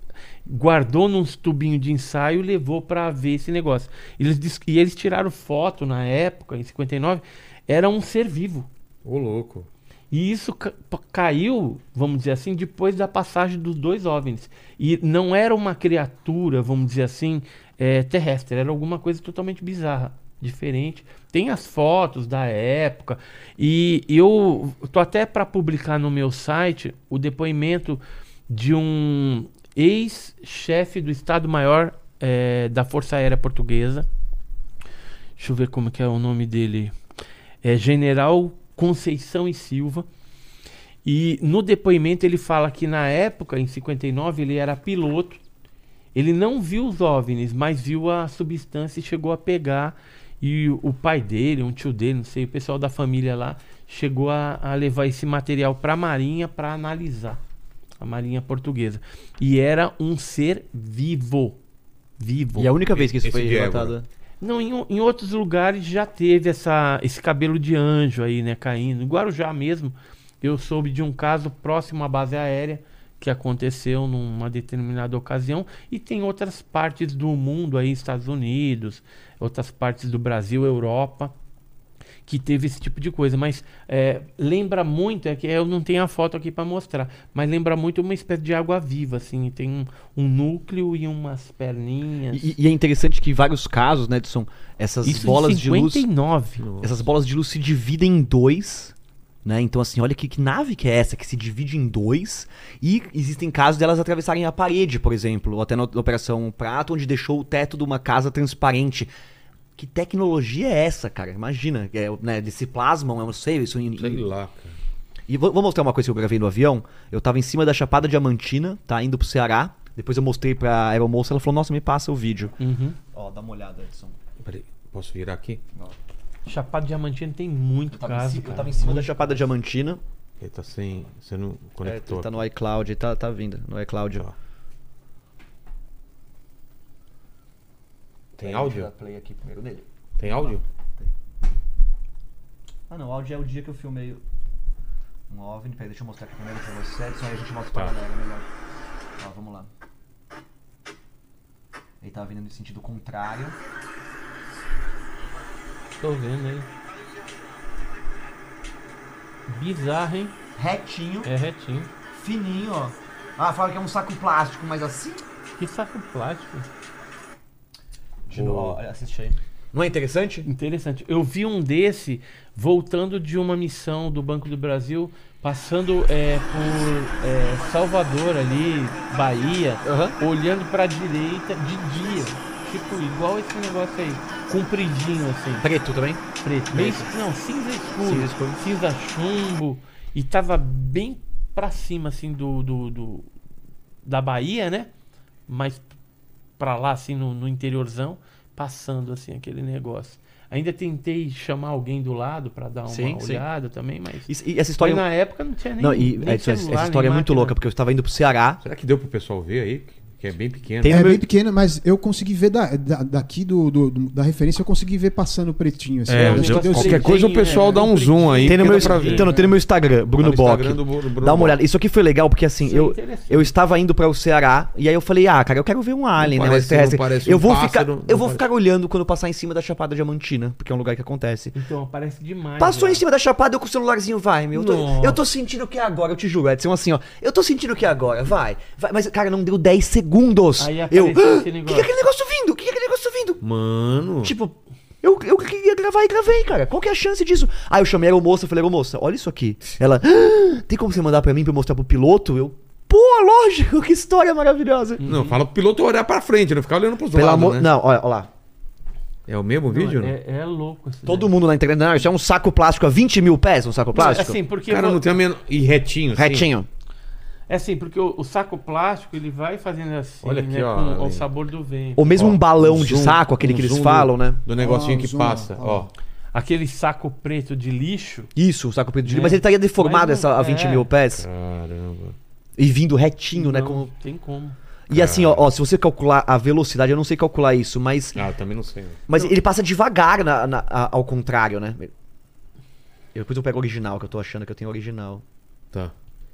guardou num tubinho de ensaio e levou para ver esse negócio. Eles, dis- e eles tiraram foto na época, em cinquenta e nove, era um ser vivo. Ô, louco. E isso ca- pa- caiu, vamos dizer assim, depois da passagem dos dois OVNIs. E não era uma criatura, vamos dizer assim, é, terrestre. Era alguma coisa totalmente bizarra, diferente. Tem as fotos da época. E eu tô até para publicar no meu site o depoimento de um ex-chefe do Estado-Maior é, da Força Aérea Portuguesa. Deixa eu ver como que é o nome dele. É General Conceição e Silva. E no depoimento ele fala que na época, em cinquenta e nove, ele era piloto. Ele não viu os OVNIs, mas viu a substância e chegou a pegar. E o, o pai dele, um tio dele, não sei, o pessoal da família lá, chegou a, a levar esse material para a Marinha para analisar. A Marinha Portuguesa. E era um ser vivo. Vivo. E a única vez que isso Esse foi de relatado. Évora. Não, em, o- em outros lugares já teve essa, esse cabelo de anjo aí, né, caindo. Em Guarujá mesmo, eu soube de um caso próximo à base aérea que aconteceu numa determinada ocasião. E tem outras partes do mundo aí, Estados Unidos, outras partes do Brasil, Europa. que teve esse tipo de coisa. Mas é, lembra muito, é que eu não tenho a foto aqui para mostrar, mas lembra muito uma espécie de água viva, assim, tem um, um núcleo e umas perninhas. E, e é interessante que em vários casos, né, Edson, essas Isso bolas em de luz, cinquenta e nove. essas bolas de luz se dividem em dois, né? Então assim, olha que, que nave que é essa que se divide em dois, e existem casos delas atravessarem a parede, por exemplo, ou até na Operação Prato, onde deixou o teto de uma casa transparente. Que tecnologia é essa, cara? Imagina, é, né, desse plasma, eu não sei, isso em, Sei em- lá, cara. E vou, vou mostrar uma coisa que eu gravei no avião. Eu tava em cima da Chapada Diamantina, tá? Indo pro Ceará. Depois eu mostrei pra aeromoça, ela falou, nossa, me passa o vídeo. Uhum. Ó, dá uma olhada, Edson. Peraí, posso virar aqui? Chapada Diamantina tem muito Eu tava, em, caso, ci- eu cara. tava em cima da Chapada Diamantina. Ele tá sem... Você não É, conectou. tá aqui. no iCloud, tá, tá vindo, no iCloud. Tá. Tem áudio? Deixa eu dar play aqui primeiro nele. Tem áudio? Ah não, áudio é o dia que eu filmei um OVNI. Peraí, deixa eu mostrar aqui primeiro pra você, Edson, aí a gente mostra pra Tá. galera melhor. Ó, vamos lá. Ele tava vindo no sentido contrário. Tô vendo aí. Bizarro, hein? Retinho, É retinho. fininho, ó. Ah, fala que é um saco plástico, mas assim... Que saco plástico. De novo, ó, assiste aí. Não é interessante? Interessante. Eu vi um desse voltando de uma missão do Banco do Brasil, passando é, por é, Salvador ali, Bahia, Aham. olhando pra direita de dia. Tipo, igual esse negócio aí. Compridinho assim. Preto também? Preto. Bem, não, cinza escuro. Cinza escuro. Cinza chumbo. E tava bem pra cima, assim, do, do, do- da Bahia, né? Mas pra lá, assim, no, no interiorzão, passando, assim, aquele negócio. Ainda tentei chamar alguém do lado pra dar uma Sim, sim. olhada também, mas... Isso- e essa Mas história... na época não tinha nem, Não, e nem Edson, essa celular, história é nem muito máquina. louca, porque eu estava indo pro Ceará. Será que deu pro pessoal ver aí? Que é bem pequeno. Tem É no meu- bem pequeno, mas eu consegui ver da, da- daqui do, do- do- da referência, eu consegui ver passando pretinho. Assim. É, Eu acho que deu qualquer certo. coisa o pessoal é, dá um tem- zoom aí. Tem no que meu, dá pra ver. então, tem no meu Instagram, Bruno Tá no Bock. Instagram do Bruno Dá uma Bock. olhada. Isso aqui foi legal porque assim, Isso é eu, interessante. eu estava indo para o Ceará e aí eu falei, ah, cara, eu quero ver um alien, Não né? Um parece- extraterrestre. não parece eu um vou pássaro, ficar, não eu vou parece- ficar olhando quando passar em cima da Chapada Diamantina, porque é um lugar que acontece. Então, aparece demais. Passou já. em cima da Chapada, eu com o celularzinho, vai, meu. Eu tô, Nossa. eu tô sentindo que é agora, eu te juro, Edson, assim, ó. Eu tô sentindo que é agora, vai. vai. Mas, cara, não deu dez segundos. Aí eu. apareceu "Ah, esse que que é negócio." aquele negócio vindo? O que que é aquele negócio vindo? Mano. Tipo, eu, eu queria gravar e gravei, cara. Qual que é a chance disso? Aí eu chamei a aeromoça e falei, aeromoça, olha isso aqui. Ela, "Ah, tem como você mandar pra mim pra eu mostrar pro piloto? Eu, pô, lógico, que história maravilhosa. Não, fala pro piloto olhar pra frente, não ficar olhando pros Pelo lados, amor. né? Não, olha, olha lá. É o mesmo Não, vídeo, né? é, é louco isso Todo daí. mundo na internet, não, isso é um saco plástico a vinte mil pés, um saco plástico? Assim, porque... Cara, vo- não tem a menor... E retinho, assim. Retinho. É assim, porque o, o saco plástico, ele vai fazendo assim, Olha aqui, né, ó, com ali. o sabor do vento. Ou mesmo Ó, um balão um de zoom, saco, aquele um que eles zoom falam, do, né? Do negocinho Ah, um que zoom, passa, ó. ó. Aquele saco preto de lixo. Isso, o saco preto de lixo. É. Mas ele estaria deformado Mas não- essa, a vinte é. mil pés. Caramba. E vindo retinho, né? não Como... tem como. E assim, ó, ó, se você calcular a velocidade, eu não sei calcular isso, mas. Ah, também não sei. Mas ele passa devagar na- na- a- ao contrário, né? Eu, depois eu pego o original, que eu tô achando que eu tenho o original. Tá.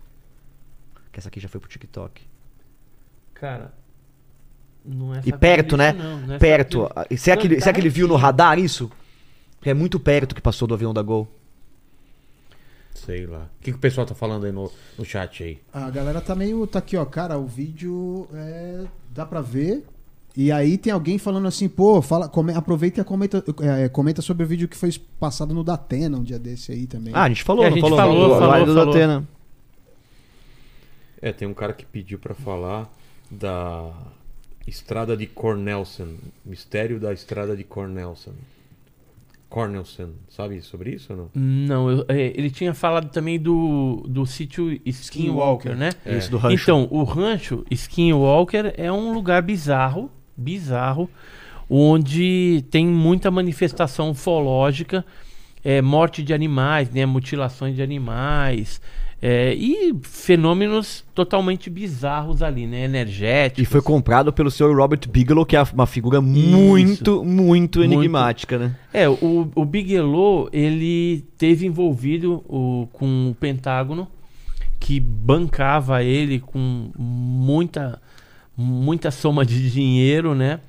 Que essa aqui já foi pro TikTok. Cara, não é E saco perto, de né? lixo, não, não é Perto. saco de lixo. E será, que Não, ele, será que ele viu no retinho. radar isso? Porque é muito perto que passou do avião da Gol. Sei lá. O que, que o pessoal tá falando aí no, no chat aí? A galera tá meio. Tá aqui, ó, cara, o vídeo é, dá pra ver. E aí tem alguém falando assim, pô, fala, come- aproveita e comenta, é, comenta sobre o vídeo que foi passado no Datena um dia desse aí também. Ah, a gente falou, É, a não gente falou? falou, Lá falou, do falou. Datena. É, tem um cara que pediu pra falar da estrada de Cornelsen. Mistério da estrada de Cornelsen. Cornelsen, sabe sobre isso ou não? Não, eu- é, ele tinha falado também do, do sítio Skinwalker, né? É. Isso, do rancho. Então, o rancho Skinwalker é um lugar bizarro, bizarro, onde tem muita manifestação ufológica, é, morte de animais, né, mutilações de animais, é, e fenômenos totalmente bizarros ali, né, energéticos. E foi comprado pelo senhor Robert Bigelow, que é uma figura muito, muito enigmática, né? É, o, o Bigelow, ele teve envolvido o- com o Pentágono, que bancava ele com muita, muita soma de dinheiro, né?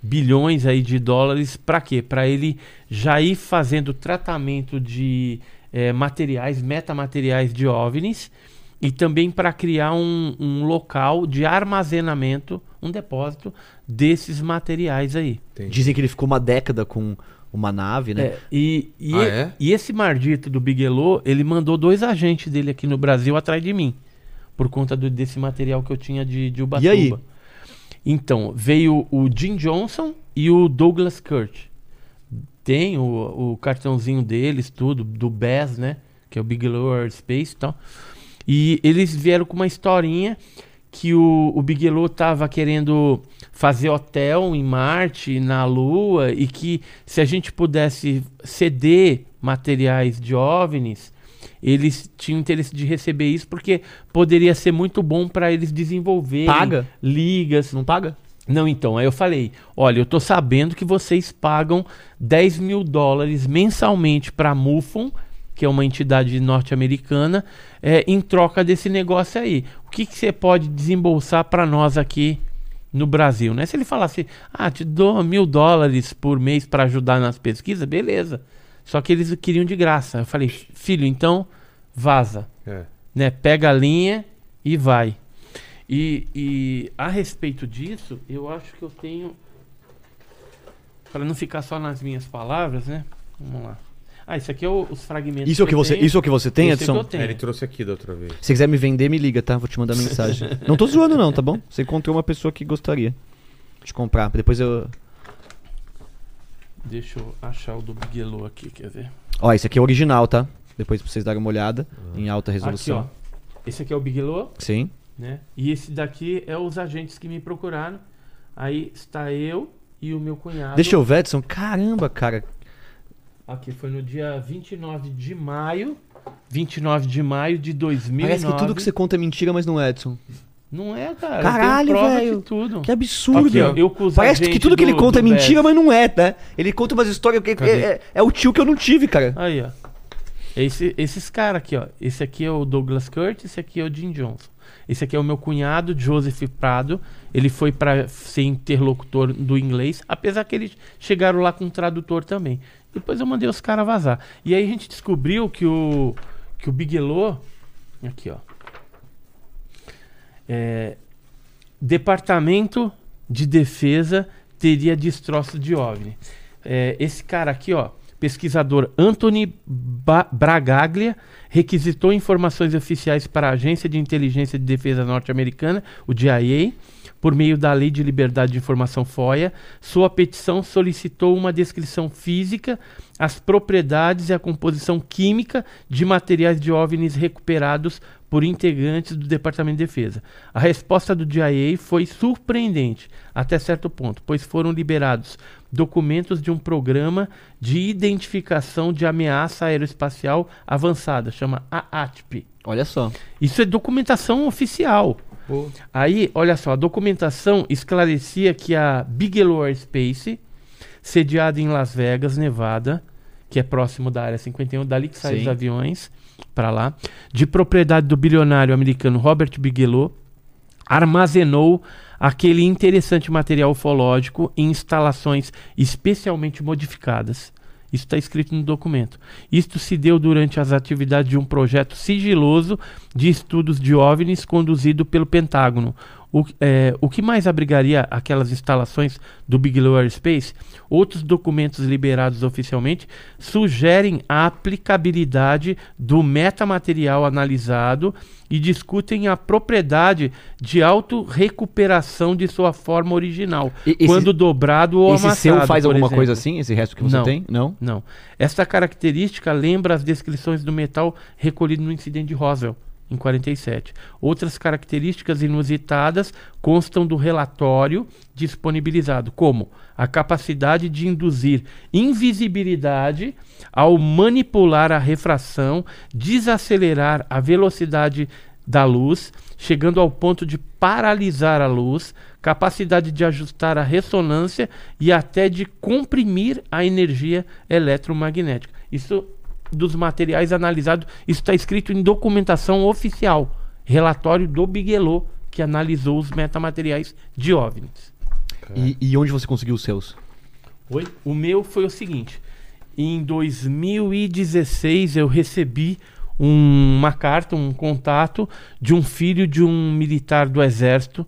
bilhões aí de dólares. Para quê? Para ele já ir fazendo tratamento de é, materiais, metamateriais de OVNIs, e também para criar um, um local de armazenamento, um depósito desses materiais aí. Entendi. Dizem que ele ficou uma década com uma nave, né? É, e, e, Ah, e- é? e esse mardito do Bigelow, ele mandou dois agentes dele aqui no Brasil atrás de mim, por conta do- desse material que eu tinha de, de Ubatuba. E aí? Então, veio o Jim Johnson e o Douglas Kurt. Tem o, o cartãozinho deles, tudo, do B E S, né? Que é o Bigelow Aerospace e tal. E eles vieram com uma historinha que o, o Bigelow estava querendo fazer hotel em Marte, na Lua, e que se a gente pudesse ceder materiais de OVNIs, eles tinham interesse de receber isso, porque poderia ser muito bom para eles desenvolverem Paga? ligas. Não paga? Não, então, aí eu falei, olha, eu tô sabendo que vocês pagam dez mil dólares mensalmente para a MUFON, que é uma entidade norte-americana, é, em troca desse negócio aí. O que que você pode desembolsar para nós aqui no Brasil, né? Se ele falasse, ah, te dou mil dólares por mês para ajudar nas pesquisas, beleza. Só que eles queriam de graça. Eu falei, filho, então vaza, É. né? Pega a linha e vai. E, e a respeito disso, eu acho que eu tenho, para não ficar só nas minhas palavras, né? Vamos lá. Ah, isso aqui é o- os fragmentos. Isso é o que eu você, tenho. isso é o que você tem, Esse é que Edson? eu tenho. É, ele trouxe aqui da outra vez. Se quiser me vender, me liga, tá? Vou te mandar mensagem. Não tô zoando não, tá bom? Você encontrou uma pessoa que gostaria de comprar. Depois eu... Deixa eu achar o do Bigelow aqui, quer ver? Ó, esse aqui é o original, tá? Depois pra vocês darem uma olhada em alta Aqui, resolução. ó. Esse aqui é o Bigelow, Sim. né? E esse daqui é os agentes que me procuraram. Aí está eu e o meu cunhado. Deixa eu ver, Edson. Caramba, cara. Aqui foi no dia vinte e nove de maio. vinte e nove de maio de dois mil e nove. Parece que tudo que você conta é mentira, mas não é, Edson. Não é, cara. Caralho, eu tenho prova velho. de tudo. Que absurdo. Aqui, ó, eu com os Parece que agentes tudo que ele do- conta é do mentira, B E S. mas não é, né? Ele conta umas histórias que é, Cadê? é- é o tio que eu não tive, cara. Aí, ó. Esse, esses caras aqui, ó. Esse aqui é o Douglas Kurt, esse aqui é o Jim Johnson. Esse aqui é o meu cunhado, Joseph Prado. Ele foi para ser interlocutor do inglês, apesar que eles chegaram lá com um tradutor também. Depois eu mandei os caras vazar. E aí a gente descobriu que o, que o Bigelow... Aqui, ó. É, Departamento de Defesa teria destroço de OVNI. É, esse cara aqui, ó, pesquisador Anthony Ba- Bragaglia, requisitou informações oficiais para a Agência de Inteligência de Defesa norte-americana, o D I A, por meio da Lei de Liberdade de Informação FOIA. Sua petição solicitou uma descrição física, as propriedades e a composição química de materiais de OVNIs recuperados por integrantes do Departamento de Defesa. A resposta do D I A foi surpreendente, até certo ponto, pois foram liberados documentos de um programa de identificação de ameaça aeroespacial avançada, chama A A T P. Olha só. Isso é documentação oficial. Pô, Aí, olha só, a documentação esclarecia que a Bigelow Aerospace, sediada em Las Vegas, Nevada, que é próximo da área cinquenta e um, dali que saem Sim. os aviões para lá, de propriedade do bilionário americano Robert Bigelow, armazenou aquele interessante material ufológico em instalações especialmente modificadas. Isso está escrito no documento. Isto se deu durante as atividades de um projeto sigiloso de estudos de OVNIs conduzido pelo Pentágono. O, é, o que mais abrigaria aquelas instalações do Bigelow Aerospace? Outros documentos liberados oficialmente sugerem a aplicabilidade do metamaterial analisado e discutem a propriedade de autorrecuperação de sua forma original, E- esse- quando dobrado ou Esse amassado. seu faz por alguma exemplo. coisa assim? Esse resto que você Não. tem? Não? Não. Esta característica lembra as descrições do metal recolhido no incidente de Roswell, em quarenta e sete. Outras características inusitadas constam do relatório disponibilizado, como a capacidade de induzir invisibilidade ao manipular a refração, desacelerar a velocidade da luz, chegando ao ponto de paralisar a luz, capacidade de ajustar a ressonância e até de comprimir a energia eletromagnética. Isso dos materiais analisados, isso está escrito em documentação oficial, relatório do Bigelow, que analisou os metamateriais de OVNIs. E, e onde você conseguiu os seus? Oi? O meu foi o seguinte. Em dois mil e dezesseis eu recebi um- uma carta, um contato de um filho de um militar do exército.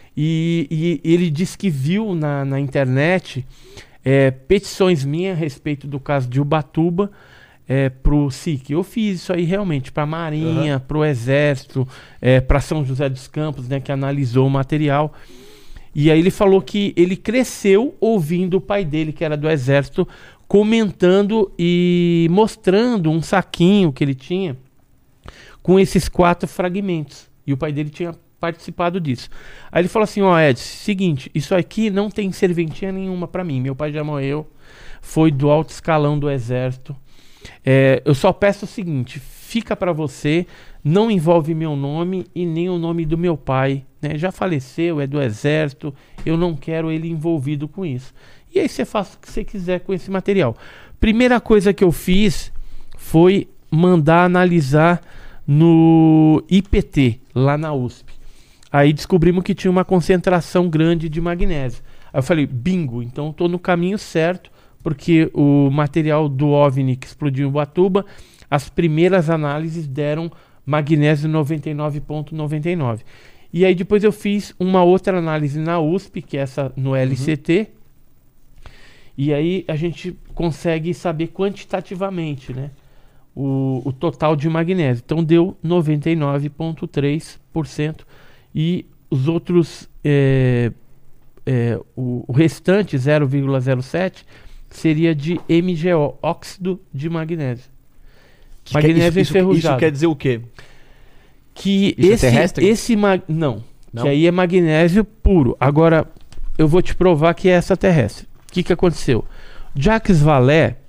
E, e ele disse que viu na, na internet é, petições minhas a respeito do caso de Ubatuba é, pro S I C. Eu fiz isso aí realmente para a Marinha, Uhum. pro Exército, é, para São José dos Campos, né, que analisou o material. E aí ele falou que ele cresceu ouvindo o pai dele, que era do Exército, comentando e mostrando um saquinho que ele tinha com esses quatro fragmentos. E o pai dele tinha participado disso. Aí ele falou assim, ó, Ed, seguinte, isso aqui não tem serventia nenhuma pra mim. Meu pai já morreu, foi do alto escalão do Exército. É, eu só peço o seguinte, fica pra você, não envolve meu nome e nem o nome do meu pai, né? Já faleceu, é do Exército, eu não quero ele envolvido com isso. E aí você faz o que você quiser com esse material. Primeira coisa que eu fiz foi mandar analisar no I P T, lá na U S P. Aí descobrimos que tinha uma concentração grande de magnésio. Aí eu falei, bingo, então estou no caminho certo, porque o material do OVNI que explodiu em Ubatuba, as primeiras análises deram magnésio noventa e nove vírgula noventa e nove. E aí depois eu fiz uma outra análise na U S P, que é essa no L C T, uhum. E aí a gente consegue saber quantitativamente, né, o, o total de magnésio. Então deu noventa e nove vírgula três por cento. E os outros, é, é, o, o restante, zero vírgula zero sete, seria de M G O, óxido de magnésio. Que Magnésio que, isso, enferrujado. Isso, isso quer dizer o quê? Que isso esse, é terrestre? Esse ma... não, não, que aí é magnésio puro. Agora, eu vou te provar que é extraterrestre. O que, que aconteceu? Jacques Vallée,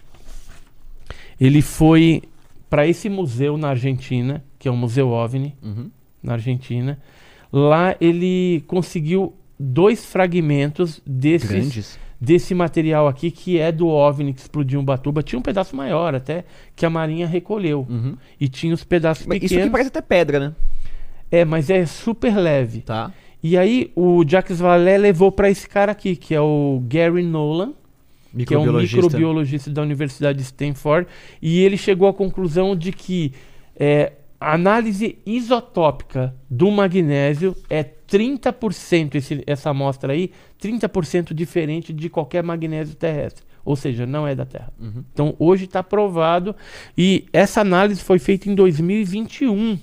ele foi para esse museu na Argentina, que é o Museu OVNI, uhum. na Argentina. Lá ele conseguiu dois fragmentos desses, grandes, desse material aqui, que é do OVNI que explodiu em Ubatuba. Tinha um pedaço maior até, que a Marinha recolheu. Uhum. E tinha os pedaços Mas pequenos. Isso aqui parece até pedra, né? É, mas é super leve. Tá. E aí o Jacques Vallée levou para esse cara aqui, que é o Gary Nolan, que é um microbiologista da Universidade de Stanford, e ele chegou à conclusão de que é, a análise isotópica do magnésio é trinta por cento, esse, essa amostra aí, trinta por cento diferente de qualquer magnésio terrestre. Ou seja, não é da Terra. Uhum. Então hoje está provado, e essa análise foi feita em dois mil e vinte e um.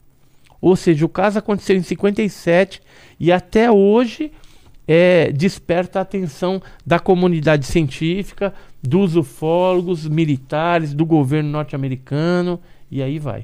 Ou seja, o caso aconteceu em cinquenta e sete e até hoje é, desperta a atenção da comunidade científica, dos ufólogos, militares, do governo norte-americano, e aí vai.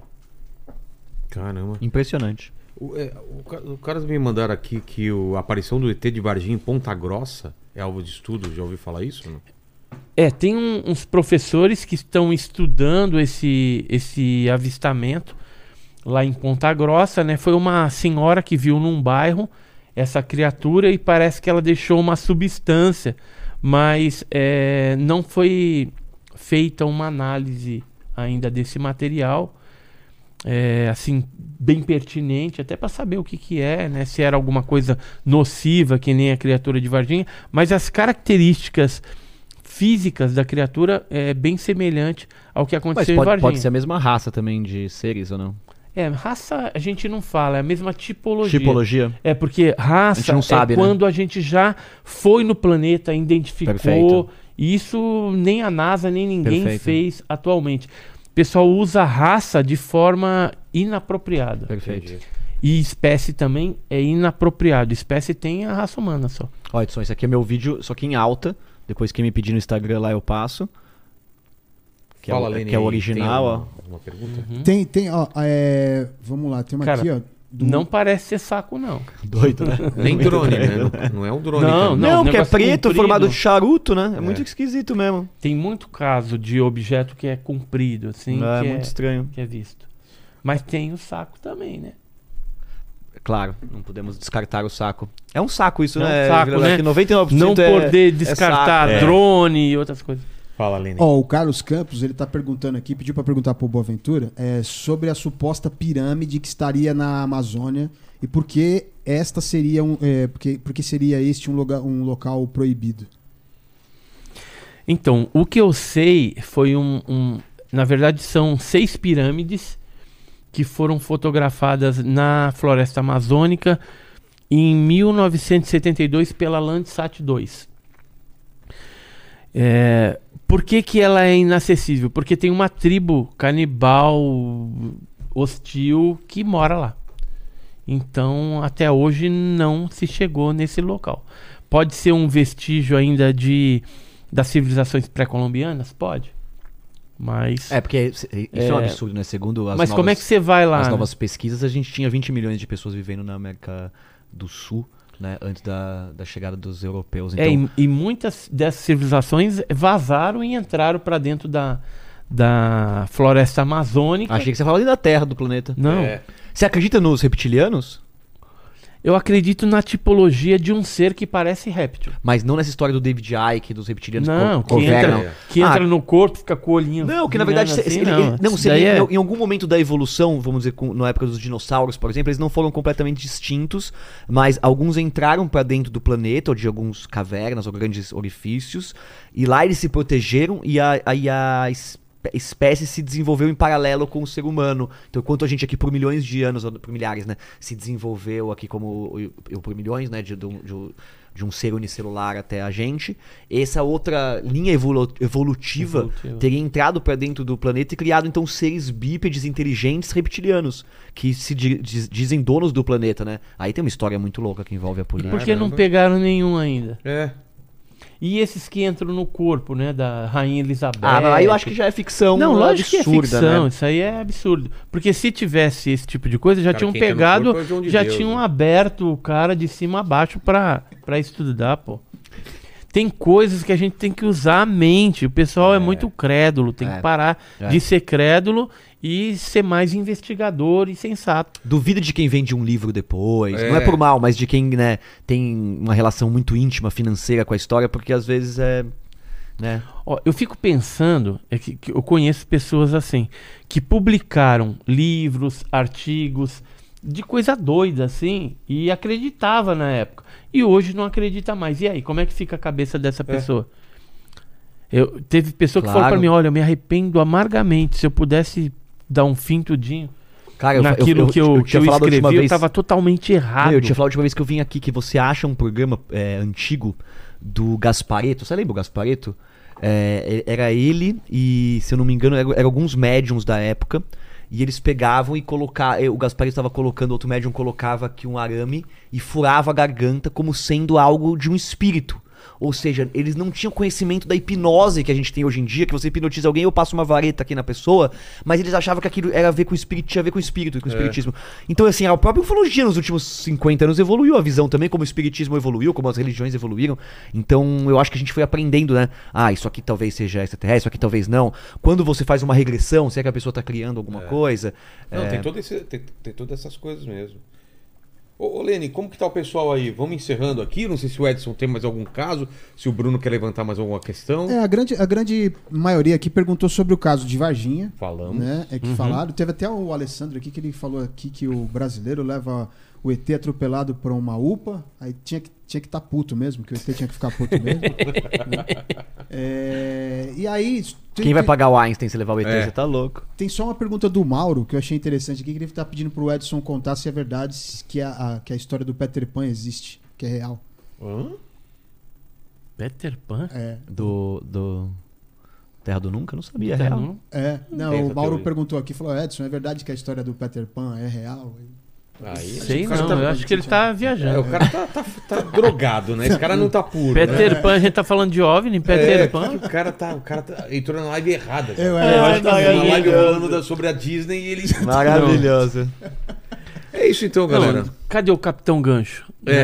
Caramba. Impressionante. O, é, o, o caras me mandaram aqui que o, a aparição do E T de Varginha em Ponta Grossa é alvo de estudo. Já ouviu falar isso? Não? É, tem um, uns professores que estão estudando esse, esse avistamento lá em Ponta Grossa, né? Foi uma senhora que viu num bairro essa criatura e parece que ela deixou uma substância, mas é, não foi feita uma análise ainda desse material, é, assim, bem pertinente, até para saber o que que é, né? Se era alguma coisa nociva, que nem a criatura de Varginha, mas as características físicas da criatura é bem semelhante ao que aconteceu Mas em pode, Varginha. pode ser a mesma raça também de seres ou não? É, raça a gente não fala, é a mesma tipologia. Tipologia? É, porque raça A gente não sabe, é né? quando a gente já foi no planeta, identificou, Perfeito. e isso nem a NASA, nem ninguém Perfeito. fez atualmente. O pessoal usa raça de forma inapropriada. Perfeito. E espécie também é inapropriado. Espécie tem a raça humana só. Ó, Edson, esse aqui é meu vídeo, só que em alta. Depois quem me pedir no Instagram lá eu passo. Que Fala, é, o- Lene, que é o aí, original, tem ó. uma, uma pergunta? Uhum. Tem, tem, ó, é, vamos lá, tem uma Cara, aqui, ó. do- Não parece ser saco, não. Doido, né? Nem drone, né? Não, não é um drone. Não, também. não. Não, porque é negócio preto, comprido. formado de charuto, né? É, É. muito esquisito mesmo. Tem muito caso de objeto que é comprido, assim, é que, muito é, estranho. que é visto. Mas tem o saco também, né? Claro, não podemos descartar o saco. É um saco isso, É um né? saco, Vilela? né? Que noventa e nove por Não cento é- poder é descartar saco. drone e outras coisas. Fala, Lene. Ó, o Carlos Campos, ele tá perguntando aqui, pediu pra perguntar pro Boaventura, é, sobre a suposta pirâmide que estaria na Amazônia E por que esta seria um, é, porque, porque seria este um, lugar, um local proibido? Então, o que eu sei foi um, um... Na verdade, são seis pirâmides que foram fotografadas na floresta amazônica em mil novecentos e setenta e dois pela Landsat dois. É, por que que ela é inacessível? Porque tem uma tribo canibal hostil que mora lá. Então, até hoje não se chegou nesse local. Pode ser um vestígio ainda de, das civilizações pré-colombianas? Pode. Mas... É, porque isso é, é um absurdo, né? Segundo as Mas novas, como é que você vai lá? as né? novas pesquisas, a gente tinha vinte milhões de pessoas vivendo na América do Sul, né? Antes da, da chegada dos europeus. Então, É, e, e muitas dessas civilizações vazaram e entraram para dentro da, da floresta amazônica. achei que você falava ali da Terra, do planeta. Não, É. Você acredita nos reptilianos? eu acredito na tipologia de um ser que parece réptil. Mas não nessa história do David Icke, dos reptilianos Não, co- que governam. entra, que entra Ah, no corpo, fica com o olhinho. Não, que na verdade virando se- assim, se- não. ele- não, Isso seria, daí é- em algum momento da evolução, vamos dizer, com- na época dos dinossauros, por exemplo, eles não foram completamente extintos, mas alguns entraram para dentro do planeta, ou de alguns cavernas ou grandes orifícios, e lá eles se protegeram e a, a, e a es- espécie se desenvolveu em paralelo com o ser humano. Então, enquanto a gente aqui por milhões de anos, ou por milhares, né, se desenvolveu aqui como eu, eu por milhões, né, de, de, um- de um- de um ser unicelular até a gente, essa outra linha evolu- evolutiva, Evolutiva. teria entrado para dentro do planeta e criado então seres bípedes inteligentes reptilianos que se di- diz- dizem donos do planeta, né? Aí tem uma história muito louca que envolve a política. Por que não Caramba. pegaram nenhum ainda? É. E esses que entram no corpo, né, da Rainha Elizabeth? Ah, mas aí eu acho que já é ficção Não, lógico absurda, que é ficção, né? isso aí é absurdo. Porque se tivesse esse tipo de coisa, já Cara, tinham quem entra no pegado, corpo é o João de já Deus, tinham né? aberto o cara de cima a baixo pra, pra estudar, pô. Tem coisas que a gente tem que usar a mente. O pessoal é, muito crédulo, tem É. que parar É. de ser crédulo e ser mais investigador e sensato. Duvida de quem vende um livro depois. É. Não é por mal, mas de quem, né, tem uma relação muito íntima, financeira com a história, porque às vezes é. Né? Ó, eu fico pensando, é que, que eu conheço pessoas assim, que publicaram livros, artigos, de coisa doida assim, e acreditava na época. E hoje não acredita mais. E aí, como é que fica a cabeça dessa pessoa? Eu, teve pessoa que falou Claro. pra mim, olha, eu me arrependo amargamente, se eu pudesse dar um fintudinho Cara, eu, naquilo eu, eu, que eu, eu que tinha eu falado a última escrevi, eu vez. tava totalmente errado. Eu tinha falado a última vez que eu vim aqui que você acha um programa é, antigo do Gaspareto. Você lembra o Gaspareto? É, era ele e, se eu não me engano, eram era alguns médiums da época. E eles pegavam e colocavam. O Gaspareto estava colocando, outro médium colocava aqui um arame e furava a garganta como sendo algo de um espírito. Ou seja, eles não tinham conhecimento da hipnose que a gente tem hoje em dia, que você hipnotiza alguém, eu passo uma vareta aqui na pessoa, mas eles achavam que aquilo era a ver com o espírito, tinha a ver com o espírito, com o espiritismo. Então, assim, a própria ufologia nos últimos cinquenta anos evoluiu a visão também, como o espiritismo evoluiu, como as religiões evoluíram. Então, eu acho que a gente foi aprendendo, né? Ah, isso aqui talvez seja extraterrestre, isso aqui talvez não. Quando você faz uma regressão, se é que a pessoa tá criando alguma coisa. Não, é, tem, todo esse, tem, tem todas essas coisas mesmo. Ô, ô Lene, como que tá o pessoal aí? Vamos encerrando aqui. Não sei se o Edson tem mais algum caso, se o Bruno quer levantar mais alguma questão. É, a grande, a grande maioria aqui perguntou sobre o caso de Varginha. Falamos. Né? É que falaram. Teve até o Alessandro aqui que ele falou aqui que o brasileiro leva o E T atropelado por uma UPA, aí tinha que tinha que estar tá puto mesmo, que o E T tinha que ficar puto mesmo. Né? É, e aí tem, Quem vai tem- pagar o Einstein se levar o E T? É. Você tá louco. tem só uma pergunta do Mauro que eu achei interessante aqui, que ele está pedindo pro Edson contar se é verdade que a, a- que a história do Peter Pan existe, que é real. Hã? Peter Pan? É, Do. do... Terra do Nunca? Não sabia, é Tá, real. não? é. Não, tem o essa Mauro teoria. perguntou aqui, falou: Edson, é verdade que a história do Peter Pan é real? Aí, Sei o cara não, tá- eu acho que ele tá é, viajando. o cara tá, tá, tá drogado, né? Esse cara não tá puro. Peter né? Pan, a gente tá falando de OVNI, Peter É, Pan. O cara, tá, o cara tá, entrou na live errada. Eu, cara. é, eu acho que Uma sim. live rolando da- sobre a Disney e eles. Maravilhoso. É isso então, galera. Não, cadê o Capitão Gancho? É.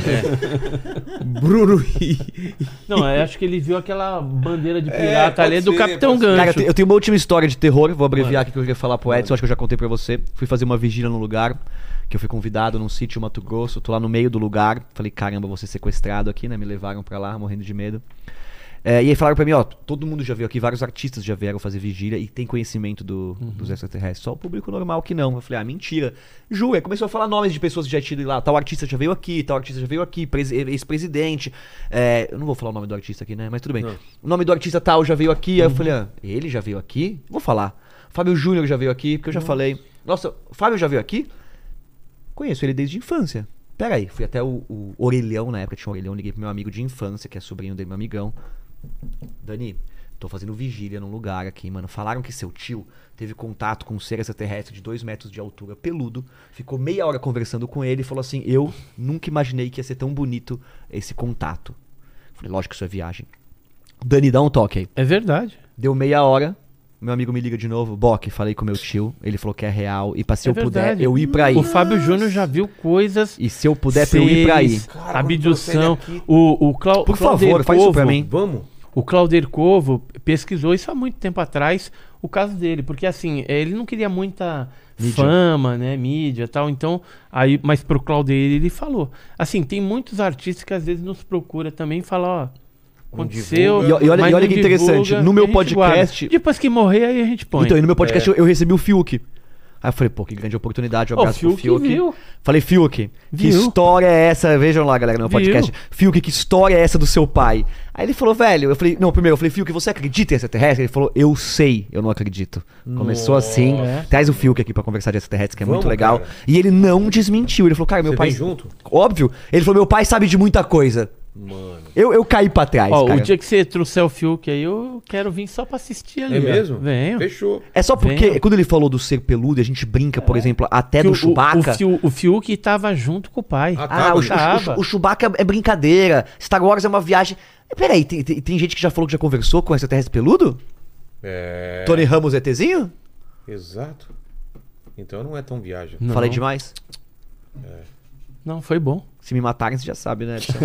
é. Bruno e. Não, eu acho que ele viu aquela bandeira de É, pirata pode ali do ser, Capitão pode ser. Gancho. Cara, eu te- eu tenho uma última história de terror, vou abreviar Mano. aqui que eu queria falar pro Edson, acho que eu já contei pra você. Fui fazer uma vigília num lugar, que eu fui convidado num sítio Mato Grosso, tô lá no meio do lugar, falei, caramba, vou ser sequestrado aqui, né? Me levaram pra lá, morrendo de medo. É, e aí falaram pra mim, ó, todo mundo já veio aqui, vários artistas já vieram fazer vigília e tem conhecimento do, uhum. dos extraterrestres. Só o público normal que não. Eu falei, ah, mentira. Ju, aí começou a falar nomes de pessoas que já tinham ido lá. Tal artista já veio aqui, tal artista já veio aqui, ex-presidente. É, eu não vou falar o nome do artista aqui, né? Mas tudo bem. Não. O nome do artista tal já veio aqui. Uhum. Aí eu falei, ah, ele já veio aqui? Vou falar. Fábio Júnior já veio aqui, porque eu já Nossa. falei. Nossa, o Fábio já veio aqui? Conheço ele desde a infância. Pera aí, fui até o, o Orelhão, na época tinha um Orelhão, liguei pro meu amigo de infância, que é sobrinho dele, meu amigão. Dani, tô fazendo vigília num lugar aqui, mano. Falaram que seu tio teve contato com um ser extraterrestre de dois metros de altura, peludo. Ficou meia hora conversando com ele e falou assim, eu nunca imaginei que ia ser tão bonito esse contato. Falei, lógico que isso é viagem. Dani, dá um toque aí. É verdade. Deu meia hora, meu amigo me liga de novo. Boque, falei com meu tio, ele falou que é real. E pra se é eu verdade. puder, eu ir pra aí. O Fábio Júnior já viu coisas. E se eu puder, pra eu ir pra aí. Cara, abdução. O, o Clau, Por favor, faz isso pra mim. Vamos. O Claudir Corvo pesquisou isso há muito tempo atrás, o caso dele, porque assim, ele não queria muita mídia. fama, né, mídia e tal, então, aí, mas pro Claudir ele falou. Assim, tem muitos artistas que às vezes nos procura também e falam, ó, aconteceu, e, e olha, e olha que interessante, divulga, no meu podcast... Guarda. Depois que morrer, aí a gente põe. Então, e no meu podcast é. eu, eu recebi o Fiuk. Aí eu falei, pô, que grande oportunidade, um abraço oh, pro Fiuk. Viu. Falei, Fiuk, que história é essa? Vejam lá, galera, no meu podcast. Fiuk, que história é essa do seu pai? Aí ele falou, velho, eu falei, não, primeiro, eu falei, Fiuk, você acredita em extraterrestre? Ele falou, eu sei, eu não acredito. Começou Nossa. assim, traz o Fiuk aqui pra conversar de extraterrestre, que é Vamos, muito legal. Cara. E ele não desmentiu, ele falou, cara, meu você pai... Vem junto? Óbvio. Ele falou, meu pai sabe de muita coisa. Mano. Eu, eu caí pra trás, Ó, cara. o dia que você trouxer o Fiuk aí, eu quero vir só pra assistir ali. É mesmo? Venho. Fechou. É só porque, Venho. quando ele falou do ser peludo, a gente brinca, por exemplo, até Que do o, Chewbacca. O, o, Fiu- o Fiuk tava junto com o pai. Ah, Ah, Tava, o, o, tava. o, o Chewbacca é brincadeira. Star Wars é uma viagem. Peraí, tem, tem, tem gente que já falou que já conversou com extraterrestre peludo? É. Tony Ramos ETzinho? Exato. Então não é tão viagem. Não. Falei demais? Não, foi bom. Se me matarem, você já sabe, né, Edson?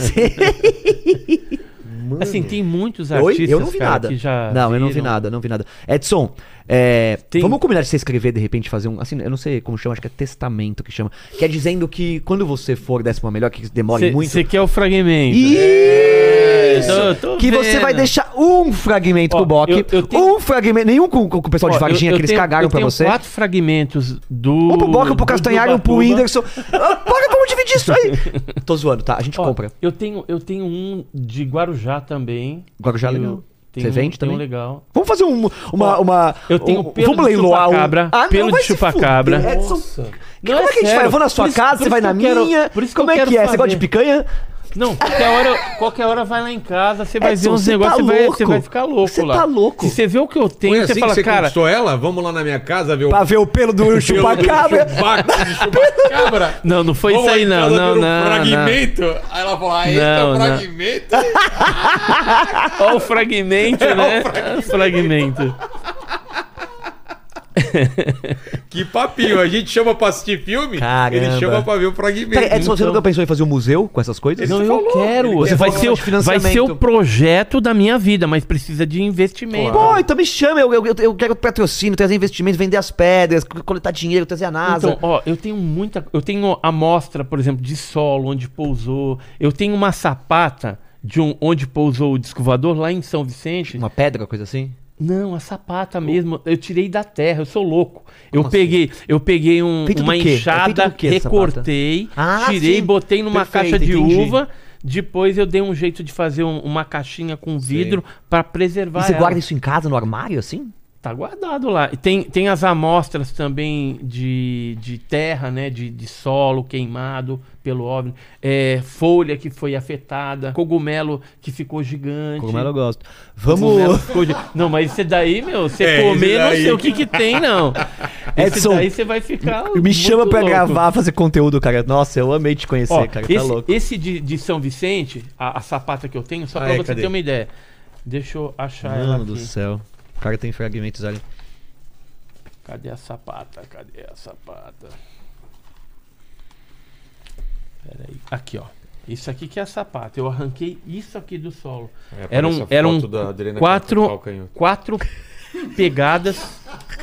Mano. Assim, tem muitos Oi? artistas, Eu não vi cara, nada. que já Não, eu não vi viram. nada, não vi nada. Edson, é, Tem- vamos combinar de você escrever, de repente, fazer um... Assim, eu não sei como chama, acho que é testamento que chama. Que é dizendo que quando você for décima melhor, que demore muito... Você quer o fragmento. Isso! Eu tô Que você vendo. vai deixar um fragmento Ó, pro Boque. eu- eu tenho- Um fragmento. Nenhum com, com o pessoal de Ó, Varginha, eu- eu que eles tenho- cagaram eu pra tenho você. quatro fragmentos do... Um pro Boca, um pro do Castanhari, um pro Ubatuba. Whindersson. Ah, Bora, vamos dividir isso aí. Tô zoando, tá? A gente Ó, compra. Eu tenho, eu tenho um de Guarujá também. Guarujá é Eu legal. tenho Você um- vende tenho também? um legal. Vamos fazer um, uma, Ó, uma... eu tenho um, pelo vamos de leiloar um... chupacabra, Ah, pelo não, de vai se chupacabra. fuder, Edson. Nossa. Que, como é que a gente sério. vai? Eu vou na sua Por isso- casa, por você vai isso na que eu quero- minha. por isso que Como eu é quero que é? Você gosta de fazer. picanha? Não, qualquer hora, qualquer hora vai lá em casa, você vai Edson, ver uns você negócios, tá você, vai, louco. você vai ficar louco Você lá. tá louco. Se você vê o que eu tenho, Foi você assim fala, que você cara... conquistou ela? Vamos lá na minha casa ver o Pra ver o pelo do pelo do chupacabra. chupaca- de chupacabra. Não, não foi Vamos isso aí lá em não, casa não, ver um não, não. fragmento. Aí ela falou, ah, esse é Não, o não. fragmento. Olha o fragmento, né? O fragmento. Que papinho. A gente chama pra assistir filme, Caramba. ele chama pra ver o fragmento. Peraí, Edson, você Então- nunca pensou em fazer um museu com essas coisas? Não, Você eu falou, quero. ele Você quer vai falar ser, o, de vai financiamento. ser o projeto da minha vida, mas precisa de investimento. Pô, então me chama, eu, eu, eu quero patrocínio, trazer investimento, vender as pedras, coletar dinheiro, trazer a NASA. Então, ó, eu tenho muita. Eu tenho amostra, por exemplo, de solo, onde pousou. Eu tenho uma sapata de um, onde pousou o disco voador lá em São Vicente. Uma pedra, coisa assim? Não, a sapata mesmo. Eu tirei da terra, eu sou louco. Eu Como peguei, eu peguei um- Feito do uma quê? É feito enxada, do quê essa recortei, Ah, tirei, sim. botei numa Perfeito, caixa de entendi. uva. Depois eu dei um jeito de fazer um- uma caixinha com vidro pra preservar E você ela. guarda isso em casa, no armário, assim? Tá guardado lá. E tem, tem as amostras também de, de terra, né? De, de solo queimado pelo OVNI. É, folha que foi afetada. Cogumelo que ficou gigante. Cogumelo eu gosto. Cogumelo Vamos... ficou gi- Não, mas esse daí, meu, você É, comer, esse não daí. sei o que que tem, não. Esse Edson, daí você vai ficar Me chama muito pra louco. gravar, fazer conteúdo, cara. Nossa, eu amei te conhecer, Ó, cara. esse, Tá louco. esse de, de São Vicente, a, a sapata que eu tenho, só Ah, pra é, você cadê? ter uma ideia. Deixa eu achar ela Mano aqui. do céu. O cara tem fragmentos ali. Cadê a sapata? Cadê a sapata? Pera aí. Aqui, ó. Isso aqui que é a sapata. Eu arranquei isso aqui do solo. É, Eram, aparece a eram foto da Adriana quatro, Calcanhoto. quatro pegadas.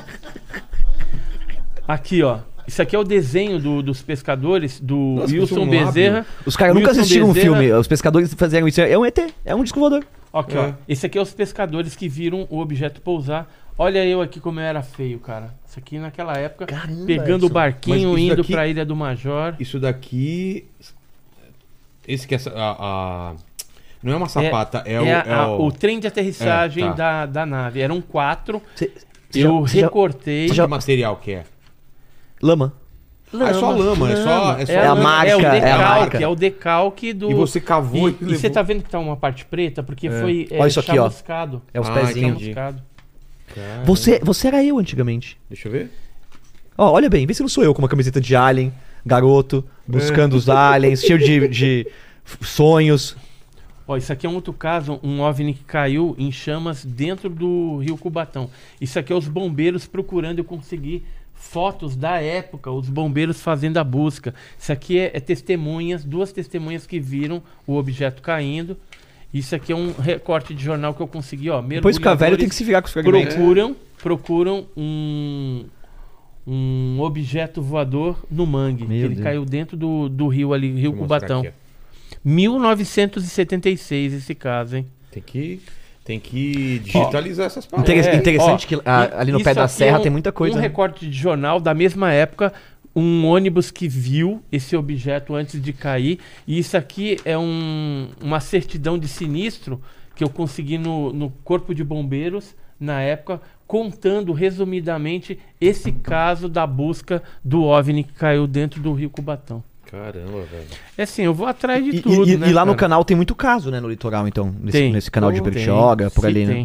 Aqui, ó. Isso aqui é o desenho do- dos pescadores, do Nossa, Wilson parece um Bezerra. lábio. Os caras nunca Wilson assistiram um Bezerra- filme. Os pescadores fizeram isso. É um E T, é um disco voador. Aqui, É. ó. Esse aqui é os pescadores que viram o objeto pousar. Olha eu aqui como eu era feio, cara. Isso aqui naquela época, Caramba, pegando o Edson. barquinho, Mas isso indo daqui- pra Ilha do Major. Isso daqui. Esse que é. essa- A, a- não é uma sapata, é, É, o, é a- o- o trem de aterrissagem É, tá. da, da nave. Eram quatro. Cê- cê Eu já- cê já- recortei. Que material que é? Lama. Ah, é só lama, é só- é só- É a marca, é o é a decalque, marca. é o decalque do. E você cavou E, e e levou- você tá vendo que tá uma parte preta? Porque foi é, Olha isso aqui, ó. chamuscado. É os Ah, pezinhos. entendi. Chamuscado. Cara, Você, você era eu antigamente. Deixa eu ver. Ó, olha bem, vê se não sou eu com uma camiseta de alien, garoto, buscando os aliens, cheio de, de f- sonhos. Ó, isso aqui é um outro caso, um OVNI que caiu em chamas dentro do Rio Cubatão. Isso aqui é os bombeiros procurando eu conseguir fotos da época, os bombeiros fazendo a busca. Isso aqui é, é testemunhas, duas testemunhas que viram o objeto caindo. Isso aqui é um recorte de jornal que eu consegui, ó. Depois que ficar velho tem que se virar com os fragmentos. procuram, procuram um, um objeto voador no mangue. Meu que ele Deus. caiu dentro do, do rio ali, Rio Deixa eu mostrar Cubatão. aqui, ó. mil novecentos e setenta e seis esse caso, hein? Tem que, tem que digitalizar essas paradas. Interess- É, interessante ó, que ah, e- ali no isso pé da aqui serra é um- tem muita coisa. Um né? recorte de jornal da mesma época, um ônibus que viu esse objeto antes de cair. E isso aqui é um- uma certidão de sinistro que eu consegui no, no Corpo de Bombeiros na época, contando resumidamente esse caso da busca do OVNI que caiu dentro do Rio Cubatão. Caramba, velho. É assim, eu vou atrás de E, tudo, e- né, e lá no cara? canal tem muito caso, né, no litoral, então. Nesse, Tem. nesse canal de Tem, Bertioga, por se ali, né? tem.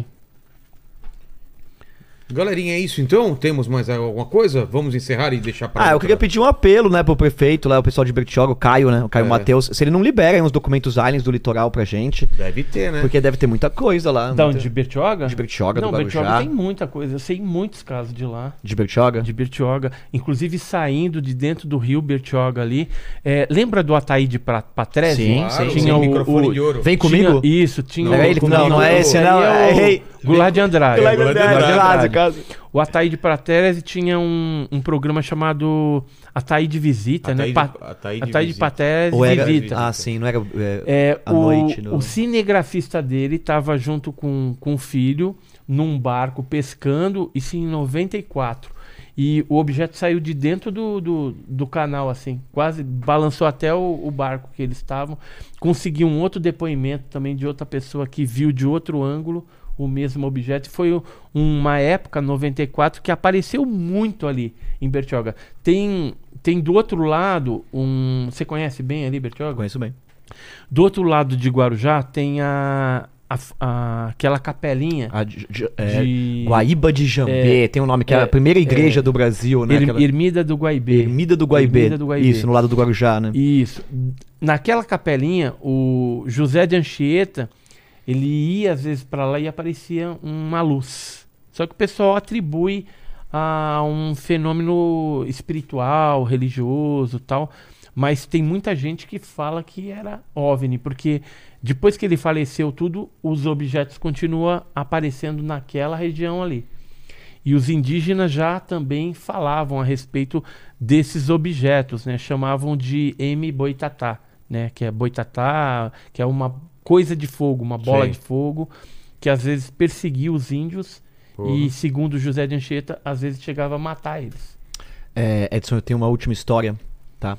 Galerinha, é isso então? Temos mais alguma coisa? Vamos encerrar e deixar para Ah, eu outra- queria pedir um apelo, né, pro prefeito lá, o pessoal de Bertioga, o Caio, né, o Caio É. Matheus, se ele não libera aí uns documentos aliens do litoral pra gente, Deve ter, né? porque deve ter muita coisa lá. Da muita- onde? De Bertioga? De Bertioga, Não, do Guarujá. Bertioga tem muita coisa. Eu sei muitos casos de lá. De Bertioga? De Bertioga. Inclusive saindo de dentro do rio Bertioga ali. É, lembra do Ataíde pra- Patrese? Sim, Claro, sim, sim, sim. o microfone de ouro. Vem Tinha- comigo? Isso, tinha. Não, é ele? Não, não é esse, aí não. É o Ei, Goulart de Andrade. Goulart de Andrade. Goulart de Quase, Andrade. O Ataíde Patrese tinha um, um programa chamado Ataíde Visita, né? Ataíde- Pa- Ataíde Ataíde Visita. Patrese Ou era... Visita. Ah, sim, não era é, É, à o, noite. No... o cinegrafista dele estava junto com, com o filho num barco pescando, isso em noventa e quatro. E o objeto saiu de dentro do, do, do canal, assim, quase balançou até o, o barco que eles estavam. Consegui um outro depoimento também de outra pessoa que viu de outro ângulo o mesmo objeto. E foi o- uma época, noventa e quatro, que apareceu muito ali em Bertioga. Tem, tem do outro lado um... Você conhece bem ali Bertioga? Conheço bem. Do outro lado de Guarujá tem a, a- a- aquela capelinha A, de, de- é, de Guaíba de Jambê, tem um nome que é, é, a primeira igreja do Brasil, né? Er- Aquela- Ermida do Guaibê. Ermida do Guaibê. Ermida do Guaibê. Isso, no lado do Guarujá, né? Isso. Naquela capelinha, o José de Anchieta, ele ia às vezes para lá e aparecia uma luz. Só que o pessoal atribui a um fenômeno espiritual, religioso, tal. Mas tem muita gente que fala que era OVNI, porque depois que ele faleceu tudo, os objetos continuam aparecendo naquela região ali. E os indígenas já também falavam a respeito desses objetos, né? Chamavam de M Boitatá, né? Que é boitatá, que é uma coisa de fogo, uma bola Sim. de fogo, que às vezes perseguia os índios Porra. e, segundo José de Anchieta, às vezes chegava a matar eles. É, Edson, eu tenho uma última história, tá?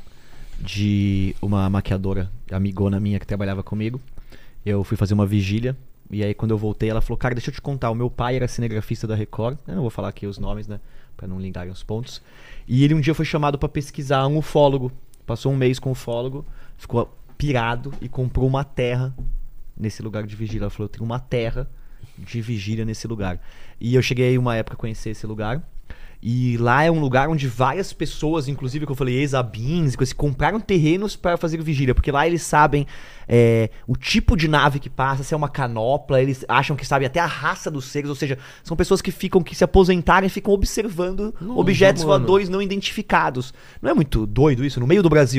De uma maquiadora, amigona minha que trabalhava comigo. Eu fui fazer uma vigília. E aí quando eu voltei, ela falou, cara, deixa eu te contar, o meu pai era cinegrafista da Record. Eu não vou falar aqui os nomes, né? Pra não ligarem os pontos. E ele um dia foi chamado pra pesquisar um ufólogo. Passou um mês com o ufólogo, ficou pirado e comprou uma terra nesse lugar de vigília. Ela falou, eu tenho uma terra de vigília nesse lugar. E eu cheguei uma época a conhecer esse lugar. E lá é um lugar onde várias pessoas, inclusive que eu falei, ex-abins, coisa assim, compraram terrenos para fazer vigília, porque lá eles sabem é, o tipo de nave que passa, se é uma canopla, eles acham que sabem até a raça dos seres, ou seja, são pessoas que ficam, que se aposentarem e ficam observando Nossa, objetos mano. voadores não identificados. Não é muito doido isso? No meio do Brasil.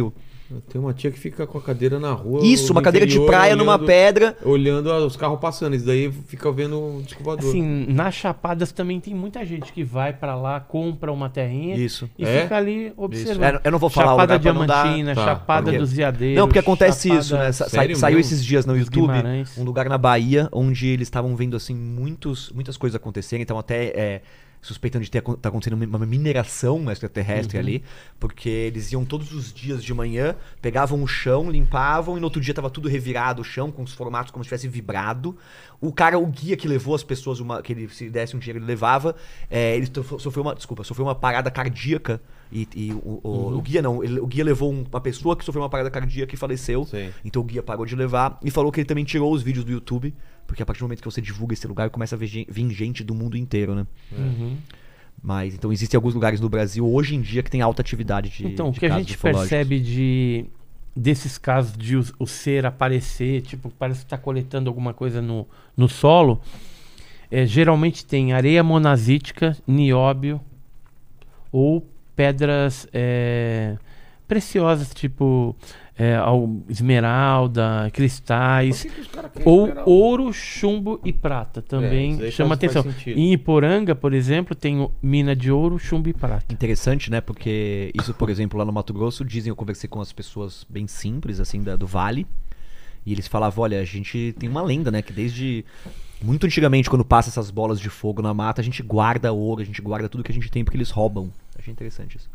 Tem uma tia que fica com a cadeira na rua. Isso, no uma cadeira de interior, praia numa olhando- pedra. Olhando os carros passando. Isso daí fica vendo o disco voador. Assim, nas Chapadas também tem muita gente que vai pra lá, compra uma terrinha Isso. e É? fica ali observando. É, eu não vou falar o Chapada lugar pra não dar- Diamantina, Tá, Chapada porque- dos Veadeiros. Não, porque acontece Chapada- isso, né? Sa- Sério saiu mesmo? esses dias no Dos YouTube Guimarães. um lugar na Bahia onde eles estavam vendo assim muitos, muitas coisas acontecerem, então até é, suspeitando de ter tá acontecendo uma mineração extraterrestre Uhum. ali, porque eles iam todos os dias de manhã, pegavam o chão, limpavam e no outro dia tava tudo revirado o chão com os formatos como se tivesse vibrado. O cara, o guia que levou as pessoas, uma, que ele se desse um dinheiro ele levava, é, ele to- sofreu uma, desculpa, sofreu uma parada cardíaca e, e o, o- Uhum. o guia não, ele- o guia levou um- uma pessoa que sofreu uma parada cardíaca e faleceu. Sim. Então o guia parou de levar e falou que ele também tirou os vídeos do YouTube, porque a partir do momento que você divulga esse lugar, começa a vir gen- vir gente do mundo inteiro, né? Uhum. Mas então existem alguns lugares no Brasil hoje em dia que tem alta atividade de Então, o de que a casos gente ufológicos. percebe de desses casos de o, o ser aparecer, tipo, parece que está coletando alguma coisa no, no solo, é, geralmente tem areia monazítica, nióbio ou pedras é, preciosas, tipo é, al- esmeralda, cristais, Por que que os caras querem ou esmeralda? ouro, chumbo e prata. É, Também isso aí chama faz- faz atenção. sentido. Em Iporanga, por exemplo, tem o- mina de ouro, chumbo e prata. Interessante, né? Porque isso, por exemplo, lá no Mato Grosso, dizem, eu conversei com as pessoas bem simples, assim, da- do Vale, e eles falavam, olha, a gente tem uma lenda, né? Que desde muito antigamente, quando passa essas bolas de fogo na mata, a gente guarda ouro, a gente guarda tudo que a gente tem porque eles roubam. Achei interessante isso.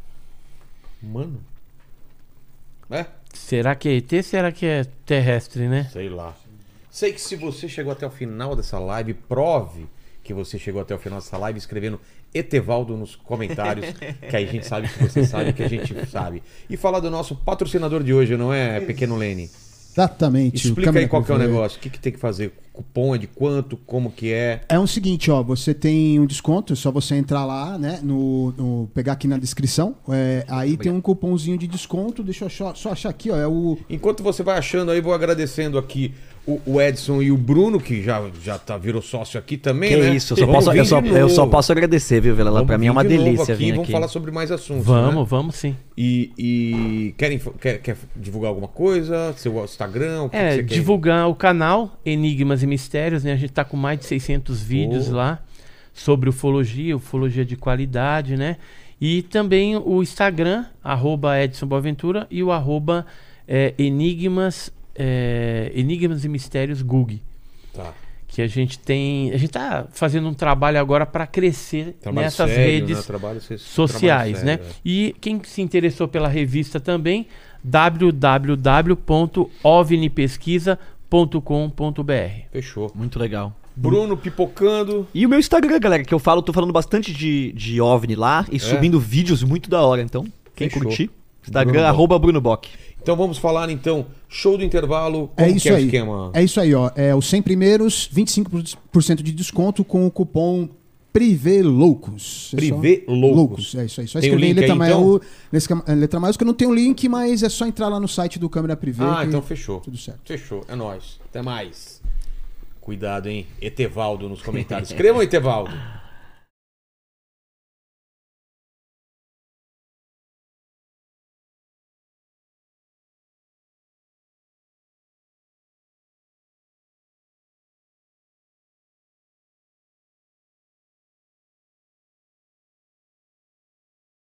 Mano. É? Será que é E T? Será que é terrestre, né? Sei lá. Sei que se você chegou até o final dessa live, prove que você chegou até o final dessa live escrevendo Etevaldo nos comentários, que aí a gente sabe que você sabe que a gente sabe. E falar do nosso patrocinador de hoje, não é, Pequeno Lene? Exatamente. o Explica câmera aí qual que é o privê. negócio, o que, que tem que fazer, cupom é de quanto, como que é. É o seguinte, ó, você tem um desconto, é só você entrar lá, né, no, no- pegar aqui na descrição, é, aí tem um cupomzinho de desconto, deixa eu achar- só achar aqui, ó, é o... Enquanto você vai achando aí, vou agradecendo aqui o, o Edson e o Bruno, que já, já tá, virou sócio aqui também, Que né? isso, eu só, Vamos posso, vir eu, só, de eu só novo. posso agradecer, viu, Vilela? Vamos Pra mim é vir uma de novo delícia aqui, vir vamos aqui. falar sobre mais assuntos, Vamos, né? vamos sim. E, e querem, quer, quer divulgar alguma coisa? Seu Instagram? O que, que É, você quer? divulgar o canal Enigmas e Mistérios, né? A gente tá com mais de seiscentos vídeos Oh. lá sobre ufologia, ufologia de qualidade, né? E também o Instagram, arroba Edson Boaventura, e o arroba é, Enigmas, é, Enigmas e Mistérios Gug. Tá. Que a gente tem. A gente tá fazendo um trabalho agora para crescer Trabalho nessas sério, redes né? Trabalho se- sociais, trabalho né? sério, é. E quem se interessou pela revista também, w w w ponto ovni pesquisa ponto com ponto b r. Fechou. Muito legal. Bruno pipocando. E o meu Instagram, galera, que eu falo, tô falando bastante de, de OVNI lá e subindo vídeos muito da hora. Então, quem Fechou. curtir, Instagram, Bruno Bock. arroba Bruno Bock. Então vamos falar então, show do intervalo, como É isso que é o aí. esquema? É isso aí, ó. É os cem primeiros, vinte e cinco por cento de desconto com o cupom Privé Loucos. É só- Privé Loucos. É isso aí. Só Tem o escrever em link letra, aí, maiúscula, letra, letra maiúscula. Não tem um link, mas é só entrar lá no site do Câmera Privé. Ah, que então fechou. Tudo certo. Fechou, é nóis. Até mais. Cuidado, hein? Etevaldo nos comentários. Escrevam, Etevaldo.